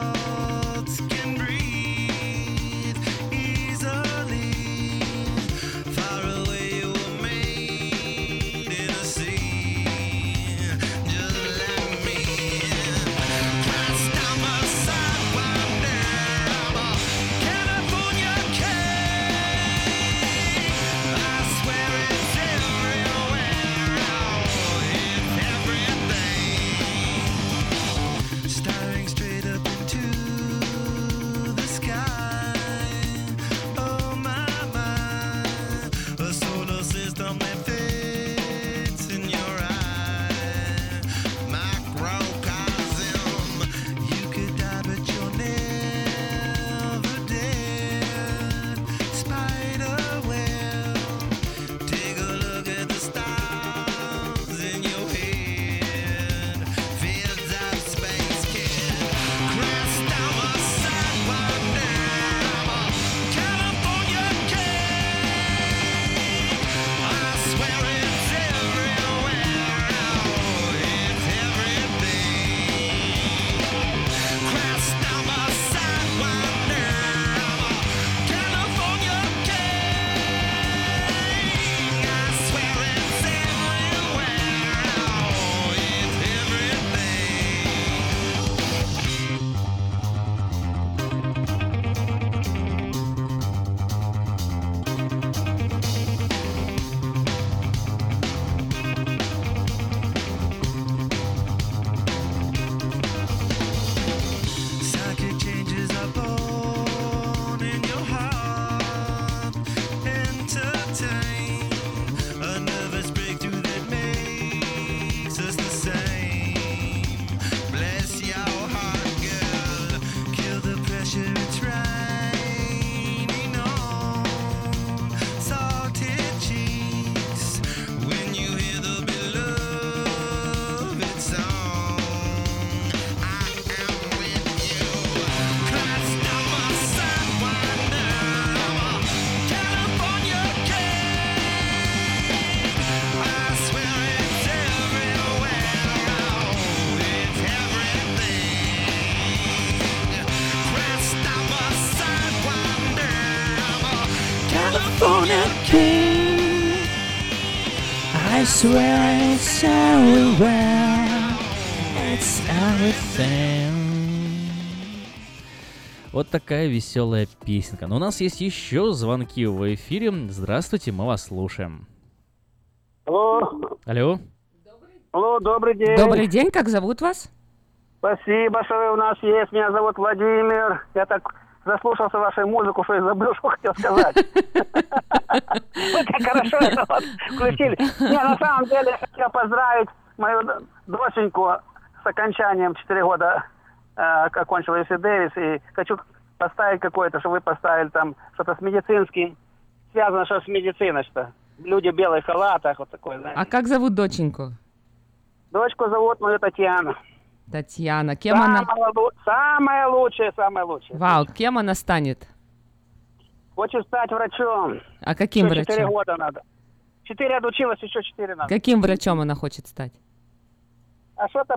I swear it's everywhere. It's everything. Вот такая веселая песенка. Но у нас есть еще звонки в эфире. Здравствуйте, мы вас слушаем. Алло. Алло. Алло, добрый день. Добрый день, как зовут вас? Спасибо, что вы у нас есть. Меня зовут Владимир. Я так заслушался вашей музыку, что и забыл, что хотел сказать. Вы так хорошо это вот включили. Не, на самом деле, я хотел поздравить мою доченьку с окончанием 4 года. Окончила UC Дэвис, и хочу поставить какое-то, что вы поставили там что-то с медицинским, связано что с медициной, что люди в белых халатах, вот такое, знаете. А как зовут доченьку? Дочку зовут мою Татьяна. Татьяна. Кем она? Самая лучшая. Вау, кем она станет? Хочет стать врачом. А каким еще врачом? 4 года надо. 4 отучилась, еще 4 надо. Каким врачом она хочет стать? А что-то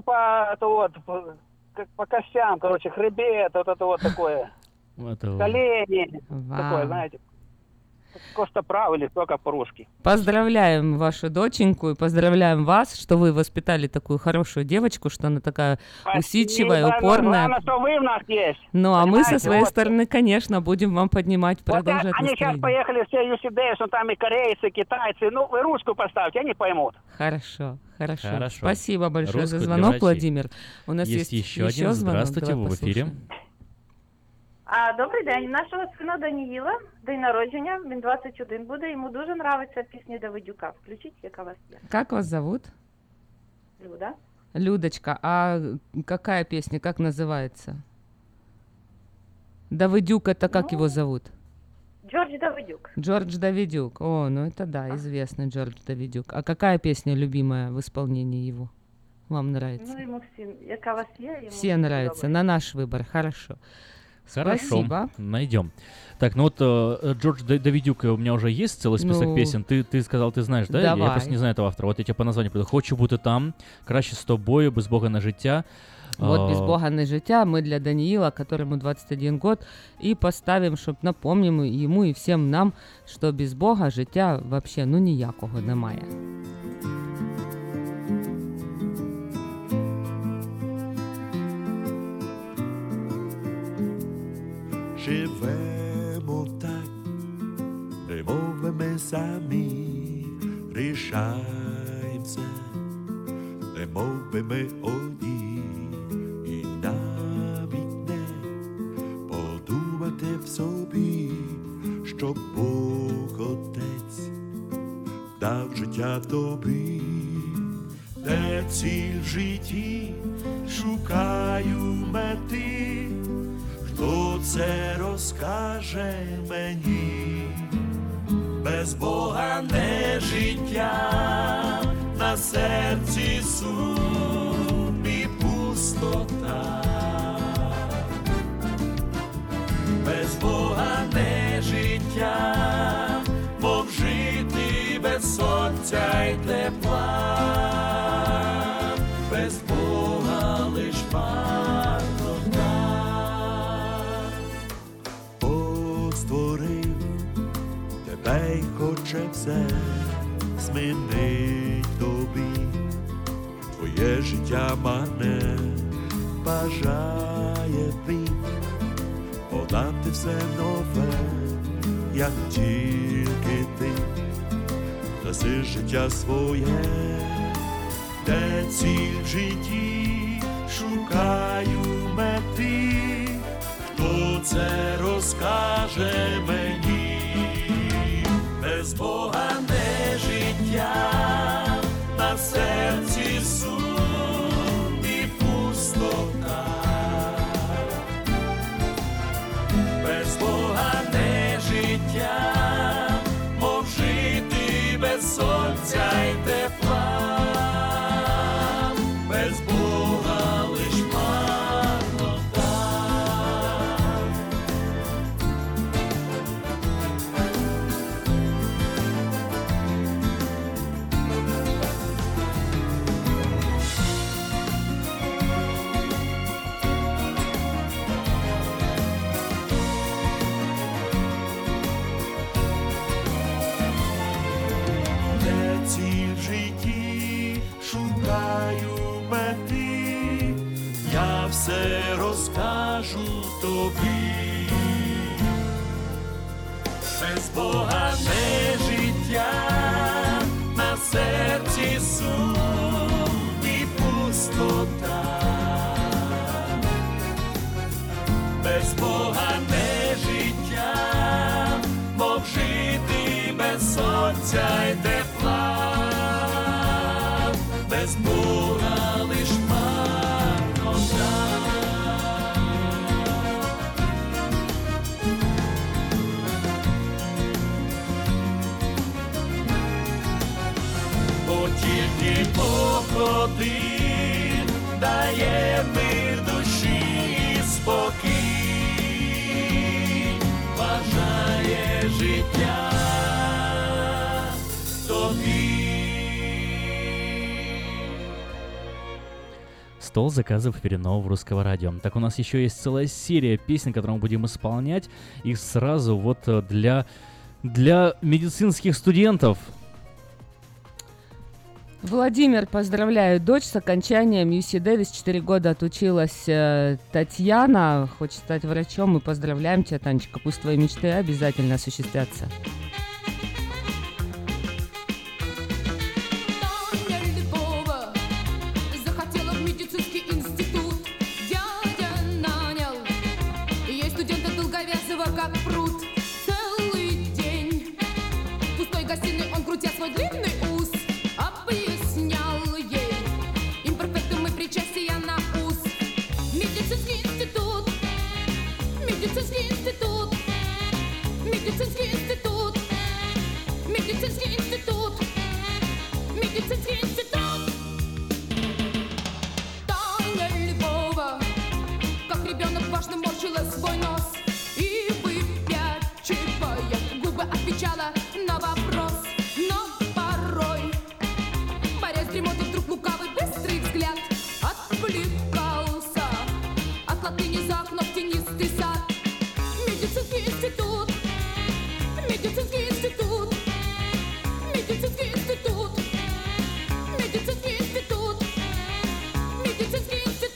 по костям, короче, хребет, вот это вот такое. Колени. Такое, знаете. Костоправ или кто как по-русски. Поздравляем вашу доченьку и поздравляем вас, что вы воспитали такую хорошую девочку, что она такая усидчивая, упорная. Главное, что вы в нас есть. Ну, а мы со своей стороны, конечно, будем вам поднимать, вот продолжать они настроение. сейчас поехали все UC Davis, ну там и корейцы, и китайцы. Ну, вы русскую поставьте, они поймут. Хорошо. Спасибо большое Русскую за звонок, Владимир. У нас есть еще один. звонок. Здравствуйте, Давай вы в эфире. Добрий день. Нашого сина Даніїла, день народження, він 21 буде, йому дуже нравиться пісні Давидюка. Включіть, яка у вас є. Как вас зовут? Люда. Людочка, а какая песня, как называется? Давидюк, это как его зовут? Джордж Давидюк. Джордж Давидюк. О, ну это да, известный Джордж Давидюк. А какая песня любимая в исполнении его? Вам нравится? Ну, ему все, яка у вас є, ему все нравится, на наш выбор, хорошо. Хорошо, спасибо. Найдем. Так, ну вот Джордж Давидюк, у меня уже есть целый список песен. Ты сказал, ты знаешь, да? Давай. Я просто не знаю этого автора. Вот я тебе по названию приду. «Хочу бути там», «Краще з тобою», «Без Бога на життя». Вот «Без Бога на життя» мы для Даниила, которому 21 год, и поставим, чтобы напомним ему и всем нам, что без Бога життя вообще ніякого немає. Живемо так, немов ми самі рішаємося, немов би ми одні, і навіть не подумати в собі, що Бог Отець дав життя тобі, де ціль в житті, шукаю мети. Хто це розкаже мені? Без Бога не життя, на серці сум і пустота. Без Бога не життя, мов жити без сонця й тепла. Без Бога лиш марнота. Тебе й хоче все змінить тобі, твоє життя мане бажає він подати все нове, як тільки ти даси життя своє, де ціль в житті, шукаю мети, хто це розкаже мені? Без Бога не життя, на серці сум і пустота. Без Бога не життя, мов жити без сонця й тепла. Без Бога лиш марнота. ціль в житті, шукаю мети, я все розкажу тобі. Без Бога не життя, на серці сум і пустота. Без Бога не життя, мов жити без сонця й тепла. Без Бога лиш марнота. Бо тільки Бог один дає мир душі і спокій, бажає життя тобі. Стол заказов перенов русского радио. Так у нас еще есть целая серия песен, которые мы будем исполнять. Их сразу вот для медицинских студентов. Владимир, поздравляю дочь с окончанием UC Дэвис. 4 года отучилась Татьяна. Хочет стать врачом. Мы поздравляем тебя, Танечка. Пусть твои мечты обязательно осуществятся. Как пруд, целый день в пустой гостиной он, крутя свой длинный ус, объяснял ей имперфектум и причастия на ус. Медицинский институт, медицинский институт, медицинский институт, медицинский институт, медицинский институт. Таня Львова, как ребенок важно морщила свой нос. Отвечала на вопрос, но порой, борясь с дремотой, вдруг лукавый быстрый взгляд отвлекался от латыни за окном в тенистый сад. Медицинский институт, медицинский институт, медицинский институт, медицинский институт, медицинский институт.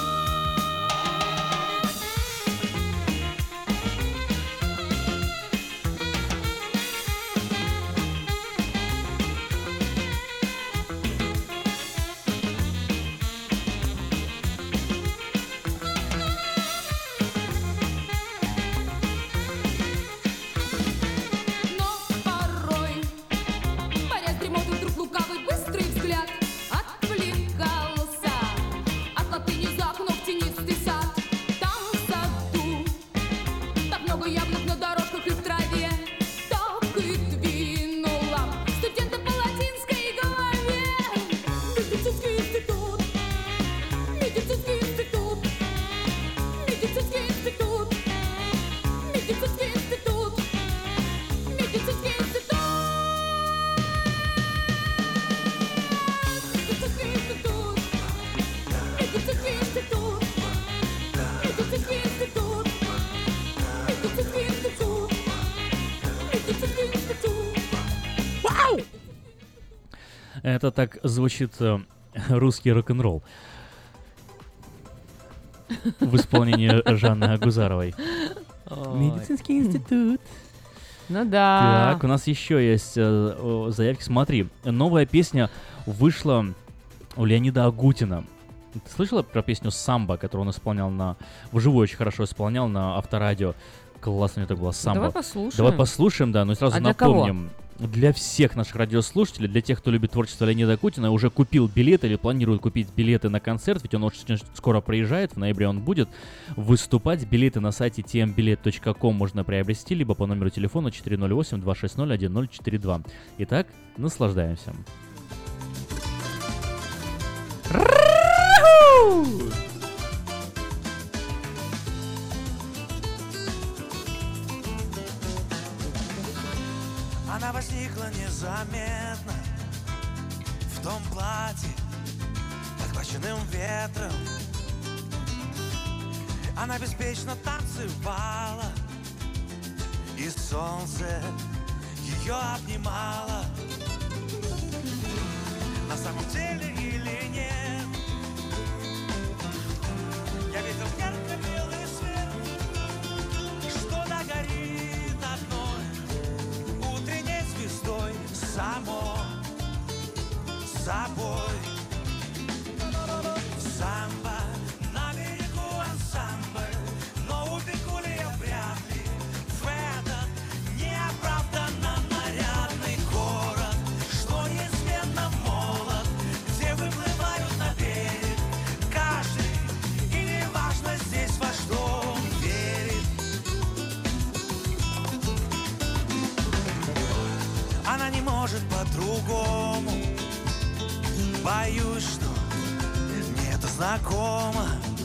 Это так звучит русский рок-н-ролл в исполнении Жанны Агузаровой. Медицинский институт. Ну да. Так, у нас еще есть заявки. Смотри, новая песня вышла у Леонида Агутина. Ты слышала про песню «Самбо», которую он исполнял вживую очень хорошо исполнял на Авторадио? Классно у него так было «Самбо». Давай послушаем. Давай послушаем, да, но сразу для напомним. Кого? Для всех наших радиослушателей, для тех, кто любит творчество Леонида Агутина, уже купил билеты или планирует купить билеты на концерт, ведь он очень скоро приезжает, в ноябре он будет выступать. Билеты на сайте tmbilet.com можно приобрести, либо по номеру телефона 408-260-1042. Итак, наслаждаемся. Она возникла незаметно в том платье, подхваченным ветром. Она беспечно танцевала, и солнце ее обнимало. собой. Самбо, на берегу ансамбль, но убегу ли я вряд ли в этот неоправданно нарядный город, что неизменно молод, где выплывают на берег каждый, и неважно здесь во что он верит. Она не может по-другому, боюсь, что мне это знакомо.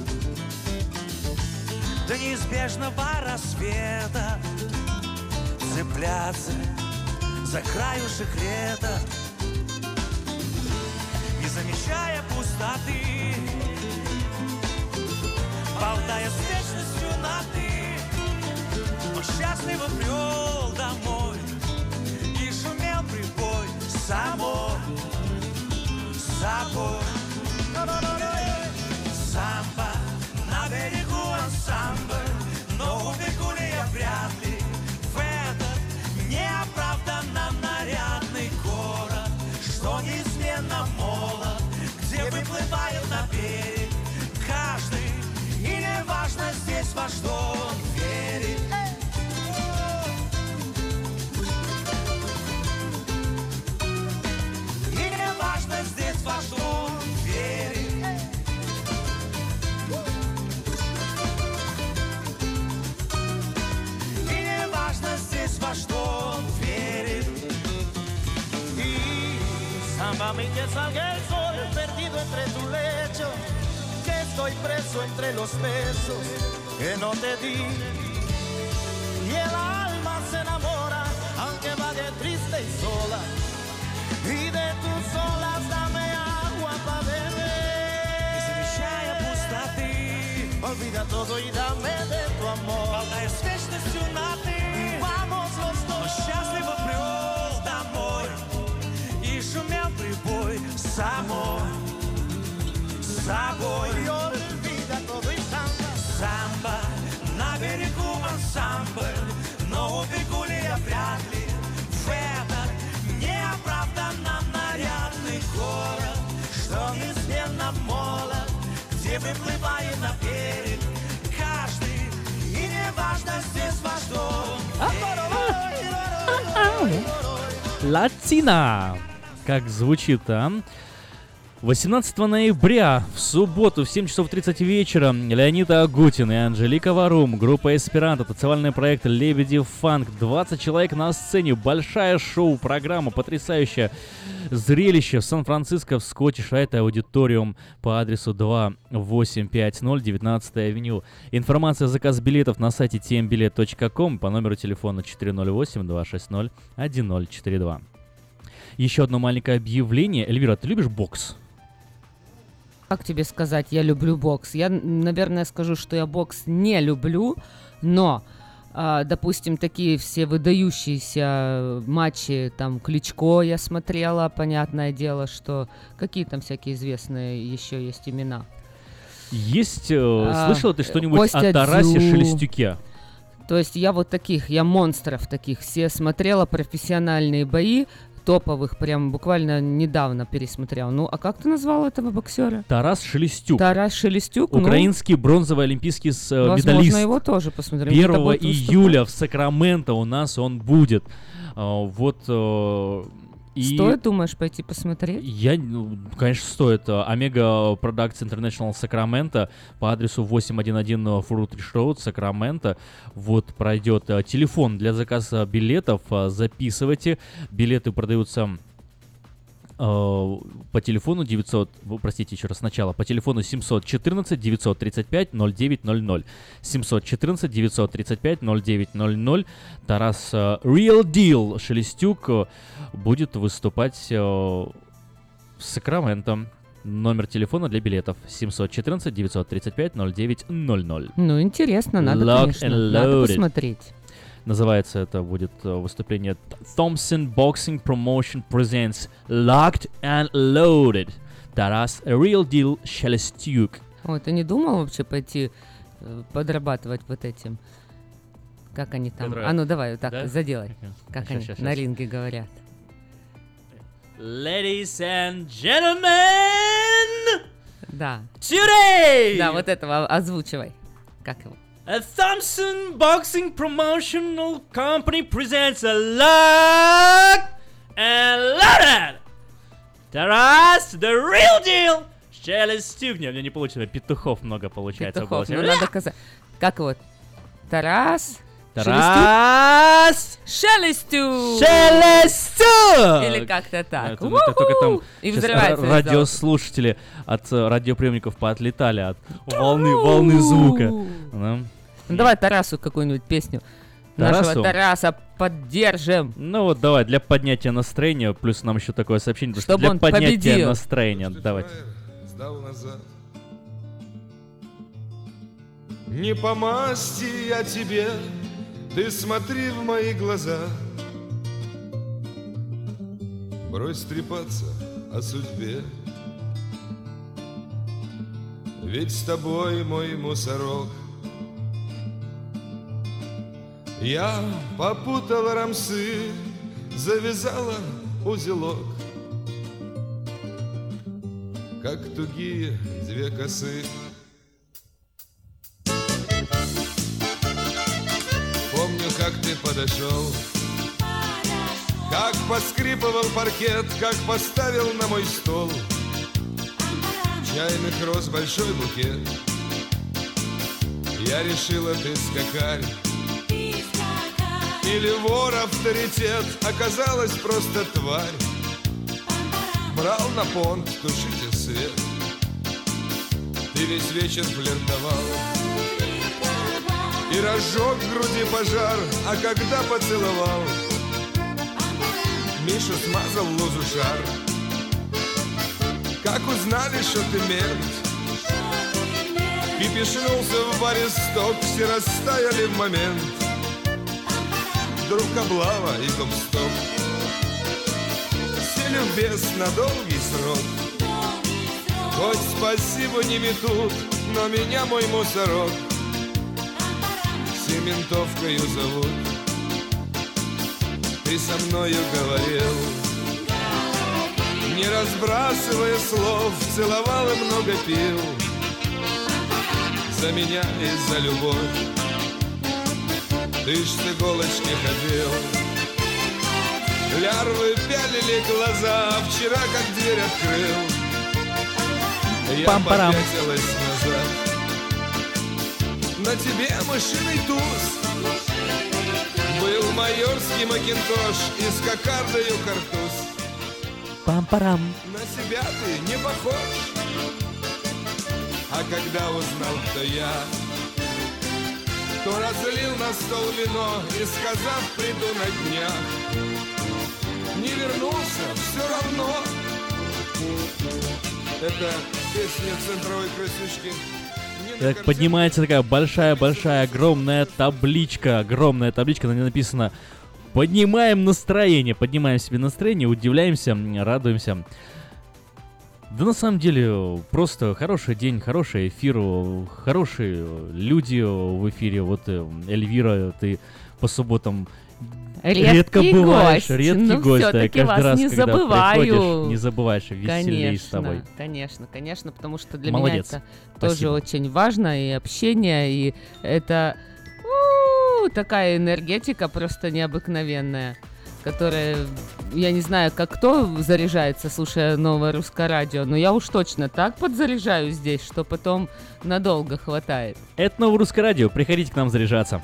До неизбежного рассвета цепляться за краюшек лета, не замечая пустоты, болтая с вечностью на «ты». Он счастливо брел домой, и шумел прибой самой собой. Самбо, на берегу ансамбль, но убегу ли я вряд ли в этот неоправданно нарядный город, что неизменно молод, где выплывает на берег каждый, и неважно здесь во что он верит. И неважно здесь во что он верит. И неважно здесь во что он verит. Y sámbame que salga el sol perdido entre tu lecho, que estoy preso entre los besos que no te di. Y el alma se enamora aunque vague triste y sola, y de tus olas dame agua pa' beber. Не замечая пустоты, olvida todo y dame de tu amor. Болтая с вечностью на «ты», vamos los dos. Он счастливо брел домой, и шумел прибой самой собой. И olvida todo y самбо. Самбо, на берегу ансамбль, но убегу ли я вряд ли в этот неоправданно нарядный город, что неизменно молод, где выплывает на берег каждый, и неважно здесь во что. Латина! Как звучит, а? 18 ноября, в субботу, в 7 часов 30 вечера, Леонид Агутин и Анжелика Варум, группа «Эсперанто», танцевальный проект «Лебеди Фанк», 20 человек на сцене, большая шоу-программа, потрясающее зрелище в Сан-Франциско, в Scottish Rite Auditorium по адресу 2850 19-й авеню. Информация, заказ билетов на сайте tmbilet.com по номеру телефона 408-260-1042. Еще одно маленькое объявление. Эльвира, ты любишь бокс? Как тебе сказать, я люблю бокс? Я, наверное, скажу, что я бокс не люблю, но, допустим, такие все выдающиеся матчи, там, Кличко я смотрела, понятное дело, что какие там всякие известные еще есть имена. Есть, слышала ты что-нибудь о Тарасе Шелестюке? То есть я вот таких, я монстров таких все смотрела, профессиональные бои, топовых, прям буквально недавно пересмотрел. Ну, а как ты назвал этого боксера? Тарас Шелестюк. Тарас Шелестюк. Украинский бронзовый олимпийский медалист. Возможно, его тоже посмотрим. 1 июля в Сакраменто у нас он будет. Стоит, думаешь, пойти посмотреть? Конечно, стоит. Омега Products International Сакраменто по адресу 811 Фрутридж Роуд, Сакраменто. Вот пройдет телефон для заказа билетов. Записывайте. Билеты продаются по телефону 714-935-0900. 714-935-0900. Тарас Real Deal Шелестюк будет выступать в Сакраменто. Номер телефона для билетов 714-935-0900. Ну, интересно, надо, конечно, надо посмотреть. Называется это будет выступление Thompson Boxing Promotion Presents Locked and Loaded. Тарас Real Deal Шелестюк. Ой, ты не думал вообще пойти подрабатывать вот этим? Как они там? А ну давай вот так, да? Заделай. Как они на ринге говорят. Ladies and gentlemen! Да. Today! Да, вот этого озвучивай. Как его? A Thompson Boxing Promotional Company presents a lock and loaded! Тарас, the real deal! Шелестюк. Не, у меня не получилось. Петухов много получается. Петухов, ну надо сказать. Как его? Тарас? Тарас! Шелестюк! Шелестюк! Или как-то так. Это только там И сейчас взрывается. радиослушатели от радиоприемников поотлетали от волны звука. Да. Ну давай Тарасу какую-нибудь песню. Тарасу? Нашего Тараса поддержим. Ну вот давай, для поднятия настроения, плюс нам еще такое сообщение, Чтобы для он поднятия победил. настроения. Давайте. Сдал назад. Не по масти я тебе, ты смотри в мои глаза. Брось трепаться о судьбе, ведь с тобой мой мусорок. Я попутал рамсы, завязала узелок, как тугие две косы. Помню, как ты подошел, как поскрипывал паркет, как поставил на мой стол чайных роз большой букет. Я решила, ты скакарь или вор авторитет, оказалась просто тварь. Брал на понт, тушите свет, ты весь вечер флиртовал и разжег в груди пожар, а когда поцеловал, Миша смазал лузу шар. Как узнали, что ты мент, кипишнулся в баре сток, все растаяли в момент. Вдруг облава и гоп-стоп, сели в бес на долгий срок. Хоть спасибо не метут, но меня мой мусорок все ментовкою зовут. Ты со мною говорил, не разбрасывая слов, целовал и много пил за меня и за любовь. Ты ж с иголочки ходил, лярвы пялили глаза, вчера как дверь открыл, я Пам-парам. попятилась назад. На тебе мышиный туз, был майорский макинтош и с кокардою картуз. Пам-парам. На себя ты не похож. А когда узнал, кто я, то разлил на стол вино и, сказав, приду на днях, не вернулся все равно. Это песня центровой красючки. Так, поднимается такая большая-большая огромная табличка, на ней написано «Поднимаем настроение», поднимаем себе настроение, удивляемся, радуемся. Да на самом деле, просто хороший день, хороший эфир, хорошие люди в эфире. Вот Эльвира, ты по субботам редко бываешь, гость. редкий гость. Все-таки каждый вас раз, не когда забываю. приходишь, не забываешь, веселей с тобой. Конечно, потому что для Молодец. меня это Спасибо. тоже очень важно, и общение, и это такая энергетика просто необыкновенная, которая, я не знаю, как кто заряжается, слушая новое русское радио, но я уж точно так подзаряжаю здесь, что потом надолго хватает. Это новое русское радио, приходите к нам заряжаться.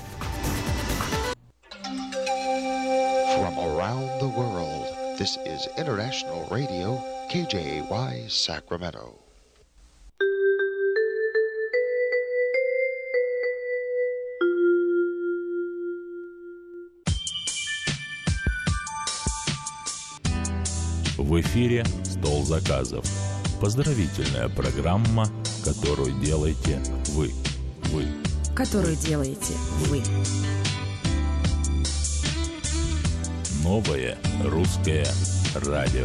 From around the world, this is International Radio, KJY, Sacramento. В эфире «Стол заказов». Поздравительная программа, которую делаете вы. Которую делаете вы. Новое русское радио.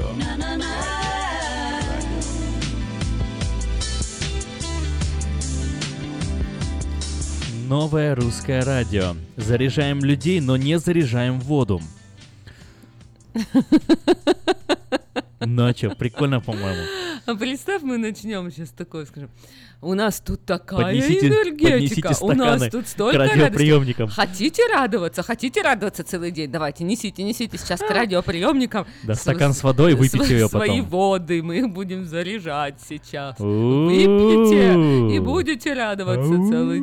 Новое русское радио. Заряжаем людей, но не заряжаем воду. Начо, прикольно, по-моему. А представь, мы начнем сейчас такое, скажем, у нас тут такая Поднесите энергетика, у нас стаканы тут столько к радиоприемникам. Хотите радоваться целый день? Давайте, несите сейчас к радиоприемникам. Да, стакан с водой, выпейте ее потом. Свои воды мы их будем заряжать сейчас. Выпейте и будете радоваться целый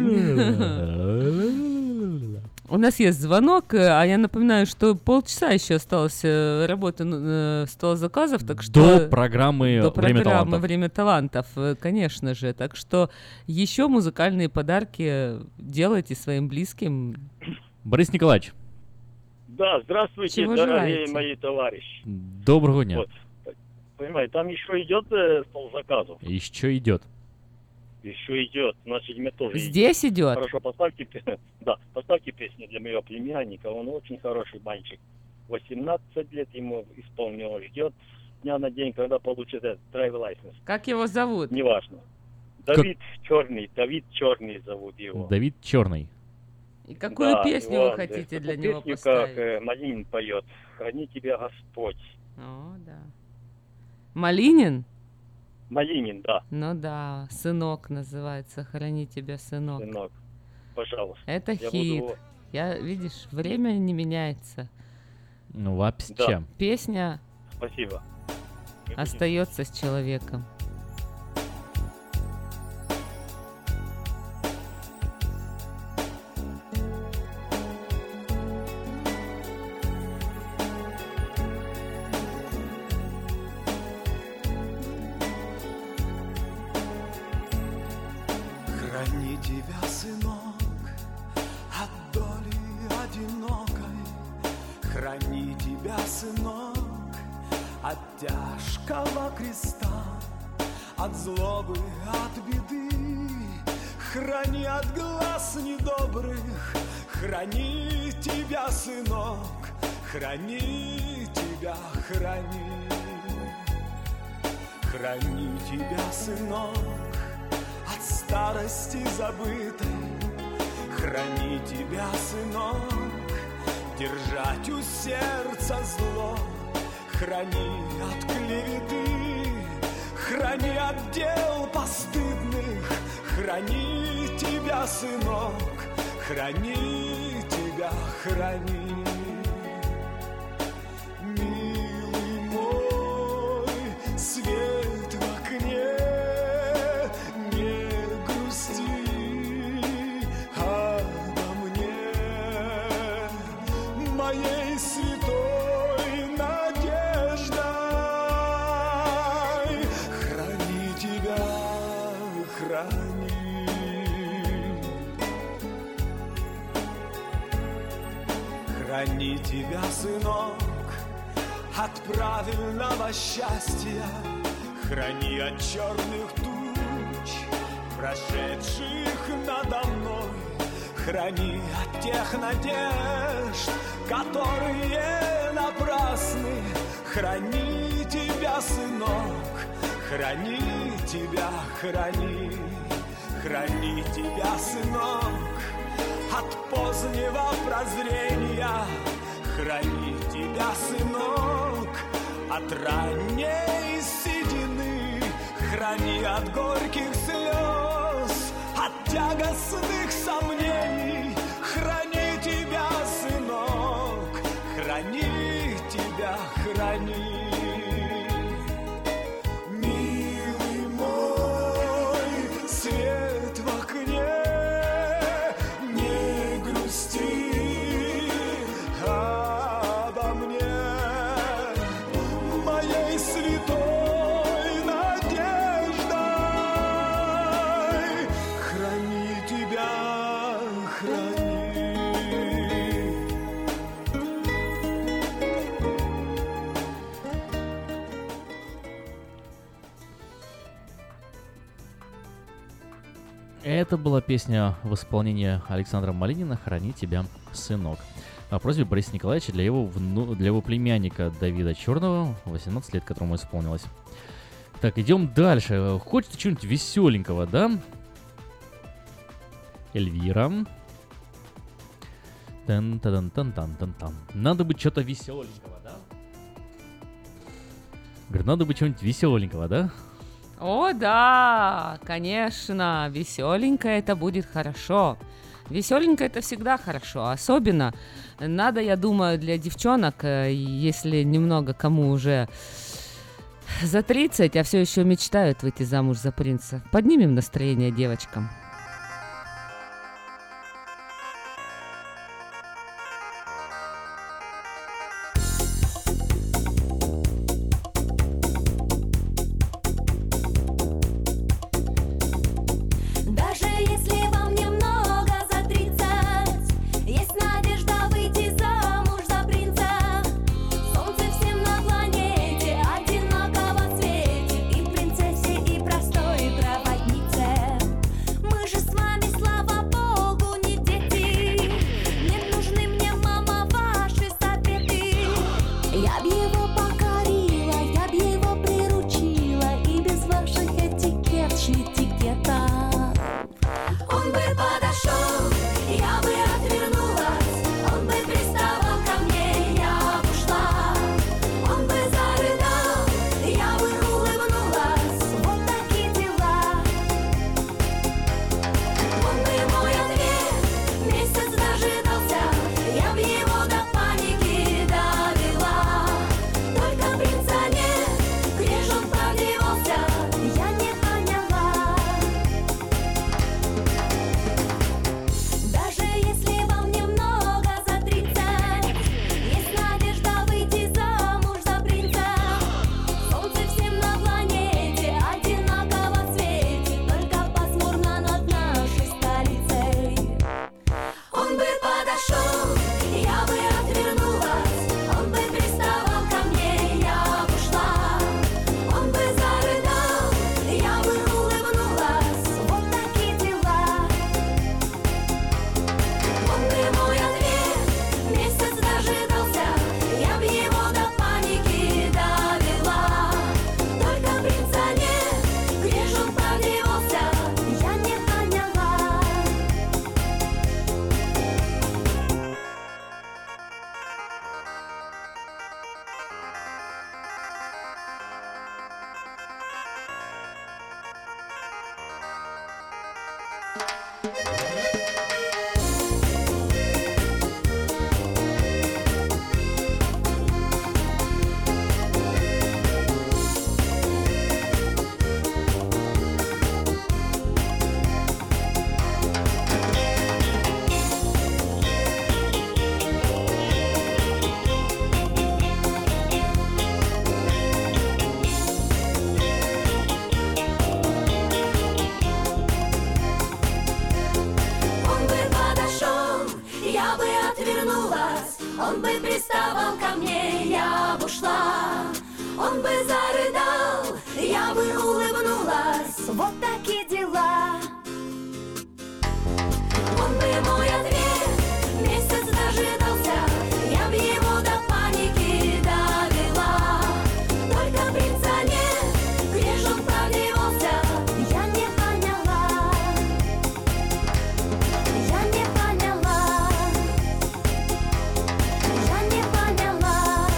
день. У нас есть звонок, а я напоминаю, что полчаса еще осталось работы стола заказов, так что... До программы «Время талантов», конечно же. Так что еще музыкальные подарки делайте своим близким. Борис Николаевич. Да, здравствуйте, Чего дорогие желаете? мои товарищи. Доброго дня. Вот, понимаете, там еще идет стол заказов. Еще идет. Еще идет, значит, мне тоже Здесь идет? Хорошо, поставьте песню для моего племянника, он очень хороший мальчик. 18 лет ему исполнилось, ждет дня на день, когда получит этот driver license. Как его зовут? Неважно. Давид Черный зовут его. Давид Черный. И какую песню вы хотите для него песню, поставить? как Малинин поет. «Храни тебя Господь». О, да. Малинин? Малинин, да. Ну да, «Сынок» называется, «Храни тебя, сынок». Сынок, пожалуйста. Это Я хит. буду- Видишь, время не меняется. Ну, вообще. Да. Песня Спасибо. остается с человеком. Храни тебя, сынок, от доли одинокой. Храни тебя, сынок, от тяжкого креста, от злобы, от беды. Храни от глаз недобрых, храни тебя, сынок, храни тебя, храни. Храни тебя, сынок, от старости забытой. Храни тебя, сынок, держать у сердца зло. Храни от клеветы, храни от дел постыдных. Храни тебя, сынок, храни тебя, храни. Милый мой, свет в окне, не грусти обо мне, моей святой надеждой. Храни тебя, храни. Храни тебя, сынок, от правильного счастья. Храни от черных туч, прошедших надо мной. Храни от тех надежд, которые напрасны. Храни тебя, сынок, храни тебя, храни. Храни тебя, сынок, от позднего прозрения. Храни тебя, сынок, от ранней седины. Храни от горьких слез, от тягостных сомнений. Храни тебя, сынок, храни тебя, храни. Милый мой, свет в окне, не грусти обо мне, моей святой надеждой. Храни тебя, храни. Это была песня в исполнении Александра Малинина «Храни тебя, сынок». О просьбе Бориса Николаевича для его племянника Давида Черного, 18 лет, которому исполнилось. Так, идем дальше. Хочется чего-нибудь веселенького, да? Эльвира. Тан-та-дан-тан-тан-тан-тан. Надо быть что-то веселенького, да? Говорит, надо бы чего-нибудь веселенького, да? О, да, конечно, веселенько это будет хорошо. Веселенько это всегда хорошо. Особенно надо, я думаю, для девчонок, если немного кому уже за 30, а все еще мечтают выйти замуж за принца. Поднимем настроение девочкам. Он бы приставал ко мне, я бы ушла. Он бы зарыдал, я бы улыбнулась. Вот такие дела. Он бы мой ответ месяц дожидался, я б его до паники довела. Только принца нет, где ж он подевался, я не поняла. Я не поняла. Я не поняла.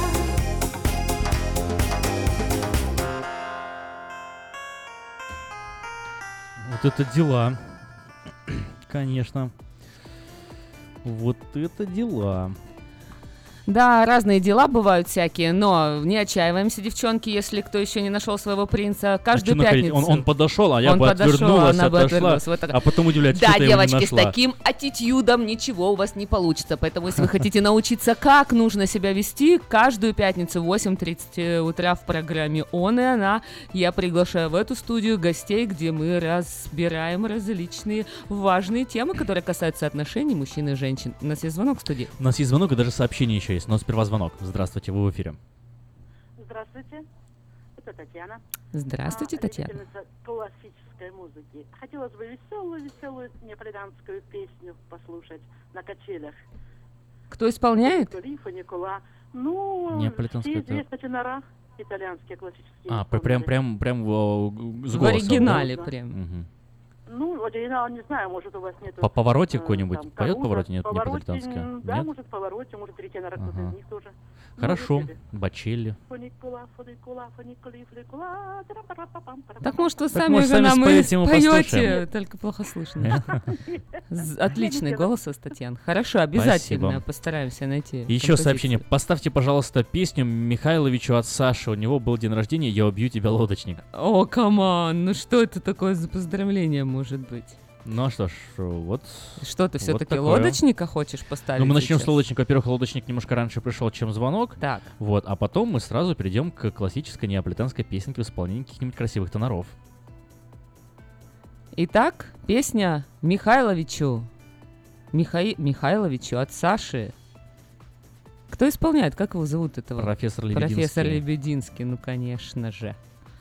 Вот это дела. Конечно. Вот это дела. Да, разные дела бывают всякие, но не отчаиваемся, девчонки, если кто еще не нашел своего принца. Каждую пятницу. Он подошел, а я бы отвернулась, отошла, вот а потом удивляется, да, что я его не девочки, нашла. с таким аттитюдом ничего у вас не получится. Поэтому, если вы хотите научиться, как нужно себя вести, каждую пятницу в 8:30 утра в программе «Он и она» я приглашаю в эту студию гостей, где мы разбираем различные важные темы, которые касаются отношений мужчин и женщин. У нас есть звонок в студии. У нас есть звонок и даже сообщение еще есть, но сперва звонок. Здравствуйте, вы в эфире. Здравствуйте, это Татьяна. Здравствуйте, Татьяна. Любительница классической музыки. Хотелось бы веселую неаполитанскую песню послушать на качелях. Кто исполняет? Лифа, Никола. Ну, Неаполитанская все известные тенора, итальянские классические. А, прям с В голосом. оригинале Да? прям. Угу. Ну, оригинал не знаю, может, у вас нет. По Повороте какой-нибудь? Там, Поет Каруза, Повороте? Нет, не Повороте, по-британски. Да, Нет? может, Повороте, может, три тенора кто-то Ага. из них тоже. Хорошо. Может, или- Бачелли. Фуникула, фуникула, фуникули, фуникула, тра-па-ра-па-пам-пара-пам. Так, может, вы Так, сами может, уже сами нам и споете, мы споете, послушаем. только плохо слышно. Отличный голос, Татьяна. Хорошо, обязательно Спасибо. постараемся найти Еще композицию. сообщение. Поставьте, пожалуйста, песню Михайловичу от Саши. У него был день рождения, я убью тебя, лодочник. О, камон, ну что это такое за поздравление может быть? Ну а что ж, вот. Что ты вот все-таки такое. лодочника хочешь поставить? Ну, мы начнем сейчас? с лодочника. Во-первых, лодочник немножко раньше пришел, чем звонок. Так. Вот, а потом мы сразу перейдем к классической неаполитанской песенке в исполнении каких-нибудь красивых тоноров. Итак, песня Михайловичу. Михайловичу от Саши. Кто исполняет? Как его зовут этого? Профессор Лебединский. Профессор Лебединский, ну конечно же.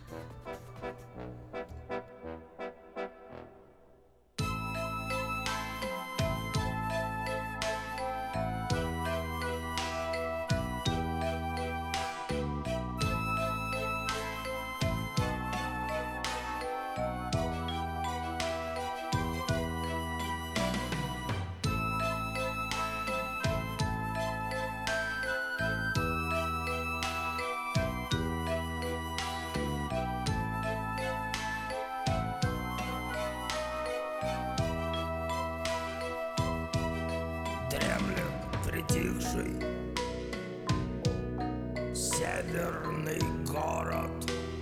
Дремлет притихший северный город,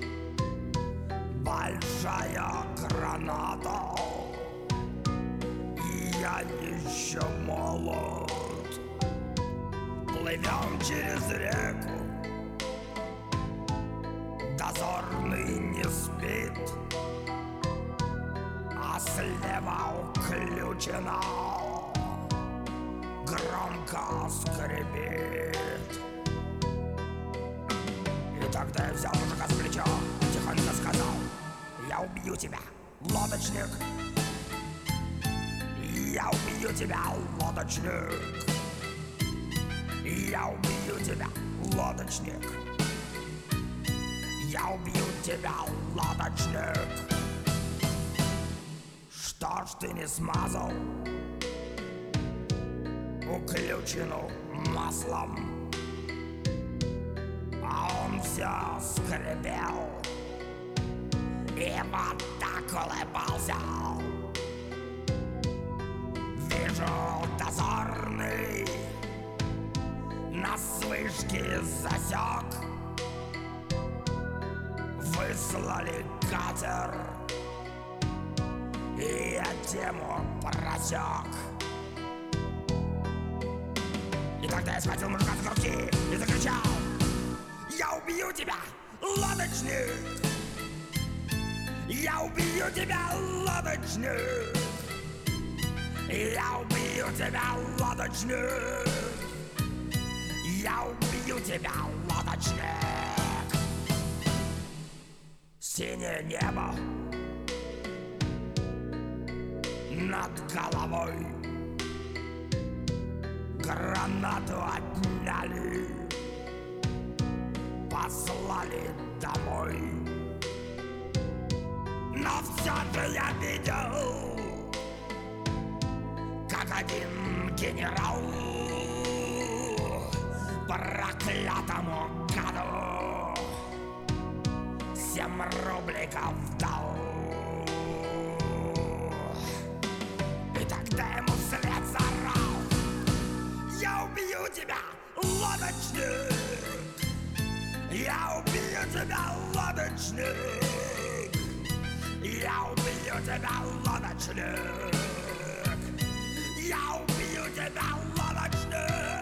большая граната, и я еще молод. Плывем через реку, дозорный не спит, а слева уключена громко скрипит. И тогда я взял мужика за плечо, тихонько сказал: я убью тебя, лодочник. Я убью тебя, лодочник. Я убью тебя, лодочник. Я убью тебя, лодочник. Что ж ты не смазал уключину маслом? А он все скрипел и вот так улыбался. Вижу, дозорный на вышке засек. Выслали катер, и я тему просек. И тогда я схватил мужика за груди и закричал: я убью тебя, лодочник! Я убью тебя, лодочник! Я убью тебя, лодочник! Я убью тебя, лодочник! Синее небо над головой, гранату отняли, послали домой. Но все же я видел, как один генерал проклятому гаду 7 рубликов дал. И тогда ему вслед заорал: я убью тебя, лодочник! Я убью тебя, лодочник! Я убью тебя, лодочник! Я убью тебя, лодочник!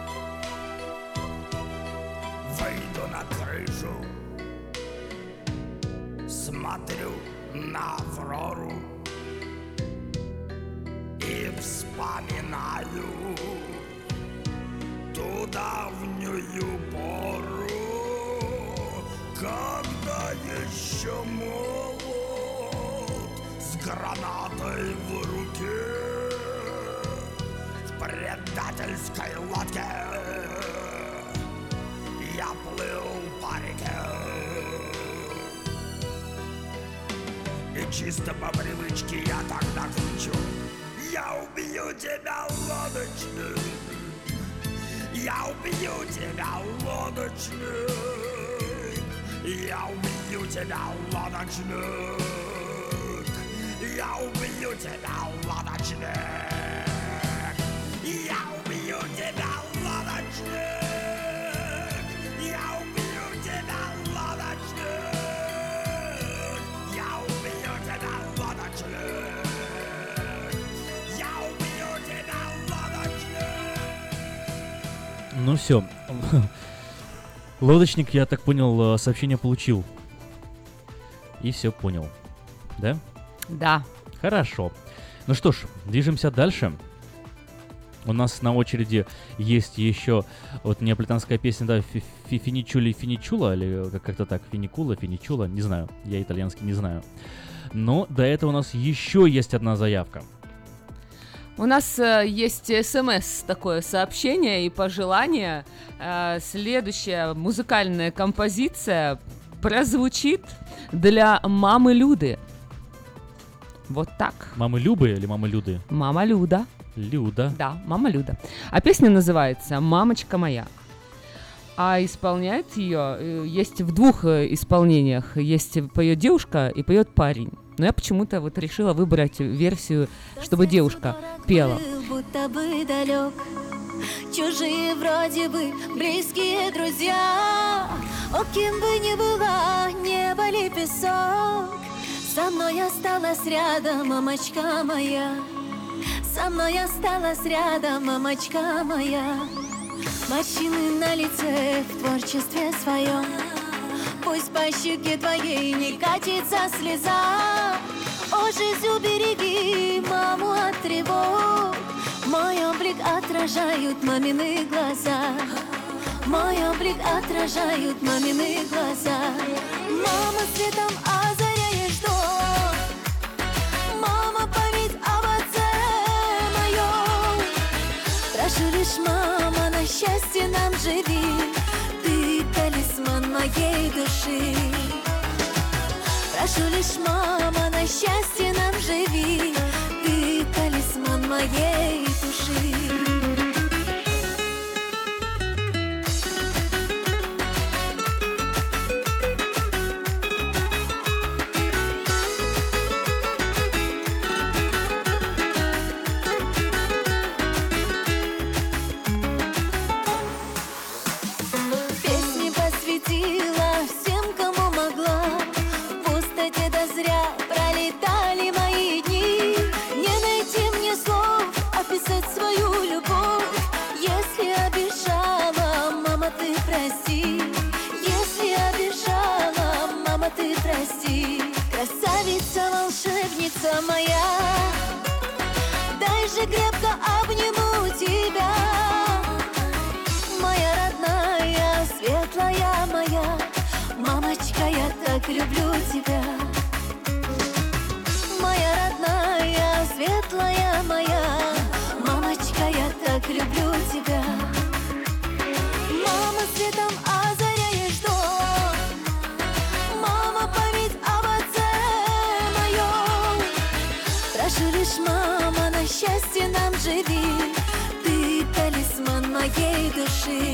Выйду на крышу смотрю на Аврору и вспоминаю ту давнюю пору, когда еще молод, с гранатой в руке, в предательской лодке я плыл по реке. И чисто по привычке я тогда кричу: я убью тебя, лодочник, я убью тебя, лодочник, я убью тебя, лодочник, я убью тебя, лодочник, я убью тебя, лодочник, я убью тебя, лодочник, я убью тебя, лодочник, я убью тебя, лодочник. Ну все. Лодочник, я так понял, сообщение получил. И все понял. Да? Да. Хорошо. Ну что ж, движемся дальше. У нас на очереди есть еще вот неаполитанская песня, да, Финичули Финичула, или как-то так, Финикула, Финичула, не знаю, я итальянский не знаю. Но до этого у нас еще есть одна заявка. У нас есть СМС, такое сообщение и пожелание. Следующая музыкальная композиция прозвучит для мамы Люды. Вот так. Мамы Любы или мамы Люды? Мама Люда. Люда. Да, мама Люда. А песня называется «Мамочка моя». А исполняет ее есть в двух исполнениях. Есть поет девушка и поет парень. Но я почему-то вот решила выбрать версию, чтобы девушка пела. Будто бы далек, чужие вроде бы близкие друзья. О, кем бы ни была, небо ли песок, со мной осталась рядом мамочка моя. Со мной осталась рядом мамочка моя. Морщины на лице в творчестве своем, пусть по щеке твоей не катится слеза. О, жизнь, убереги маму от тревог. Мой облик отражают мамины глаза. Мой облик отражают мамины глаза. Мама, светом озаряешь дом. Мама, память об отце моем. Прошу лишь, мама, на счастье нам живи. Ты талисман моей души. Прошу лишь, мама, на счастье нам живи. Ты талисман моей души. Песни посвятила всем, кому могла. В пустоте да зря пролетали мои дни. Не найти мне слов описать свою любовь. Если обижала, мама, ты прости. Если обижала, мама, ты прости. Красавица, волшебница моя, дай же крепко обниму тебя. Моя родная, светлая моя, мамочка, я так люблю тебя. Моя родная, светлая моя, мамочка, я так люблю тебя. Мама, светом озаряешь дом. Мама, память об отце моем. Прошу лишь, мама, на счастье нам живи. Ты талисман моей души.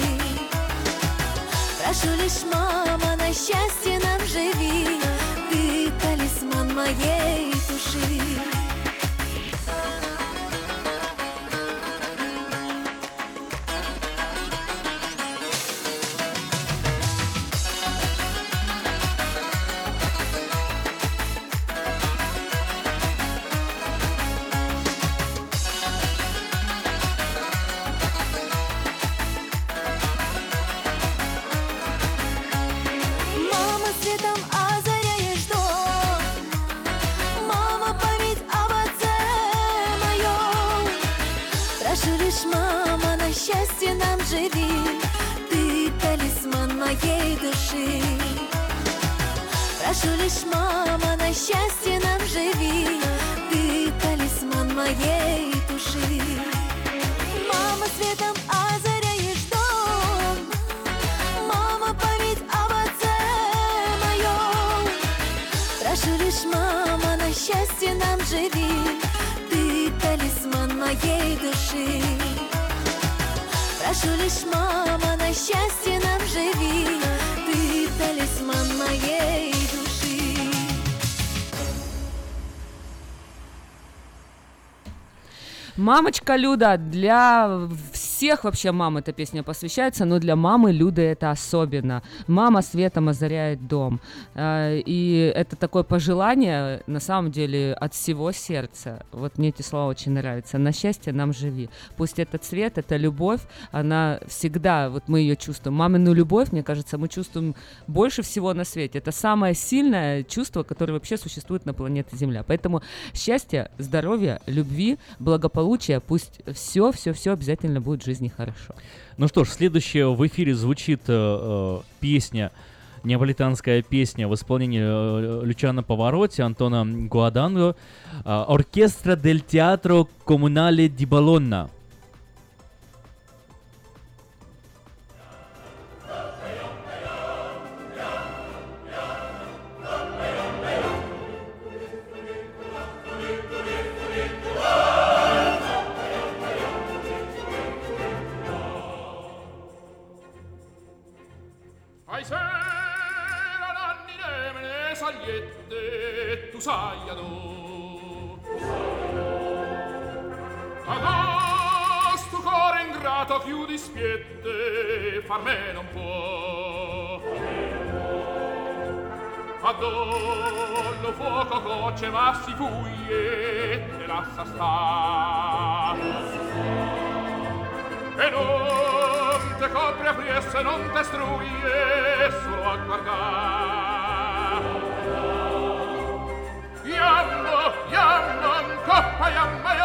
Прошу лишь, мама, на счастье нам живи. Ты талисман моей души. Мама, светом озаряешь дом. моей души. Прошу лишь, мама, на счастье нам живи, ты талисман моей души. Мама, светом озаряешь дом, мама, память об отце моем. Прошу лишь, мама, на счастье нам живи, ты талисман моей души. Прошу лишь, мама, на счастье нам живи, ты талисман моей души. Мамочка Люда, для всех вообще мам эта песня посвящается, но для мамы Люды это особенно. Мама светом озаряет дом. И это такое пожелание, на самом деле, от всего сердца. Вот мне эти слова очень нравятся. На счастье нам живи. Пусть этот свет, эта любовь, она всегда, вот мы ее чувствуем. Мамину любовь, мне кажется, мы чувствуем больше всего на свете. Это самое сильное чувство, которое вообще существует на планете Земля. Поэтому счастье, здоровье, любви, благополучия, пусть все обязательно будет в жизни хорошо. Ну что ж, следующая в эфире звучит песня, неаполитанская песня в исполнении Лючано Паваротти, Антона Гуаданго, «Оркестра дель Театро Комунале ди Болонна». Tu sai agosto cuore ingrato chiudi spiette far me non può adollo fuoco cocce ma si fugge te lascia sta e non te copre a priesse non te struglie solo a guardare Yamman coppa yammaya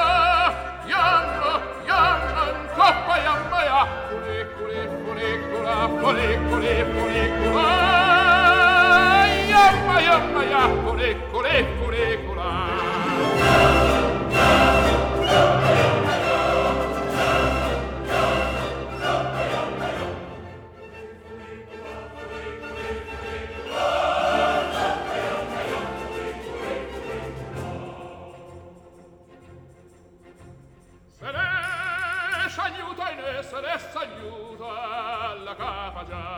Yamman coppa yammaya Fulicula Yammaya Fulicula se ne s'aiuta la capa già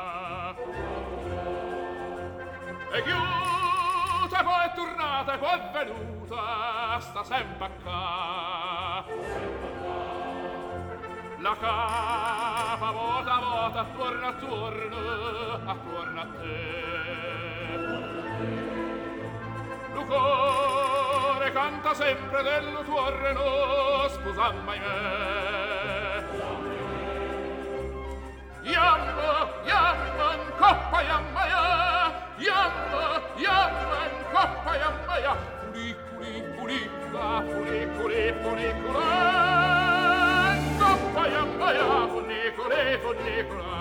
e chiuta poi è tornata poi è venuta sta sempre a ca la capa volta attorno a te lo cuore canta sempre dello tuorno sposamma me Yamman coppa yammaya Yamman coppa yammaya Fulicula Coppa yammaya Fulicula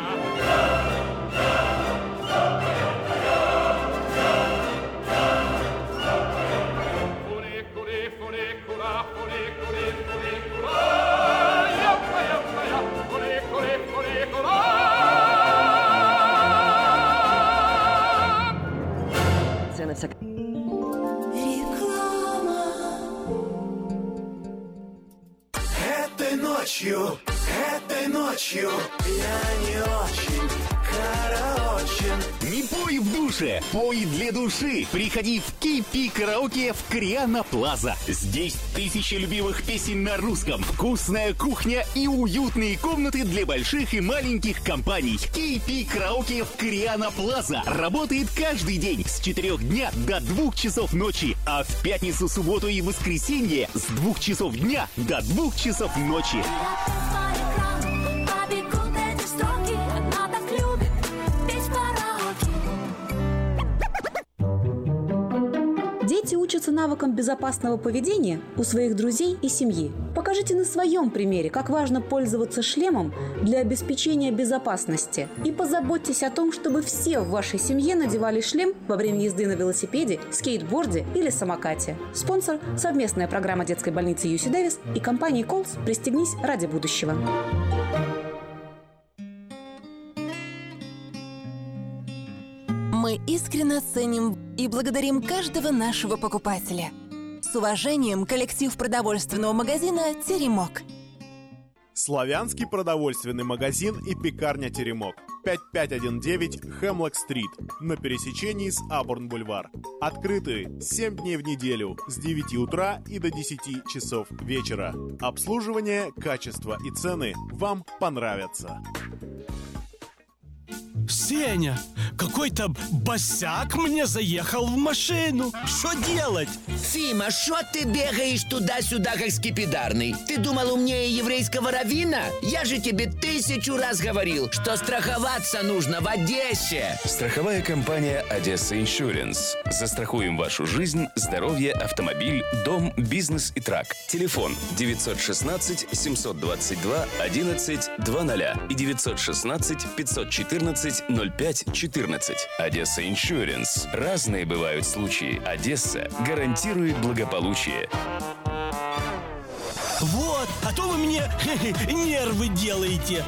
Этой ночью я не очень караочен. Не пой в душе, пой для души. Приходи в KP Караоке в Кориана Плаза. Здесь тысячи любимых песен на русском, вкусная кухня и уютные комнаты для больших и маленьких компаний. KP Караоке в Кориана Плаза работает каждый день с 4 дня до 2 часов ночи, а в пятницу, субботу и воскресенье с 2 часов дня до 2 часов ночи. Дети учатся научиться навыкам безопасного поведения у своих друзей и семьи? Покажите на своем примере, как важно пользоваться шлемом для обеспечения безопасности. И позаботьтесь о том, чтобы все в вашей семье надевали шлем во время езды на велосипеде, скейтборде или самокате. Спонсор – совместная программа детской больницы UC Davis и компании Колс «Пристегнись ради будущего». Мы искренне ценим и благодарим каждого нашего покупателя. С уважением, коллектив продовольственного магазина «Теремок». Славянский продовольственный магазин и пекарня «Теремок». 5519 Хемлок-стрит на пересечении с Абурн-бульвар. Открыты 7 дней в неделю с 9 утра и до 10 часов вечера. Обслуживание, качество и цены вам понравятся. Сеня, какой-то босяк мне заехал в машину. Что делать? Фима, что ты бегаешь туда-сюда, как скипидарный? Ты думал умнее еврейского раввина? Я же тебе 1000 раз говорил, что страховаться нужно в Одессе. Страховая компания «Одесса Иншуренс». Застрахуем вашу жизнь, здоровье, автомобиль, дом, бизнес и трак. Телефон 916-722-11-00 и 916-514-05-14. «Одесса Иншуренс». Разные бывают случаи. «Одесса» гарантирует благополучие. Вот, а то вы мне нервы делаете.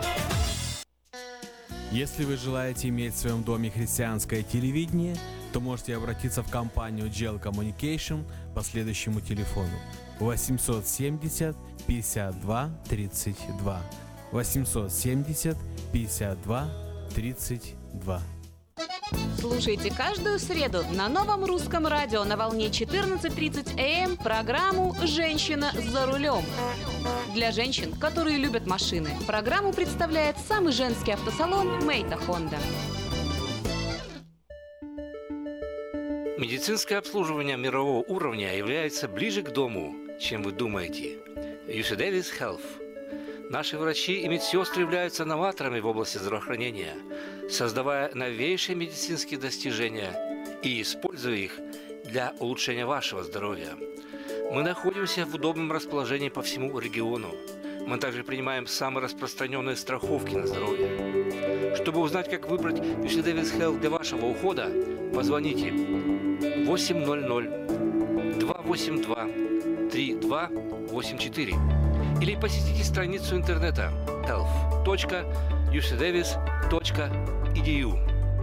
Если вы желаете иметь в своем доме христианское телевидение, то можете обратиться в компанию GL Communication по следующему телефону 870 52 32 870 52 32. Слушайте каждую среду на Новом русском радио на волне 14:30 АМ программу «Женщина за рулем». Для женщин, которые любят машины, программу представляет самый женский автосалон «Мейта Хонда». Медицинское обслуживание мирового уровня является ближе к дому, чем вы думаете. UC Davis Health. Наши врачи и медсестры являются новаторами в области здравоохранения, создавая новейшие медицинские достижения и используя их для улучшения вашего здоровья. Мы находимся в удобном расположении по всему региону. Мы также принимаем самые распространенные страховки на здоровье. Чтобы узнать, как выбрать UC Davis Health для вашего ухода, позвоните 800-282-3284 или посетите страницу интернета health.ucdavis.edu.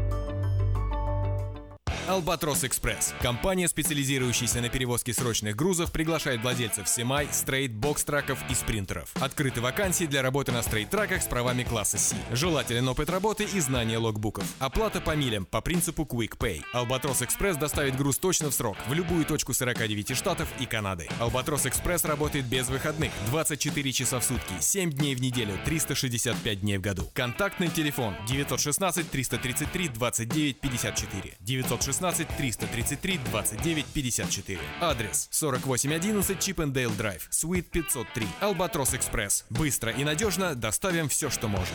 Albatros Express. Компания, специализирующаяся на перевозке срочных грузов, приглашает владельцев семай, стрейт, бокс-траков и спринтеров. Открыты вакансии для работы на стрейт-траках с правами класса C. Желателен опыт работы и знание логбуков. Оплата по милям по принципу Quick Pay. Albatros Express доставит груз точно в срок в любую точку 49 штатов и Канады. Albatros Express работает без выходных 24 часа в сутки, 7 дней в неделю, 365 дней в году. Контактный телефон 916 333 29 54 916 333 29 54. Адрес 4811 Чиппендейл Драйв, Суит 503. Albatros Express. Быстро и надежно доставим все, что можно.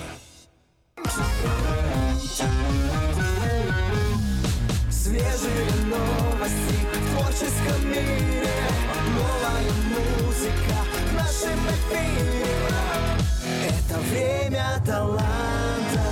Свежие новости в творческом мире. Новая музыка в нашем эфире. Это время таланта.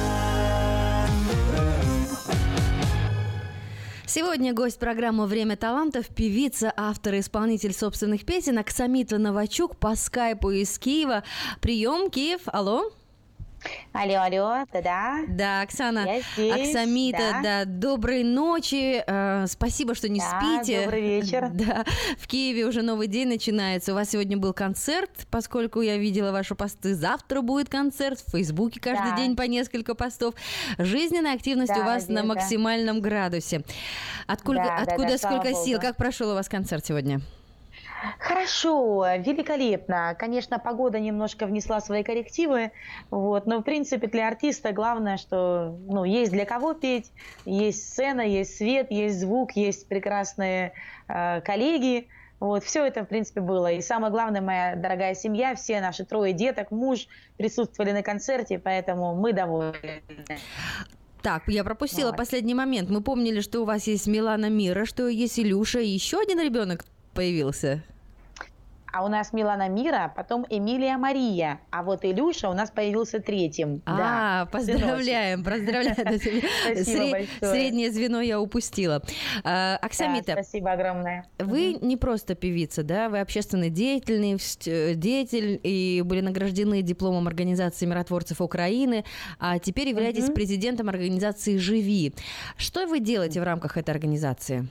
Сегодня гость программы «Время талантов» – певица, автор и исполнитель собственных песен Аксамита Новачук по скайпу из Киева. Прием, Киев, алло. Алло, да-да. Да, Оксана, я здесь, Аксамита, да. Доброй ночи, спасибо, что не спите. Добрый вечер. Да, в Киеве уже новый день начинается. У вас сегодня был концерт, поскольку я видела ваши посты. Завтра будет концерт, в Фейсбуке каждый день по несколько постов. Жизненная активность у вас на максимальном градусе. Откуда сколько сил? Как прошел у вас концерт сегодня? Хорошо, великолепно. Конечно, погода немножко внесла свои коррективы, вот, но в принципе для артиста главное, что есть для кого петь, есть сцена, есть свет, есть звук, есть прекрасные коллеги. Вот, все это, в принципе, было. И самое главное, моя дорогая семья, все наши 3 деток, муж присутствовали на концерте, поэтому мы довольны. Так, я пропустила последний момент. Мы помнили, что у вас есть Милана Мира, что есть Илюша, и еще один ребенок появился. А у нас Милана Мира, потом Эмилия Мария. А вот Илюша у нас появился третьим. Поздравляем. Спасибо большое. Среднее звено я упустила. Оксамита, спасибо огромное. Вы не просто певица, да? Вы общественный деятель и были награждены дипломом Организации миротворцев Украины, а теперь являетесь президентом организации «Живи». Что вы делаете в рамках этой организации?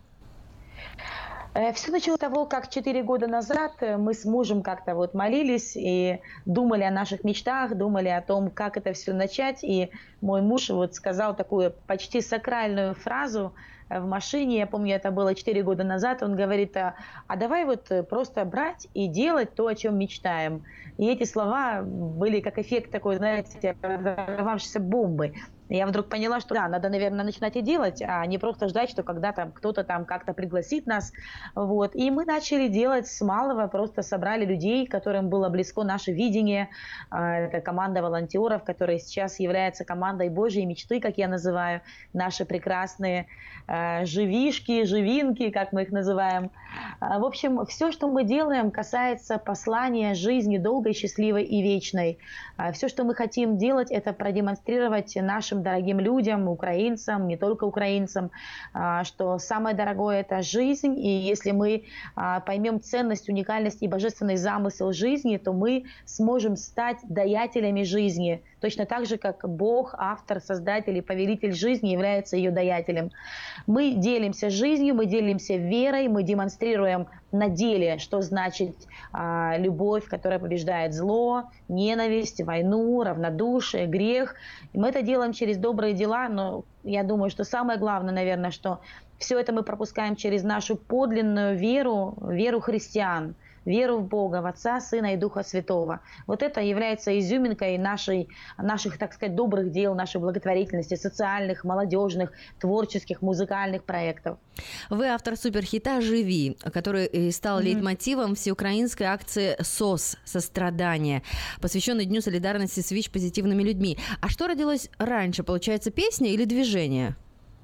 Все началось с того, как 4 года назад мы с мужем как-то вот молились и думали о наших мечтах, думали о том, как это все начать. И мой муж вот сказал такую почти сакральную фразу в машине, я помню, это было 4 года назад, он говорит: а давай вот просто брать и делать то, о чем мечтаем. И эти слова были как эффект такой, знаете, взорвавшейся бомбы. Я вдруг поняла, что да, надо, наверное, начинать и делать, а не просто ждать, что когда-то кто-то там как-то пригласит нас. Вот. И мы начали делать с малого, просто собрали людей, которым было близко наше видение. Это команда волонтеров, которая сейчас является командой Божьей мечты, как я называю, наши прекрасные живишки, живинки, как мы их называем. В общем, все, что мы делаем, касается послания жизни долгой, счастливой и вечной. Все, что мы хотим делать, это продемонстрировать нашим дорогим людям, украинцам, не только украинцам, что самое дорогое – это жизнь. И если мы поймем ценность, уникальность и божественный замысел жизни, то мы сможем стать даятелями жизни. Точно так же, как Бог, автор, создатель и повелитель жизни является ее даятелем. Мы делимся жизнью, мы делимся верой, мы демонстрируем на деле, что значит любовь, которая побеждает зло, ненависть, войну, равнодушие, грех. И мы это делаем через добрые дела, но я думаю, что самое главное, наверное, что все это мы пропускаем через нашу подлинную веру, веру христиан, веру в Бога, в Отца, Сына и Духа Святого. Вот это является изюминкой наших, так сказать, добрых дел, нашей благотворительности, социальных, молодежных, творческих, музыкальных проектов. Вы автор суперхита «Живи», который стал лейтмотивом всеукраинской акции «СОС» «Сострадание», посвященной Дню солидарности с ВИЧ-позитивными людьми. А что родилось раньше? Получается, песня или движение?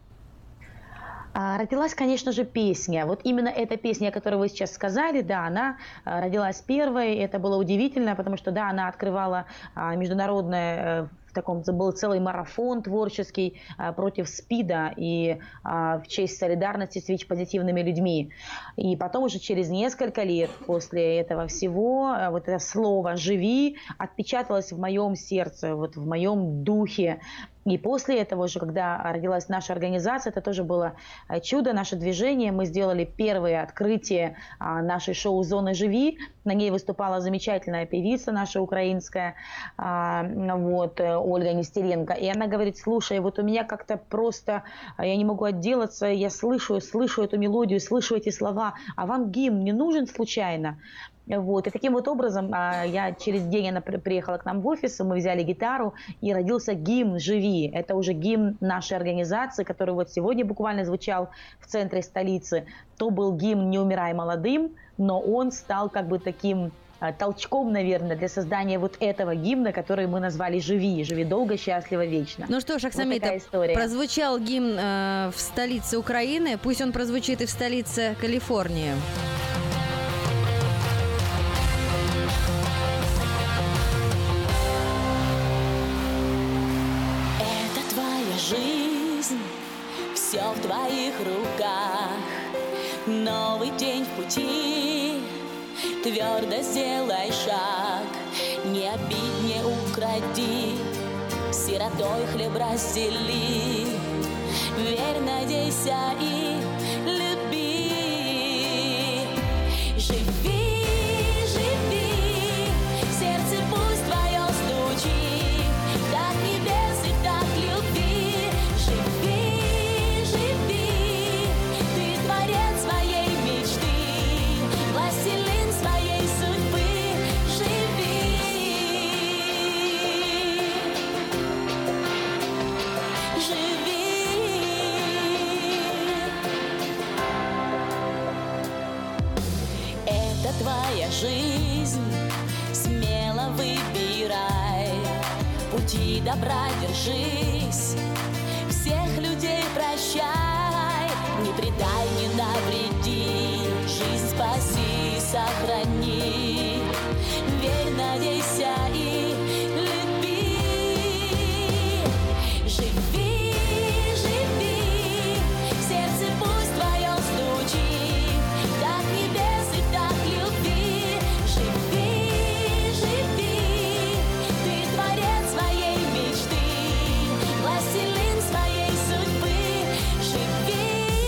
Родилась, конечно же, песня. Вот именно эта песня, о которой вы сейчас сказали, да, она родилась первой. Это было удивительно, потому что, да, она открывала международное... был целый марафон творческий против СПИДа и в честь солидарности с ВИЧ-позитивными людьми. И потом уже через несколько лет после этого всего вот это слово «живи» отпечаталось в моем сердце, вот в моем духе. И после этого уже, когда родилась наша организация, это тоже было чудо, наше движение. Мы сделали первое открытие нашей шоу-зоны «Живи». На ней выступала замечательная певица наша украинская, вот, Ольга Нестеренко. И она говорит: слушай, вот у меня как-то просто, я не могу отделаться, я слышу эту мелодию, слышу эти слова, а вам гимн не нужен случайно? Вот. И таким вот образом я через день она приехала к нам в офис, мы взяли гитару, и родился гимн «Живи». Это уже гимн нашей организации, который вот сегодня буквально звучал в центре столицы. То был гимн «Не умирай молодым», но он стал как бы таким толчком, наверное, для создания вот этого гимна, который мы назвали «Живи». «Живи долго, счастливо, вечно». Ну что ж, Оксамита, вот прозвучал гимн в столице Украины, пусть он прозвучит и в столице Калифорнии. Жизнь, все в твоих руках. Новый день в пути, твердо сделай шаг. Не обидь, не укради, сиротой хлеб раздели. Верь, надейся и люби. Живи, живи, сердце пусть твое стучит, так небес и так любви. Властелин своей судьбы, живи. Живи. Это твоя жизнь, смело выбирай. Путь пути добра держись, всех людей прощай, не предай, не навреди, жизнь спаси, сохрани, верь, надейся и люби. Живи, живи, в сердце пусть твоем стучит, так небес и так любви. Живи, живи, ты творец своей мечты, властелин своей судьбы. Живи.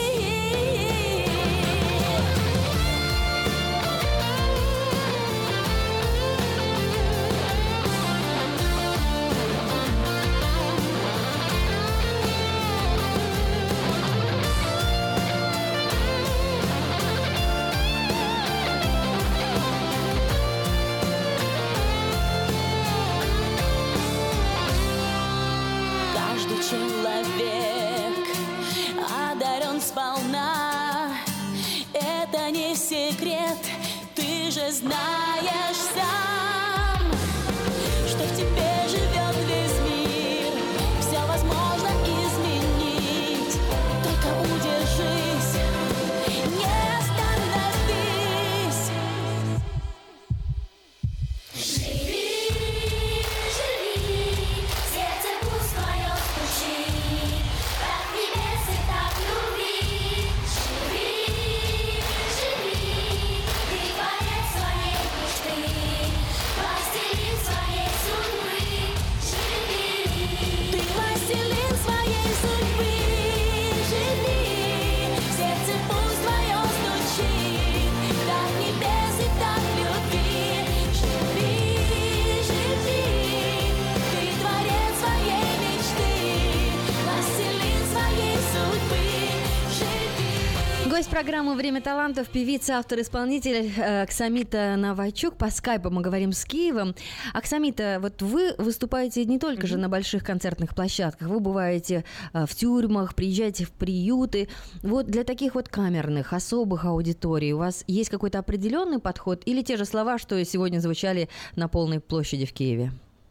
Каждый человек одарен сполна, это не секрет, ты же знаешь сам, что в тебе живет весь мир, все возможно изменить, только удержись, не остановись. Живи, живи, сердце пусть твое стучит, как небес и так любви. Живи, живи, ты творец своей мечты, властелин своей судьбы. Живи, Ты властелин своей судьбы. Живи, в сердце пусть твое стучит, так небес и так любви. Живи, живи, ты творец своей мечты, властелин своей судьбы. Живи. Гость программы «Время талантов» певица, автор-исполнитель Аксамита Новачук. По скайпу мы говорим с Киевом. Аксамита, вот вы выступаете не только же на больших концертных площадках, вы бываете в тюрьмах, приезжаете в приюты. Вот для таких вот камерных, особых аудиторий у вас есть какой-то определенный подход или те же слова, что сегодня звучали на полной площади в Киеве?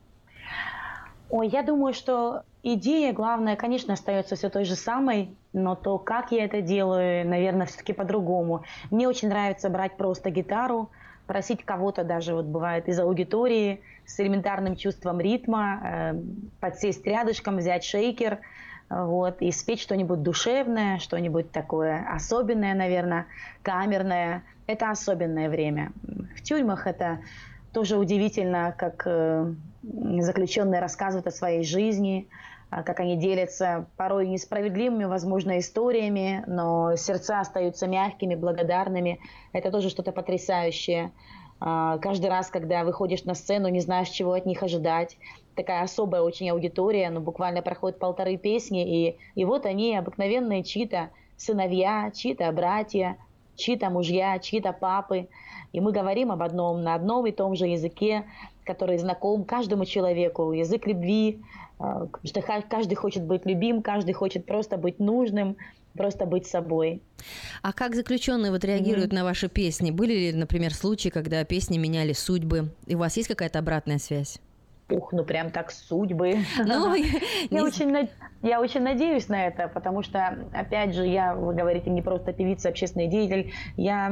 Ой, я думаю, что идея, главная, конечно, остается все той же самой, но то, как я это делаю, наверное, все-таки по-другому. Мне очень нравится брать просто гитару, просить кого-то даже, вот бывает, из аудитории с элементарным чувством ритма, подсесть рядышком, взять шейкер, вот, и спеть что-нибудь душевное, что-нибудь такое особенное, наверное, камерное. Это особенное время. В тюрьмах это тоже удивительно, как заключенные рассказывают о своей жизни, как они делятся порой несправедливыми, возможно, историями, но сердца остаются мягкими, благодарными. Это тоже что-то потрясающее. Каждый раз, когда выходишь на сцену, не знаешь, чего от них ожидать. Такая особая очень аудитория, но буквально проходит 1,5 песни, и вот они, обыкновенные чьи-то сыновья, чьи-то братья, чьи-то мужья, чьи-то папы. И мы говорим об одном, на одном и том же языке, который знаком каждому человеку, язык любви, что каждый хочет быть любим, каждый хочет просто быть нужным, просто быть собой. А как заключенные вот реагируют на ваши песни? Были ли, например, случаи, когда песни меняли судьбы? И у вас есть какая-то обратная связь? Ну прям так судьбы. Ну, я очень надеюсь на это, потому что, опять же, вы говорите, не просто певица, общественный деятель. Я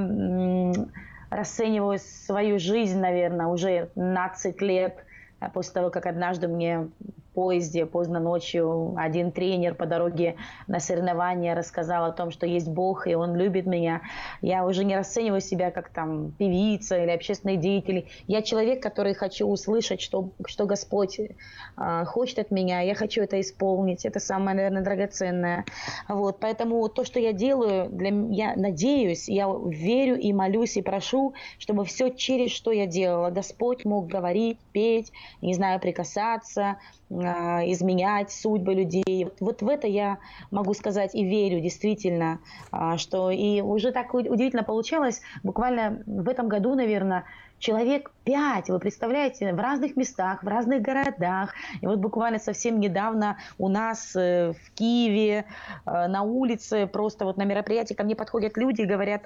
расцениваю свою жизнь, наверное, уже 15 лет после того, как однажды мне в поезде поздно ночью один тренер по дороге на соревнования рассказал о том, что есть Бог, и Он любит меня. Я уже не расцениваю себя как там певица или общественный деятель. Я человек, который хочу услышать, что Господь хочет от меня. Я хочу это исполнить. Это самое, наверное, драгоценное. Вот. Поэтому то, что я делаю, я надеюсь, я верю и молюсь и прошу, чтобы все, через что я делала, Господь мог говорить, петь, не знаю, прикасаться, изменять судьбы людей. Вот в это я могу сказать и верю действительно, что и уже так удивительно получалось. Буквально в этом году, наверное, человек 5, вы представляете, в разных местах, в разных городах. И вот буквально совсем недавно у нас в Киеве на улице, просто вот на мероприятии ко мне подходят люди и говорят: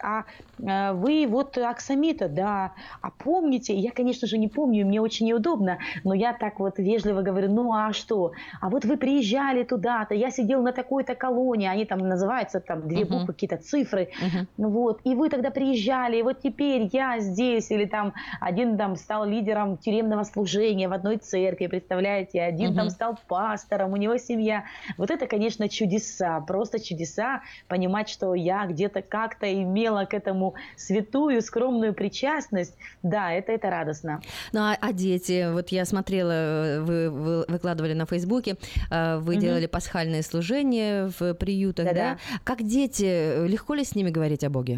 вы вот Аксамита, да, а помните? Я, конечно же, не помню, мне очень неудобно, но я так вот вежливо говорю: ну а что? А вот вы приезжали туда-то, я сидел на такой-то колонне, они там называются, там 2 буквы, какие-то цифры, вот, и вы тогда приезжали, и вот теперь я здесь, или там один там стал лидером тюремного служения в одной церкви, представляете, один там стал пастором, у него семья. Вот это, конечно, чудеса, просто чудеса, понимать, что я где-то как-то имела к этому святую, скромную причастность, да, это радостно. Ну, а дети, вот я смотрела, вы выкладывали на Фейсбуке, вы делали пасхальные служения в приютах, да? Как дети, легко ли с ними говорить о Боге?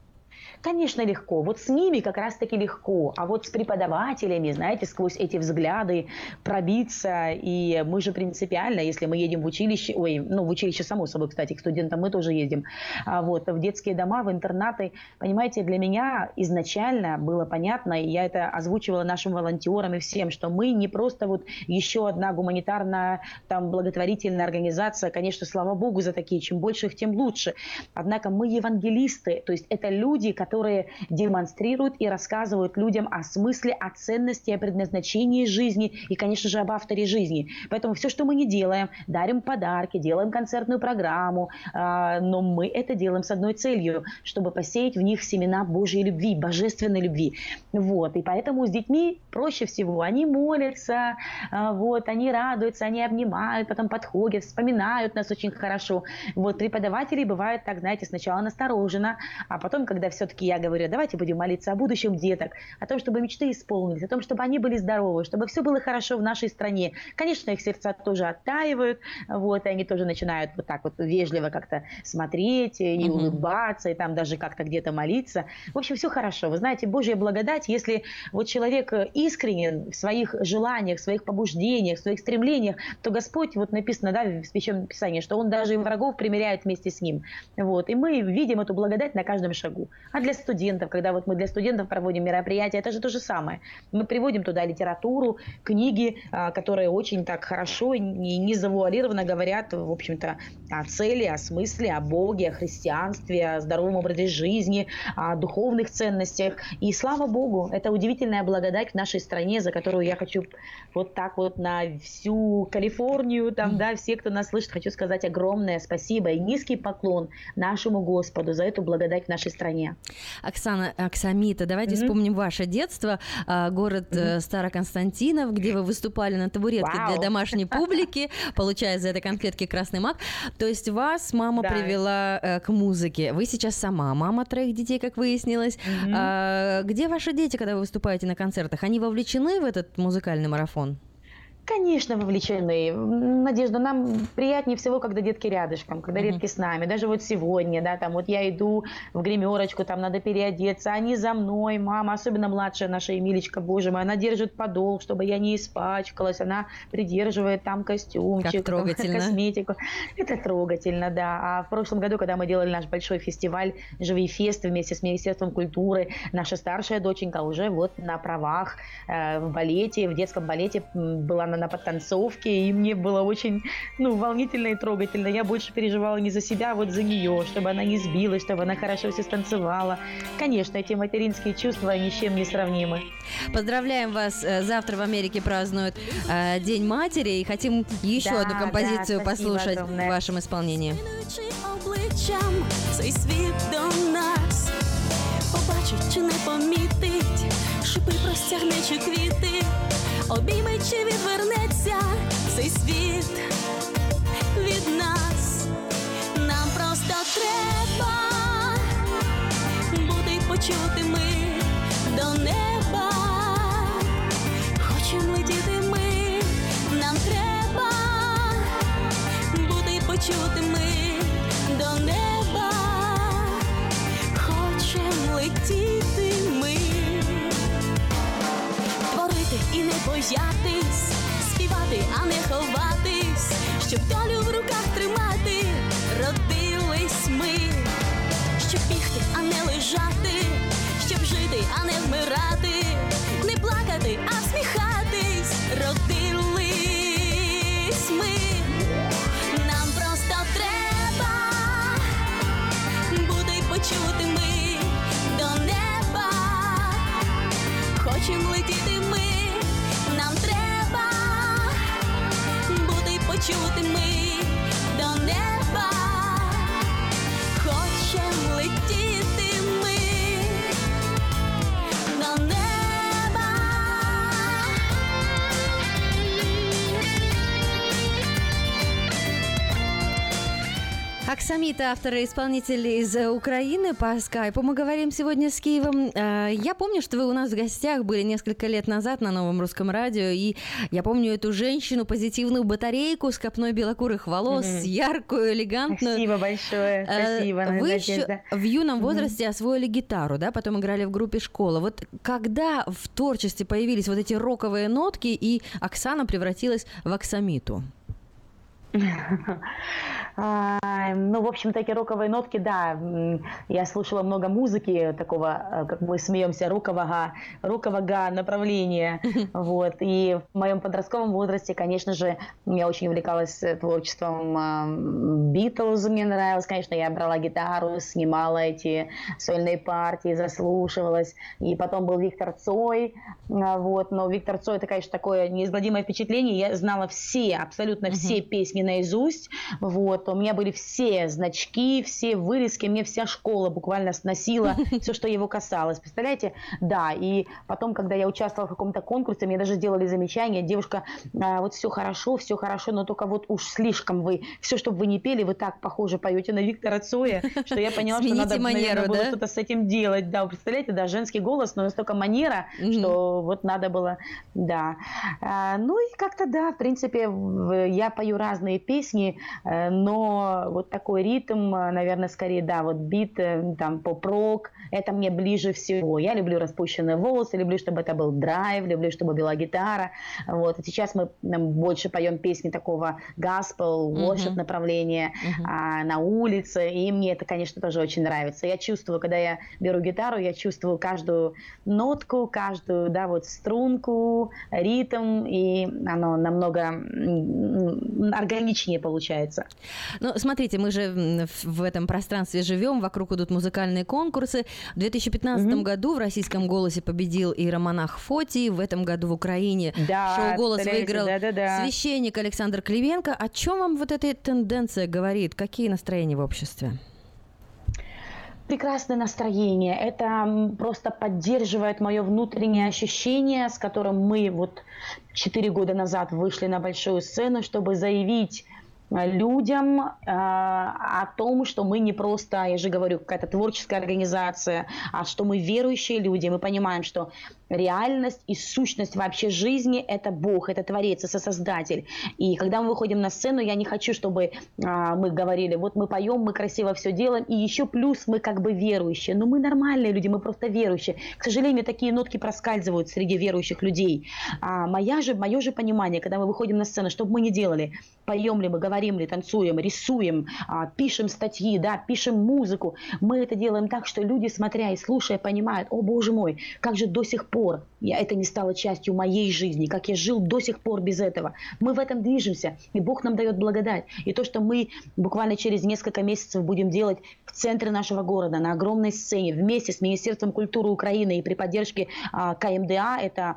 Конечно, легко. Вот с ними как раз-таки легко. А вот с преподавателями, знаете, сквозь эти взгляды пробиться. И мы же принципиально, если мы едем в училище, в училище, само собой, кстати, к студентам мы тоже ездим, вот, в детские дома, в интернаты. Понимаете, для меня изначально было понятно, и я это озвучивала нашим волонтерам и всем, что мы не просто вот еще одна гуманитарная, там, благотворительная организация. Конечно, слава Богу за такие, чем больше их, тем лучше. Однако мы евангелисты, то есть это люди, которые демонстрируют и рассказывают людям о смысле, о ценности, о предназначении жизни и, конечно же, об авторе жизни. Поэтому все, что мы не делаем, дарим подарки, делаем концертную программу, но мы это делаем с одной целью, чтобы посеять в них семена Божьей любви, божественной любви. Вот. И поэтому с детьми проще всего. Они молятся, вот, они радуются, они обнимают, потом подходят, вспоминают нас очень хорошо. Вот. Преподаватели бывают так, знаете, сначала настороженно, а потом, когда все-таки я говорю: давайте будем молиться о будущем деток, о том, чтобы мечты исполнились, о том, чтобы они были здоровы, чтобы все было хорошо в нашей стране. Конечно, их сердца тоже оттаивают, вот, и они тоже начинают вот так вот вежливо как-то смотреть и улыбаться, и там даже как-то где-то молиться. В общем, все хорошо. Вы знаете, Божья благодать, если вот человек искренен в своих желаниях, в своих побуждениях, в своих стремлениях, то Господь, вот написано, да, в Священном Писании, что Он даже и врагов примиряет вместе с Ним. Вот, и мы видим эту благодать на каждом шагу. А для студентов, когда вот мы для студентов проводим мероприятия, это же то же самое. Мы приводим туда литературу, книги, которые очень так хорошо и не завуалированно говорят, в общем-то, о цели, о смысле, о Боге, о христианстве, о здоровом образе жизни, о духовных ценностях. И слава Богу, это удивительная благодать в нашей стране, за которую я хочу вот так вот на всю Калифорнию, там, да, все, кто нас слышит, хочу сказать огромное спасибо и низкий поклон нашему Господу за эту благодать в нашей стране. Оксана, Аксамита, давайте вспомним ваше детство, город Староконстантинов, где вы выступали на табуретке для домашней публики, получая за это конфетки «Красный мак». То есть вас мама привела к музыке. Вы сейчас сама мама 3 детей, как выяснилось. Где ваши дети, когда вы выступаете на концертах? Они вовлечены в этот музыкальный марафон? Конечно, вовлечены. Надежда, нам приятнее всего, когда детки рядышком, когда детки с нами. Даже вот сегодня, да, там вот я иду в гримерочку, там надо переодеться, они за мной, мама, особенно младшая наша Эмилечка, боже мой, она держит подол, чтобы я не испачкалась, она придерживает там костюмчик, там, косметику. Это трогательно, да. А в прошлом году, когда мы делали наш большой фестиваль «Живи фест» вместе с Министерством культуры, наша старшая доченька уже вот на правах в балете, в детском балете была на подтанцовке, и мне было очень, волнительно и трогательно. Я больше переживала не за себя, а вот за нее, чтобы она не сбилась, чтобы она хорошо все станцевала. Конечно, эти материнские чувства ни с чем не сравнимы. Поздравляем вас. Завтра в Америке празднуют День матери, и хотим еще одну композицию послушать в вашем исполнении. Цей світ до нас побачить чи не помітить, шипи простягне чи квіти, обійме чи відвернеться цей світ від нас. Нам просто треба бути почутими до неба. Хочем летіти ми, нам треба бути почутими до неба. Хочем летіти ми, творити і не боятись, співати, а не ховатись, щоб долю в руках тримати. Родились ми, щоб бігти, а не лежати, щоб жити, жити, а не вмирати, не плакати, а сміхатись. Родились ми, нам просто треба бути почутими до неба. Хочем летіти ми, нам треба бути почутими до неба. Хочем летіти ми до неба. Аксамита, автор и исполнитель из Украины по скайпу. Мы говорим сегодня с Киевом. Я помню, что вы у нас в гостях были несколько лет назад на Новом Русском радио, и я помню эту женщину, позитивную батарейку с копной белокурых волос, яркую, элегантную. Спасибо большое. Спасибо. Вы еще в юном возрасте освоили гитару, да, потом играли в группе «Школа». Вот когда в творчестве появились вот эти роковые нотки, и Оксана превратилась в Аксамиту? Ну, в общем, такие роковые нотки, да, я слушала много музыки такого, как мы смеемся, рокового направления, вот, и в моем подростковом возрасте, конечно же, я очень увлекалась творчеством Битлз, мне нравилось, конечно, я брала гитару, снимала эти сольные партии, заслушивалась, и потом был Виктор Цой, вот, но Виктор Цой, это, конечно, такое неизгладимое впечатление, я знала все, абсолютно все песни наизусть, вот, у меня были все значки, все вырезки, мне вся школа буквально сносила все, что его касалось, представляете? Да, и потом, когда я участвовала в каком-то конкурсе, мне даже сделали замечание, девушка, вот все хорошо, но только вот уж слишком вы, все, что бы вы не пели, вы так похоже поете на Виктора Цоя, что я поняла, что надо, наверное, было что-то с этим делать, да, представляете, да, женский голос, но настолько манера, что вот надо было, да. Ну и как-то, да, в принципе, я пою разные песни, но вот такой ритм, наверное, скорее, да, вот бит, там, поп-рок, это мне ближе всего. Я люблю распущенные волосы, люблю, чтобы это был драйв, люблю, чтобы была гитара, вот. И сейчас мы больше поем песни такого gospel, worship направления на улице, и мне это, конечно, тоже очень нравится. Я чувствую, когда я беру гитару, я чувствую каждую нотку, каждую, да, вот струнку, ритм, и оно намного органичнее получается. Ну, смотрите, мы же в этом пространстве живем, вокруг идут музыкальные конкурсы. В 2015 году в российском «Голосе» победил иеромонах Фотий, в этом году в Украине шоу «Голос» выиграл священник Александр Клевенко. О чем вам вот эта тенденция говорит? Какие настроения в обществе? Прекрасное настроение. Это просто поддерживает мое внутреннее ощущение, с которым мы вот 4 года назад вышли на большую сцену, чтобы заявить людям о том, что мы не просто, я же говорю, какая-то творческая организация, а что мы верующие люди. Мы понимаем, что реальность и сущность вообще жизни – это Бог, это Творец, это Создатель. И когда мы выходим на сцену, я не хочу, чтобы мы говорили, вот мы поем, мы красиво все делаем, и еще плюс мы как бы верующие. Но мы нормальные люди, мы просто верующие. К сожалению, такие нотки проскальзывают среди верующих людей. Мое же понимание, когда мы выходим на сцену, что бы мы ни делали, поем ли мы, говорим ли, танцуем, рисуем, пишем статьи, да, пишем музыку, мы это делаем так, что люди, смотря и слушая, понимают, о боже мой, как же до сих пор это не стало частью моей жизни, как я жил до сих пор без этого. Мы в этом движемся, и Бог нам дает благодать. И то, что мы буквально через несколько месяцев будем делать в центре нашего города, на огромной сцене, вместе с Министерством культуры Украины и при поддержке КМДА, это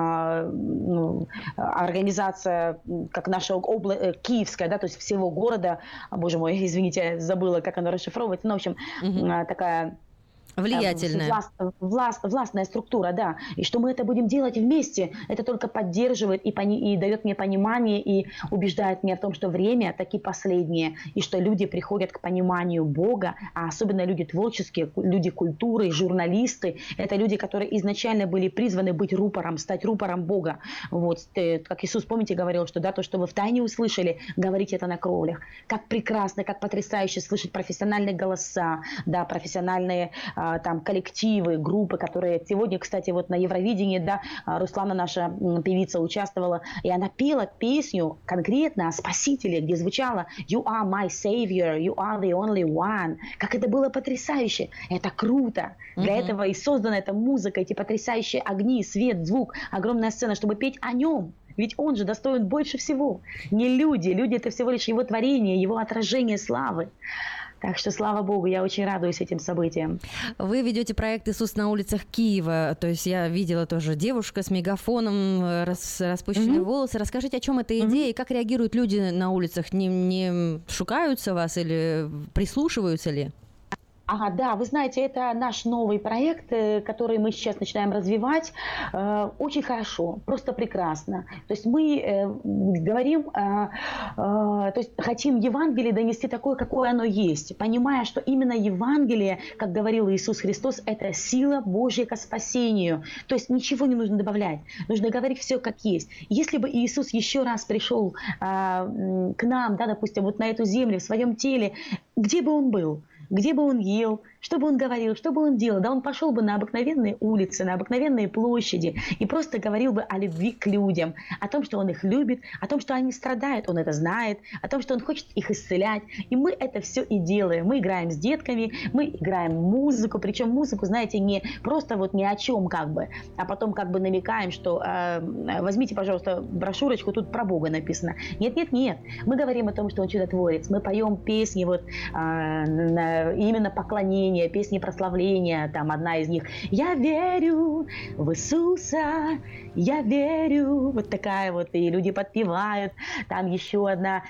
организация, как наша киевская, да, то есть всего города, боже мой, извините, забыла, как она расшифровывается, но, в общем, такая... Влиятельная. Властная структура, да. И что мы это будем делать вместе, это только поддерживает и дает мне понимание и убеждает меня в том, что время таки последнее, и что люди приходят к пониманию Бога, а особенно люди творческие, люди культуры, журналисты, это люди, которые изначально были призваны быть рупором, стать рупором Бога. Вот, как Иисус, помните, говорил, что да, то, что вы втайне услышали, говорите это на кровлях. Как прекрасно, как потрясающе слышать профессиональные голоса, да, профессиональные там коллективы, группы, которые сегодня, кстати, вот на Евровидении, да, Руслана, наша певица, участвовала, и она пела песню конкретно о Спасителе, где звучало «You are my savior, you are the only one». Как это было потрясающе, это круто. Для этого и создана эта музыка, эти потрясающие огни, свет, звук, огромная сцена, чтобы петь о нем. Ведь он же достоин больше всего. Не люди. Люди — это всего лишь его творение, его отражение славы. Так что, слава Богу, я очень радуюсь этим событиям. Вы ведете проект «Иисус на улицах Киева». То есть я видела тоже девушка с мегафоном, распущенные волосы. Расскажите, о чем эта идея и как реагируют люди на улицах? Не шукаются вас или прислушиваются ли? Ага, да, вы знаете, это наш новый проект, который мы сейчас начинаем развивать. Очень хорошо, просто прекрасно. То есть мы говорим, то есть хотим Евангелие донести такое, какое оно есть, понимая, что именно Евангелие, как говорил Иисус Христос, это сила Божья ко спасению. То есть ничего не нужно добавлять, нужно говорить все как есть. Если бы Иисус еще раз пришел к нам, да, допустим, вот на эту землю в своем теле, где бы он был? Где бы он ел, что бы он говорил, что бы он делал? Да он пошел бы на обыкновенные улицы, на обыкновенные площади и просто говорил бы о любви к людям, о том, что он их любит, о том, что они страдают, он это знает, о том, что он хочет их исцелять. И мы это все и делаем. Мы играем с детками, мы играем музыку, причем музыку, знаете, не просто вот ни о чем как бы, а потом как бы намекаем, что возьмите, пожалуйста, брошюрочку, тут про Бога написано. Нет, мы говорим о том, что он чудотворец, мы поем песни вот именно поклонения, песни прославления, там одна из них «Я верю в Иисуса, я верю», вот такая вот, и люди подпевают, там еще одна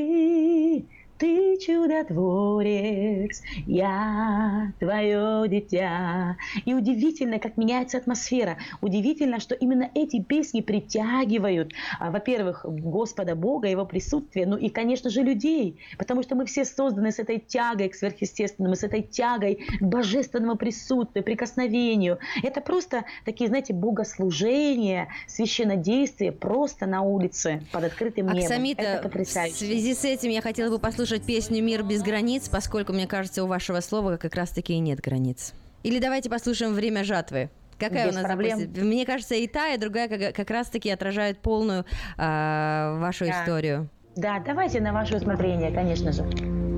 «Ты чудотворец, я твое дитя». И удивительно, как меняется атмосфера. Удивительно, что именно эти песни притягивают, во-первых, Господа Бога, Его присутствие, ну и, конечно же, людей. Потому что мы все созданы с этой тягой к сверхъестественному, с этой тягой к божественному присутствию, прикосновению. Это просто такие, знаете, богослужения, священнодействие просто на улице под открытым небом. Оксамита, это потрясающе. В связи с этим я хотела бы послушать песню «Мир без границ», поскольку, мне кажется, у вашего слова как раз-таки и нет границ. Или давайте послушаем «Время жатвы». Какая Без у нас проблем. Мне кажется, и та, и другая как раз-таки отражают полную вашу историю. Да, давайте на ваше усмотрение, конечно же.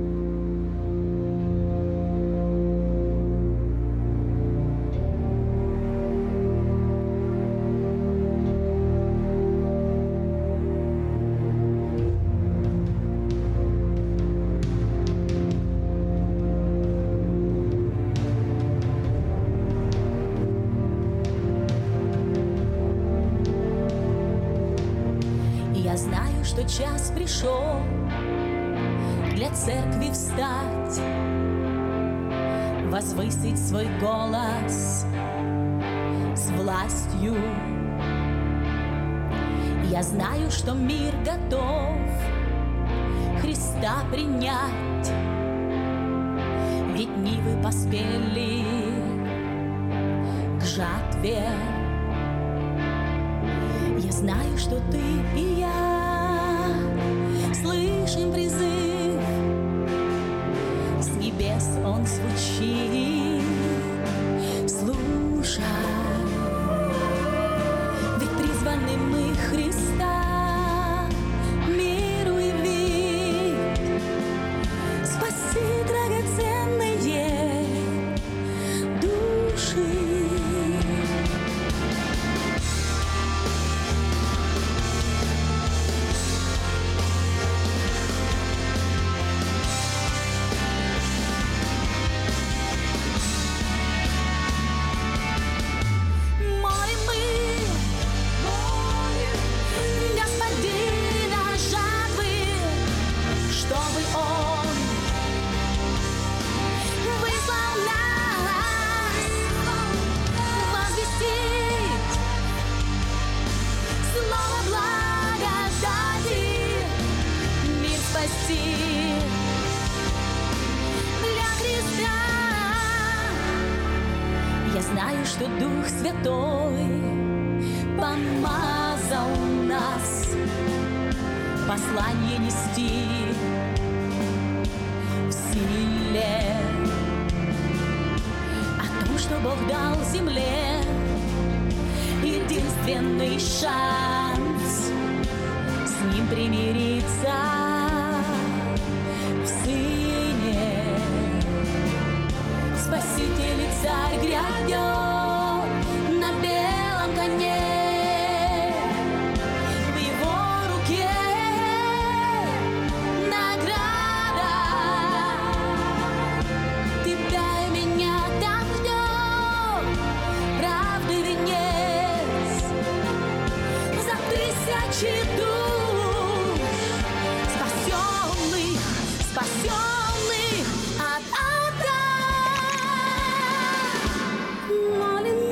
Час пришел для церкви встать, возвысить свой голос с властью. Я знаю, что мир готов Христа принять, ведь нивы поспели к жатве. Я знаю, что ты и я слышим призыв, с небес он звучит, слушай, ведь призваны мы Христа миру явить, спаси драгоценные души. Что Дух Святой помазал нас послание нести в силе, дал земле единственный шанс с ним примириться в сыне. Спаситель и царь грядет на белом коне, в его руке награда. Тебя и меня там ждет правды венец за тысячи душ, спасенных от ада. Молим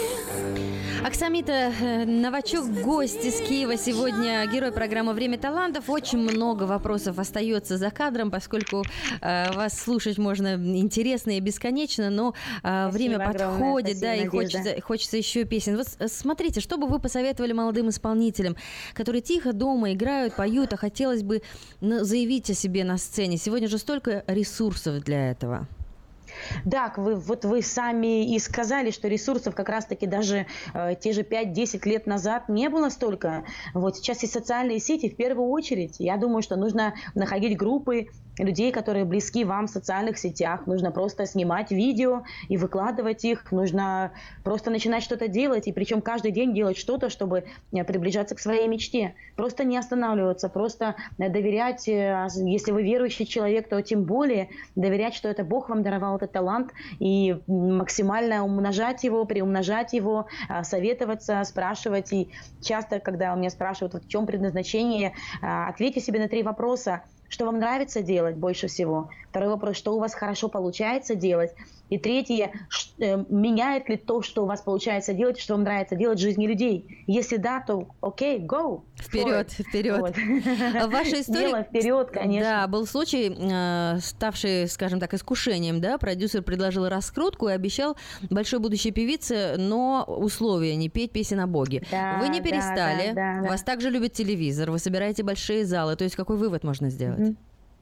мы. Оксамита Новачук, гость из Киева сегодня, герой программы «Время талантов». Очень много вопросов остается за кадром, поскольку вас слушать можно интересно и бесконечно, но время подходит, да, и хочется еще песен. Вот смотрите, что бы вы посоветовали молодым исполнителям, которые тихо дома играют, поют, а хотелось бы заявить о себе на сцене? Сегодня же столько ресурсов для этого. Да, вы сами и сказали, что ресурсов как раз-таки даже те же 5-10 лет назад не было столько. Вот сейчас и социальные сети в первую очередь. Я думаю, что нужно находить группы людей, которые близки вам в социальных сетях. Нужно просто снимать видео и выкладывать их. Нужно просто начинать что-то делать. И причем каждый день делать что-то, чтобы приближаться к своей мечте. Просто не останавливаться, просто доверять. Если вы верующий человек, то тем более доверять, что это Бог вам даровал этот талант. И максимально умножать его, приумножать его, советоваться, спрашивать. И часто, когда у меня спрашивают, в чем предназначение, ответьте себе на 3 вопроса. Что вам нравится делать больше всего? 2 вопрос, что у вас хорошо получается делать? И 3, меняет ли то, что у вас получается делать, что вам нравится делать в жизни людей? Если да, то окей, go. Вперед. Вот. Ваша история... Дело вперед, конечно. Да, был случай, ставший, скажем так, искушением, да? Продюсер предложил раскрутку и обещал большой будущей певице, но условия не петь песен о Боге. Да, вы не перестали, да. Вас также любит телевизор, вы собираете большие залы. То есть какой вывод можно сделать?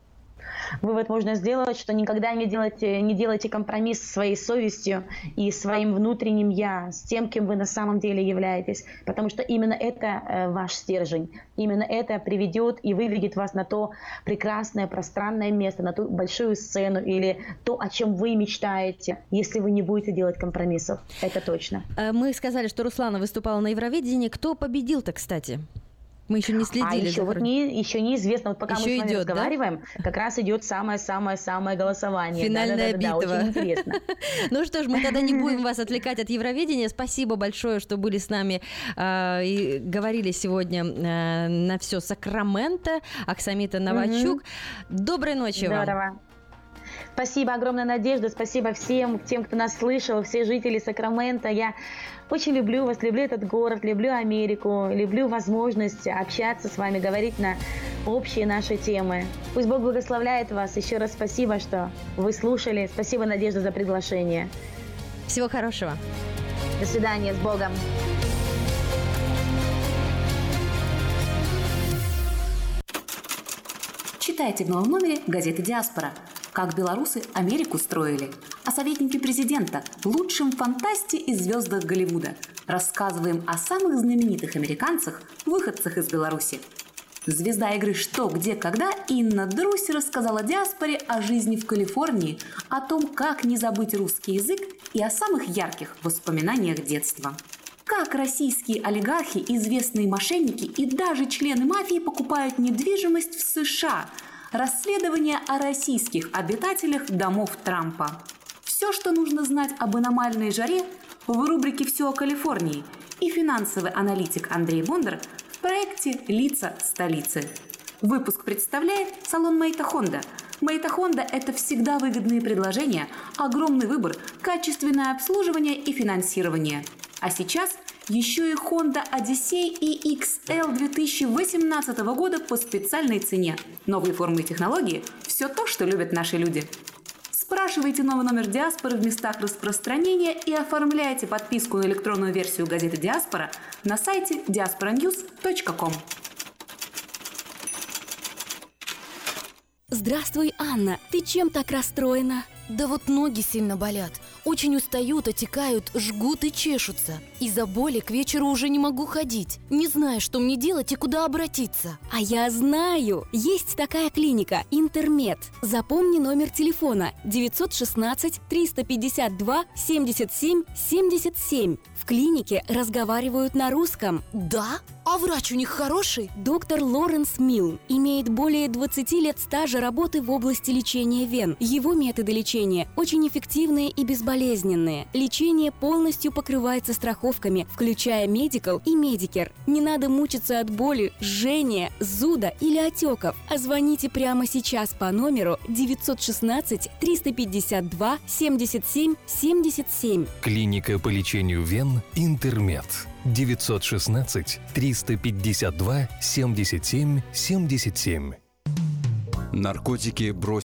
Вывод можно сделать, что никогда не делайте компромисс со своей совестью и своим внутренним «я», с тем, кем вы на самом деле являетесь. Потому что именно это ваш стержень. Именно это приведет и выведет вас на то прекрасное, пространное место, на ту большую сцену или то, о чем вы мечтаете, если вы не будете делать компромиссов. Это точно. Мы сказали, что Руслана выступала на Евровидении. Кто победил-то, кстати? Мы еще не следили. Еще неизвестно. Вот пока еще мы с вами разговариваем, да? Как раз идет самое-самое голосование. Финальная битва. Очень интересно. Ну что ж, мы тогда не будем вас отвлекать от Евровидения. Спасибо большое, что были с нами и говорили сегодня на все Сакраменто. Оксамита Новачук. Доброй ночи вам. Здорово. Спасибо, огромная Надежда. Спасибо всем тем, кто нас слышал, все жители Сакрамента. Я очень люблю вас, люблю этот город, люблю Америку, люблю возможность общаться с вами, говорить на общие наши темы. Пусть Бог благословляет вас. Еще раз спасибо, что вы слушали. Спасибо, Надежда, за приглашение. Всего хорошего. До свидания, с Богом. Читайте в новом номере газеты «Диаспора». Как белорусы Америку строили. О советнике президента, лучшем фантасте и звездах Голливуда. Рассказываем о самых знаменитых американцах, выходцах из Беларуси. Звезда игры «Что, где, когда» Инна Друсь рассказала диаспоре о жизни в Калифорнии, о том, как не забыть русский язык и о самых ярких воспоминаниях детства. Как российские олигархи, известные мошенники и даже члены мафии покупают недвижимость в США. Расследование о российских обитателях домов Трампа. Все, что нужно знать об аномальной жаре, в рубрике «Все о Калифорнии» и финансовый аналитик Андрей Бондар в проекте «Лица столицы». Выпуск представляет салон Мэйта Хонда. Мэйта Хонда – это всегда выгодные предложения, огромный выбор, качественное обслуживание и финансирование. А сейчас еще и Honda Odyssey EXL 2018 года по специальной цене. Новые формы и технологии – все то, что любят наши люди. Спрашивайте новый номер «Диаспоры» в местах распространения и оформляйте подписку на электронную версию газеты «Диаспора» на сайте diasporanews.com. Здравствуй, Анна. Ты чем так расстроена? Да вот ноги сильно болят. Очень устают, отекают, жгут и чешутся. Из-за боли к вечеру уже не могу ходить. Не знаю, что мне делать и куда обратиться. А я знаю! Есть такая клиника «Интермед». Запомни номер телефона 916-352-77-77. В клинике разговаривают на русском. Да? А врач у них хороший? Доктор Лоренс Милн имеет более 20 лет стажа работы в области лечения вен. Его методы лечения очень эффективные и безболезненные. Лечение полностью покрывается страховками, включая Medical и Medicare. Не надо мучиться от боли, жжения, зуда или отеков. А звоните прямо сейчас по номеру 916-352-77-77. Клиника по лечению вен «Интермед». 916-352-77-77. Наркотики бросить